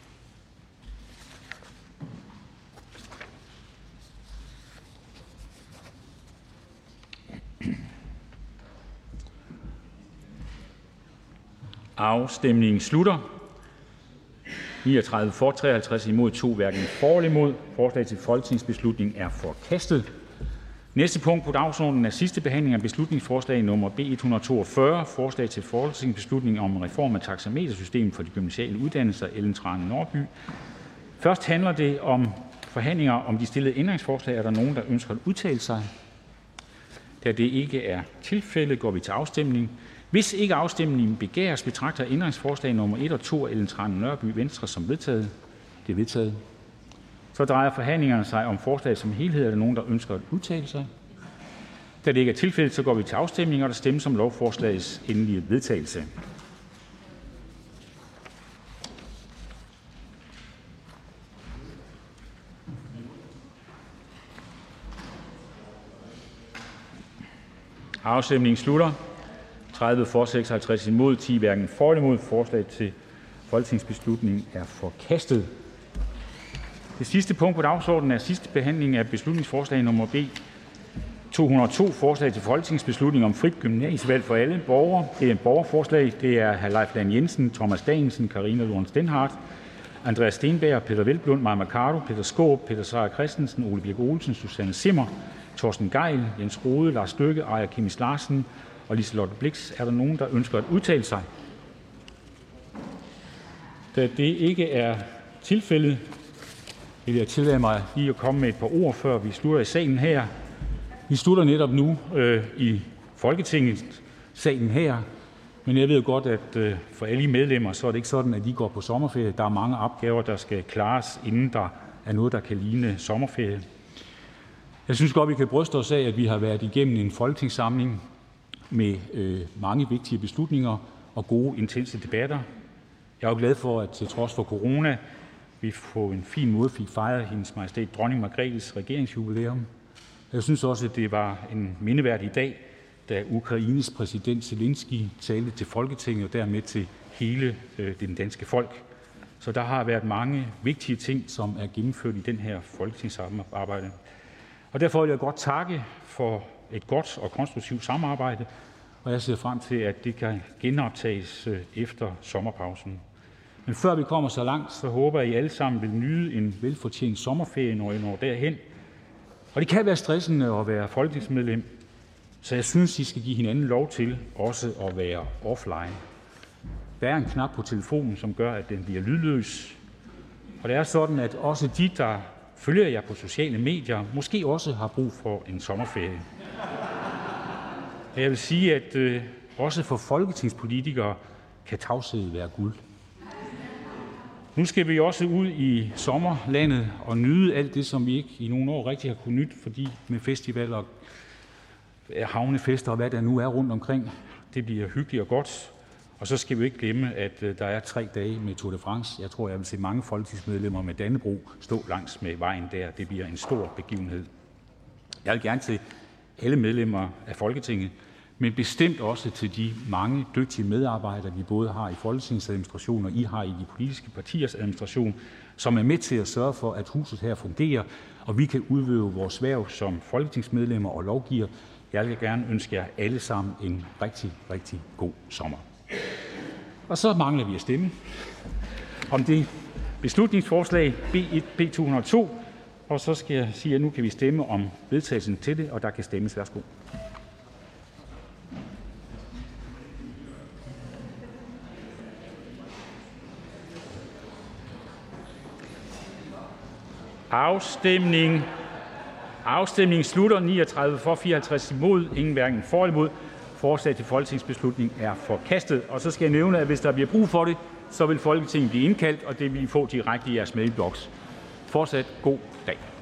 Afstemningen slutter. niogtredive for, treoghalvtreds imod, to hverken for eller imod. Forslag til folketingsbeslutning er forkastet. Næste punkt på dagsordenen er sidste behandling af beslutningsforslag nummer B et hundrede og toogfyrre. Forslag til folketingsbeslutning om reform af taxametersystemet for de gymnasiale uddannelser af Ellen Trane Nørby. Først handler det om forhandlinger om de stillede ændringsforslag. Er der nogen, der ønsker at udtale sig? Da det ikke er tilfældet, går vi til afstemning. Hvis ikke afstemningen begæres, betragter ændringsforslag nummer et og to af Ellen Trane Nørby, Venstre, som vedtaget. Det er vedtaget. Så drejer forhandlingerne sig om forslaget som helhed. Er der nogen, der ønsker at udtale sig? Da det ikke er tilfældet, så går vi til afstemning, og der stemmes om lovforslagets endelige vedtagelse. Afstemningen slutter. tredive for, seksoghalvtreds imod, ti hverken for eller imod. Forslag til folketingsbeslutning er forkastet. Det sidste punkt på dagsordenen er sidste behandling af beslutningsforslag nummer B to hundrede og to. Forslag til folketingsbeslutning om frit gymnasievalg for alle borgere. Det er et borgerforslag. Det er hr. Leif Lahn Jensen, Thomas Danielsen, Karina Lorentzen Dehnhardt, Andreas Steenberg, Peter Hvelplund, Mai Mercado, Peter Skaarup, Peter Seier Christensen, Ole Birk Olesen, Susanne Zimmer, Torsten Gejl, Jens Rohde, Lars Løkke, Aaja Chemnitz Larsen og Liselotte Blix. Er der nogen, der ønsker at udtale sig? Da det ikke er tilfældet, vil jeg tillade mig lige at komme med et par ord, før vi slutter i salen her. Vi slutter netop nu øh, i Folketinget, salen her, men jeg ved godt, at øh, for alle medlemmer, så er det ikke sådan, at de går på sommerferie. Der er mange opgaver, der skal klares, inden der er noget, der kan ligne sommerferie. Jeg synes godt, vi kan bryste os af, at vi har været igennem en folketingssamling med øh, mange vigtige beslutninger, og gode, intense debatter. Jeg er jo glad for, at til trods for corona, vi på en fin måde fik fejret hendes majestæt dronning Margrethes regeringsjubilæum. Jeg synes også, at det var en mindeværdig dag, da Ukraines præsident Zelensky talte til Folketinget og dermed til hele øh, den danske folk. Så der har været mange vigtige ting, som er gennemført i den her folketingsarbejde. Og derfor vil jeg godt takke for et godt og konstruktivt samarbejde, og jeg ser frem til, at det kan genoptages øh, efter sommerpausen. Men før vi kommer så langt, så håber jeg, at I alle sammen vil nyde en velfortjent sommerferie, når I når derhen. Og det kan være stressende at være folketingsmedlem, så jeg synes, I skal give hinanden lov til også at være offline. Der er en knap på telefonen, som gør, at den bliver lydløs. Og det er sådan, at også de, der følger jer på sociale medier, måske også har brug for en sommerferie. Jeg vil sige, at øh, også for folketingspolitikere kan tavshed være guld. Nu skal vi også ud i sommerlandet og nyde alt det, som vi ikke i nogle år rigtig har kunnet nyde, fordi med festivaler, havnefester og hvad der nu er rundt omkring, det bliver hyggeligt og godt. Og så skal vi ikke glemme, at der er tre dage med Tour de France. Jeg tror, jeg vil se mange folketingsmedlemmer med Dannebrog stå langs med vejen der. Det bliver en stor begivenhed. Jeg vil gerne til alle medlemmer af Folketinget, men bestemt også til de mange dygtige medarbejdere, vi både har i Folketingets administration og I har i de politiske partiers administration, som er med til at sørge for, at huset her fungerer, og vi kan udøve vores hverv som folketingsmedlemmer og lovgiver. Jeg vil gerne ønske jer alle sammen en rigtig, rigtig god sommer. Og så mangler vi at stemme om det beslutningsforslag B et, B to hundrede og to, og så skal jeg sige, at nu kan vi stemme om vedtagelsen til det, og der kan stemmes. Værsgo. Afstemning. Afstemningen slutter. niogtredive for, fireoghalvtreds imod. Ingen hverken for eller imod. Forslag til folketingsbeslutning er forkastet. Og så skal jeg nævne, at hvis der bliver brug for det, så vil Folketinget blive indkaldt, og det vil I få direkte i jeres mailbox. Fortsat god dag.